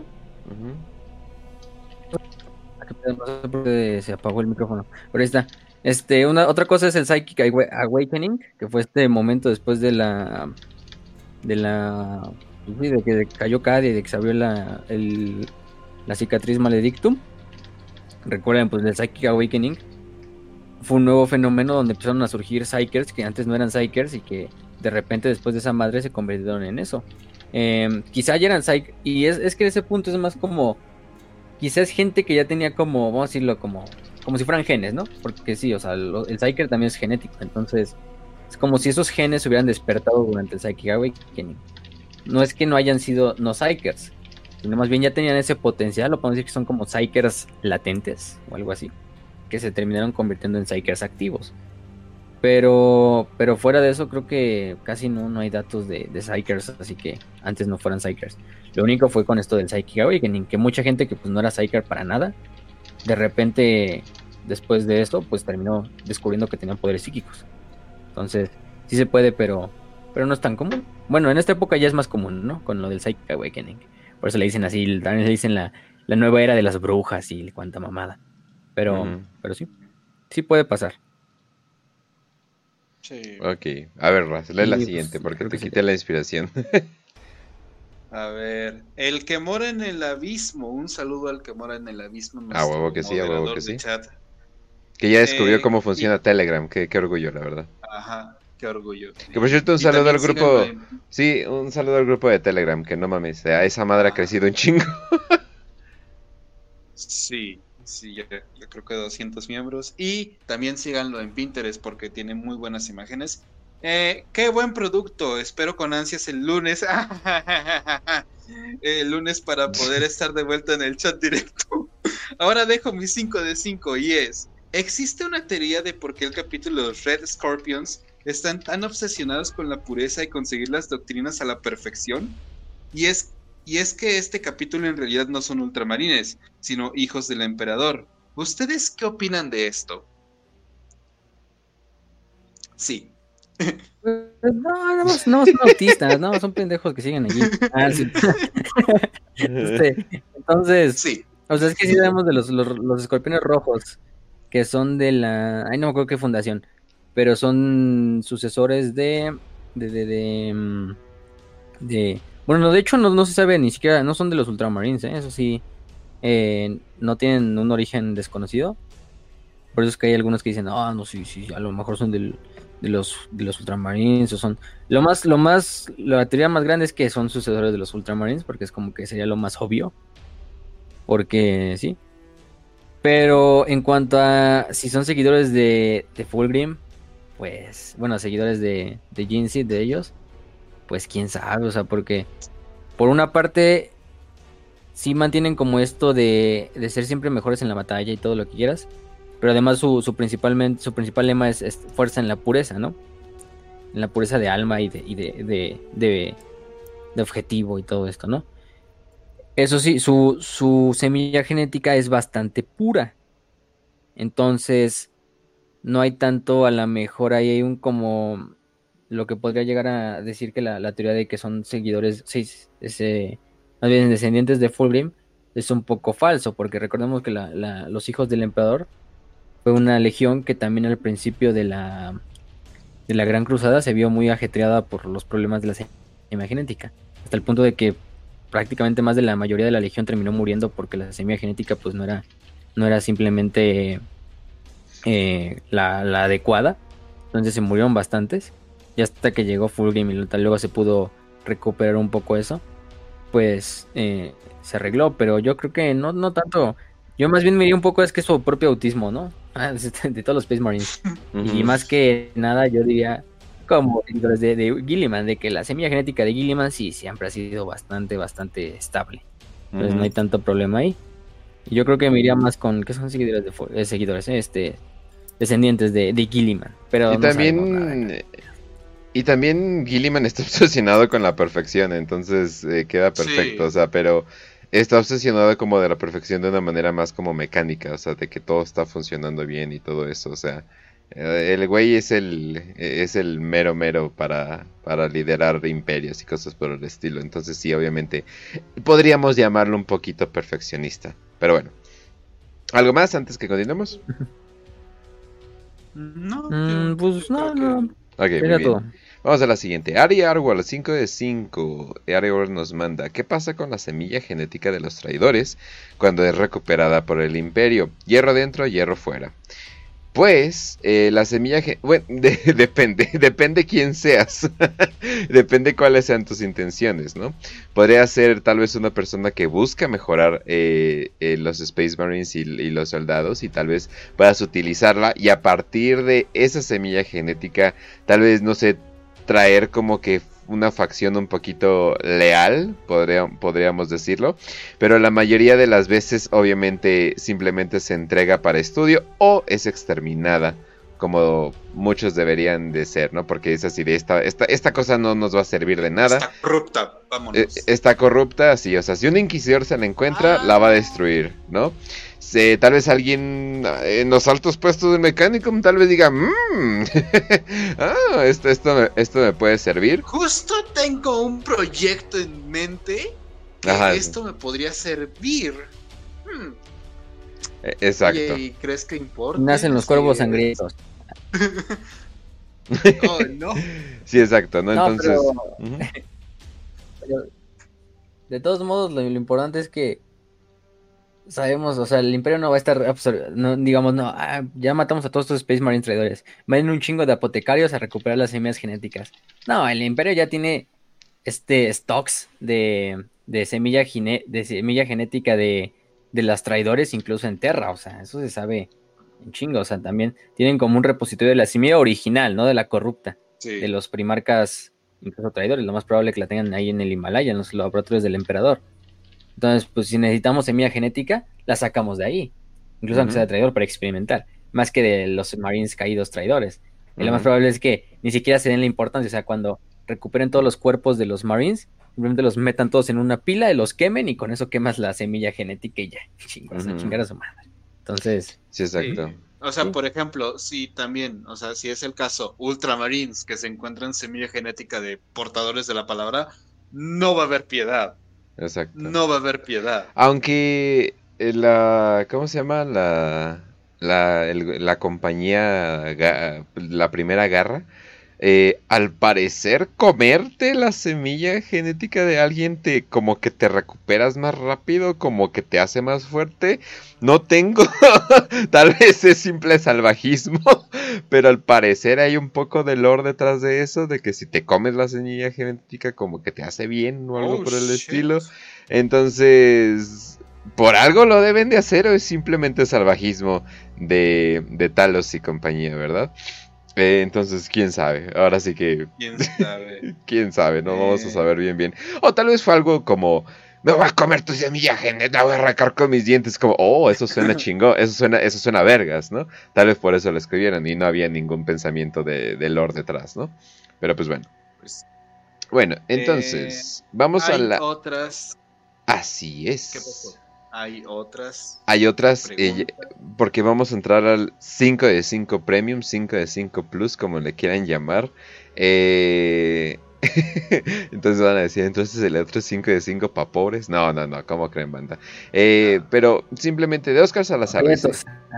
Uh-huh. No sé por qué se apagó el micrófono, pero ahí está. Este, una otra cosa es el Psychic Awakening, que fue este momento después de la de la de que cayó Cad y de que se abrió la el, la cicatriz Maledictum. Recuerden, pues el Psychic Awakening fue un nuevo fenómeno donde empezaron a surgir Psykers que antes no eran Psykers y que de repente después de esa madre se convirtieron en eso. Eh, quizá ya eran Psykers, y es, es que ese punto es más como quizás gente que ya tenía como, vamos a decirlo, como como si fueran genes, ¿no? Porque sí, o sea, el, el Psyker también es genético, entonces es como si esos genes se hubieran despertado durante el Psychic Awakening. No es que no hayan sido no Psykers, sino más bien ya tenían ese potencial, o podemos decir que son como Psykers latentes o algo así, que se terminaron convirtiendo en Psykers activos. Pero pero fuera de eso creo que casi no, no hay datos de, de Psykers, así que antes no fueran Psykers. Lo único fue con esto del Psychic Awakening, que mucha gente que pues no era Psyker para nada, de repente después de esto pues terminó descubriendo que tenían poderes psíquicos. Entonces sí se puede, pero pero no es tan común. Bueno, en esta época ya es más común, ¿no? Con lo del Psychic Awakening. Por eso le dicen así, también le dicen la, la nueva era de las brujas y cuanta mamada. Pero, uh-huh. pero sí, sí puede pasar. Sí. Ok, a ver, Raz, lee sí, la siguiente pues, porque te quité sí. la inspiración. A ver, el que mora en el abismo, un saludo al que mora en el abismo. Ah, huevo que sí, a huevo que sí. Chat. Que ya descubrió eh, cómo funciona y... Telegram, qué, qué orgullo, la verdad. Ajá, qué orgullo. Que por cierto, un y saludo al grupo, en... sí, un saludo al grupo de Telegram, que no mames, a esa madre ah. ha crecido un chingo. Sí, sí, ya, ya creo que doscientos miembros. Y también síganlo en Pinterest porque tiene muy buenas imágenes. Eh, qué buen producto, espero con ansias el lunes el lunes para poder estar de vuelta en el chat directo. Ahora dejo mis cinco de cinco y es, ¿existe una teoría de por qué el capítulo de los Red Scorpions están tan obsesionados con la pureza y conseguir las doctrinas a la perfección? Y es, y es que este capítulo en realidad no son ultramarines, sino hijos del emperador. ¿Ustedes qué opinan de esto? Sí. No, no, no, no son autistas, no, son pendejos que siguen allí. Ah, sí. este, entonces, sí. O sea, es que sí sabemos de los, los, los escorpiones rojos, que son de la... Ay, no me acuerdo qué fundación, pero son sucesores de... De... de, de, de bueno, de hecho no, no se sabe ni siquiera, no son de los Ultramarines, ¿eh? Eso sí, eh, no tienen un origen desconocido. Por eso es que hay algunos que dicen, ah, no, sí, sí, a lo mejor son del... de los de los Ultramarines o son lo más lo más la teoría más grande es que son sucesores de los Ultramarines porque es como que sería lo más obvio porque sí, pero en cuanto a si son seguidores de, de Fulgrim, pues bueno, seguidores de de Jinxie, de ellos, pues quién sabe, o sea, porque por una parte sí mantienen como esto de, de ser siempre mejores en la batalla y todo lo que quieras. Pero además su, su, principalmente, su principal lema es, es fuerza en la pureza, ¿no? En la pureza de alma y de, y de, de, de, de objetivo y todo esto, ¿no? Eso sí, su, su semilla genética es bastante pura. Entonces, no hay tanto, a la mejor ahí hay un como... Lo que podría llegar a decir que la, la teoría de que son seguidores, sí, ese, más bien descendientes de Fulgrim, es un poco falso, porque recordemos que la, la, los hijos del emperador fue una legión que también al principio de la de la Gran Cruzada se vio muy ajetreada por los problemas de la semilla genética, hasta el punto de que prácticamente más de la mayoría de la legión terminó muriendo porque la semilla genética pues no era no era simplemente eh, la, la adecuada. Entonces se murieron bastantes y hasta que llegó Fulgrim y luego se pudo recuperar un poco eso, pues eh, se arregló, pero yo creo que no, no tanto. Yo más bien me diría un poco es que es su propio autismo, ¿no? De todos los Space Marines. Uh-huh. Y más que nada yo diría como de, de Gilliman, de que la semilla genética de Gilliman sí siempre ha sido bastante, bastante estable. Entonces uh-huh. no hay tanto problema ahí. Y yo creo que me iría más con, ¿qué son seguidores de eh, seguidores? Eh? Este, descendientes de, de Gilliman. Pero y no también... Y también Gilliman está obsesionado con la perfección, entonces eh, queda perfecto, sí. O sea, pero... Está obsesionado como de la perfección de una manera más como mecánica, o sea, de que todo está funcionando bien y todo eso, o sea, el güey es el es el mero mero para, para liderar imperios y cosas por el estilo, entonces sí, obviamente, podríamos llamarlo un poquito perfeccionista, pero bueno, ¿algo más antes que continuemos? No, mm, pues no, no, ok, muy bien. Todo. Vamos a la siguiente. Ari Arwal, cinco de cinco. Ari Arwal nos manda: ¿qué pasa con la semilla genética de los traidores cuando es recuperada por el imperio? Hierro dentro, hierro fuera. Pues, eh, la semilla... Gen- bueno, de- depende, depende quién seas. Depende cuáles sean tus intenciones, ¿no? Podría ser tal vez una persona que busca mejorar eh, eh, los Space Marines y, y los soldados, y tal vez puedas utilizarla, y a partir de esa semilla genética, tal vez, no sé, traer como que una facción un poquito leal, podría, podríamos decirlo, pero la mayoría de las veces obviamente simplemente se entrega para estudio o es exterminada, como muchos deberían de ser, ¿no? Porque es así, de esta, esta, esta cosa no nos va a servir de nada. Está corrupta, vámonos. Eh, está corrupta, sí, o sea, si un inquisidor se la encuentra, ah. la va a destruir, ¿no? Se, tal vez alguien en los altos puestos de mecánico tal vez diga, mmm, ah, esto, esto, me, esto me puede servir. Justo tengo un proyecto en mente que Ajá. esto me podría servir. hmm, Eh, Exacto. oye, ¿y crees que importa? Nacen los Sí, cuervos es- sangrientos. Oh, no. Sí, exacto, ¿no? No, Entonces... pero- ujú. Pero, de todos modos, lo, lo importante es que sabemos, o sea, el Imperio no va a estar, absor- no, digamos, no, ah, ya matamos a todos estos Space Marine traidores. Van un chingo de apotecarios a recuperar las semillas genéticas. No, el Imperio ya tiene este stocks de, de semilla gine- de semilla genética de, de las traidores, incluso en Terra, o sea, eso se sabe un chingo, o sea, también tienen como un repositorio de la semilla original, no de la corrupta, Sí. de los primarcas, incluso traidores, lo más probable es que la tengan ahí en el Himalaya, en los laboratorios del emperador. Entonces, pues si necesitamos semilla genética, la sacamos de ahí, incluso aunque Ujú. sea traidor, para experimentar, más que de los Marines caídos traidores. Y lo más Ujú. probable es que ni siquiera se den la importancia, o sea, cuando recuperen todos los cuerpos de los Marines, simplemente los metan todos en una pila, los quemen y con eso quemas la semilla genética y ya, chingos, a Ujú. chingar a su madre. Entonces, Sí, exacto. Sí. O sea, Sí. por ejemplo, si también, o sea, si es el caso, Ultramarines que se encuentran semilla genética de portadores de la palabra, no va a haber piedad. Exacto. No va a haber piedad. Aunque eh, la... ¿Cómo se llama? La... La, el- la compañía... ga- La primera garra. eh, al parecer, comerte la semilla genética de alguien te como que te recuperas más rápido, como que te hace más fuerte. No tengo, tal vez es simple salvajismo, pero al parecer hay un poco de lore detrás de eso, de que si te comes la semilla genética como que te hace bien o algo Oh, por el shit. estilo. Entonces, por algo lo deben de hacer o es simplemente salvajismo de, de Talos y compañía, ¿verdad? Eh, entonces, quién sabe. Ahora sí que, ¿Quién sabe? quién sabe, no vamos a Eh. saber bien bien. O tal vez fue algo como, me voy a comer tu semilla genética, voy a arrancar con mis dientes. Como, oh, eso suena chingón, eso suena, eso suena vergas, ¿no? Tal vez por eso lo escribieron y no había ningún pensamiento de, de lore detrás, ¿no? Pero pues bueno. Pues, Bueno, entonces, vamos a hay la... otras. Así es. ¿Qué pasó? Hay otras. Hay otras, eh, Pregunta. porque vamos a entrar al cinco de cinco Premium, cinco de cinco Plus, como le quieran llamar. Eh... entonces van a decir, entonces el otro es cinco de cinco para pobres. No, no, no, ¿cómo creen, banda? Eh, pero simplemente de Oscar Salazar. dice,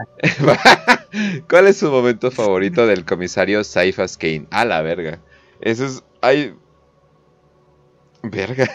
¿cuál es su momento favorito del comisario Saifas Kane? A la verga. Eso es... Hay... Verga.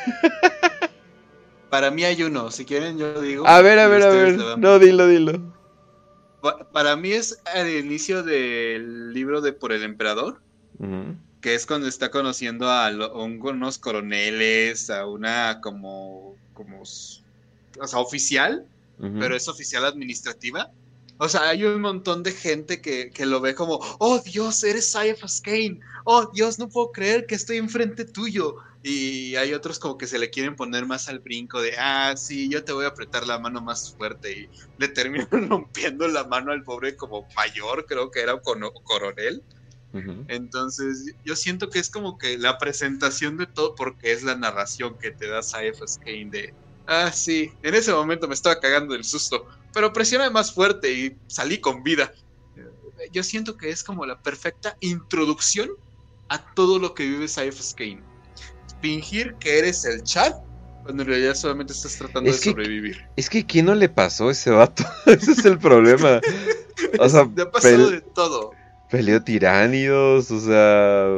Para mí hay uno. Si quieren, yo digo. A ver, a y ver, a ustedes ver. le van- No, dilo, dilo. Pa- Para mí es el inicio del libro de Por el Emperador. Ujú. Que es cuando está conociendo a, lo- a un- unos coroneles, a una como, como, s- o sea, oficial, Ujú. pero es oficial administrativa. O sea, hay un montón de gente que, que lo ve como, oh Dios, eres Saifas Kane, oh Dios, no puedo creer que estoy enfrente tuyo. Y hay otros como que se le quieren poner más al brinco de, ah, sí, yo te voy a apretar la mano más fuerte. Y le terminan rompiendo la mano al pobre como mayor, creo que era un cono- coronel. Ujú. Entonces, yo siento que es como que la presentación de todo, porque es la narración que te da Saifas Kane de, ah, sí, en ese momento me estaba cagando del susto, pero presioné más fuerte y salí con vida. Yo siento que es como la perfecta introducción a todo lo que vive Saifas Kane. Fingir que eres el Chad, cuando en realidad solamente estás tratando Es de que- sobrevivir. Es que ¿quién no le pasó a ese vato? Ese es el problema. O sea, Te ha pasado pel- de todo. peleó tiránidos, o sea...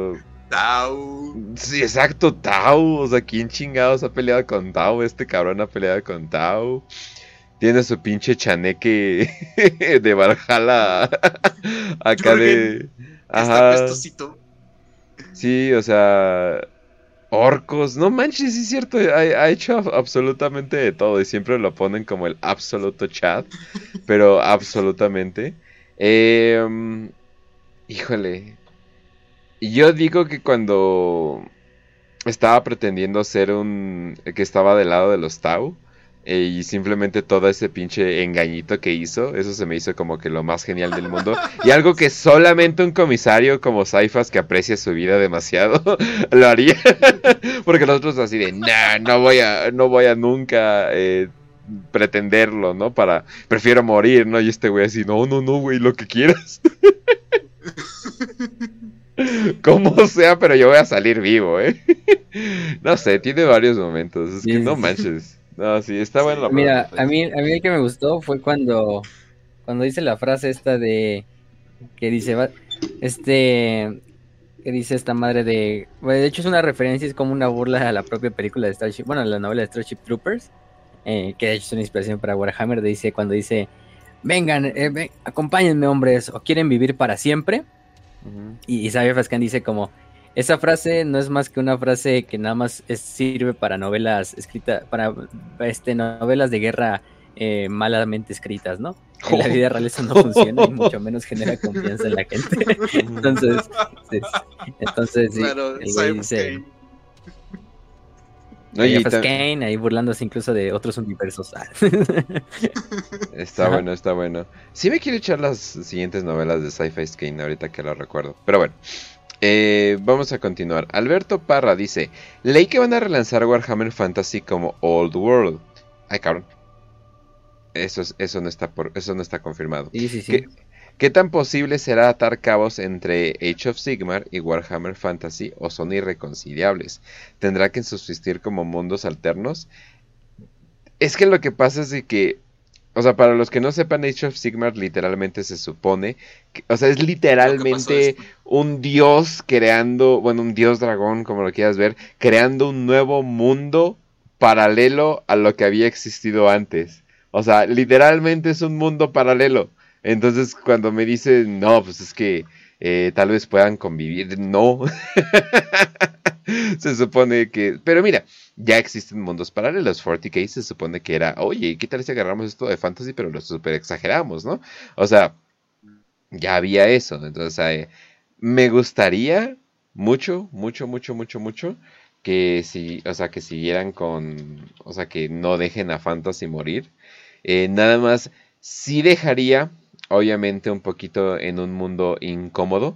Tau. Sí, exacto, Tau. O sea, ¿quién chingados ha peleado con Tau? Este cabrón ha peleado con Tau. Tiene su pinche chaneque de Valhalla acá de... Que está Ajá. pestosito. Sí, o sea... Orcos, no manches, sí es cierto, ha, ha hecho ab- absolutamente de todo y siempre lo ponen como el absoluto Chad, pero absolutamente. Eh, mm, híjole, yo digo que cuando estaba pretendiendo ser un... que estaba del lado de los Tau, eh, y simplemente todo ese pinche engañito que hizo, eso se me hizo como que lo más genial del mundo. Y algo que solamente un comisario como Saifas, que aprecia su vida demasiado, lo haría. Porque nosotros así de, nah, no voy a, no voy a nunca eh, pretenderlo, ¿no? Para, prefiero morir, ¿no? Y este güey así, no, no, no, güey, lo que quieras. Como sea, pero yo voy a salir vivo, ¿eh? No sé, tiene varios momentos. Es Sí, que sí, no sí. manches. No, sí, está buena la Mira, pregunta. a mí, a mí el que me gustó fue cuando, cuando dice la frase esta de que dice, va- este, que dice esta madre de, bueno, de hecho es una referencia, es como una burla a la propia película de Starship, bueno, a la novela de Starship Troopers, eh, que de hecho es una inspiración para Warhammer, dice cuando dice, vengan, eh, ven, acompáñenme hombres, o quieren vivir para siempre. Ujú. Y Isaiah Fascan dice como, esa frase no es más que una frase que nada más es- sirve para novelas escritas, para este, novelas de guerra eh, malamente escritas, ¿no? En la vida real eso no funciona y mucho menos genera confianza en la gente. Entonces, sí, entonces sí, Claro, el güey Cyber dice, Skate. Oye, Isaiah y ta- Fascan ahí burlándose incluso de otros universos. Ah. está Ajá. bueno, está bueno. Sí me quiero echar las siguientes novelas de Sci-Fi Skein ahorita que lo recuerdo. Pero bueno, eh, vamos a continuar. Alberto Parra dice, leí que van a relanzar Warhammer Fantasy como Old World. Ay, cabrón. Eso, es- eso, no está por, eso no está confirmado. Sí, sí, ¿Qué, sí. qué tan posible será atar cabos entre Age of Sigmar y Warhammer Fantasy o son irreconciliables? ¿Tendrá que subsistir como mundos alternos? Es que lo que pasa es de que, o sea, para los que no sepan, Age of Sigmar literalmente se supone, que, o sea, es Lo que pasó literalmente esto. un dios creando, bueno, un dios dragón, como lo quieras ver, creando un nuevo mundo paralelo a lo que había existido antes. O sea, literalmente es un mundo paralelo. Entonces, cuando me dicen, no, pues es que eh, tal vez puedan convivir, no. Se supone que, pero mira, ya existen mundos paralelos. cuarenta K se supone que era, oye, ¿qué tal si agarramos esto de fantasy, pero lo super exageramos, ¿no? O sea, ya había eso. Entonces, eh, me gustaría mucho, mucho, mucho, mucho, mucho que si, o sea, que siguieran con, o sea, que no dejen a fantasy morir. Eh, nada más, sí dejaría, obviamente, un poquito en un mundo incómodo,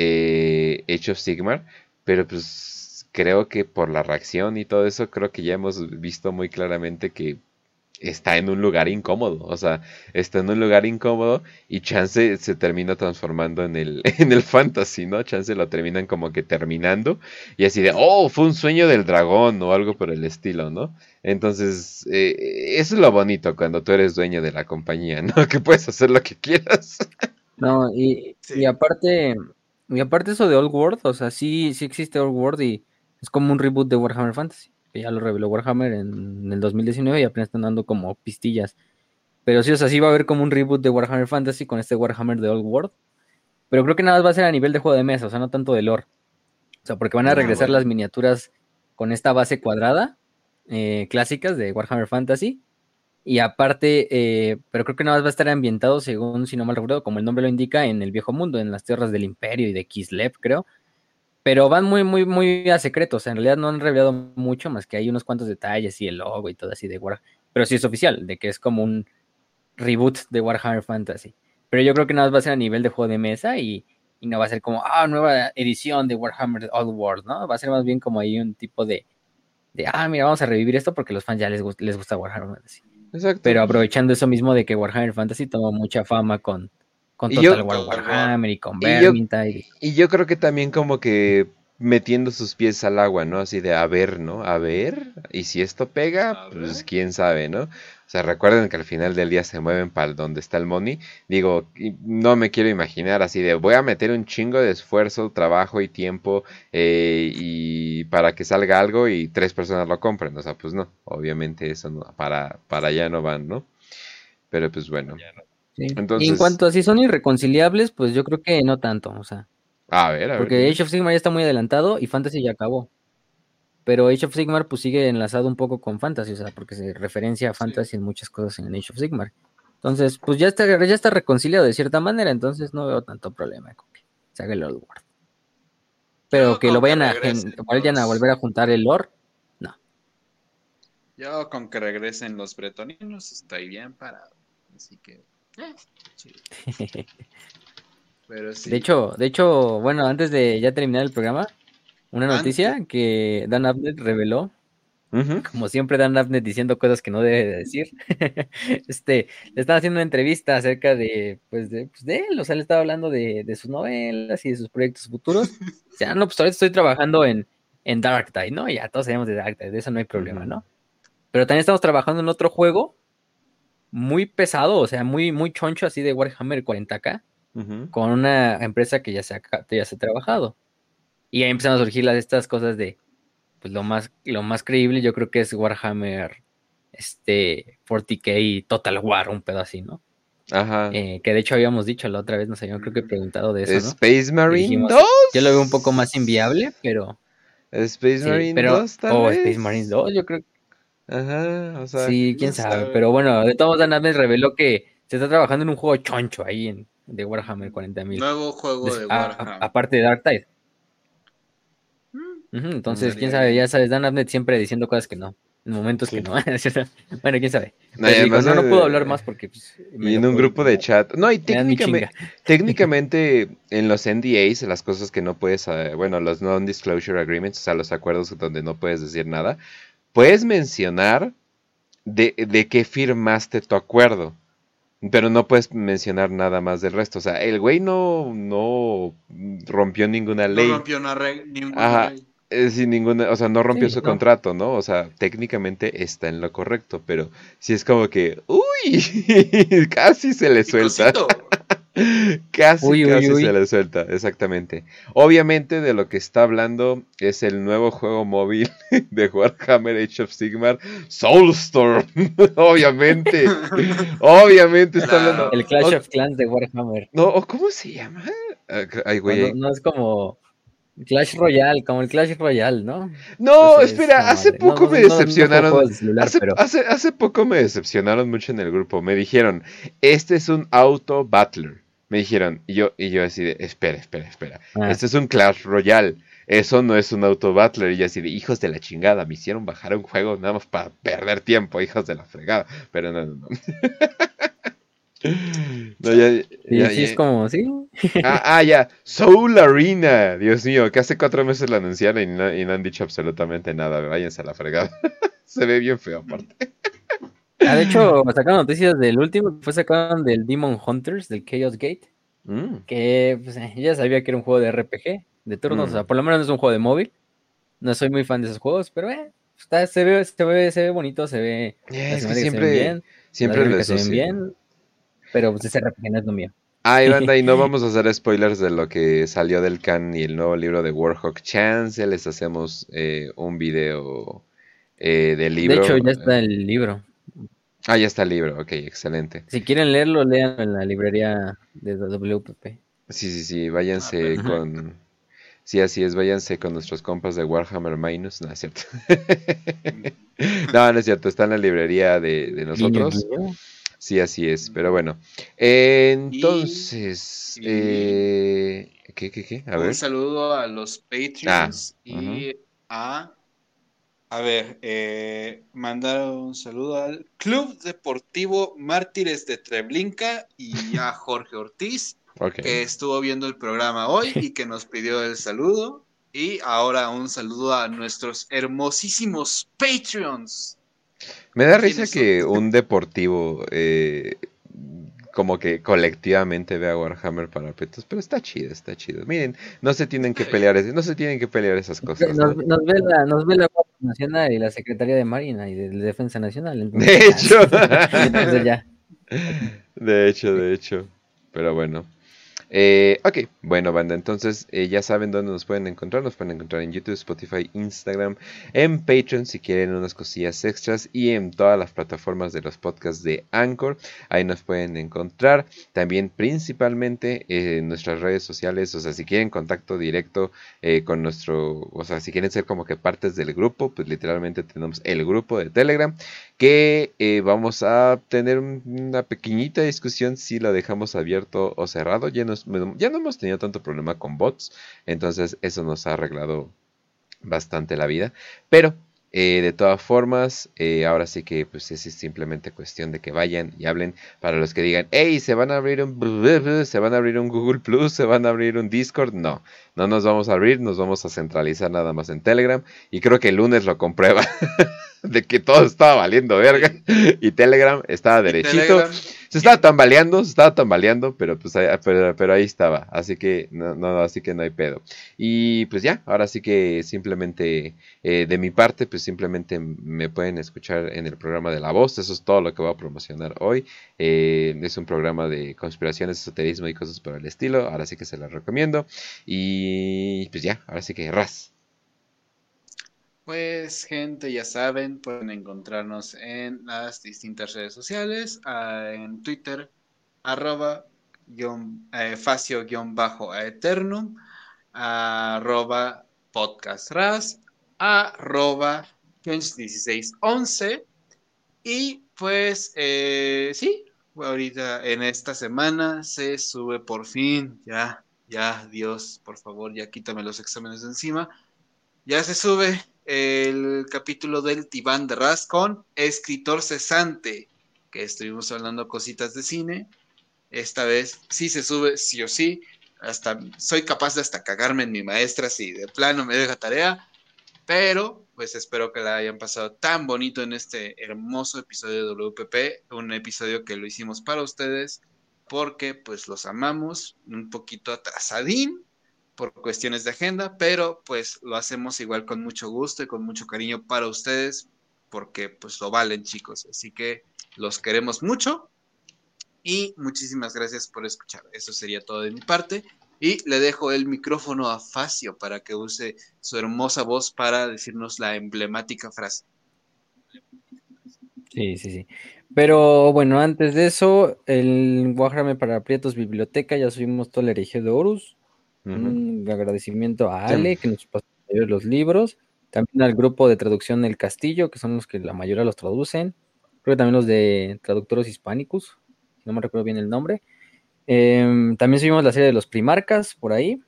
eh, Age of Sigmar, pero pues creo que por la reacción y todo eso, creo que ya hemos visto muy claramente que está en un lugar incómodo, o sea, está en un lugar incómodo y chance se termina transformando en el, en el fantasy, ¿no? Chance lo terminan como que terminando y así de, oh, fue un sueño del dragón o algo por el estilo, ¿no? Entonces, eh, eso es lo bonito cuando tú eres dueño de la compañía, ¿no? Que puedes hacer lo que quieras. No, y, y Sí. aparte, y aparte eso de Old World, o sea, sí, sí existe Old World y es como un reboot de Warhammer Fantasy, que ya lo reveló Warhammer en, en el dos mil diecinueve y apenas están dando como pistillas. Pero sí, o sea, sí va a haber como un reboot de Warhammer Fantasy con este Warhammer de Old World, pero creo que nada más va a ser a nivel de juego de mesa, o sea, no tanto de lore. O sea, porque van a Ah, regresar bueno. las miniaturas con esta base cuadrada, eh, clásicas de Warhammer Fantasy. Y aparte, eh, pero creo que nada más va a estar ambientado, según si no mal recuerdo, como el nombre lo indica, en el viejo mundo, en las tierras del Imperio y de Kislev, creo. Pero van muy, muy, muy a secreto. O sea, en realidad no han revelado mucho, más que hay unos cuantos detalles y el logo y todo así de Warhammer. Pero sí es oficial, de que es como un reboot de Warhammer Fantasy. Pero yo creo que nada más va a ser a nivel de juego de mesa y, y no va a ser como, ah, nueva edición de Warhammer Old World, ¿no? Va a ser más bien como ahí un tipo de, de ah, mira, vamos a revivir esto porque a los fans ya les, gust- les gusta Warhammer Fantasy. Exacto, Pero pues. aprovechando eso mismo de que Warhammer Fantasy tomó mucha fama con, con Y yo, Total War Total War. Warhammer y con y yo, Vermintide. y yo creo que también como que metiendo sus pies al agua, ¿no? Así de a ver, ¿no? A ver, y si esto pega, A pues ver. quién sabe, ¿no? O sea, recuerden que al final del día se mueven para donde está el money. Digo, y no me quiero imaginar así de voy a meter un chingo de esfuerzo, trabajo y tiempo eh, y para que salga algo y tres personas lo compren. O sea, pues no, obviamente eso no, para, para allá no van, ¿no? Pero pues bueno, Sí. Y en entonces, cuanto a si son irreconciliables, pues yo creo que no tanto, o sea, a ver, a ver, porque dime. Age of Sigmar ya está muy adelantado y Fantasy ya acabó. Pero Age of Sigmar pues sigue enlazado un poco con Fantasy, o sea, porque se referencia a Sí. Fantasy en muchas cosas en Age of Sigmar. Entonces, pues ya está, ya está reconciliado de cierta manera, entonces no veo tanto problema con que se haga el Old World. Pero Yo que lo con que vayan a, gen- regresen vayan a los. volver a juntar el lore, no. Yo con que regresen los bretonianos estoy bien parado. Así que. eh, sí. Pero De sí. hecho, de hecho, bueno, antes de ya terminar el programa, una Antes. noticia que Dan Abnett reveló, Ujú. como siempre Dan Abnett diciendo cosas que no debe de decir. Este, le están haciendo una entrevista acerca de, pues, de, pues, de él, o sea, le estaba hablando de, de sus novelas y de sus proyectos futuros. O sea, no, pues ahorita estoy trabajando en, en Dark Tide, ¿no? Ya todos sabemos de Dark Tide, de eso no hay problema, Ujú. ¿no? Pero también estamos trabajando en otro juego muy pesado, o sea, muy, muy choncho, así de Warhammer cuarenta K, Ujú. con una empresa que ya se ha, ca- ya se ha trabajado. Y ahí empezaron a surgir las, estas cosas de, pues lo más, lo más creíble yo creo que es Warhammer, este, cuarenta K y Total War, un pedo así, ¿no? Ajá. Eh, que de hecho habíamos dicho la otra vez, nos habían creo que preguntado de eso, ¿no? Space Y Marine dijimos, dos. yo lo veo un poco más inviable, pero Space sí, Marine pero, dos, tal o vez. Space Marines dos, yo creo que Ajá, o sea, sí, quién no sabe, sabe. pero bueno, de todos modos, Danames reveló que se está trabajando en un juego choncho ahí en, de Warhammer cuarenta mil, Nuevo juego de Warhammer. aparte de Dark Tide. Mm, Ujú, entonces, estaría quién sabe, bien. ya sabes, Dan Abnett siempre diciendo cosas que no, en momentos que sí. no. Bueno, quién sabe. No, Pero y sí dijo, además, no, no puedo hablar eh, más porque pues, me y en lo un pro- grupo de chat. No, y me dan mi técnicamente, chinga. técnicamente en los N D As, las cosas que no puedes, eh, bueno, los Non-Disclosure Agreements, o sea, los acuerdos donde no puedes decir nada, puedes mencionar de, de qué firmaste tu acuerdo, pero no puedes mencionar nada más del resto. O sea, el güey no, no rompió ninguna No ley. rompió una reg- ninguna Ajá, ley. eh, sin ninguna, o sea, no rompió Sí, su no. contrato, ¿no? O sea, técnicamente está en lo correcto, pero sí es como que, uy, casi se le suelta. Picosito. Casi, Uy, uy, casi se uy. le suelta, exactamente. Obviamente de lo que está hablando es el nuevo juego móvil de Warhammer Age of Sigmar, Soulstorm. Obviamente, obviamente está hablando. Claro. El Clash o- of Clans de Warhammer. no, ¿o ¿cómo se llama? Ah, Ay, O no, güey. no es como Clash Royale, como el Clash Royale, ¿no? No, Ese es esa espera, hace madre. No, poco no, me no, no juego decepcionaron. juegos de celular, Hace, pero hace, hace poco me decepcionaron mucho en el grupo. Me dijeron, este es un auto battler. Me dijeron, y yo, y yo así de, espera, espera, espera. ah, Este es un Clash Royale. Eso no es un auto battler. Y yo así de, hijos de la chingada, me hicieron bajar un juego nada más para perder tiempo, hijos de la fregada. Pero no, no, no. No, ya, sí, ya, sí es ya. como, sí. Ah, ah, ya. Soul Arena. Dios mío, que hace cuatro meses lo anunciaron y no, y no han dicho absolutamente nada. Váyanse a la fregada. Se ve bien feo aparte. Ah, de hecho, sacaron noticias del último, que fue sacaron del Demon Hunters, del Chaos Gate, Mm, que pues, eh, yo ya sabía que era un juego de R P G, de turnos, Mm. o sea, por lo menos no es un juego de móvil. No soy muy fan de esos juegos, pero eh, está, se ve, se ve, se ve bonito, se ve, eh, las es que cinemáticas se ven siempre, bien, las siempre lo dinámicas se ven asocian. bien, pero pues ese R P G no es lo mío. Ay, banda, y no vamos a hacer spoilers de lo que salió del can y el nuevo libro de Warhawk Chance. Les hacemos eh, un video eh, del De hecho, libro. ya está el libro. Ah, ya está el libro. Ok, excelente. Si quieren leerlo, lean en la librería de W P P. Sí, sí, sí, váyanse Ujú. con... Sí, así es, váyanse con nuestros compas de Warhammer Minus. No, es cierto. No, no es cierto, está en la librería de, de Guiño, nosotros. guiño. Sí, así es, pero bueno. Entonces, Y- eh, ¿qué, qué, qué? A Un ver. saludo a los Patreons y a. A ver, eh, mandar un saludo al Club Deportivo Mártires de Treblinka y a Jorge Ortiz, Ok. que estuvo viendo el programa hoy y que nos pidió el saludo. Y ahora un saludo a nuestros hermosísimos Patreons. Me da ¿Quiénes risa son? que un deportivo eh, como que colectivamente vea Warhammer para petos, pero está chido, está chido. Miren, no se tienen que pelear, es- no se tienen que pelear esas cosas, Nos, ¿no? nos ve la, nos ve la Guardia Nacional y la Secretaría de Marina y de Defensa Nacional. Entonces, De hecho. entonces ya. De hecho, de hecho. Pero bueno. Eh, ok, bueno, banda, entonces eh, ya saben dónde nos pueden encontrar. Nos pueden encontrar en YouTube, Spotify, Instagram, en Patreon si quieren unas cosillas extras y en todas las plataformas de los podcasts de Anchor. Ahí nos pueden encontrar. También principalmente eh, en nuestras redes sociales, o sea, si quieren contacto directo eh, con nuestro, o sea, si quieren ser como que partes del grupo, pues literalmente tenemos el grupo de Telegram que eh, vamos a tener un- una pequeñita discusión si lo dejamos abierto o cerrado. Ya, nos, ya no hemos tenido tanto problema con bots, entonces eso nos ha arreglado bastante la vida. Pero eh, de todas formas, eh, ahora sí que pues es simplemente cuestión de que vayan y hablen. Para los que digan, hey, se van a abrir un se van a abrir un Google Plus, se van a abrir un Discord. No, no nos vamos a abrir, nos vamos a centralizar nada más en Telegram. Y creo que el lunes lo comprueba. de que todo estaba valiendo verga y Telegram estaba derechito. Telegram. Se estaba tambaleando, se estaba tambaleando, pero pues ahí, pero, pero ahí estaba, así que no, no, así que no hay pedo. Y pues ya, ahora sí que simplemente eh, de mi parte, pues simplemente me pueden escuchar en el programa de La Voz. Eso es todo lo que voy a promocionar hoy. Eh, es un programa de conspiraciones, esoterismo y cosas por el estilo. Ahora sí que se los recomiendo. Y pues ya, ahora sí que ras. Pues gente, ya saben, pueden encontrarnos en las distintas redes sociales, ah, en Twitter, arroba, guión, eh, facio guión bajo a eternum, arroba podcastras, arroba dieciséis once, y pues eh, sí, ahorita en esta semana se sube por fin, ya, ya, Dios, por favor, ya quítame los exámenes de encima. Ya se sube el capítulo del Diván de Ras con Escritor Cesante, que estuvimos hablando cositas de cine. Esta vez sí se sube, sí o sí. Hasta soy capaz de hasta cagarme en mi maestra si de plano me deja tarea. Pero pues espero que la hayan pasado tan bonito en este hermoso episodio de W P P. Un episodio que lo hicimos para ustedes porque pues los amamos, un poquito atrasadín por cuestiones de agenda, pero pues lo hacemos igual con mucho gusto y con mucho cariño para ustedes, porque pues lo valen, chicos. Así que los queremos mucho y muchísimas gracias por escuchar. Eso sería todo de mi parte y le dejo el micrófono a Facio para que use su hermosa voz para decirnos la emblemática frase. Sí, sí, sí. Pero bueno, antes de eso, el Warhammer para Prietos Biblioteca, ya subimos todo el herejía de Horus. Uh-huh. Un agradecimiento a Ale, que nos pasó los libros. También al grupo de traducción El Castillo, que son los que la mayoría los traducen. Creo que también los de Traductores Hispánicos, si no me recuerdo bien el nombre. Eh, también subimos la serie de los Primarcas por ahí.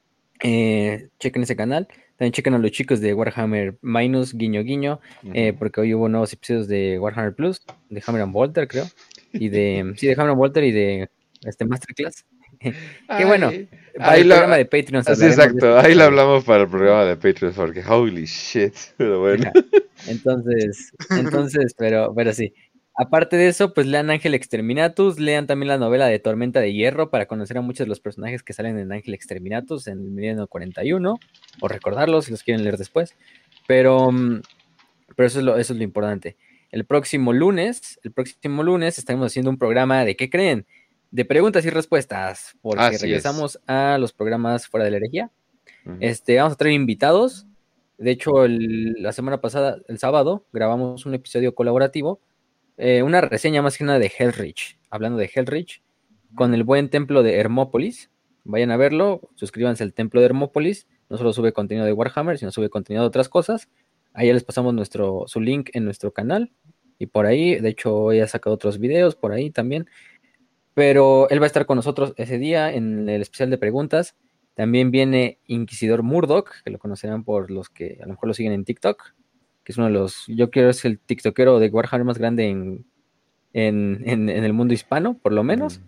Eh, chequen ese canal. También chequen a los chicos de Warhammer Minus, guiño guiño, uh-huh. eh, porque hoy hubo nuevos episodios de Warhammer Plus, de Hammer and Bolter, creo. Y de, sí, de Hammer and Bolter y de este Masterclass. Que bueno, para ahí el la, programa de Patreon. Sí, exacto, ahí lo hablamos para el programa de Patreon, porque holy shit, pero bueno. Entonces, entonces, pero, pero sí. Aparte de eso, pues lean Ángel Exterminatus, lean también la novela de Tormenta de Hierro para conocer a muchos de los personajes que salen en Ángel Exterminatus en el Milenio cuarenta y uno, o recordarlos si los quieren leer después. Pero, pero eso es lo, eso es lo importante. El próximo lunes, el próximo lunes estaremos haciendo un programa de ¿qué creen? De preguntas y respuestas, porque Así regresamos es. a los programas fuera de la herejía. Uh-huh. Este, vamos a traer invitados. De hecho, el, la semana pasada, el sábado, grabamos un episodio colaborativo, eh, una reseña más que nada de Hellreach, hablando de Hellreach, uh-huh. con el buen templo de Hermópolis. Vayan a verlo, suscríbanse al templo de Hermópolis. No solo sube contenido de Warhammer, sino sube contenido de otras cosas. Ahí ya les pasamos nuestro, su link en nuestro canal. Y por ahí, de hecho, ella ha sacado otros videos por ahí también. Pero él va a estar con nosotros ese día en el especial de preguntas. También viene Inquisidor Murdoch, que lo conocerán por los que a lo mejor lo siguen en TikTok, que es uno de los, yo quiero es el tiktokero de Warhammer más grande en, en, en, en el mundo hispano, por lo menos. Mm.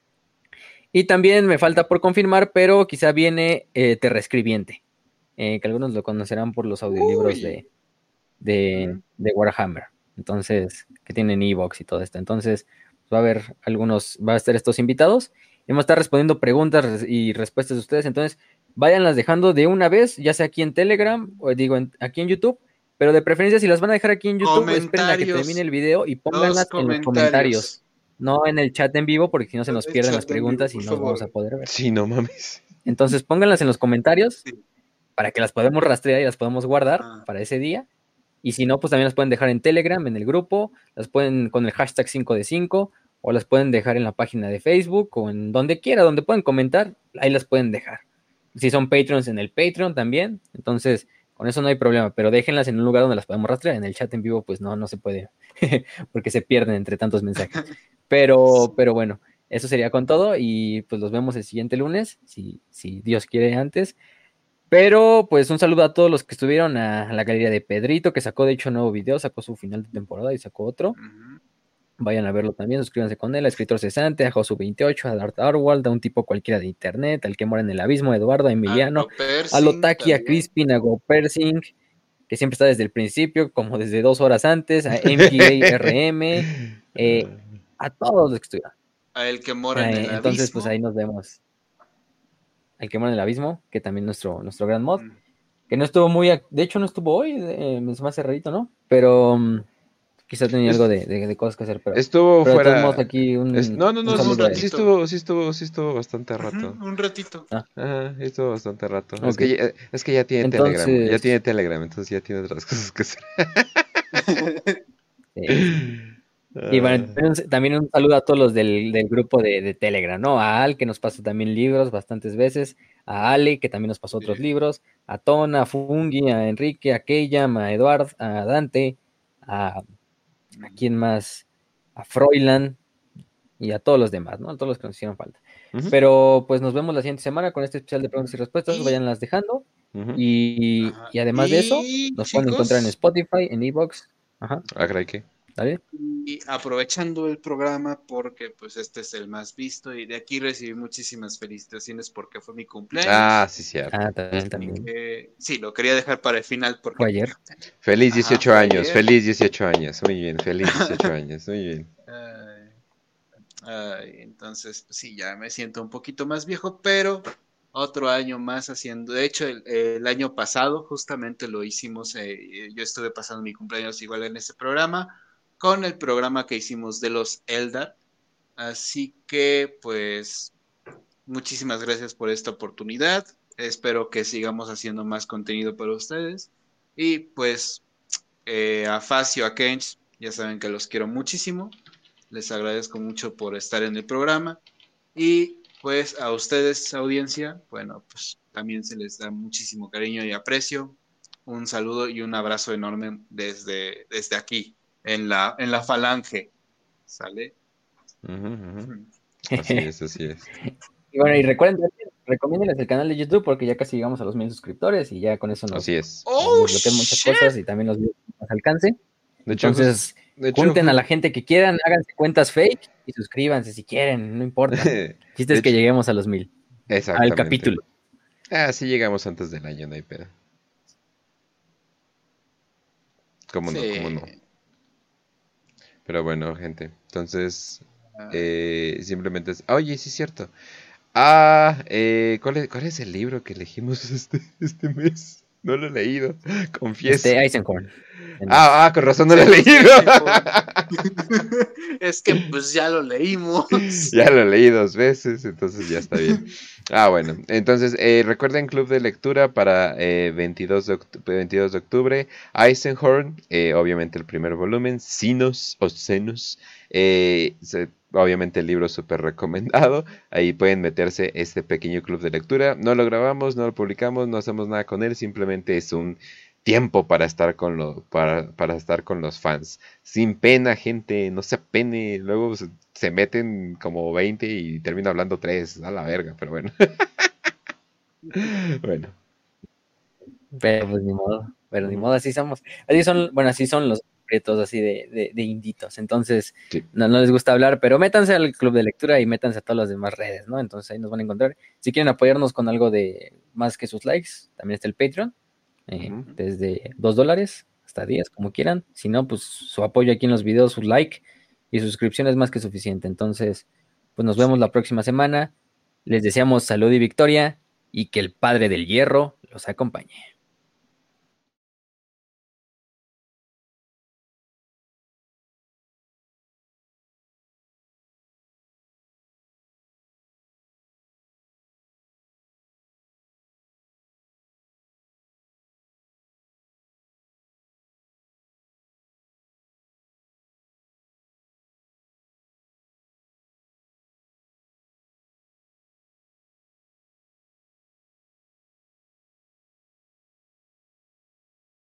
Y también me falta por confirmar, pero quizá viene eh, Terrescribiente, eh, que algunos lo conocerán por los audiolibros de, de, de Warhammer. Entonces, que tienen Evox y todo esto. Entonces, va a haber algunos, va a estar estos invitados, y vamos a estar respondiendo preguntas y respuestas de ustedes, entonces váyanlas dejando de una vez, ya sea aquí en Telegram, o digo en, aquí en YouTube, pero de preferencia si las van a dejar aquí en YouTube, esperen a que termine el video y pónganlas en los comentarios, no en el chat en vivo, porque si no se nos el pierden las preguntas vivo, y no las vamos a poder ver. Sí, no mames. Entonces pónganlas en los comentarios, sí. para que las podamos rastrear y las podamos guardar ah. para ese día. Y si no, pues también las pueden dejar en Telegram, en el grupo, las pueden con el hashtag cinco de cinco, o las pueden dejar en la página de Facebook, o en donde quiera, donde pueden comentar, ahí las pueden dejar. Si son Patreons, en el Patreon también, entonces con eso no hay problema, pero déjenlas en un lugar donde las podemos rastrear. En el chat en vivo, pues no, no se puede, porque se pierden entre tantos mensajes. Pero, pero bueno, eso sería con todo, y pues los vemos el siguiente lunes, si, si Dios quiere antes. Pero pues un saludo a todos los que estuvieron a, a la galería de Pedrito, que sacó de hecho un nuevo video, sacó su final de temporada y sacó otro. Uh-huh. Vayan a verlo también, suscríbanse con él, a Escritor Cesante, a Josu veintiocho, a Dart Arwald, a un tipo cualquiera de internet, al que mora en el abismo, a Eduardo, a Emiliano, a, a Lotaki, a Crispin, a Go Persing, que siempre está desde el principio, como desde dos horas antes, a M G A R M, eh, a todos los que estuvieron. A el que mora en el Eh, entonces, abismo. pues ahí nos vemos. El que mora en el abismo, que también nuestro, nuestro gran mod, Mm. que no estuvo muy, ac- de hecho no estuvo hoy, eh, es más cerradito, ¿no? Pero um, quizá tenía Es- algo de, de- de cosas que hacer, pero, Estuvo pero de todos fuera. modos aquí un, es- no, no, un no, sí, saludo a sí él. estuvo, sí estuvo, sí estuvo bastante rato. Ujú, un ratito. Ajá, sí estuvo bastante rato. Es Ok. que ya, es que ya tiene Telegram, ya Entonces, tiene Telegram, entonces ya tiene otras cosas que hacer. eh, sí. Y bueno, Ah, también un, también un saludo a todos los del, del grupo de, de Telegram, ¿no? A Al, que nos pasa también libros bastantes veces, a Ale, que también nos pasó otros Sí. libros, a Tona, a Fungi, a Enrique, a Keyam, a Eduard, a Dante, a, a quién más, a Froilan y a todos los demás, ¿no? A todos los que nos hicieron falta. ujú, Pero pues nos vemos la siguiente semana con este especial de preguntas y respuestas, Y- vayanlas dejando. ujú. Y, Ajá. y además de eso, Y, nos pueden encontrar en chicos, Spotify, en Evox. Ajá, Ah, caray, ¿qué? ¿vale? y aprovechando el programa porque pues este es el más visto y de aquí recibí muchísimas felicitaciones porque fue mi cumpleaños. Ah, sí, cierto. Ah, también, Así también. que, sí, lo quería dejar para el final porque Fue ayer. Feliz Ajá, dieciocho fue años, ayer. feliz dieciocho años. Muy bien, feliz dieciocho años, muy bien. Ay, ay, entonces, pues sí, ya me siento un poquito más viejo, pero otro año más haciendo. De hecho, el, el año pasado justamente lo hicimos. Eh, yo estuve pasando mi cumpleaños igual en ese programa, con el programa que hicimos de los Eldar. Así que, pues, muchísimas gracias por esta oportunidad. Espero que sigamos haciendo más contenido para ustedes. Y pues, eh, a Facio, a Kench, ya saben que los quiero muchísimo. Les agradezco mucho por estar en el programa. Y pues a ustedes, audiencia, bueno, pues también se les da muchísimo cariño y aprecio. Un saludo y un abrazo enorme desde, desde aquí, en la, en la falange. ¿Sale? Ujú, ujú. Así es, así es. Y bueno, y recuerden, recomiéndenles el canal de YouTube porque ya casi llegamos a los mil suscriptores y ya con eso nos, Así es. nos ¡Oh, desbloquean muchas shit! cosas y también los videos más alcance. De hecho, Entonces, jus- de hecho, junten a ju- la gente que quieran, háganse cuentas fake y suscríbanse si quieren, no importa. El chiste de es que hecho, lleguemos a los mil, al exactamente. capítulo. Ah, sí llegamos antes del año, no hay pedo. ¿Cómo no? Sí. ¿Cómo no? Pero bueno, gente. Entonces, Ah, eh, simplemente es. ah, Oye, sí es cierto. Ah, eh, ¿cuál es, cuál es el libro que elegimos este, este mes? No lo he leído, confieso. Este Eisenhorn. Ah, ah, con razón no lo he se los leído. dejo. Es que pues ya lo leímos. Ya lo leí dos veces, entonces ya está bien. Ah, bueno, entonces eh, recuerden Club de Lectura para eh, veintidós, de oct- veintidós de octubre, Eisenhorn, eh, obviamente el primer volumen, Sinos o Senos, eh, se- obviamente el libro súper recomendado, ahí pueden meterse este pequeño club de lectura, no lo grabamos, no lo publicamos, no hacemos nada con él, simplemente es un tiempo para estar con lo, para, para estar con los fans. Sin pena, gente, no se apene. Luego se, se meten como veinte y termina hablando tres. A la verga, pero bueno. Bueno, Pero pues ni modo, pero ni modo, así somos. Así son, bueno, así son los prietos así de, de, de inditos. Entonces, sí. no, no les gusta hablar, pero métanse al club de lectura y métanse a todas las demás redes, ¿no? Entonces ahí nos van a encontrar. Si quieren apoyarnos con algo de más que sus likes, también está el Patreon. Eh, Ujú. desde dos dólares hasta diez, como quieran. Si no, pues su apoyo aquí en los videos, su like y suscripción es más que suficiente. Entonces, pues nos vemos la próxima semana. Les deseamos salud y victoria y que el Padre del Hierro los acompañe.